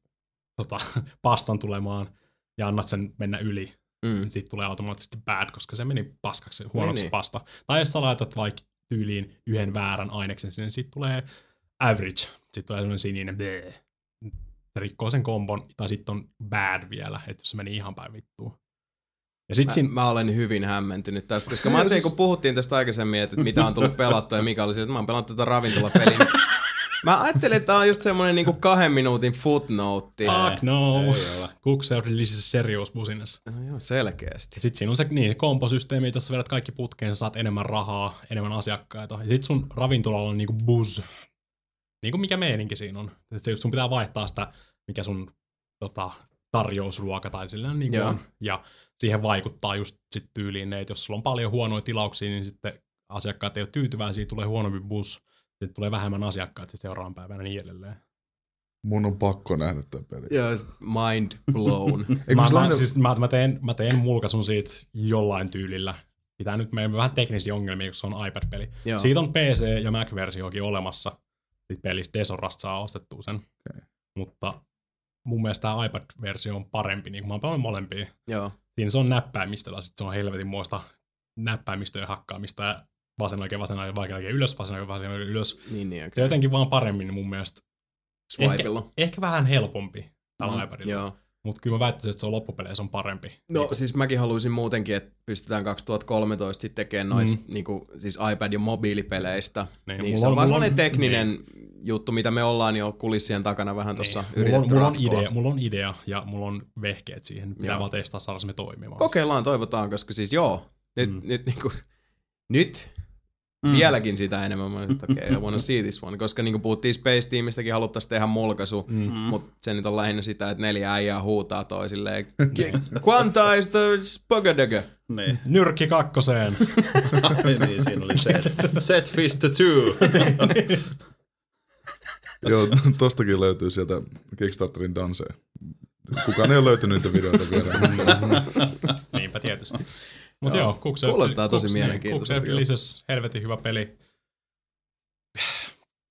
pastan tulemaan ja annat sen mennä yli, siitä tulee automaattisesti bad, koska se meni paskaksi, huonoksi pasta. Tai jos sä laitat vaikka tyyliin yhden väärän aineksen sinne, siitä tulee average, sitten tulee semmoinen sininen bleh. Se rikkoo sen kombon, tai sitten on bad vielä, että jos se meni ihan päin vittuun. Ja sit Mä olen hyvin hämmentynyt tästä, koska mä ajattelin, kun puhuttiin tästä aikaisemmin, että mitä on tullut pelattua ja mikä oli se, että mä oon pelannut tätä ravintolapeliä. Mä ajattelin, että tää on just semmonen niinku 2 minuutin footnote. Fuck no. Cookse releases serious business. No joo, selkeästi. Sitten siinä on se komposysteemi, että jos sä vedät kaikki putkeen, sä saat enemmän rahaa, enemmän asiakkaita. Ja sit sun ravintolalla on niinku buzz. Niinku mikä meininki siinä on. Että sun pitää vaihtaa sitä, mikä sun tarjousruoka tai silleen niinku on. Ja siihen vaikuttaa just sit tyyliin ne, että jos sulla on paljon huonoja tilauksia, niin sitten asiakkaat ei ole tyytyväisiä, tulee huonompi buzz. Sitten tulee vähemmän asiakkaita seuraavan päivänä niin edelleen. Mun on pakko nähdä tämä peli. Joo, mind blown. Mä teen mulkaisun siitä jollain tyylillä. Pitää nyt meidän vähän teknisiä ongelmia, kun se on iPad-peli. Joo. Siitä on PC- ja Mac-versiokin olemassa. Siitä pelistä Desorasta saa ostettua sen. Okay. Mutta mun mielestä tämä iPad-versio on parempi, niin kuin mä oon pelannut molempia. Joo. Siinä se on näppäimistöllä, sit se on helvetin muista näppäimistöä hakkaamista ja vasen oikein, ylös, vasen oikein, ylös. Niin, se jotenkin vaan paremmin mun mielestä. Swipella. Ehkä vähän helpompi tällä iPadilla. Joo. Mutta kyllä mä väittäisin, että se on loppupeleissä on parempi. No siis mäkin haluaisin muutenkin, että pystytään 2013 sit tekemään noista niinku, siis iPad- ja mobiilipeleistä. Niin se on vaan sellainen tekninen juttu, mitä me ollaan jo kulissien takana vähän tuossa yritetty ratkoa. Mulla on idea ja mulla on vehkeet siihen. Pitää vaan testaa, saada se me toimimaan. Kokeillaan, toivotaan, koska siis nyt vieläkin sitä enemmän. Mä nyt, okei, I wanna see this one. Koska niin kuin puhuttiin Space Teamistäkin, haluttaisiin tehdä mulkaisu, mutta se nyt on lähinnä sitä, että 4 äijää huutaa toisilleen. Quantize the Spogadega. Niin. Nyrkki 2. Niin, siinä oli set fist to 2. Joo, tostakin löytyy sieltä Kickstarterin Danse. Kukaan ei ole löytynyt niitä videoita vielä. Niinpä tietysti. Mutta joo, kuulostaa tosi mielenkiintoiselta. Cookse Releases, helvetin hyvä peli.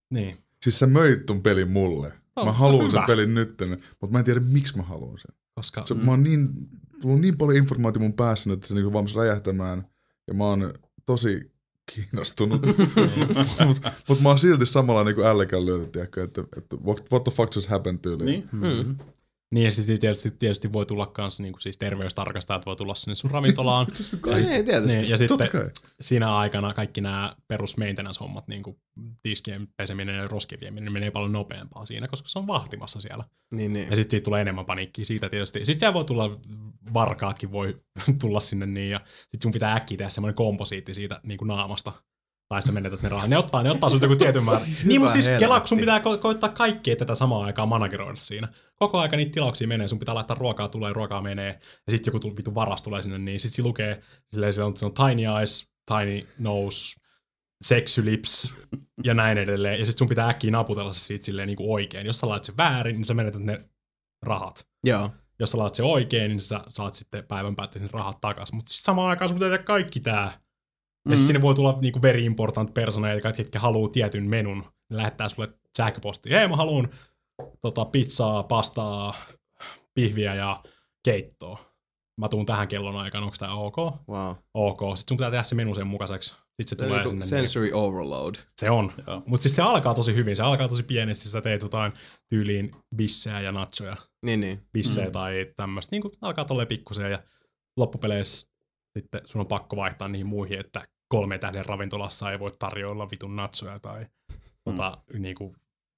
Niin. Siis sä möit ton pelin mulle. Mä haluan sen pelin nytten, mutta mä en tiedä miksi mä haluan sen. Koska Mä oon tullut niin paljon informaatiota mun päässä, että se niinku valmis räjähtämään. Ja mä oon tosi kiinnostunut. Mut mä oon silti samalla niinku älläkään lyöty, tiedätkö, että what the fuck just happened tyyliin. Niin? Niin, ja sitten tietysti voi tulla kans niinku siis terveystarkastajat voi tulla sinne sun ravintolaan. Ei, tietysti. Niin, ja sitten Totta kai. siinä aikana kaikki nämä perus maintenance-hommat, niinku tiskien peseminen ja roskien vieminen, menee paljon nopeampaa siinä, koska se on vahtimassa siellä. Niin. Ja sitten siitä tulee enemmän paniikkiä siitä tietysti. Sitten siellä voi tulla, varkaatkin voi tulla sinne niin, ja sitten sun pitää äkkiä tehdä semmoinen komposiitti siitä niinku naamasta. Tai sä menetät ne rahat. Ne ottaa sulta joku tietyn määrän. Niin, mutta siis kelaa, sun pitää koittaa kaikkea tätä samaa aikaa manageroida siinä. Koko aika niitä tilauksia menee, sun pitää laittaa ruokaa menee, ja sitten joku vitu varas tulee sinne, niin sitten se lukee, se on tiny eyes, tiny nose, sexy lips, ja näin edelleen. Ja sitten sun pitää äkkiä naputella se siitä silleen niin kuin oikein. Jos sä laitat sen väärin, niin sä menetät ne rahat. Joo. Jos sä laitat sen oikein, niin sä saat sitten päivän päätteeksi rahat takas. Mutta siis samaan aikaan sun pitää tehdä kaikki tää. Ja sitten sinne voi tulla niinku very important personeja, jotka haluaa tietyn menun. Ne lähettää sulle sähköpostia. Hei, mä haluun pizzaa, pastaa, pihviä ja keittoa. Mä tuun tähän kellon aikaan, onko tää ok? Wow. Ok. Sitten sun pitää tehdä se menu sen mukaiseksi. Sitten se tulee sinne. Sensory overload. Se on. Mutta siis se alkaa tosi hyvin. Se alkaa tosi pienesti. Sä teet jotain tyyliin bissejä ja nachoja. Niin. Bissejä tai tämmöistä. Niin alkaa tolleen pikkusen ja loppupeleissä sitten sun on pakko vaihtaa niihin muihin, että 3 tähden ravintolassa ei voi tarjoilla vitun natsoja tai niinku,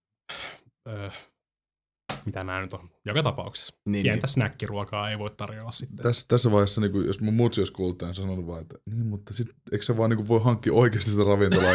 mitä nää nyt on, joka tapauksessa. Pientä snäkkiruokaa ei voi tarjoilla sitten. Tässä vaiheessa, niin jos mun mutsi olisi kuullut tämän, sanonut vaan, että niin, mutta sit, eikö se vaan niin voi hankkia oikeasti sitä ravintolaa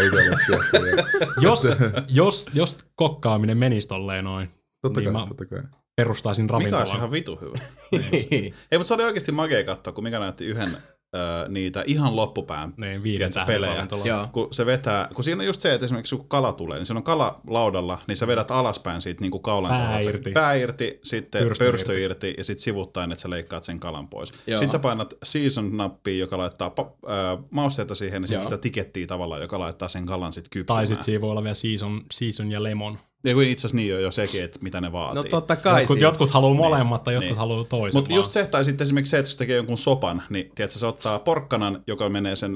itselle? jos kokkaaminen menisi tolleen noin, totta niin kai. Perustaisin ravintolaan. Mikä olisi ihan vitu hyvä. Ei, mutta se oli oikeasti magea katsoa, kun mikä näytti yhden niitä ihan loppupään niin, 5 pelejä. Kun se vetää, kun siinä on just se, että esimerkiksi kun kala tulee, niin siinä on kala laudalla, niin sä vedät alaspäin siitä niin kuin kaulan kohdalla. Pää irti, sitten pörstö irti ja sitten sivuttain, että sä leikkaat sen kalan pois. Sitten sä painat season-nappia, joka laittaa mausteita siihen, ja sitten sitä tikettiä tavallaan, joka laittaa sen kalan sitten kypsymään. Tai sitten siinä voi olla vielä season ja lemon. Ja kun itse asiassa niin on jo sekin, että mitä ne vaatii. No totta kai. Jotkut haluaa molemmat tai jotkut haluaa toisen. Mutta just se, tai sitten esimerkiksi se, että jos tekee jonkun sopan, niin tiedätkö, se ottaa porkkanan, joka menee sen,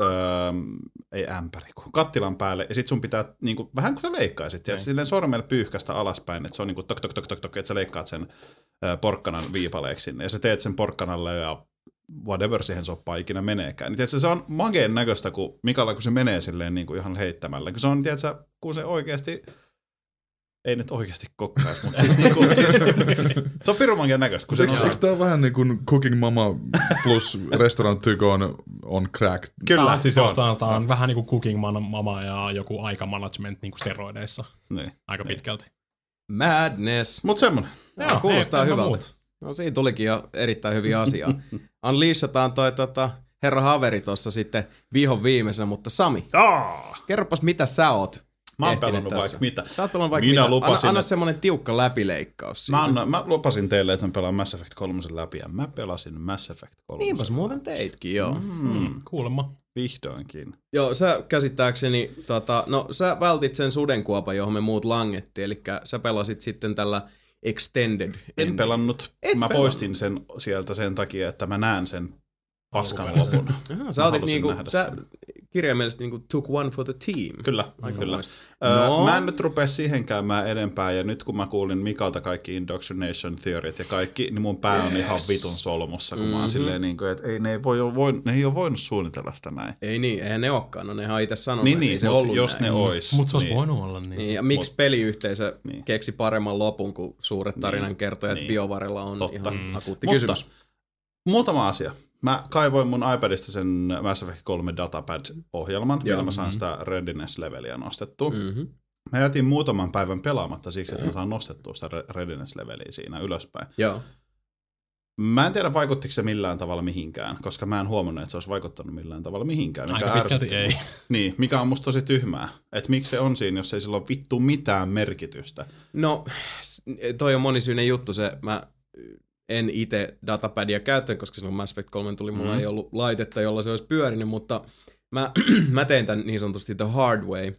ei ämpäri, kattilan päälle, ja sitten sun pitää, niinku, vähän kuin sä leikkaisit, tiedätkö, silleen sormella pyyhkästä alaspäin, että se on niinku tok, että sä leikkaat sen porkkanan viipaleeksi, ja sä teet sen porkkanalle ja whatever siihen soppaan ikinä meneekään. Niin tiedätkö, se on mageen näköistä, kun Mikalla, kun se menee silleen niinku ihan heittämällä. Kun se on, tiedätkö, kun se oikeasti ei nyt oikeasti kokkaisi, mutta siis, niinku, se on pirumankin näköistä. Eikö tämä ole vähän niin kuin Cooking Mama plus Restaurant to go on crack? Kyllä. Siis tämä on vähän niin kuin Cooking Mama ja joku aikamanagement niin kuin steroideissa. Niin. Aika pitkälti. Madness. Mut semmonen. Joo, kuulostaa hyvältä. No siinä tulikin jo erittäin hyviä asiaa. Unleashataan toi herra Haveri tossa sitten vihon viimeisenä, mutta Sami, kerropas mitä sä oot. Mä oon pelannut vaikka mitä. Sä oot pelannut vaikka mitä. Lupasin, anna semmonen tiukka läpileikkaus siitä. Mä lupasin teille, että mä pelaan Mass Effect 3 läpi, ja mä pelasin Mass Effect 3. Niinpäs muuten teitkin, joo. Kuulemma. Vihdoinkin. Joo, sä käsittääkseni, sä vältit sen sudenkuopan, johon me muut langettiin, eli sä pelasit sitten tällä Extended. En pelannut. Mä poistin sen sieltä sen takia, että mä näen sen paskan lopun. Sä otit niinku, kirjaimellisesti niinku took one for the team. Kyllä. Mä en nyt rupea siihen käymään enempää, ja nyt kun mä kuulin Mikalta kaikki indoctrination theorit ja kaikki, niin mun pää on ihan vitun solmussa, kun mä oon silleen niinku, että ei, ne ei ole voinut suunnitella sitä näin. Ei niin, eihän ne olekaan, no nehän on itse sanonut, niin, se ollut jos näin. ne ois. Mutta se olisi voinut olla niin. Ja miksi peliyhteisö keksi paremman lopun, kun suuret tarinankertojat BioWarella on ihan akuutti kysymys. Muutama asia. Mä kaivoin mun iPadista sen Mass Effect 3 Datapad-ohjelman, millä mä saan sitä Readiness-leveliä nostettua. Mä jätin muutaman päivän pelaamatta siksi, että mä saan nostettua sitä Readiness-leveliä siinä ylöspäin. Joo. Mä en tiedä, vaikuttiko se millään tavalla mihinkään, koska mä en huomannut, että se olisi vaikuttanut millään tavalla mihinkään. Mikä aika pitkälti ei. Niin, mikä on musta tosi tyhmää. Että miksi se on siinä, jos ei sillä ole vittu mitään merkitystä. No, toi on monisyinen juttu se. Mä en itse datapadia käyttänyt, koska silloin Mass Effect 3 tuli, mulla ei ollut laitetta, jolla se olisi pyörinyt, mutta mä tein tämän niin sanotusti the hard way.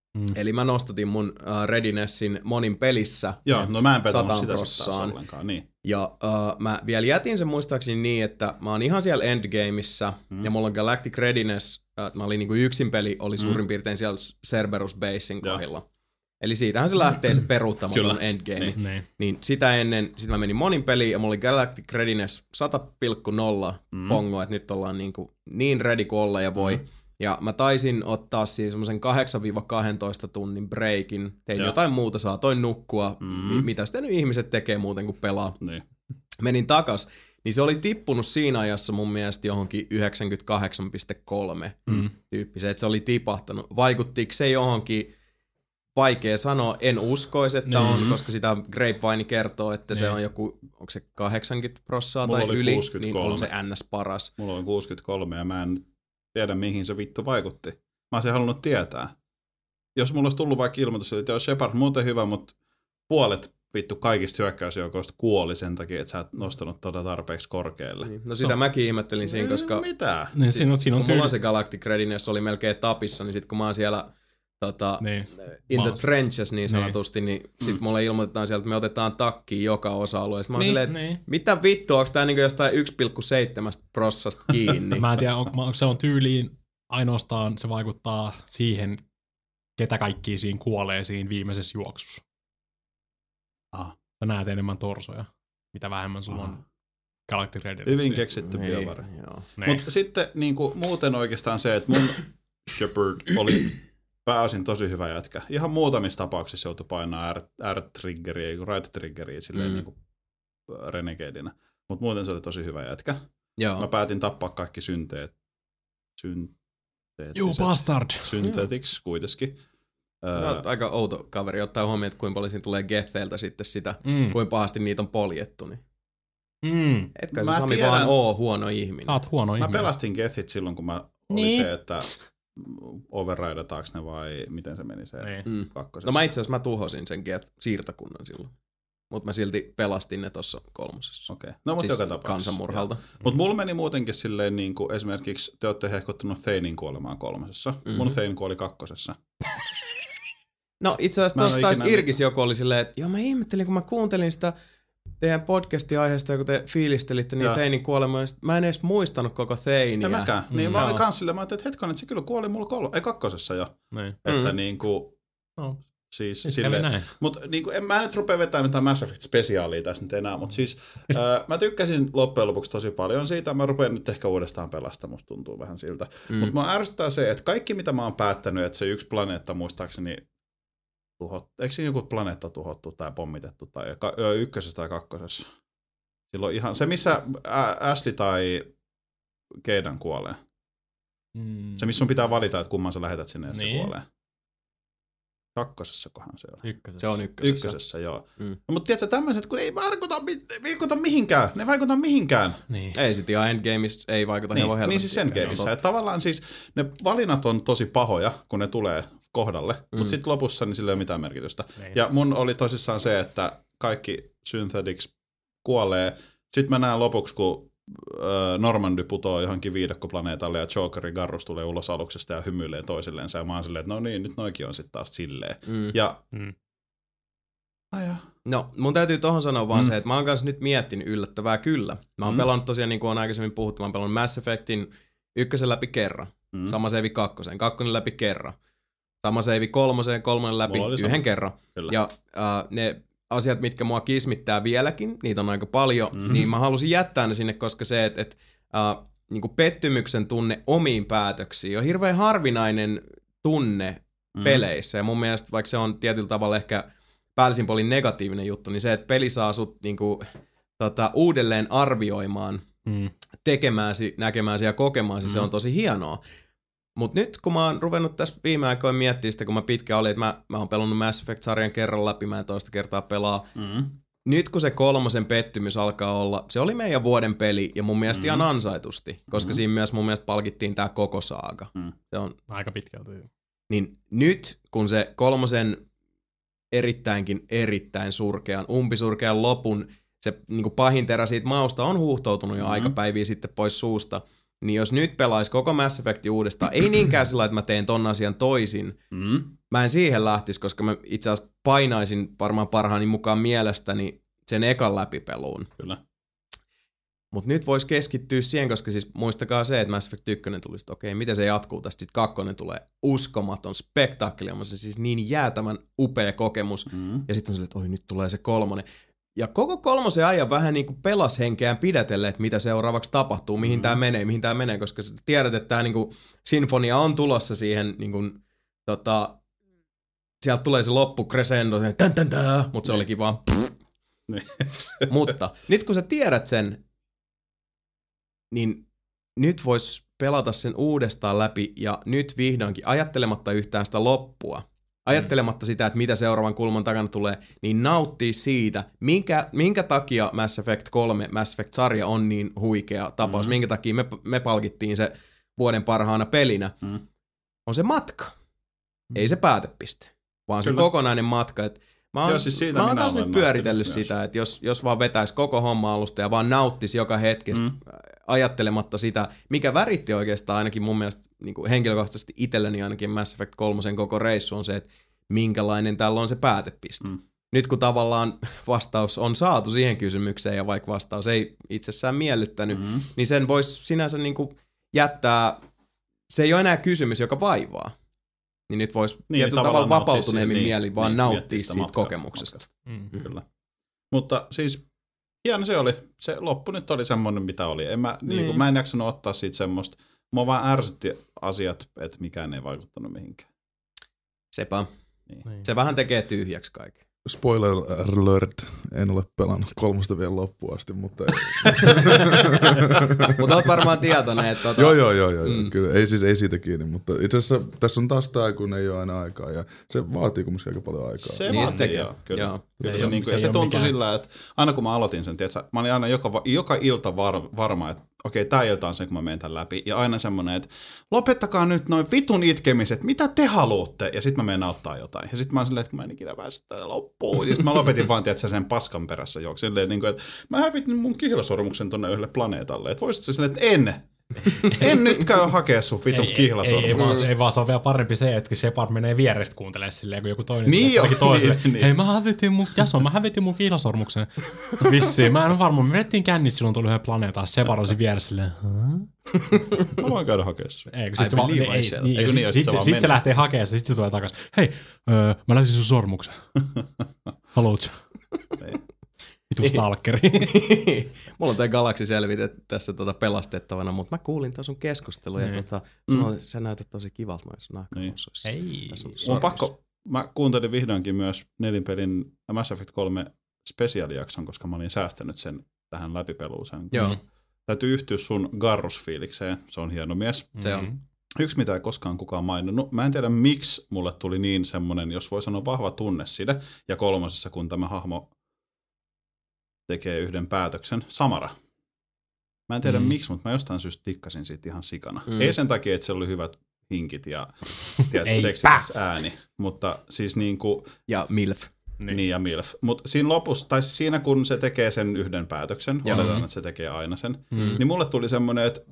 Eli mä nostatin mun readinessin monin pelissä. Joo, no mä en petannut 100 sitä sitten taas prossaan. ollenkaan. Niin. Ja mä vielä jätin sen muistaakseni niin, että mä oon ihan siellä endgameissa, ja mulla on Galactic Readiness, mä olin niinku yksin peli, oli suurin piirtein siellä Cerberus Basin kohdilla. Eli siitähän se lähtee se peruuttamaton endgame. Niin sitä ennen, sit mä menin monin peliin, ja mulla oli Galactic Readiness 100,0 pongo, että nyt ollaan niin ready kuin olla ja voi. Ja mä taisin ottaa siis semmosen 8-12 tunnin breakin. Tein jotain muuta, saatoin nukkua. Mitä sitten nyt ihmiset tekee muuten kuin pelaa. Niin. Menin takas. Niin se oli tippunut siinä ajassa mun mielestä johonkin 98,3 tyyppiseen. Että se oli tipahtanut. Vaikuttiko se johonkin? Vaikea sanoa. En uskoisi, että on, koska sitä Grapevine kertoo, että se on joku, onko se 80% tai yli, 63. Niin on se NS paras. Mulla on 63 ja mä en tiedä, mihin se vittu vaikutti. Mä olisin halunnut tietää. Jos mulla olisi tullut vaikka ilmoitus, että jos Shepard muuten hyvä, mutta puolet vittu kaikista hyökkäysjoukoista kuoli sen takia, että sä et nostanut tarpeeksi korkealle. Niin. No sitä mäkin ihmettelin siinä, koska mitä? Niin, siinä on mulla on se Galactic Readiness oli melkein tapissa, niin sit kun mä oon siellä in the trenches niin sanotusti, niin sit mulle ilmoitetaan sieltä, että me otetaan takkiin joka osa-alue. Sitten mä oon silleen, että mitä vittu, onko tää niinku jostain 1,7% kiinni? Mä en tiedä, onko se on tyyliin ainoastaan se vaikuttaa siihen, ketä kaikki siinä kuolee siinä viimeisessä juoksussa. Sä näet enemmän torsoja, mitä vähemmän sulla on Galactic Readiness. Hyvin keksitty BioWare. Mutta sitten niinku, muuten oikeastaan se, että mun Shepard oli pääosin tosi hyvä jätkä. Ihan muutamissa tapauksissa joutui painaa R-triggeriä, right-triggeriä silleen niinku Renegadina. Mutta muuten se oli tosi hyvä jätkä. Joo. Mä päätin tappaa kaikki You bastard! Synthetics kuitenkin. Aika outo kaveri, ottaa huomioon, että kuinka paljon siinä tulee Getheiltä sitten sitä, kuinka pahasti niitä on poljettu. Niin. Etkö se Sami vaan oo huono ihminen? Sä oot huono ihminen. Mä pelastin Gethit silloin, kun mä oli se, että overridetaanko ne vai miten se meni se kakkosessa. No mä itse asiassa tuhosin sen siirtokunnan silloin. Mutta mä silti pelastin ne tuossa 3. Okei. No mutta siis joka tapauksessa. Kansanmurhalta. Mutta mulla meni muutenkin silleen, niin kuin esimerkiksi te olette hehkuttanut Thanein kuolemaan 3. Mun Thane kuoli 2. No itse asiassa tossa taisi Irkis joku oli silleen, että joo mä ihmettelin, kun mä kuuntelin sitä teidän podcastin aiheesta, kun te fiilistelitte niin Thanein kuolemaa, mä en edes muistanut koko Thanea. Ja mäkään. Niin mä olin kans silleen, mä ajattelin, että hetkonen, että se kyllä kuoli mulla 2. jo. Niin. Että niinku... Siis silleen, mutta niinku, mä nyt rupea vetämään mitään Mass Effect-spesiaalia tässä nyt enää, mutta siis mä tykkäsin loppujen lopuksi tosi paljon siitä, mä rupean nyt ehkä uudestaan pelastamaan, musta tuntuu vähän siltä. Mutta mä ärsyttää se, että kaikki mitä mä oon päättänyt, että se yksi planeetta muistaakseni eikö siinä joku planeetta tuhottu tai pommitettu, tai 1. tai 2. Silloin ihan se, missä Ashley tai Keidan kuolee. Se, missä sun pitää valita, että kumman sä lähetät sinne, että se kuolee. 2. kohan se on. Se on 1. Joo. No, mutta tiedätkö tämmöiset, kun ei vaikuta mihinkään. Ne vaikuta mihinkään. Niin. Ei sit ihan Endgameissa ei vaikuta hieman helposti. Niin siis Endgameissa. Tavallaan siis ne valinnat on tosi pahoja, kun ne tulee kohdalle, mutta sitten lopussa niin sillä ei ole mitään merkitystä. Niin. Ja mun oli tosissaan se, että kaikki Synthetics kuolee. Sitten mä näen lopuksi, kun Normandy putoo johonkin viidakkoplaneetalle ja Jokerin Garrus tulee ulos aluksesta ja hymyilee toisilleensa ja mä oon silleen, että no niin, nyt noikin on sitten taas silleen. Ja... No, mun täytyy tohon sanoa vaan se, että mä oon kanssa nyt miettinyt yllättävää kyllä. Mä oon pelannut tosiaan, niin kuin on aikaisemmin puhuttu, mä oon pelannut Mass Effectin 1 läpi kerran. Sama save 2, 2 läpi kerran. Sama save 3 läpi yhden kerran. Kyllä. Ja ne asiat, mitkä mua kismittää vieläkin, niitä on aika paljon, niin mä halusin jättää ne sinne, koska se, että niinku pettymyksen tunne omiin päätöksiin on hirveän harvinainen tunne peleissä. Ja mun mielestä, vaikka se on tietyllä tavalla ehkä päällisin puolin negatiivinen juttu, niin se, että peli saa sut niinku, uudelleen arvioimaan, tekemääsi, näkemääsi ja kokemaasi, se on tosi hienoa. Mutta nyt kun mä oon ruvennut tässä viime aikoina miettimään sitä, kun mä pitkään olin, että mä oon pelannut Mass Effect-sarjan kerran läpi, mä en toista kertaa pelaa. Nyt kun se 3 pettymys alkaa olla, se oli meidän vuoden peli ja mun mielestä ihan ansaitusti, koska siinä myös mun mielestä palkittiin tää koko saaga. Se on aika pitkälti. Niin nyt kun se 3 erittäin surkean, umpisurkean lopun, se niinku pahin terä siitä mausta on huuhtoutunut jo aikapäiviä sitten pois suusta. niin jos nyt pelaisi koko Mass Effect uudestaan, ei niinkään sillä, että mä teen ton asian toisin, mä en siihen lähtisi, koska mä itse asiassa painaisin varmaan parhaani mukaan mielestäni sen ekan läpipeluun. Kyllä. Mutta nyt voisi keskittyä siihen, koska siis muistakaa se, että Mass Effect 1 tulisi, että okei, miten se jatkuu tästä, sitten 2 tulee uskomaton spektaakeli, on se siis niin jäätävän upea kokemus, ja sitten on silleen, että oi nyt tulee se 3. Ja koko 3 ajan vähän niin kuin pelas henkeään pidätelle, että mitä seuraavaksi tapahtuu, mihin tää menee, koska sä tiedät, että tää niinku sinfonia on tulossa siihen niinku, sieltä tulee se loppu crescendo, mutta se olikin vaan Mutta nyt kun sä tiedät sen, niin nyt vois pelata sen uudestaan läpi ja nyt vihdoinkin ajattelematta yhtään sitä loppua, ajattelematta sitä, että mitä seuraavan kulman takana tulee, niin nauttii siitä, minkä takia Mass Effect 3, Mass Effect-sarja on niin huikea tapaus, minkä takia me palkittiin se vuoden parhaana pelinä, on se matka. Ei se päätepiste, vaan se kokonainen matka. Mä oon taas nyt pyöritellyt sitä, että jos vaan vetäisi koko homma alusta ja vaan nauttisi joka hetkestä ajattelematta sitä, mikä väritti oikeastaan ainakin mun mielestä niin kuin henkilökohtaisesti itselleni ainakin Mass Effect 3 koko reissu on se, että minkälainen tällä on se päätepiste. Nyt kun tavallaan vastaus on saatu siihen kysymykseen ja vaikka vastaus ei itsessään miellyttänyt, niin sen voisi sinänsä niin kuin jättää, se ei ole enää kysymys, joka vaivaa. Niin nyt voisi tietyllä tavalla vapautuneemmin mieli vaan nauttia siitä kokemuksesta. Kyllä. Mutta siis hieno se oli. Se loppu nyt oli semmoinen, mitä oli. Mä en jaksanut ottaa siitä semmoista. Mua vaan ärsytti asiat, että mikään ei vaikuttanut mihinkään. Sepä. Niin. Se vähän tekee tyhjäksi kaiken. Spoiler alert, en ole pelannut 3 vielä loppuun asti, mutta Mutta oot varmaan tietoinen, että Joo, kyllä, ei siitä kiinni, mutta itse asiassa tässä on taas tää, kun ei ole aina aikaa, ja se vaatii kumminkin aika paljon aikaa. Se vaatii, joo, kyllä. Se tuntui sillä, että aina kun mä aloitin sen, tiiätkö, mä olin aina joka ilta varma, että okei, tää ilta on se, kun mä menen tän läpi. Ja aina semmonen, että lopettakaa nyt noin vitun itkemiset, mitä te haluatte? Ja sit mä menen auttaa jotain. Ja sit mä oon silleen, että mä en ikinä pääse tää loppuun. Ja sit mä lopetin vaan, tiiätkö, sen paskan perässä juoksi. Silleen, niin kuin, että mä hävitin mun kihlasormuksen tonne yhdelle planeetalle. Että voisit sä silleen, että en nyt käy hakea sun vitun kihlasormuksen. Ei vaan se on vielä parempi se, että Shepard menee vierestä kuuntelemaan silleen, kun joku toinen niin. Hei, mä hävitin mun kihlasormuksen. Vissiin, mä en ole varma. Me vedettiin kännit silloin tuli yhden planeetaan. Shepard olisi vieressä silleen, mä voin käydä hakea sun. Sitten se lähtee hakemaan, sitten se tulee takaisin. Hei, mä löysin sun sormuksen. Haluatko? Vitu stalkeri. Mulla on tää Galaxy Selvite tässä pelastettavana, mutta mä kuulin tuon sun keskustelun ja sä näytät tosi kivalta noissa nahkamusoissa. On pakko, mä kuuntelin vihdoinkin myös nelinpelin Mass Effect 3 special-jakson, koska mä olin säästänyt sen tähän läpipeluuseen. Joo. Täytyy yhtyä sun Garrus-fiilikseen, se on hieno mies. Se on. Yksi, mitä ei koskaan kukaan maininnut. Mä en tiedä, miksi mulle tuli niin semmonen, jos voi sanoa vahva tunneside, ja 3, kun tämä hahmo tekee yhden päätöksen, Samara. Mä en tiedä miksi, mutta mä jostain syystä tikkasin siitä ihan sikana. Ei sen takia, että se oli hyvät hinkit ja seksikäs ääni, mutta siis niinku... Ja MILF. Niin ja MILF. Mutta siinä lopussa, tai siinä kun se tekee sen yhden päätöksen, oletaan, että se tekee aina sen, niin mulle tuli semmoinen, että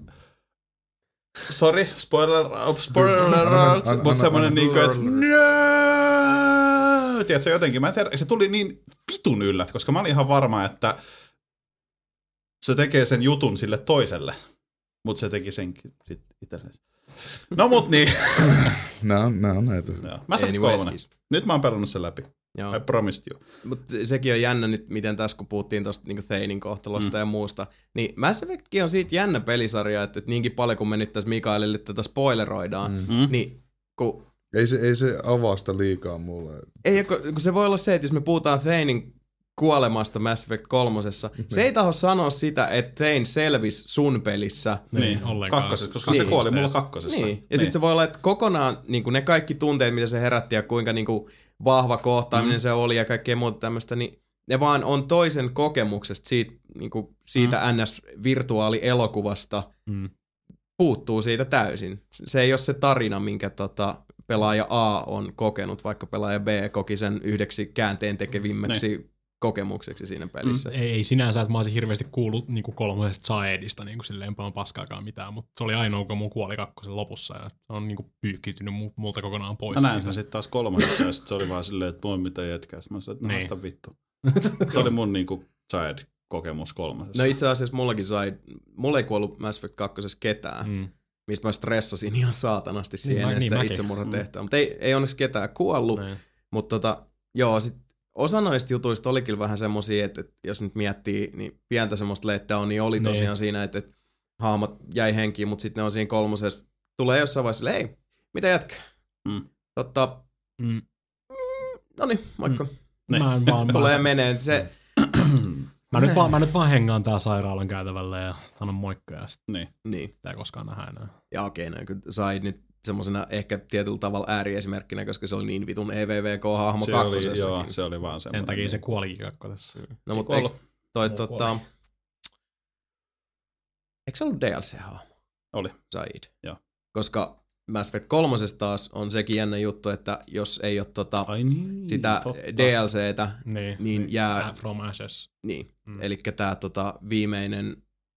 spoiler mutta semmoinen niinku, että tiedätkö, jotenkin, mä en tiedä, se tuli niin vitun yllät, koska mä olin ihan varma, että se tekee sen jutun sille toiselle, mutta se teki senkin sitten itselleen. No mut niin. Nää on näitä. Mass Effect 3. Nyt mä oon pelannut sen läpi. Joo. I promised you. Mutta sekin on jännä nyt, miten tässä kun puhuttiin tosta niinku Thanein kohtalosta ja muusta, niin Mass Effectkin on siitä jännä pelisarja, että niinkin paljon kun me nyt tässä Mikaelille tätä spoileroidaan, niin kun... Ei se avaa sitä liikaa mulle. Ei, kun se voi olla se, että jos me puhutaan Thanein kuolemasta Mass Effect 3, se ei taho sanoa sitä, että Thane selvisi sun pelissä. Niin, kakkosessa, koska se kuoli mulla kakkosessa. Niin. Ja sit se voi olla, että kokonaan niin ne kaikki tunteet, mitä se herätti ja kuinka niin vahva kohtaaminen se oli ja kaikkea muuta tämmöistä, niin ne vaan on toisen kokemuksesta siitä NS-virtuaalielokuvasta puuttuu siitä täysin. Se ei ole se tarina, minkä pelaaja A on kokenut, vaikka pelaaja B koki sen yhdeksi käänteen tekevimmäksi kokemukseksi siinä pelissä. Ei sinänsä, että mä olisin hirveästi kuullut niinku 3. Zaedista niinku silleen paljon paskaakaan mitään, mutta se oli ainoa, kun mun kuoli 2 lopussa ja se on niinku pyyhkiytynyt multa kokonaan pois. Mä näin sen sitten taas 3. ja sitten se oli vaan silleen, että voi mitä jätkää. Sitten mä sanoin, että haasta vittu. Se oli mun niinku Zaed-kokemus 3. No itse asiassa mulla ei kuollut Mass Effect 2 ketään. Mistä mä stressasin ihan saatanasti siihen ennen sitä itsemurhatehtävää. Mutta ei onneksi ketään kuollut. Mutta joo, sit osa noista jutuista oli kyllä vähän semmosia, että jos nyt miettii, niin pientä semmoista letdownia oli tosiaan siinä, että hahmot jäi henkiin, mutta sitten ne on siinä 3. Tulee jossain vaiheessa, hei, mitä jätkää? Noniin, moikka. Tulee menee. Se... Mä nyt vaan hengaan tää sairaalan käytävällä ja sanon moikka ja sit niin. Sitä ei koskaan nähdä enää. Ja okei, näin kyllä sai nyt semmosena ehkä tietyllä tavalla ääriesimerkkinä, koska se oli niin vitun EVVK-hahmo kakkosessakin. Joo, se oli vaan semmoinen. Sen takia se kuolikin kakkosessa. No mutta eikö se ollut DLC-hahmo? Oli. Zaid. Joo. Koska Mass Effect 3 taas on sekin jännä juttu, että jos ei ole sitä DLCtä, niin jää... From Ashes. Niin, elikkä tää viimeinen...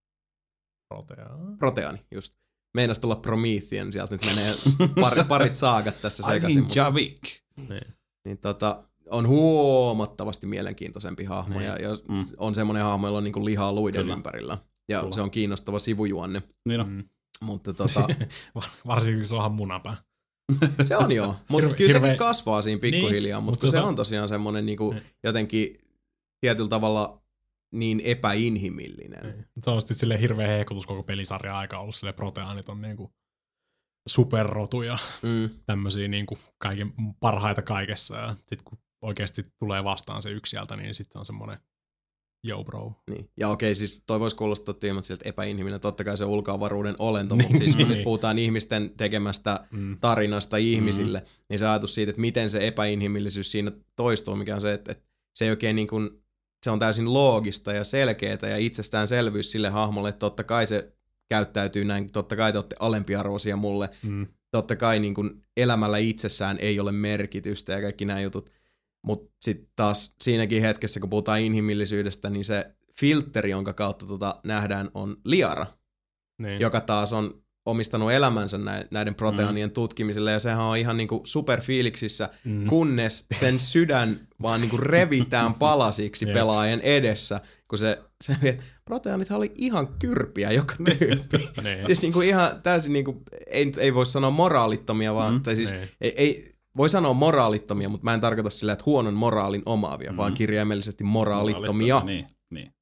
Proteani, just. Meinas tulla Promethean, sieltä nyt menee parit saagat tässä sekaisin. Javik. Niin on huomattavasti mielenkiintoisempi hahmo ja on semmoinen hahmo, jolla on niinku lihaa luiden ympärillä. Ja se on kiinnostava sivujuonne. Niin on. Mutta varsinkin se onhan munapää. Se on joo, mutta kyllä sekin kasvaa siinä pikkuhiljaa, mutta se on tosiaan semmoinen niinku jotenkin tietyllä tavalla niin epäinhimillinen. Se on sitten silleen hirveä hehkutus koko pelisarjan aika ollut, silleen proteaanit on niinku superrotuja, tämmösiä niinku kaiken parhaita kaikessa ja sit kun oikeesti tulee vastaan se yksi sieltä, niin sitten on semmoinen yo bro. Niin. Ja okei, siis toi voisi kuulostaa tyymät siltä epäinhimillinen. Totta kai se on ulkoavaruuden olento, mutta siis kun nyt puhutaan ihmisten tekemästä tarinasta ihmisille, niin se ajatus siitä, että miten se epäinhimillisyys siinä toistuu, mikä on se, että se ei oikein niin kuin, se on täysin loogista ja selkeätä ja itsestäänselvyys sille hahmolle, että totta kai se käyttäytyy näin, totta kai te olette alempiarvoisia mulle, totta kai niin kuin elämällä itsessään ei ole merkitystä ja kaikki nämä jutut. Mutta sitten taas siinäkin hetkessä, kun puhutaan inhimillisyydestä, niin se filtteri, jonka kautta nähdään, on Liara, joka taas on omistanut elämänsä näiden proteanien tutkimiselle, ja sehän on ihan niinku superfiiliksissä, kunnes sen sydän vaan niinku revitään palasiksi pelaajien edessä, kun se proteanithan oli ihan kyrpiä joka tyyppi. Siis niinku ihan täysin, niinku, ei voi sanoa moraalittomia, vaan, tai siis ei voi sanoa moraalittomia, mutta mä en tarkoita sillä, että huonon moraalin omaavia, vaan kirjaimellisesti moraalittomia. Niin.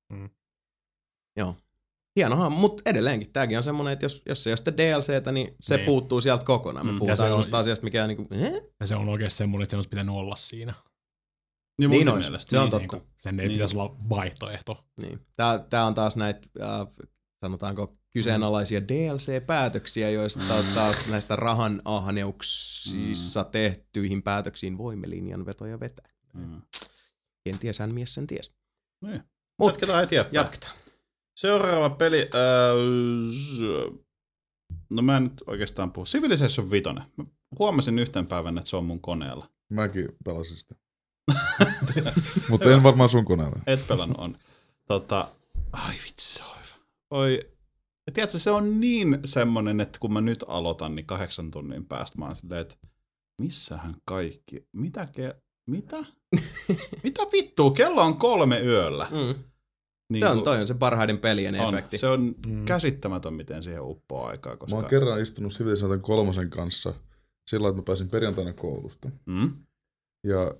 Joo. Hienohan, mutta edelleenkin tämäkin on semmoinen, että jos se ei ole sitä DLCtä, niin se puuttuu sieltä kokonaan. Me puhutaan sellaista asiasta, mikä on niinku, Ja se on oikeasti semmoinen, että se olisi pitänyt olla siinä. Niin olisi, se on totta. Sen ei pitäisi olla vaihtoehto. Niin. Tää on taas näitä, sanotaanko, kyseenalaisia DLC-päätöksiä, joista taas näistä rahan ahneuksissa tehtyihin päätöksiin voimme linjanvetoja vetää. Kenties hän mies sen ties. Niin. Jatketaan eteenpäin. Jatketaan. Seuraava peli. No mä en nyt oikeastaan puhu. Civilization 5. Mä huomasin yhten päivän, että se on mun koneella. Mäkin pelasin sitä. Mutta en varmaan sun koneella. Et pelannut on. Ai vitsi, se on hyvä. Oi. Ja tiedätkö, se on niin semmonen, että kun mä nyt aloitan, niin 8 tunnin päästä mä oon silleen, että missähän kaikki? Mitä? Mitä vittua? Kello on 3 yöllä. Niin toi on se parhaiden pelien efekti. Se on käsittämätön, miten siihen uppoo aikaa. Koska... Mä oon kerran istunut Civilization 3 kanssa sillä, että mä pääsin perjantaina koulusta. Ja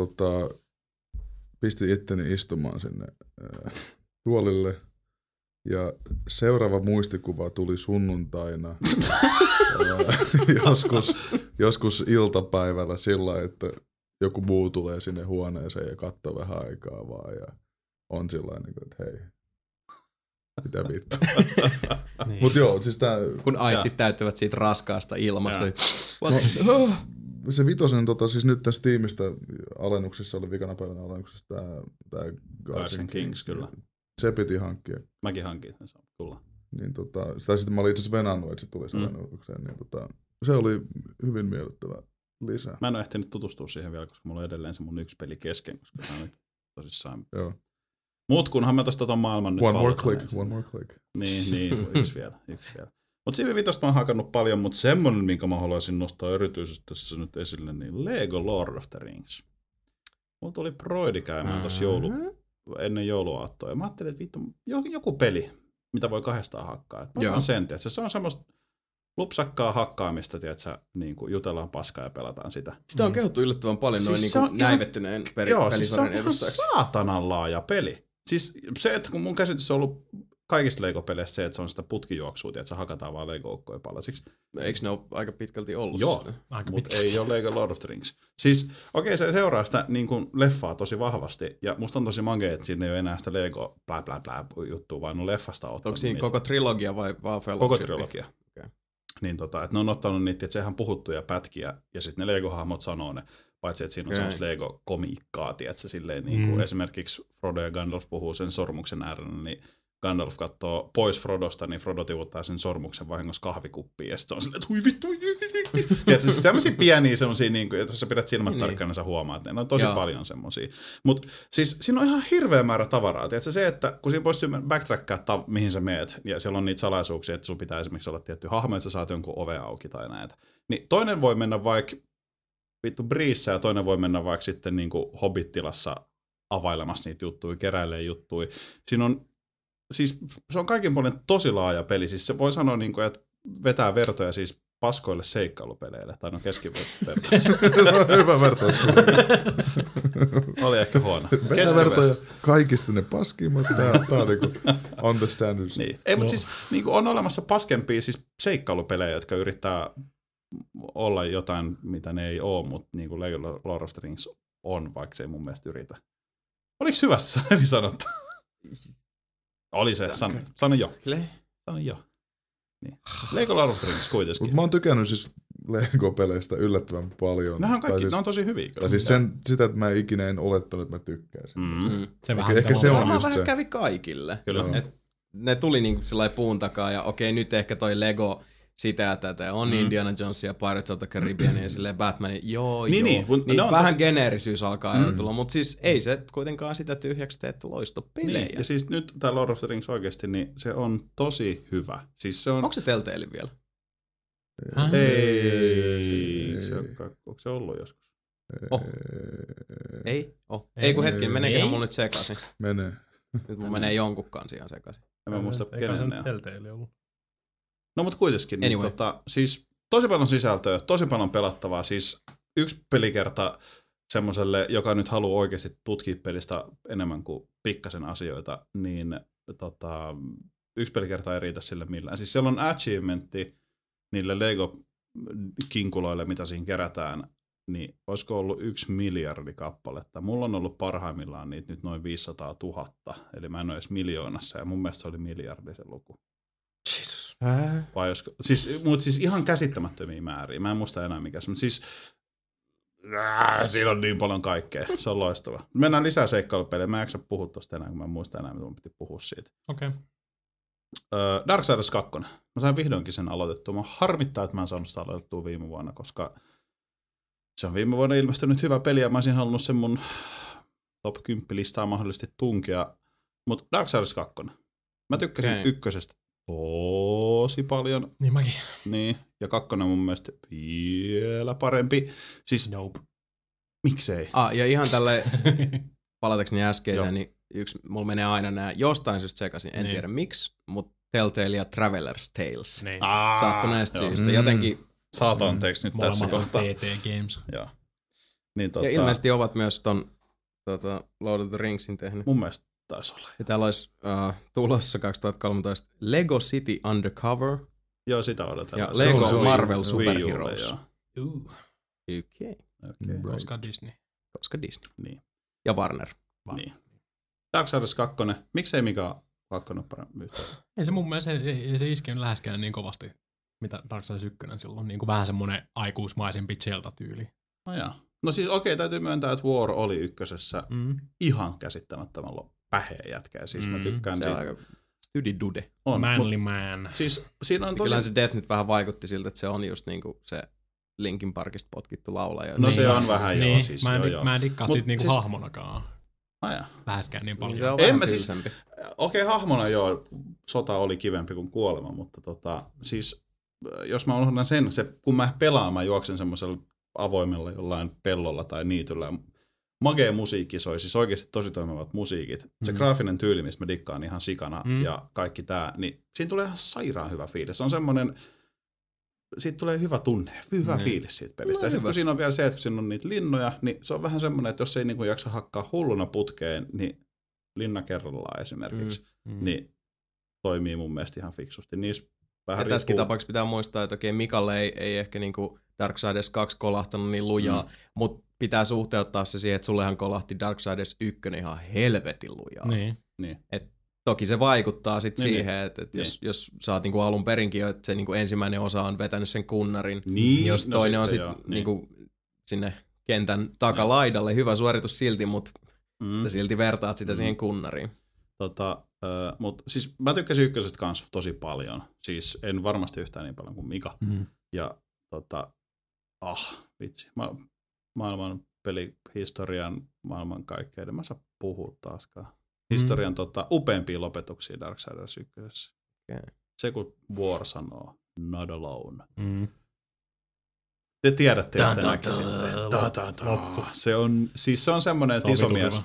pistin itteni istumaan sinne tuolille. Ja seuraava muistikuva tuli sunnuntaina joskus iltapäivällä sillä, että joku muu tulee sinne huoneeseen ja katsoo vähän aikaa vaan ja on sillä niin kuin, että hei, mitä vittu. Niin. Mut joo, siis tää... Kun aistit täyttävät siitä raskaasta ilmasta. Se 5, siis nyt tässä tiimistä alennuksissa oli vikana päivänä alennuksessa tää Gods and Kings, kyllä. Se piti hankkia. Mäkin hankin sen, tulla. Niin sitä sitten mä olin itse asiassa venannut, että se tuli alennukseen. Niin se oli hyvin miellyttävä lisä. Mä en ole ehtinyt tutustua siihen vielä, koska mulla on edelleen se mun yksi peli kesken, koska tosissaan. Joo. Mut kunhan me tosta ton maailman nyt One more vallotamme. click. Niin, yksi vielä. Mutta Civ 5 mä oon hakannut paljon, mutta semmonen, minkä mä haluaisin nostaa erityisesti tässä nyt esille, niin Lego Lord of the Rings. Mulla tuli Broidi käymään tossa ennen jouluaattoa, ja mä ajattelin, että vittu, joku peli, mitä voi 2 hakkaa. Että sen, että se on semmoista lupsakkaa hakkaamista, tiedätkö, niin kuin jutellaan paskaa ja pelataan sitä. Sitä on kehuttu yllättävän paljon siis noin niin näivettyneen pelisarjan se on edustajaksi. saatanan laaja peli. Siis se, että kun mun käsitys on ollut kaikista Lego-peleissä se, että se on sitä putkijuoksua, että se hakataan vaan Lego-ukkoja palasiksi. Eikö ne ole aika pitkälti ollut? Joo, mutta ei ole Lego Lord of the Rings. Siis se seuraa sitä niin kuin leffaa tosi vahvasti, ja musta on tosi makea, että siinä ei ole enää sitä Lego blä blä blä juttua, vaan on leffasta ottanut. Onko siinä koko trilogia vai vaan Fellowship? Koko trilogia. Okay. Niin että ne on ottanut niitä, että sehän puhuttuja pätkiä, ja sitten ne Lego-hahmot sanoo ne, paitsi että siinä on semmoista Lego-komiikkaa, tiedätkö, silleen niin kuin esimerkiksi Frodo ja Gandalf puhuu sen sormuksen äärellä, niin Gandalf katsoo pois Frodosta, niin Frodo tivuttaa sen sormuksen vahingossa kahvikuppiin, ja sitten se on silleen, että hui vittu. Tiedätkö, siis sellaisia pieniä semmosia, niin kuin, jos sä pidät silmät tarkkana, niin sä huomaat, että ne on tosi paljon semmosia. Mutta siis siinä on ihan hirveä määrä tavaraa. Tiedätkö se, että kun siinä pystyy backtrackkaa, mihin sä meet, ja siellä on niitä salaisuuksia, että sun pitää esimerkiksi olla tietty hahmo, että sä saat jonkun ove auki tai näitä. Niin toinen voi mennä vaikka vittu Briissä, ja toinen voi mennä vaikka sitten niin kuin Hobbit-tilassa availemassa niitä juttuja, keräilee juttuja. Siinä on siis se on kaikin puolin tosi laaja peli. Siis se voi sanoa, niin kuin, että vetää vertoja siis paskoille seikkailupeleille. Tai no keskivertoja. Hyvä vertaus. Oli ehkä huono. Vetää vertoja kaikista ne paskimmat. Tää on niinku on the standards. Niin. Ei, mutta siis niin on olemassa paskempia siis seikkailupelejä, jotka yrittää olla jotain, mitä ne ei ole, mutta niin kuin Lego Lord of the Rings on, vaikka se ei mun mielestä yritä. Oliko hyvässä hyvin sanottu? Oli se, sano jo. Niin. Lego Lord of the Rings kuitenkin. Mä oon tykännyt siis Lego-peleistä yllättävän paljon. Nehän kaikki, siis, ne on tosi hyviä. Tai siis sitä, että mä ikinä en olettanut, että mä tykkäisin. Se vähän ehkä se on just vähän se. kävi kaikille. Kyllä. Ne tuli niinku sellainen puun takaa ja okei, nyt ehkä toi Lego sitä ja tätä. On Indiana Jones ja Pirates of the Caribbean ja silleen Batman. Niin vähän geneerisyys alkaa tulla, mutta siis ei se kuitenkaan sitä tyhjäksi tee, että loistopelejä. Niin. Ja siis nyt tää Lord of the Rings oikeesti, niin se on tosi hyvä. Siis se on... Onko se Telltale vielä? Ei. Onko se ollut joskus? Ei? Ei kun hetken, meneekö mulla nyt sekaisin? Menee. Nyt mun menee jonkun kanssa ihan sekaisin. En mä muista kenen ne on. Telltale ollut. No mutta kuitenkin, anyway. niin, siis tosi paljon sisältöä, tosi paljon pelattavaa. Siis yksi pelikerta semmoselle, joka nyt haluaa oikeasti tutkia pelistä enemmän kuin pikkasen asioita, niin yksi pelikerta ei riitä sille millään. Siis siellä on achievementti niille Lego-kinkuloille, mitä siinä kerätään, niin olisiko ollut 1 miljardi kappaletta. Mulla on ollut parhaimmillaan niitä nyt noin 500 000, eli mä en ole edes miljoonassa, ja mun mielestä se oli miljardi se luku. Jesus. Vai josko, siis ihan käsittämättömiä määriä. Mä en muista enää mikä se, mutta siis siinä on niin paljon kaikkea. Se on loistava. Mennään lisää seikkailupelejä. Mä en jaksa puhua tosta enää, kun mä en muista enää, mitä mun piti puhua siitä. Okei. Darksiders 2. Mä sain vihdoinkin sen aloitettua. Mä harmittaa, että mä en saanut sitä aloitettua viime vuonna, koska se on viime vuonna ilmestynyt hyvä peli ja mä olisin halunnut sen mun top 10 listaa mahdollisesti tunkea. Mutta Darksiders 2. Mä tykkäsin ykkösestä tosi paljon. Niin mäkin. Niin, ja 2 on mun mielestä vielä parempi. Siis, nope. Miksei? Ja ihan tälle palatakseni äskeiseen, niin mulla menee aina nää jostain syystä sekaisin, en tiedä miksi, mutta Telltale ja Traveler's Tales. Niin. Sattuneesta syystä. Jotenkin... Saat anteeksi nyt tässä kohtaa. TT Games. Joo. Niin, ja ilmeisesti ovat myös ton Lord of the Ringsin tehnyt. Mun mielestä taisi olla. Ja täällä olisi tulossa 2013 Lego City Undercover. Joo, sitä odotellaan. Ja Lego Marvel Super Heroes. Okay. Koska Disney. Niin. Ja Warner. Niin. Darksiders 2. Miksei Mika 2 ole parempi? Ei se mun mielestä ei se iskenyt läheskään niin kovasti, mitä Darksiders 1 silloin. Niin kuin vähän semmonen aikuismaisempi Zelda-tyyli. No joo. No siis täytyy myöntää, että War oli ykkösessä ihan käsittämättömän päheä jätkä. Siis mä tykkään se on aika studidude. Manly man. Siis siinä on tosi... Kyllähän se Death nyt vähän vaikutti siltä, että se on just niinku se Linkin Parkista potkittu laulaja. No niin, se on vähän niin, joo. Siis, mä en dikkaa siitä niinku hahmonakaan. läheskään niin paljon. Se on En vähän mä siis- tylsempi. Okei, hahmona joo, sota oli kivempi kuin kuolema, mutta siis jos mä unohdan sen, kun mä pelaan, mä juoksen semmoisella avoimella jollain pellolla tai niityllä. Magee musiikki soi, siis oikeasti tosi toimivat musiikit. Se graafinen tyyli, mistä mä dikkaan ihan sikana ja kaikki tää, niin siinä tulee ihan sairaan hyvä fiilis. Se on semmonen, siitä tulee hyvä tunne, hyvä fiilis siitä pelistä. No, ja sitten kun siinä on vielä se, että kun siinä on niitä linnoja, niin se on vähän semmoinen, että jos ei niinku jaksa hakkaa hulluna putkeen, niin linna kerrallaan esimerkiksi, niin toimii mun mielestä ihan fiksusti. Niissä vähän ja tässäkin tapauksessa pitää muistaa, että okei, Mikalle ei ehkä niinku Darksiders 2 kolahtanut niin lujaa, mutta pitää suhteuttaa se siihen, että sullehan kolahti Darksiders 1 ihan helvetin lujaa. Niin. Toki se vaikuttaa sit siihen, että jos sä oot niinku alun perinkin jo, että se niinku ensimmäinen osa on vetänyt sen kunnarin, niin jos toinen on sitten niinku sinne kentän takalaidalle, hyvä suoritus silti, mutta sä silti vertaat sitä siihen kunnariin. Mutta siis mä tykkäsin ykkösestä kanssa tosi paljon. Siis en varmasti yhtään niin paljon kuin Mika. Ja vitsi. Maailman pelihistorian maailmankaikkeuden. Mä saa puhua taaskaan. Historian upeimpia lopetuksia Darksiders 1. Okay. Se kun War sanoo, not alone. Te tiedätte, jos te näkisitte. Se on semmoinen, että iso mies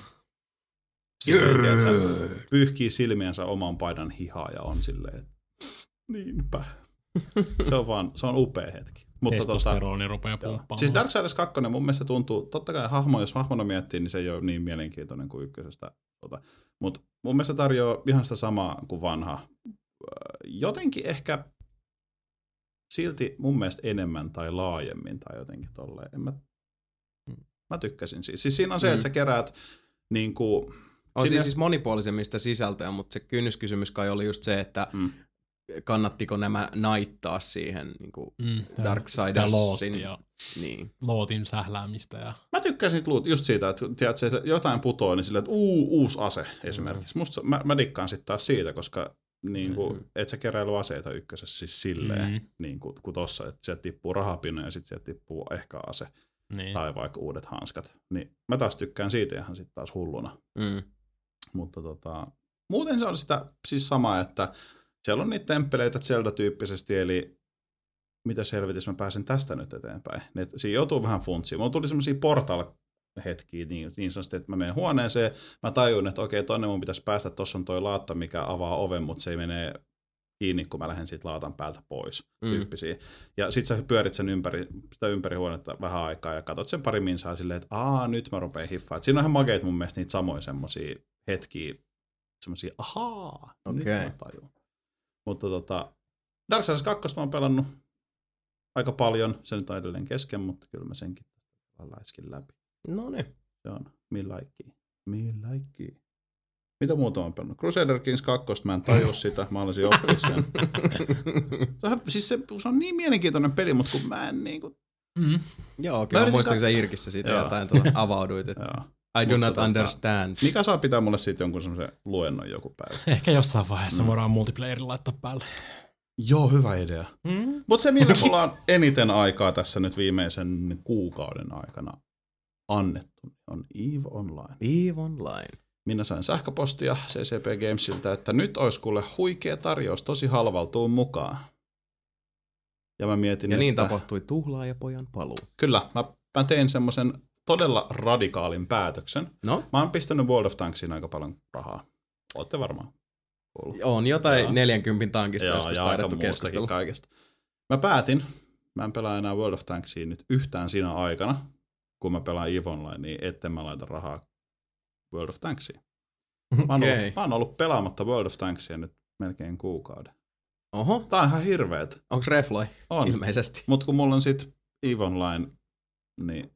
pyyhkii silmiensä oman paidan hihaa ja on silleen, niinpä. Se on upea hetki. Testosteroni rupeaa pumppaamaan. Siis Darksiders 2 mun mielestä tuntuu, totta kai jos hahmona miettii, niin se ei ole niin mielenkiintoinen kuin ykkösestä. Mutta mun mielestä tarjoaa ihan sitä samaa kuin vanha. Jotenkin ehkä silti mun mielestä enemmän tai laajemmin tai jotenkin tolleen. Mä tykkäsin siis. Siis siinä on se, että sä keräät niinku... On siis monipuolisemmista sisältöä, mutta se kynnyskysymys kai oli just se, että kannattiko nämä naittaa siihen niinku Darksidersin lootin sähläämistä. Ja... Mä tykkäsin just siitä, että tiedät, jotain putoaa, niin silleen, että uusi ase esimerkiksi. Mä dikkaan sitten taas siitä, koska niinku, et sä keräily aseita ykkösessä siis silleen, niinku, kun tossa, että sieltä tippuu rahapino ja sitten sieltä tippuu ehkä ase tai vaikka uudet hanskat. Niin mä taas tykkään siitä ihan sitten taas hulluna. Mutta muuten se on sitä siis sama, että siellä on niitä temppeleitä Zelda-tyyppisesti, eli mitä helvetissä mä pääsen tästä nyt eteenpäin. Siinä joutuu vähän funtsiin. Mulla tuli semmosia portal-hetkiä niin sanotusti, että mä menen huoneeseen, mä tajun, että okei, tonne mun pitäisi päästä, tossa on toi laatta, mikä avaa oven, mutta se ei mene kiinni, kun mä lähden siitä laatan päältä pois, tyyppisiä. Ja sit sä pyörit sen ympäri huonetta vähän aikaa ja katot sen pari minsaa silleen, että nyt mä rupean hiffaan. Siinä on ihan makeet mun mielestä niitä samoja semmosia hetkiä, semmosia nyt mä tajun. Mutta Darksiders 2 mä oon pelannut aika paljon. Se nyt on edelleen kesken, mutta kyllä mä senkin läiskin läpi. Noniin. Se on me like. Mitä muuta on pelannut? Crusader Kings 2, mä en tajua sitä, mä olisin oppia sen. Se on niin mielenkiintoinen peli, mutta kun mä en niinku... Joo, kyllä mä muistan, kun sä Irkissä siitä jotain avauduit, että I do not understand. Mikä saa pitää mulle siitä jonkun semmoisen luennon joku päivä? Ehkä jossain vaiheessa voidaan multiplayerin laittaa päälle. Joo, hyvä idea. Mutta se, millä mulla on eniten aikaa tässä nyt viimeisen kuukauden aikana annettu, on EVE Online. EVE Online. Minä sain sähköpostia CCP Gamesilta, että nyt olisi kuule huikea tarjous tosi halvaltuun mukaan. Ja mä mietin, ja niin tapahtui tuhlaajapojan paluu. Kyllä, mä tein semmoisen todella radikaalin päätöksen. No? Mä oon pistänyt World of Tanksiin aika paljon rahaa. Ootte varmaan kuullut. On jotain 40 tankista joskus taidettu keskustella. Kaikesta. Mä päätin, mä en pelaa enää World of Tanksiin nyt yhtään siinä aikana, kun mä pelaan EVE Online, niin etten mä laita rahaa World of Tanksiin. Mä oon ollut pelaamatta World of Tanksia nyt melkein kuukauden. Oho. Tää on ihan hirveet. Onks refloi? On. Ilmeisesti. Mut kun mulla on sit EVE Online, niin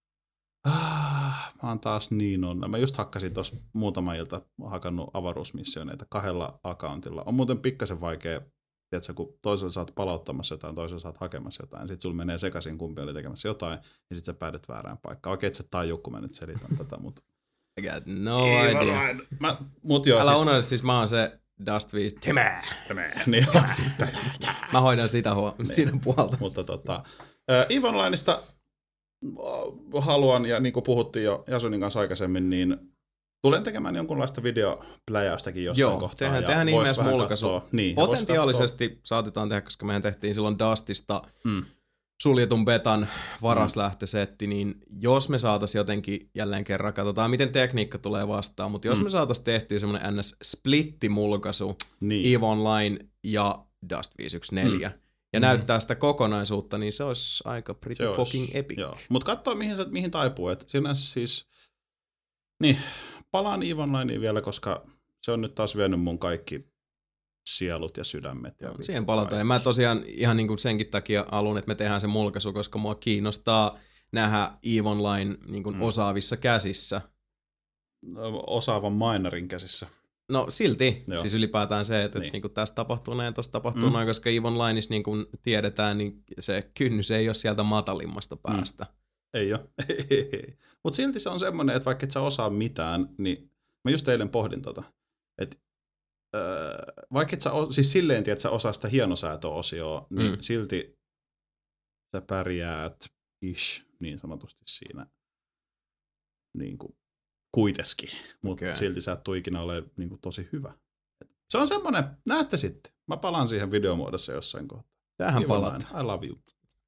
mä oon taas niin onnellinen. Mä just hakkasin tossa muutama ilta hakannut avaruusmissioneita 2 accountilla. On muuten pikkasen vaikea, tiedätkö, kun toisella saat palauttamassa jotain, toisella saat hakemassa jotain. Sit sulla menee sekaisin, kumpi oli tekemässä jotain, ja sit sä päädyt väärään paikkaan. Oikein, et sä tajuu, kun mä nyt selitän tätä, mutta... I got no idea. Älä unohda, siis mä oon se Dust 5. Timää! Niin, mä hoidan sitä puolta. Mutta EVE Onlineista haluan, ja niin kuin puhuttiin jo Jasunin kanssa aikaisemmin, niin Tulen tekemään jonkunlaista videopläjäystäkin jossain kohtaa. Tehdään ihmeessä mulkaisu. Niin, potentiaalisesti saatetaan tehdä, koska mehän tehtiin silloin Dustista suljetun betan varaslähtösetti, niin jos me saatais jotenkin jälleen kerran, katsotaan miten tekniikka tulee vastaan, mutta jos me saatais tehtyä semmonen NS-splitti-mulkaisu, EVE Online ja Dust 514, ja näyttää sitä kokonaisuutta, niin se olisi aika pretty fucking epic. Mutta katsoo mihin taipuu. Et sinänsä siis, niin, palaan EVE Onlineen vielä, koska se on nyt taas vienyt mun kaikki sielut ja sydämet. Ja siihen palataan. Ja mä tosiaan ihan niin kuin senkin takia alun, että me tehdään se mulkaisu, koska mua kiinnostaa nähdä EVE Online niin kuin osaavissa käsissä. Osaavan minerin käsissä. No silti. Joo. Siis ylipäätään se, että niin kuin tässä tapahtuu näin, tuossa tapahtuu noin, koska EVE Onlineissa niin kuin tiedetään, niin se kynnys ei ole sieltä matalimmasta päästä. Ei ole. Mutta silti se on semmoinen, että vaikka et sä osaa mitään, niin mä just eilen pohdin että vaikka et sä siis silleen tiedät, että sä osaa sitä hienosäätöosioa, niin silti sä pärjäät niin sanotusti siinä niin kuin kuiteskin, mutta silti sä et tule ikinä ole niin kuin tosi hyvä. Se on semmoinen, näette sitten. Mä palaan siihen videomuodossa jossain kohtaa. Tähän palataan. I love you.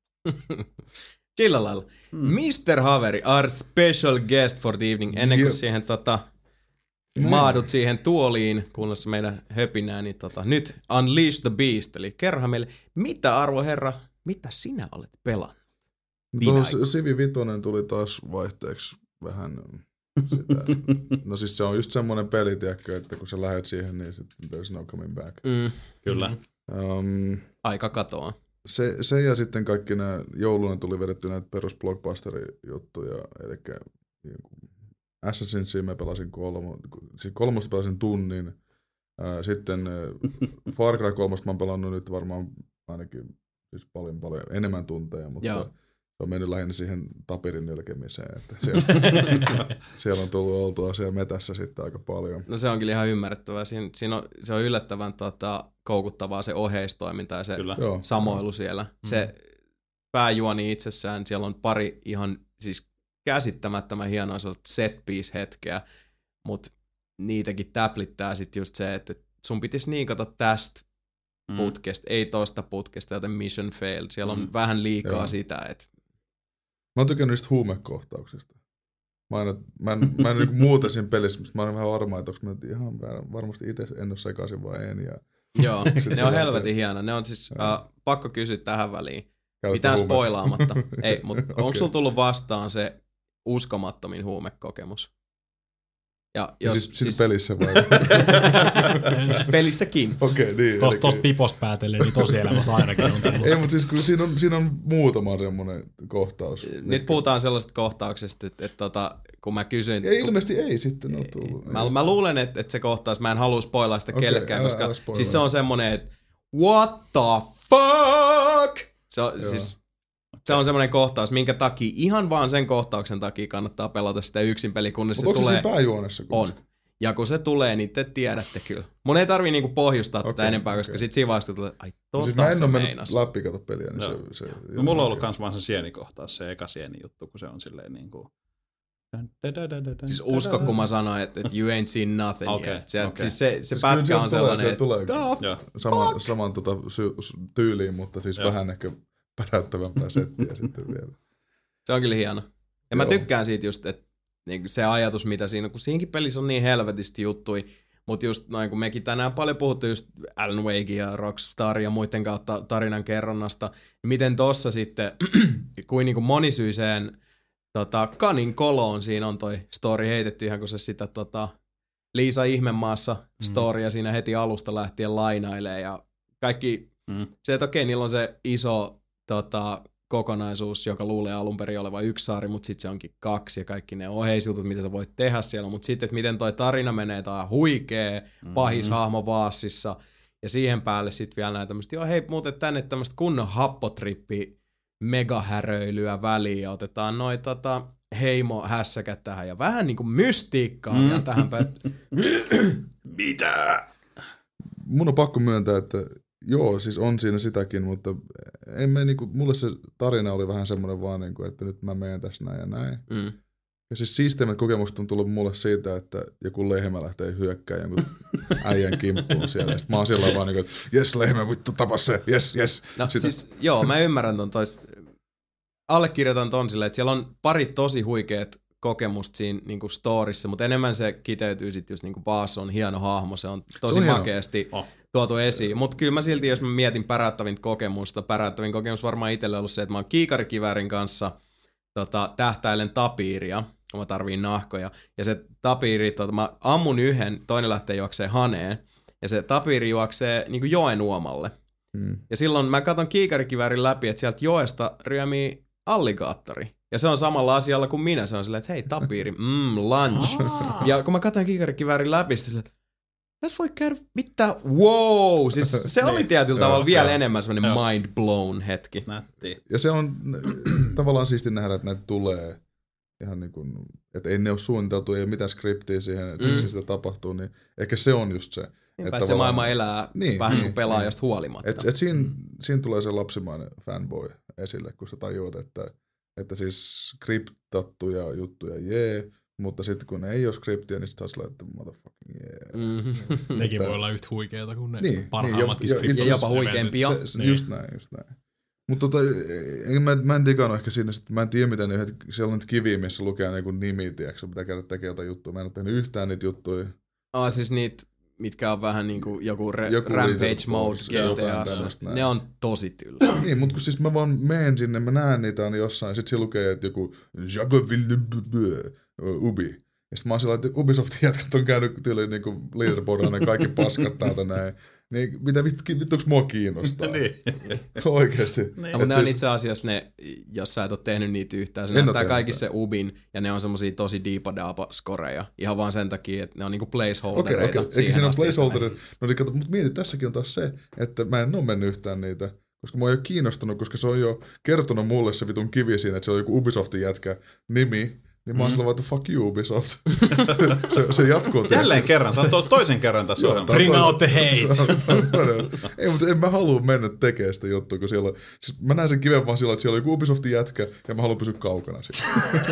Sillä lailla. Mr. Haveri, our special guest for the evening. Ennen kuin siihen maadut siihen tuoliin, kuunnessa meidän höpinää, niin nyt Unleash the Beast. Eli kerrohan meille, mitä arvo herra, mitä sinä olet pelannut? Civi 5 tuli taas vaihteeksi vähän sitä. No siis se on just semmoinen peli, tiedätkö, että kun sä lähet siihen, niin there's no coming back. Kyllä. Aika katoaa. Se ja sitten kaikki nämä jouluna tuli vedetty näitä perus blockbusteri-juttuja, eli Assassinsia mä pelasin kolmosta pelasin tunnin, sitten Far Cry 3 mä oon pelannut nyt varmaan ainakin siis paljon enemmän tunteja, mutta se on mennyt lähinnä siihen tapirin nylkemiseen, että siellä on tullut oltua siellä metässä sitten aika paljon. No se on kyllä ihan ymmärrettävää. Se on yllättävän koukuttavaa se oheistoiminta ja se samoilu siellä. Se pääjuoni itsessään, siellä on pari ihan siis käsittämättömän hienoa set piece hetkeä, mutta niitäkin täplittää sitten just se, että sun pitäisi niikata tästä putkesta, ei tosta putkesta, joten mission failed. Siellä on vähän liikaa sitä, että mä oon tykännyt niistä huumekohtauksista. Mä en niin muuta siinä pelissä, mutta mä oon vähän varma, että onko mä ihan varmasti itse en ole sekaisin vai en. Joo, ne on helvetin hienoa. Ne on siis, pakko kysyä tähän väliin. Mitään spoilaamatta. Ei, mutta onko sulla tullut vastaan se uskomattomin huumekokemus? Ja jos, siis pelissä vai? Pelissäkin. Okei, niin. Tosta piposta päätellen, niin tosielämässä ainakin on tullut. Ei, mutta siis kun siinä on muutama semmoinen kohtaus. Nyt puhutaan sellaisesta kohtauksesta, että kun mä kysyin... Ja ilmeisesti ei sitten ole tullut. Mä luulen, että se kohtaus, mä en halua spoilaa sitä kellekään, koska siis se on semmoinen, että what the fuck? Se on semmoinen kohtaus, minkä takia, ihan vaan sen kohtauksen takia kannattaa pelata sitä yksin peli, kunnes se tulee. Onko se pääjuonessa? On. Ja kun se tulee, niin te tiedätte kyllä. Mun ei tarvii niinku pohjustaa tätä enempää, koska sit siinä vaiheessa tulee, ai siis mä en ole mennyt läpi kato peliä. Niin no, mulla on ollut kans vaan se sienikohtaus, se eka sieni juttu, kun se on silleen niinku... Siis usko, kun mä sanoin, että you ain't seen nothing yet. Siis se pätkä on sellainen, että... Saman tyyliin, mutta siis vähän ehkä päräyttävämpää settiä sitten vielä. Se on kyllä hieno. Ja mä tykkään siitä just, että niinku se ajatus, mitä siinä, kun siinäkin pelissä on niin helvetisti juttui, mutta just noin, kun mekin tänään paljon puhuttu just Alan Wake ja Rockstar ja muiden kautta tarinan kerronnasta, niin miten tossa sitten, kuin niinku monisyiseen kanin koloon siinä on toi story heitetty ihan kun se sitä Liisa Ihmemaassa storya siinä heti alusta lähtien lainailee ja kaikki se, että okei, niillä on se iso kokonaisuus, joka luulee alun perin olevan yksi saari, mutta sitten se onkin 2 ja kaikki ne oheisjutut, mitä sä voit tehdä siellä, mutta sitten, että miten toi tarina menee, tää on huikee, pahis hahmo Vaassissa ja siihen päälle sitten vielä näitä tämmöistä, joo hei, muuten tänne tämmöistä kunnon happotrippi megahäröilyä väliin ja otetaan noi heimo-hässäkät tähän ja vähän niinku mystiikkaa vielä tähän päin. Mitä? Mun on pakko myöntää, että joo, siis on siinä sitäkin, mutta mulle se tarina oli vähän semmoinen vaan, että nyt mä menen tässä näin ja näin. Ja siis siisteimmät kokemukset on tullut mulle siitä, että joku lehmä lähtee hyökkää jonkun äijän kimppuun siellä. Sitten mä oon siellä vaan niin kuin, että jes lehmä, vittu tapa se, jes. No siis joo, mä ymmärrän ton allekirjoitan ton silleen, että siellä on pari tosi huikeat kokemusta siinä niinku storissa, mutta enemmän se kiteytyy sit just niinku Baas on hieno hahmo, se on tosi makeasti tuotu esiin. Mutta kyllä mä silti, jos mä mietin päräyttävin kokemus varmaan itselle ollut se, että mä oon kiikarikiväärin kanssa tähtäilen tapiiria, kun mä tarviin nahkoja. Ja se tapiiri, mä ammun yhden, toinen lähtee juokseen haneen, ja se tapiiri juoksee niinku joen uomalle. Ja silloin mä katson kiikarikiväärin läpi, että sieltä joesta ryömii alligaattori. Ja se on samalla asialla kuin minä. Se on silleen, että hei tapiiri, lunch. Ja kun mä katson kiikarikiväärin läpi, se silleen, että tässä voi käydä mitä, wow. Siis se oli tietyllä tavalla vielä enemmän semmoinen mind blown hetki. Nätti. Ja se on tavallaan siisti nähdä, että näitä tulee ihan niin kuin, että ei ne ole suunniteltu, ei ole mitään skriptiä siihen, että siksi sitä tapahtuu, niin ehkä se on just se. Että se maailma elää vähän niin kuin pelaajasta huolimatta. Et siinä tulee se lapsimainen fanboy esille, kun sä tajuat, että siis skriptattuja juttuja, mutta sitten kun ei ole skriptiä, niin sitten taas laittaa motherfucking Nekin voi olla yhtä huikeita kuin ne parhaimmatkin skriptit. Ja jopa huikeampia. Just näin. Mutta mä en digannut ehkä siinä, että mä en tiedä miten siellä on nyt kiviä, missä lukee niinku nimi, tiiäksä, pitää käydä tekemään jotain juttua. Mä en ole tehnyt yhtään niitä juttuja. Siis niitä, mitkä on vähän niinku joku Rampage Mode GTA:ssa. Ne on tosi tylsä. Niin, mutta kun siis mä vaan menen sinne, mä näen niitä on jossain, sit siellä lukee, että joku Jacobville Ubi. Ja sit mä oon sillä, että Ubisoftin jätkät on käynyt tyyliin niinku leaderboardilla ne kaikki paskat täältä näin. Niin mitä vittuks mua kiinnostaa? Niin. Oikeesti. Niin. No, mutta ne on itse asiassa ne, jos sä et ole tehnyt niitä yhtään, se näyttää kaikki se Ubin, ja ne on semmosia tosi diipa-daapa-skoreja. Ihan vaan sen takia, että ne on niinku placeholdereita. Okei. Eikä siinä ole placeholdereita. No niin kato, mutta mieti, tässäkin on taas se, että mä en oo mennyt yhtään niitä. Koska mä oon jo kiinnostunut, koska se on jo kertonut mulle se vitun kivi siinä, että se on joku Ubisoftin jätkä nimi. Niin mä oon sillä vaan, fuck you Ubisoft. se jatkuu. Jälleen kerran, sä oot toisen kerran tässä ohjelmassa. Bring out the hate. Ei, mutta en mä halua mennä tekemään sitä juttua, kun siellä siis mä näen sen kiven vaan sillä, että siellä on joku Ubisoftin jätkä, ja mä haluan pysyä kaukana siitä.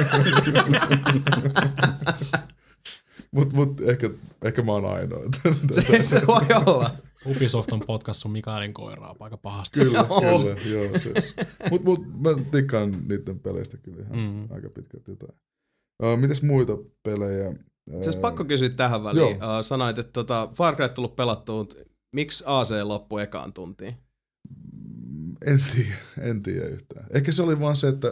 mut ehkä mä oon ainoa. Se voi olla. Ubisoft on potkassut Mikaelin koiraa aika pahasti. Kyllä, joo. Mut mä tikkaan niiden peleistä kyllä ihan aika pitkälti jotain. Mites muita pelejä? Se olisi pakko kysyä tähän väliin. Sanoit, että Far Cry tullut pelattua, miksi AC loppui ekaan tuntiin? En tiedä yhtään. Ehkä se oli vaan se, että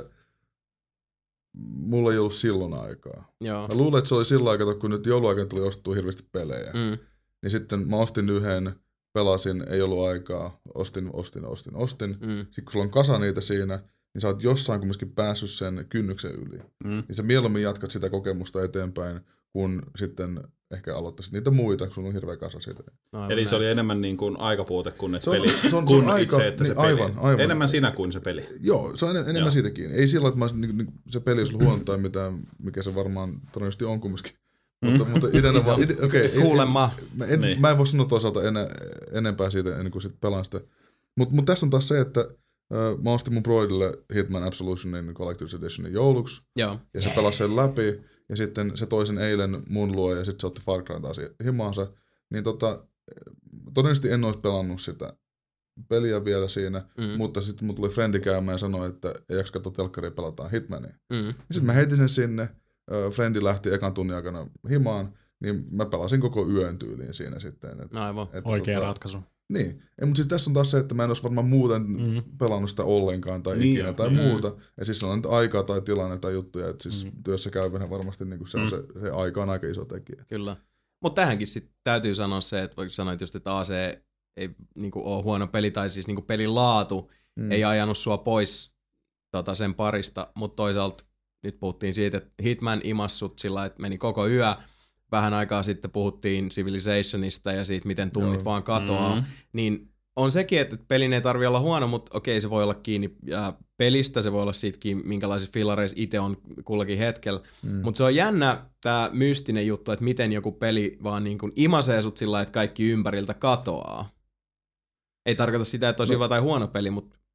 mulla ei ollut silloin aikaa. Joo. Mä luulen, että se oli silloin aikaa, kun nyt jouluaikana tuli ostettua hirveästi pelejä. Niin sitten mä ostin yhden, pelasin, ei ollut aikaa, ostin. Sitten kun sulla on kasa niitä siinä, niin sä oot jossain kumminkin päässyt sen kynnyksen yli. Niin sä mieluummin jatkat sitä kokemusta eteenpäin, kun sitten ehkä aloittaisit niitä muita, kun sulla on hirveä kasa siitä. Eli se oli enemmän niin kuin aikapuute kuin että peli, kun itse, että se peli. Aivan. Enemmän sinä kuin se peli. Joo, se on enemmän siitäkin. Ei sillä, että se peli olisi huono tai mitään, mikä se varmaan todennäköisesti on kumminkin. Mutta ideana vaan, kuulemma. Mä en voi sanoa toisaalta enempää siitä ennen kuin sit pelaan sitä. Mutta tässä on taas se, että mä ostin mun broidille Hitman Absolutionin Collector's Editionin jouluksi. Joo. Ja se pelasi sen läpi. Ja sitten se toi sen eilen mun luo ja sitten se otti Far Cryn taas himaansa. Niin todennäköisesti en olisi pelannut sitä peliä vielä siinä. Mutta sitten mun tuli friendi käymään ja sanoi, että ei jaksa katsoa telkkaria, pelataan Hitmania. Sitten mä heitin sen sinne. Friendi lähti ekan tunnin aikana himaan, niin mä pelasin koko yön tyyliin siinä sitten. Aivan. Oikea ratkaisu. Niin, mutta sitten tässä on taas se, että mä en olisi varmaan muuten pelannut sitä ollenkaan tai ikinä tai muuta. Ja siis on nyt aikaa tai tilanne tai juttuja, että siis työssä käyvänä varmasti niin se on se aika on aika iso tekijä. Kyllä. Mutta tähänkin sitten täytyy sanoa se, että vaikka sanoit just, että AC ei niinku ole huono peli tai siis niinku pelin laatu ei ajanut sua pois sen parista, mutta toisaalta nyt puhuttiin siitä, että Hitman imassut sillä, että meni koko yö. Vähän aikaa sitten puhuttiin Civilizationista ja siitä, miten tunnit vaan katoaa. Niin on sekin, että pelin ei tarvitse olla huono, mutta okei, se voi olla kiinni pelistä, se voi olla siitäkin, minkälaisissa fillareissa itse on kullakin hetkellä. Mutta se on jännä tämä mystinen juttu, että miten joku peli vaan niin kuin imasee sut sillä, että kaikki ympäriltä katoaa. Ei tarkoita sitä, että olisi hyvä tai huono peli, mutta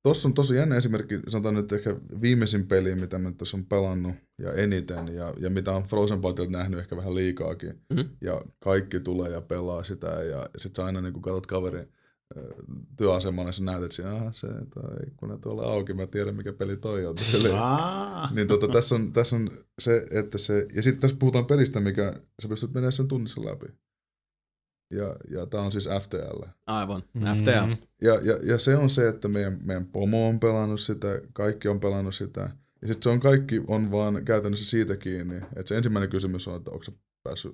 Tossa on tosi jännä esimerkki, sanotaan nyt ehkä viimeisin peli, mitä mä tuossa on pelannut ja eniten, ja mitä on Frozen Bytelta nähnyt ehkä vähän liikaakin. Ja kaikki tulee ja pelaa sitä, ja sit sä aina niin kun katsot kaverin työasemalla, niin sä näet, että se ikkuna tuolla auki, mä tiedän mikä peli toi on. Niin tässä on se, että se, ja sitten tässä puhutaan pelistä, mikä sä pystyt menemään sen tunnissa läpi. Ja tää on siis FTL. Aivan, FTL. Ja se on se, että meidän pomo on pelannut sitä, kaikki on pelannut sitä. Ja sitten se on kaikki on vaan käytännössä siitä kiinni, että se ensimmäinen kysymys on, että onko sä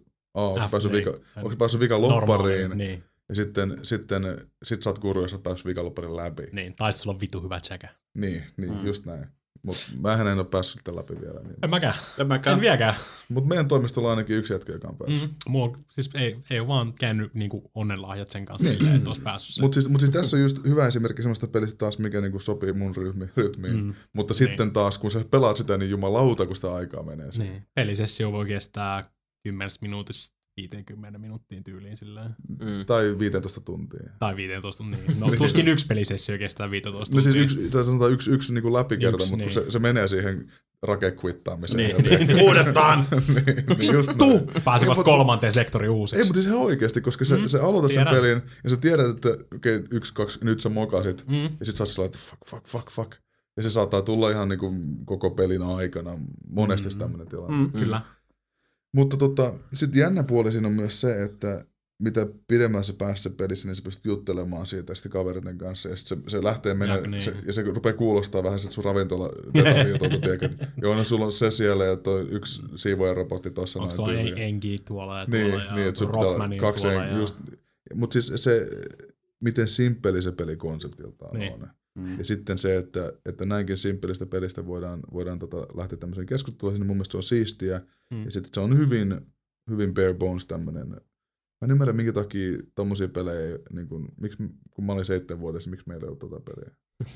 päässyt vika loppariin. Niin. Ja sitten sä oot guru, jos sä oot päässyt vika lopparin läpi. Niin, tai sulla on vitu hyvä tsäkä. Niin, just näin. Mutta mähän en ole päässyt sitä läpi vielä. Niin. En mäkään. En vieläkään. Mutta meidän toimistolla on ainakin yksi jätkä, joka on päässyt. Mulla siis ei ole vaan käynyt niinku onnenlahjat sen kanssa silleen, että olisi päässyt sen. Mutta siis tässä on just hyvä esimerkki semmoista pelistä taas, mikä niinku sopii mun rytmiin. Mutta sitten taas, kun sä pelaat sitä, niin jumalauta, kun sitä aikaa menee. Niin. Pelisessio voi kestää 10 minuutista 50 minuuttiin tyyliin silleen. Tai 15 tuntia. Tai 15 tuntia. No tuskin yksi pelisessio kestää 15 tuntia. No siis sanotaan yksi niin kuin läpikerta, mutta niin. Kun se menee siihen rakekvittaamiseen. Niin. Uudestaan! Vittu! Pääsi vasta kolmanteen sektoriin uusiksi. Ei, mutta siis ihan oikeasti, koska sä aloitat sen pelin ja sä tiedät, että okei, 1, 2, nyt sä mokasit. Ja sit sä oot sellainen, että fuck. Ja se saattaa tulla ihan niin kuin koko pelin aikana. Monesti tämmöinen tilanne. Kyllä. Mutta sitten jännä puoli siinä on myös se, että mitä pidemmällä sä pääset pelissä, niin sä pystyt juttelemaan siitä sitten kaveritten kanssa. Ja sitten se lähtee menemään, ja se rupeaa kuulostaa vähän sit sun ravintola joo, no sulla on se siellä ja toi yksi siivoajarobotti tossa. Onko sulla Engi tuolla ja tuolla ja Rockmania tuolla. Mutta siis se, miten simppeli se pelikonseptiltaan on. Ja sitten se, että näinkin simppelistä pelistä voidaan lähteä tämmöiseen keskusteluun, niin mun mielestä se on siistiä. Ja sitten se on hyvin bare bones tämmöinen. Mä en ymmärrä, minkä takia tommosia pelejä, niin kun mä olin 7-vuotias, miksi meillä ei ole tuota peliä.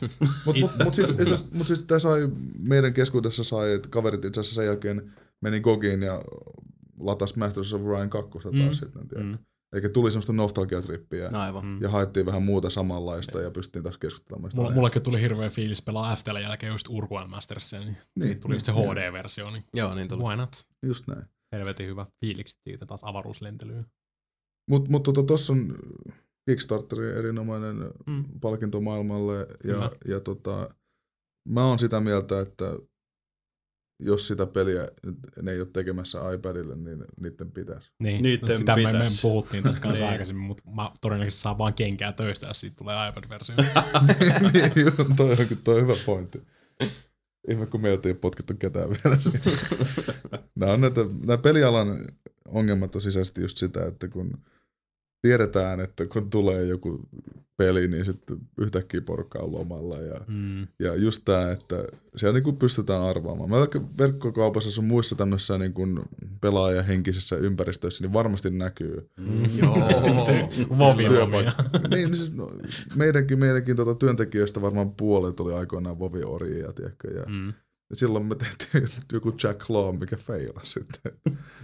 Mutta siis tää meidän keskuudessa että kaverit itse asiassa sen jälkeen meni Gogiin ja latas Masters of Orion 2 taas sitten. Eli tuli semmoista nostalgiatrippiä ja haettiin vähän muuta samanlaista ja pystyttiin taas keskustelemaan. Mullekin tuli hirveä fiilis pelaa FTL jälkeen just Urkuan Mastersia, niin tuli se HD-versio. Niin joo, niin tuli. Why not? Just näin. Helvetin hyvät fiilikset siitä taas avaruuslentelyyn. Mutta tossa on Kickstarterin erinomainen palkinto maailmalle ja mä oon sitä mieltä, että jos sitä peliä ne ei ole tekemässä iPadille, niin niiden pitäisi. Niin, niiden sitä me puhuttiin tässä kanssa aikaisemmin, mutta mä todennäköisesti saan vaan kenkää töistä, jos siitä tulee iPad-versio. Toi on hyvä pointti. Ihme, kun meiltä ei ole potkittu ketään vielä siitä. Nämä pelialan ongelmat on sisäisesti just sitä, että kun tiedetään, että kun tulee joku peli, niin sitten yhtäkkiä porukka on lomalla. Ja just tämä, että siellä niin pystytään arvaamaan. Mä verkkokaupassa sun muissa tämmöisissä niin pelaajahenkisissä ympäristöissä, niin varmasti näkyy. Joo. Niin siis meidänkin työntekijöistä varmaan puolet oli aikoinaan Vovi-orjia, tiedätkö, ja silloin me tehtiin joku Jack Claw, mikä feilasi sitten.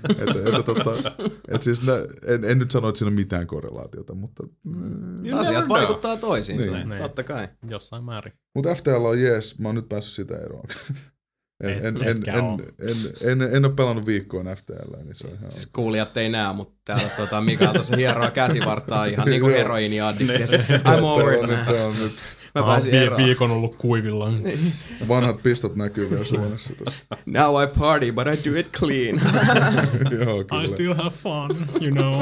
Siis en nyt sano, että siinä on mitään korrelaatiota, mutta asiat vaikuttaa toisiinsa, totta kai. Jossain määrin. Mutta FTL on jees, mä oon nyt päässyt sitä eroon. En ole pelannut viikkoon FTL, niin se on ihan siis kuulijat ei näe, mutta täällä Mikael tuossa hieroa käsivartaa ihan niinku heroiini-addikti. I'm over it now. Mä pääsin eroon. Viikon ollut kuivilla. Vanhat pistot näkyy vielä Suomessa tuossa. Now I party, but I do it clean. Joo, kyllä. I still have fun, you know.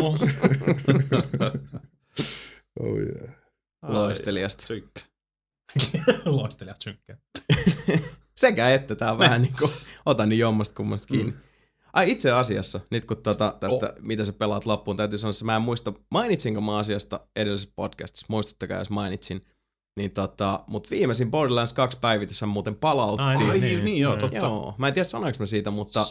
Oh yeah. Loistelijasta. Loistelijat synkkä. Sekä että tää on vähän niinku, otan niin jommasta kummasta kiinni. Ai itse asiassa, nyt kun tästä, mitä sä pelaat loppuun, täytyy sanoa, että mä en muista, mainitsinko mä asiasta edellisessä podcastissa, muistuttakaa jos mainitsin. Niin mut viimeisin Borderlands 2 päivitys muuten palauttiin. Niin joo, totta. Joo, mä en tiedä sanoinko mä siitä, mutta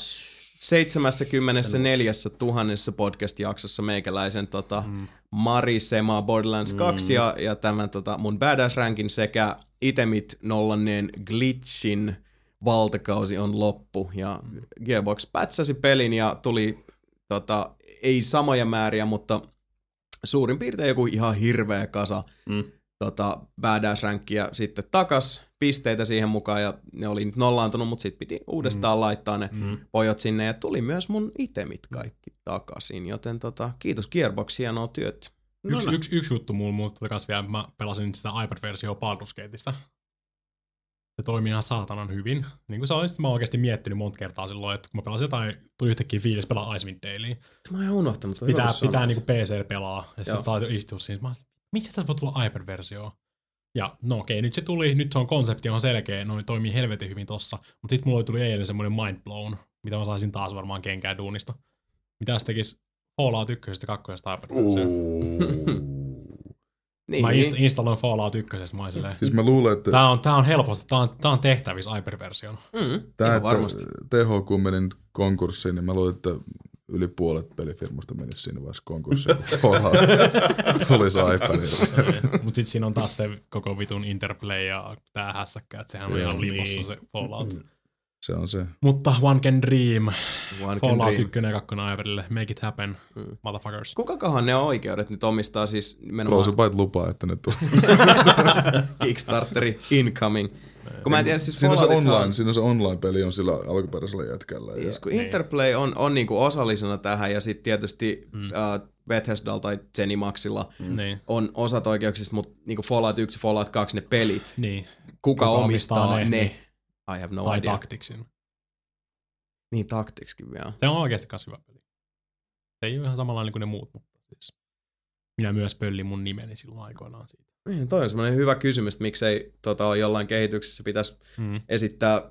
74 000 podcast-jaksossa meikäläisen Marisemaa Borderlands 2 ja tämän mun Badass Rankin sekä itemit nollanneen glitchin valtakausi on loppu. Ja Gearbox pätsäsi pelin ja tuli ei samoja määriä, mutta suurin piirtein joku ihan hirveä kasa badass-ränkkiä sitten takas, pisteitä siihen mukaan ja ne oli nyt nollaantunut, mutta sitten piti uudestaan laittaa ne pojot sinne ja tuli myös mun itemit kaikki takaisin, joten kiitos Gearbox, hienoa työt. Yksi juttu mulla tuli kans vielä, mä pelasin sitä iPad-versioa Baldur's Gateista. Se toimii ihan saatanan hyvin. Niin kuin mä oon oikeasti miettinyt monta kertaa silloin, että kun mä pelasin jotain, tuli yhtäkkiä fiilis pelaa Icewind Dalea. Mä oon ihan unohtanut. Pitää niinku PC pelaa ja sitten saa istua siinä. Miksi tässä voi tulla iPad-versio? Ja no okei, nyt se tuli, nyt se on konsepti on selkeä, no toimii helvetin hyvin tossa. Mutta sitten mulla tuli eilen semmoinen mind blown, mitä mä saisin taas varmaan kenkää duunista. Mitä se tekisi Fallout 1 ja 2 iPad-versio? Niin. Mä installoin Fallout 1. Mä siis mä luulen, että tää on helposti, tää on tehtävissä Hyper-version. Tää, että THQ meni nyt konkurssiin, niin mä luulen, että yli puolet pelifirmasta menisi siinä vaiheessa konkurssiin. Fallout tulisi iPadille. Mut sit siinä on taas se koko vitun Interplay ja tää hässäkkä, että sehän on ihan limossa se Fallout. Se on se. Mutta One Can Dream. Fallout 1 ja 2 iPadille. Make it happen, motherfuckers. Kukakohan ne oikeudet nyt omistaa siis nimenomaan? Frostbite lupaa, että ne tulee. Kickstarteri incoming. Kun mä en tiedä, siis siinä on se online-peli on sillä alkuperäisellä jätkällä. Yes, kun Interplay on niinku osallisena tähän ja sitten tietysti Bethesdalla tai Zenimaxilla on osat oikeuksista, mutta niinku Fallout 1 ja Fallout 2 ne pelit. Niin. Kuka omistaa ne? I have no idea. Tacticsin. Niin, Tacticskin vielä. Se on oikeasti kas hyvä peli. Se ei ole ihan samanlainen kuin ne muut, mutta siis minä myös pöllin mun nimeni silloin aikoinaan siitä. Niin, toi on semmoinen hyvä kysymys, että miksei ole jollain kehityksessä pitäisi esittää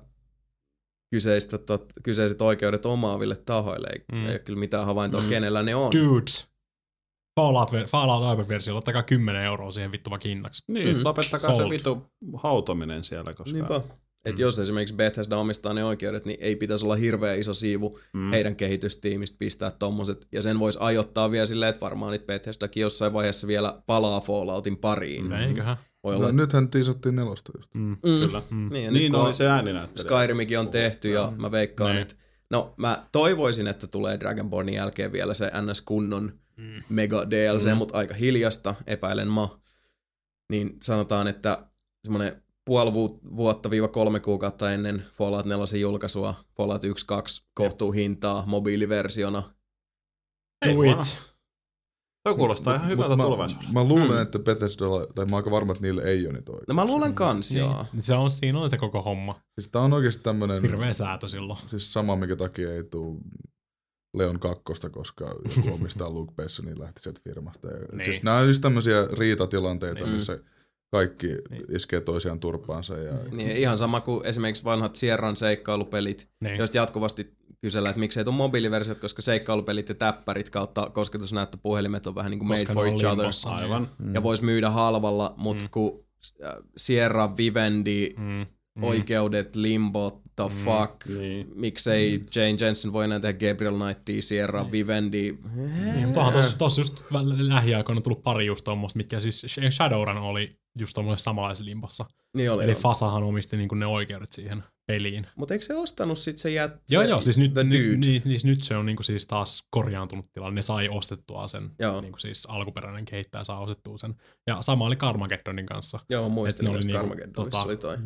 kyseiset oikeudet omaaville tahoille. Ei ole kyllä mitään havaintoa, kenellä ne on. Dudes. Fallout iPad-versio, ottakaa 10 € siihen vittu vaikka hinnaksi. Niin, lopettakaa se vittu hautominen siellä, koska... Niinpä. Että jos esimerkiksi Bethesda omistaa ne oikeudet, niin ei pitäisi olla hirveän iso siivu heidän kehitystiimistä pistää tommoset. Ja sen voisi ajoittaa vielä silleen, että varmaan nyt Bethesdakin jossain vaiheessa vielä palaa Falloutin pariin. Eiköhän. Nythän tiisattiin 4 just. Kyllä. Niin oli se ääninäyttely. Skyrimikin on tehty ja mä veikkaan, että... No mä toivoisin, että tulee Dragonbornin jälkeen vielä se NS-kunnon mega DLC, mutta aika hiljasta, epäilen Niin sanotaan, että semmonen puoli vuotta 3 kuukautta ennen Fallout 4 julkaisua, Fallout 1-2 kohtuu hintaa mobiiliversiona. Do it. Toi kuulostaa ihan hyvältä tulevaisuudesta. Mä luulen, että Bethesdalla, tai mä oon aika varma, että niille ei ole niitä oikein. No mä luulen kans, joo. Siinä on se koko homma. Siis tää on oikeesti tämmönen... Hirveä säätö silloin. Siis sama, mikä takia ei tuu Leon 2, koska joku omistaa Luke Bessonin lähti sieltä firmasta. Siis nää on siis tämmösiä riitatilanteita, missä kaikki iskee toisiaan turpaansa. Niin, ihan sama kuin esimerkiksi vanhat Sierran seikkailupelit, joista jatkuvasti kysellään, että miksei tuon mobiiliversiot, koska seikkailupelit ja täppärit kautta kosketusnäyttöpuhelimet on vähän niin kuin made for each other. Aivan. Ja vois myydä halvalla, mutta kun Sierra, Vivendi, oikeudet, Limbo, the fuck, miksei Jane Jensen voi enää tehdä Gabriel Knightia, Sierra, Vivendi. Niin, mutta tossa just lähiaikoina on tullut pari just tommoista, mitkä siis Shadowrun oli just tommosessa samanlaisessa limbossa. Niin oli. Eli Fasahan omisti niinku ne oikeudet siihen peliin. Mutta eikö se ostanut sit se Joo, siis nyt se on niinku siis taas korjaantunut tilanne. Ne sai ostettua sen, niinku siis alkuperäinen kehittäjä saa ostettua sen. Ja sama oli Carmageddonin kanssa. Joo, muistelin, että Carmageddonissa oli toi.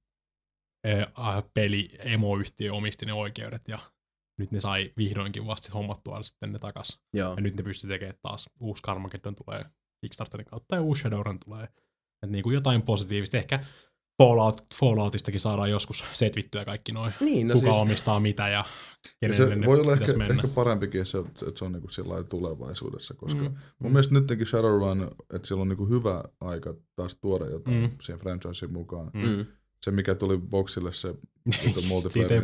Peli-emoyhtiö omisti ne oikeudet ja nyt ne sai vihdoinkin vasta hommattua sitten ne takas. Joo. Ja nyt ne pystyy tekemään taas uusi Carmageddon tulee Kickstarterin kautta ja uusi Shadowrun tulee. Että niinku jotain positiivista. Ehkä Falloutistakin saadaan joskus setvittyä kaikki noin. Niin, no kuka siis... omistaa mitä ja kenelle ne voi olla ehkä parempikin, että se on niinku sillä tulevaisuudessa, koska mun mielestä nytkin Shadowrun, että siellä on niinku hyvä aika taas tuoda jotain siihen franchisein mukaan. Se, mikä tuli Boxille, se multiplayer,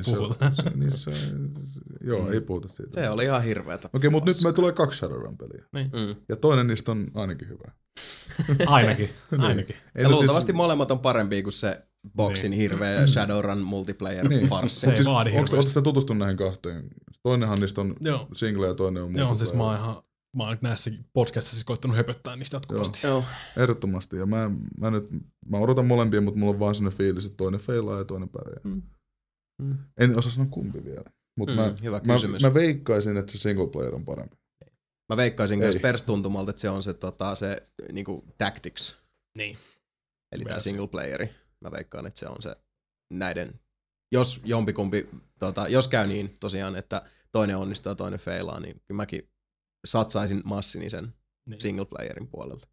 ei puhuta siitä. Se oli ihan hirveetä. Okei, mutta nyt me tulee 2 Shadowrun-peliä. Ja toinen niistä on ainakin hyvä. Ainakin. Ja luultavasti molemmat on parempia kuin se Boxin hirveä Shadowrun multiplayer-farssi. Se ei vaadi hirveästi. Oletko sä tutustunut näihin kahteen? Toinenhan niistä on single ja toinen on multiplayer. Joo, siis mä oon näissä podcastissa koittanut höpöttää niistä jatkuvasti. Joo. Ehdottomasti. Ja mä odotan molempia, mutta mulla on vaan sellainen fiilis, että toinen feilaa ja toinen pärjää. En osaa sanoa kumpi vielä. Mutta mä veikkaisin, että se single player on parempi. Mä veikkaisin myös perstuntumalta, että se on se niinku tactics. Niin. Eli tämä single playeri. Mä veikkaan, että se on se näiden, jos jompikumpi, jos käy niin tosiaan, että toinen onnistuu ja toinen feilaa, niin kyllä mäkin satsaisin massini sen single playerin puolelle.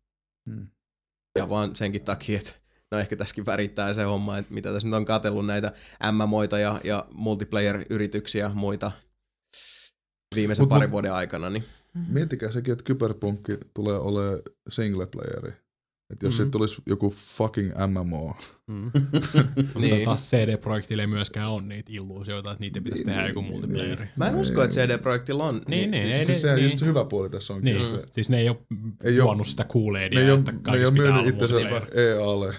Ja vaan senkin takia, että no ehkä tässäkin värittää se homma, että mitä tässä nyt on katsellut näitä MMOita ja multiplayer-yrityksiä muita viimeisen parin vuoden aikana. Niin. Miettikää sekin, että Cyberpunk tulee olemaan single playeri. Että jos siitä tulisi joku fucking MMO. Mutta taas CD-projektille ei myöskään ole niitä illuusioita, että niitä pitäisi tehdä joku multiplayeri. Mä en usko, että CD-projektilla on. Siis se on just se hyvä puoli tässä onkin. Niin. Siis ne ei ole juonut sitä Kool-Aidia, että ne ei kaikissa ole pitää myynyt olla itsensä EAlle.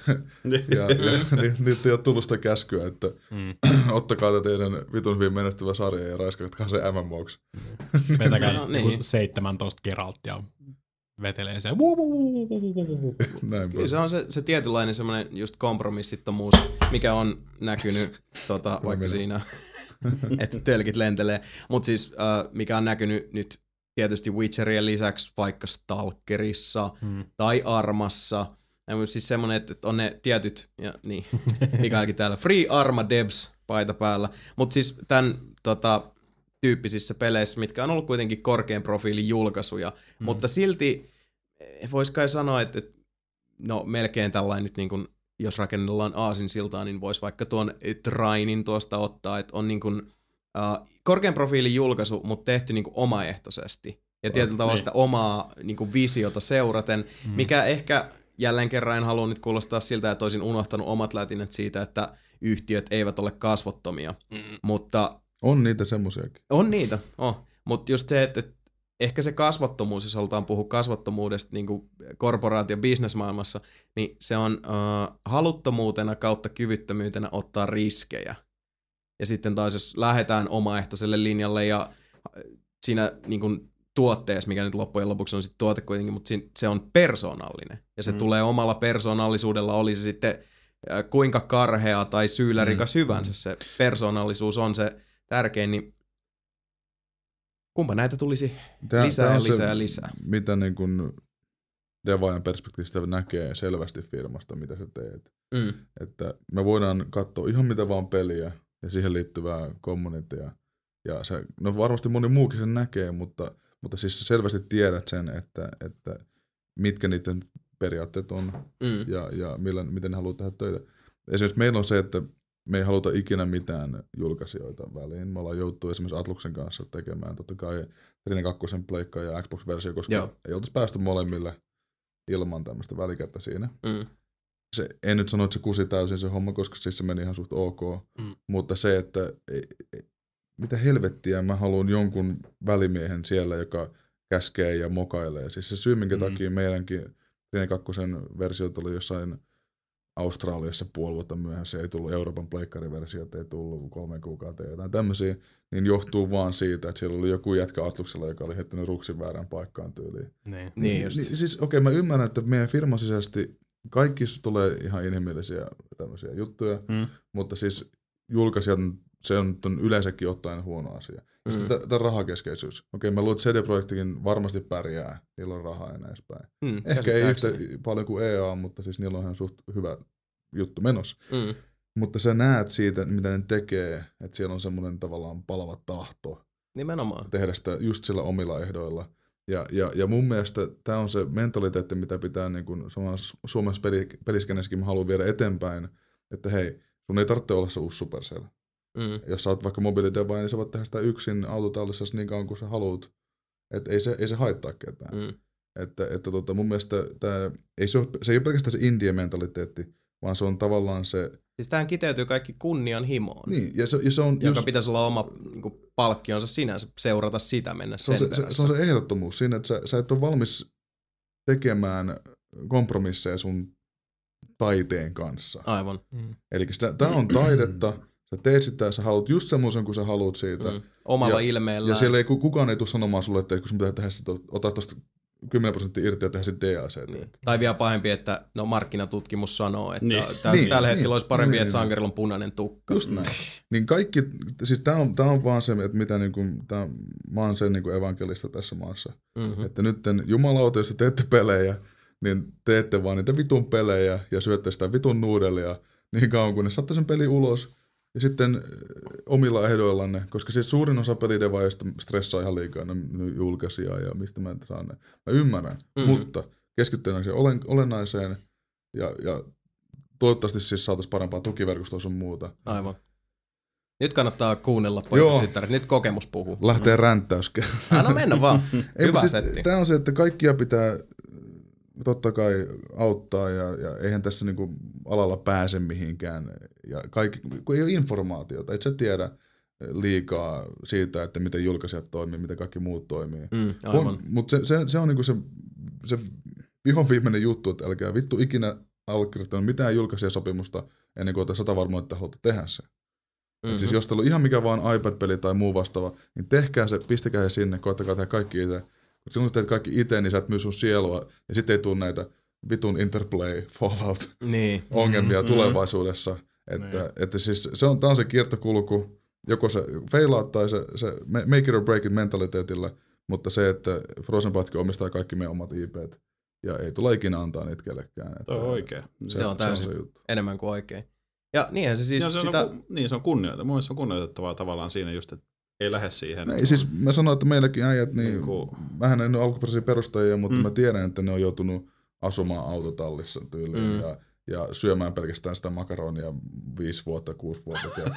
ja niitä ei ole tullut sitä käskyä, että ottakaa te teidän vitun hyvin menestyvä sarja ja raiskatkaa se MMOksi. Vetäkää 17 Geraltia. Vetelee se. Kyllä se on se tietynlainen semmoinen just kompromissittomuus, mikä on näkynyt vaikka siinä, että tölkit lentelee. Mutta siis mikä on näkynyt nyt tietysti Witcherien lisäksi vaikka Stalkerissa tai Armassa. Siis semmoinen, että on ne tietyt, ja niin, Mikaelkin täällä, Free Arma Devs paita päällä. Mutta siis tämän tyyppisissä peleissä, mitkä on ollut kuitenkin korkean profiilin julkaisuja, mutta silti vois kai sanoa, että no melkein tällainen nyt niin kuin, jos rakennellaan aasinsiltaa, niin vois vaikka tuon Trainin tuosta ottaa, että on niin kuin, korkean profiilin julkaisu, mutta tehty niin kuin omaehtoisesti ja tietyllä tavalla sitä omaa niin kuin visiota seuraten, mikä ehkä jälleen kerran en halua nyt kuulostaa siltä, että olisin unohtanut omat lätinät siitä, että yhtiöt eivät ole kasvottomia, mutta on niitä semmosiakin. On niitä, mutta just se, että ehkä se kasvottomuus, jos halutaan puhua kasvottomuudesta niin kuin korporaatio- ja bisnesmaailmassa, niin se on haluttomuutena kautta kyvyttömyytenä ottaa riskejä. Ja sitten taas jos lähdetään omaehtoiselle linjalle ja siinä niin kuin tuotteessa, mikä nyt loppujen lopuksi on sitten tuote kuitenkin, mutta se on persoonallinen. Ja se tulee omalla persoonallisuudella, oli se sitten kuinka karhea tai syylärikas hyvänsä. Se persoonallisuus on se tärkein, niin kumpa näitä tulisi lisää. Mitä niin kuin devaajan perspektiivistä näkee selvästi firmasta, mitä sä teet. Että me voidaan katsoa ihan mitä vaan peliä ja siihen liittyvää communitya. Ja se, no varmasti moni muukin sen näkee, mutta siis sä selvästi tiedät sen, että mitkä niiden periaatteet on ja miten ne haluaa tehdä töitä. Esimerkiksi meillä on se, että me ei haluta ikinä mitään julkaisijoita väliin. Me ollaan joutuu esimerkiksi Atluksen kanssa tekemään totta kai Trine 2 pleikka ja Xbox-versio, koska ei oltaisi päästy molemmille ilman tämmöistä välikättä siinä. Se, en nyt sano, että se kusi täysin se homma, koska siis se meni ihan suht ok. Mutta se, että mitä helvettiä mä haluan jonkun välimiehen siellä, joka käskee ja mokailee. Siis se syy, minkä takia meidänkin Trine 2 versiot oli jossain Australiassa puoli vuotta myöhässä, ei tullut Euroopan pleikkariversiot, ei tullut 3 kuukautta ja jotain tämmöisiä, niin johtuu vaan siitä, että siellä oli joku jätkä Atluksella, joka oli heittänyt ruksin väärään paikkaan tyyliin. Niin just. Siis okei, mä ymmärrän, että meidän firman sisäisesti kaikissa tulee ihan inhimillisiä tämmöisiä juttuja, mutta siis julkaisijat, se on yleensäkin ottaen huono asia. Ja sitten tämä rahakeskeisyys. Okei, mä luulen, että CD-projektikin varmasti pärjää, niillä on rahaa ja näin päin. Ehkä ei yhtä paljon kuin EA, mutta siis niillä on ihan suht hyvä juttu menossa. Mutta sä näet siitä, mitä ne tekee, että siellä on semmoinen tavallaan palava tahto. Nimenomaan. Tehdä sitä just sillä omilla ehdoilla. Ja mun mielestä tämä on se mentaliteetti, mitä pitää niin kuin Suomessa peliskennessäkin mä haluan viedä eteenpäin, että hei, sun ei tarvitse olla se uusi Supercell. Jos sä oot vaikka mobiilidevaaja, niin sä voit tehdä sitä yksin autotallissa niin kauan kuin sä haluat. Että ei se haittaa ketään. Että mun mielestä se ei ole pelkästään se indie-mentaliteetti, vaan se on tavallaan se... Siis tähän kiteytyy kaikki kunnianhimoon. Niin, ja se on joka pitäisi olla oma niin kuin, palkkionsa sinänsä, seurata sitä, mennä sen perässä. Se on se ehdottomuus siinä, että sä et ole valmis tekemään kompromisseja sun taiteen kanssa. Aivan. Eli tää on taidetta, sä teet sitä, sä haluat just semmoisen kuin sä haluat siitä. Omalla ilmeellä. Ja siellä ei, kukaan ei tule sanomaan sulle, että kun sun pitää tehdä sitä, ota tosta 10% irti ja tehdä sitten DLC. Niin. Tai vielä pahempi, että markkinatutkimus sanoo, että tällä hetkellä olisi parempi, että Sangerilla on punainen tukka. Just näin. Niin kaikki, siis tää on vaan se, että mitä niinku, mä oon se niinku evankelista tässä maassa. Että nyt jumalauta, jos te teette pelejä, niin teette vaan niitä vitun pelejä ja syötte sitä vitun nuudelia niin kauan, kun ne saatte sen peli ulos. Ja sitten omilla ehdoillanne, koska siis suurin osa pelidevaajista stressaa ihan liikaa ne julkaisijaa ja mistä mä en saa ne. Mä ymmärrän, mutta keskittyen siihen olennaiseen ja toivottavasti siis saataisiin parempaa tukiverkostoa sun muuta. Aivan. Nyt kannattaa kuunnella poikatyttäret, nyt kokemus puhuu. Lähtee ränttäyskeen. Anna mennä vaan. Hyvä siis, setti. tää on se, että kaikkia pitää totta kai auttaa ja eihän tässä niinku alalla pääse mihinkään. Ja kaikki, kun ei ole informaatiota, et sä tiedä liikaa siitä, että miten julkaisijat toimii, miten kaikki muut toimii. Mutta se on niinku se vihon viimeinen juttu, että älkää vittu ikinä allekirjoittanut mitään julkaisijasopimusta ennen kuin olette 100 varmoja, että haluatte tehdä sen. Siis jos teillä on ihan mikä vaan iPad-peli tai muu vastaava, niin tehkää se, pistäkää se sinne, koettakaa tehdä kaikki itse. Mutta silloin kun teet kaikki itse, niin sä et myy sun sielua, ja sitten ei tule näitä vitun Interplay, Fallout-ongelmia tulevaisuudessa. Että siis tää on se kiertokulku, joko se feilaat tai se make it or break it mentaliteetillä, mutta se, että Frozen Byte omistaa kaikki meidän omat IPt, ja ei tule ikinä antaa niitä kellekään. Se on oikein. Se on täysin se juttu. Enemmän kuin oikein. Ja niinhän se siis se on kunnioitettavaa. Mun mielestä se on kunnioitettavaa tavallaan siinä just, että ei lähde siihen. Ei, siis mä sanoin, että meilläkin äijät, niin mähän en ole alkuperäisiä perustajia, mutta mä tiedän, että ne on joutunut asumaan autotallissa tyyliin ja syömään pelkästään sitä makaronia 5 vuotta, 6 vuotta.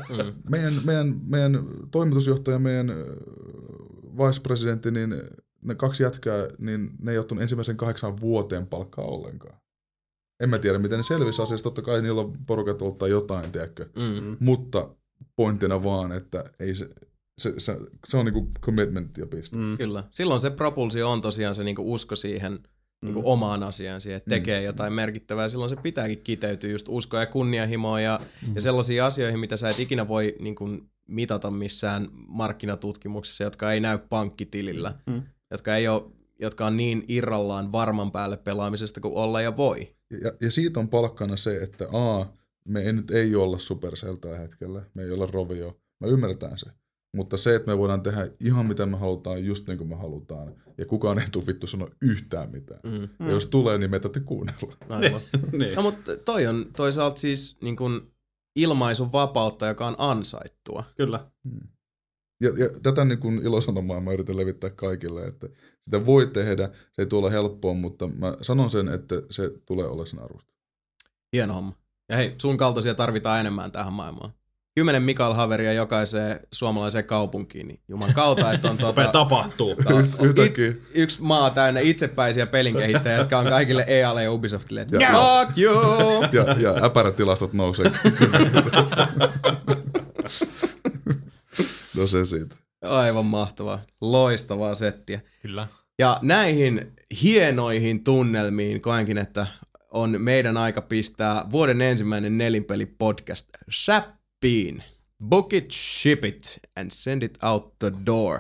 meidän toimitusjohtaja, meidän vice-presidentti, niin ne 2 jätkää, niin ne ei ottanut ensimmäisen 8 vuoteen palkkaa ollenkaan. En mä tiedä, miten ne selvisi asiasta. Totta kai niillä on porukat ollut tai jotain, tiedätkö. Mutta pointtina vaan, että ei se on niinku commitment ja piste. Kyllä. Silloin se propulsio on tosiaan se niinku usko siihen niinku omaan asiaan, siihen, että tekee jotain merkittävää. Silloin se pitääkin kiteytyä just uskoa ja kunnianhimoa ja sellaisiin asioihin, mitä sä et ikinä voi niinku mitata missään markkinatutkimuksessa, jotka ei näy pankkitilillä, jotka on niin irrallaan varman päälle pelaamisesta kuin olla ja voi. Ja siitä on palkkana se, että me ei olla Supercell tällä hetkellä, me ei olla Rovio, me ymmärretään se. Mutta se, että me voidaan tehdä ihan mitä me halutaan, just niin kuin me halutaan, ja kukaan ei tule vittu sanoa yhtään mitään. Ja jos tulee, niin me täytyy kuunnella. Aivan. No mutta toi on toisaalta siis niin kuin ilmaisun vapautta, joka on ansaittua. Kyllä. Ja tätä niin kuin ilosanomaa mä yritän levittää kaikille, että sitä voi tehdä, se ei tule helppoa, mutta mä sanon sen, että se tulee olla sen arvosta. Hieno homma. Ja hei, sun kaltaisia tarvitaan enemmän tähän maailmaan. 10 Mikael Haveria jokaiseen suomalaiseen kaupunkiin, niin juman kautta, että on tapahtuu. Yksi maa täynnä itsepäisiä pelinkehittäjiä, jotka on kaikille EAlle ja Ubisoftille, että fuck you! Ja äpärätilastot nousee. No se siitä. Aivan mahtavaa. Loistavaa settiä. Kyllä. Ja näihin hienoihin tunnelmiin koenkin, että on meidän aika pistää vuoden ensimmäinen nelinpeli-podcast säppiin. Book it, ship it and send it out the door.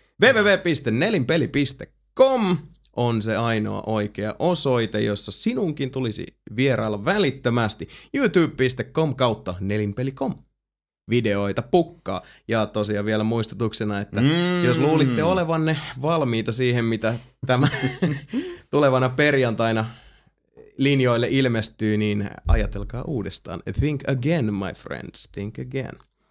www.nelinpeli.com on se ainoa oikea osoite, jossa sinunkin tulisi vierailla välittömästi. youtube.com/nelinpeli.com. Videoita pukkaa. Ja tosiaan vielä muistutuksena, että jos luulitte olevanne valmiita siihen, mitä tämä tulevana perjantaina linjoille ilmestyy, niin ajatelkaa uudestaan. Think again, my friends. Think again.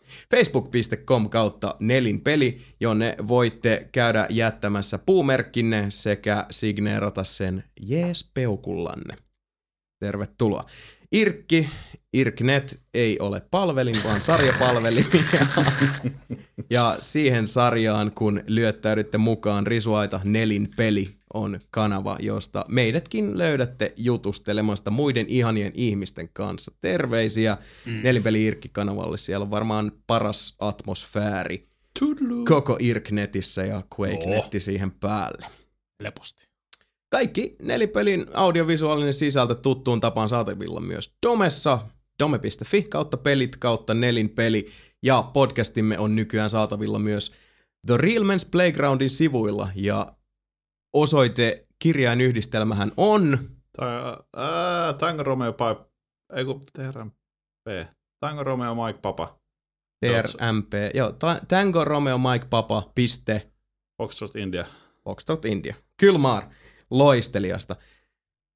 Facebook.com/nelinpeli, jonne voitte käydä jättämässä puumerkkinne sekä signeerata sen jees-peukullanne. Tervetuloa. IRKNET ei ole palvelin, vaan sarjapalvelin. Ja siihen sarjaan, kun lyöttäydytte mukaan, Risuaita Nelinpeli on kanava, josta meidätkin löydätte jutustelemasta muiden ihanien ihmisten kanssa. Terveisiä Nelinpeli IRK-kanavalle. Siellä on varmaan paras atmosfääri koko IRKNETissä ja QuakeNetti siihen päälle. Leposti. Kaikki Nelinpelin audiovisuaalinen sisältö tuttuun tapaan saatavilla myös Domessa, dome.fi/pelit/nelinpeli, ja podcastimme on nykyään saatavilla myös The Real Men's Playgroundin sivuilla, ja osoite kirjainyhdistelmähän on Tango Romeo Pipe, ei kun TRMP, Tango Romeo Mike Papa. TRMP, joo, Tango Romeo Mike Papa, Foxtrot India. Foxtrot India. Kylmar, loistelijasta.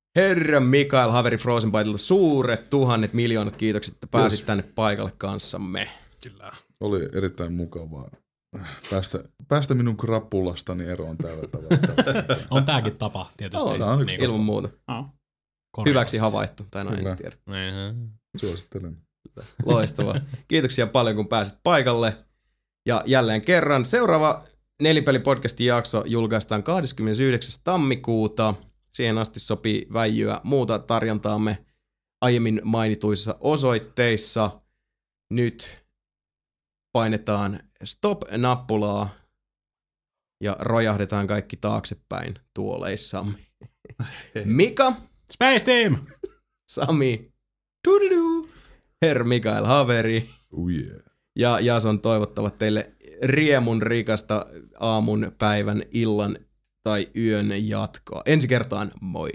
Herra Mikael Haveri Frozen Bytelta suuret tuhannet miljoonat kiitokset, että pääsit tänne paikalle kanssamme. Kyllä. Oli erittäin mukavaa päästä minun krapulastani eroon tällä tavalla. On tääkin tapa tietysti. On yksi Ilman muuta. Hyväksi havaittu, tai no en tiedä. Suosittelen. Loistavaa. Kiitoksia paljon, kun pääsit paikalle. Ja jälleen kerran seuraava Nelipeli-podcastin jakso julkaistaan 29. tammikuuta. Siihen asti sopii väijyä muuta tarjontaamme aiemmin mainituissa osoitteissa. Nyt painetaan stop-nappulaa ja rojahdetaan kaikki taaksepäin tuoleissamme. Mika. Space Team! Sami. Tududu. Herr Mikael Haveri. Oh yeah. Ja Jason toivottavat teille riemun rikasta aamun, päivän, illan tai yön jatkoa. Ensi kertaan, moi!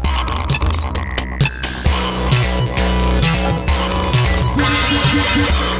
Yeah.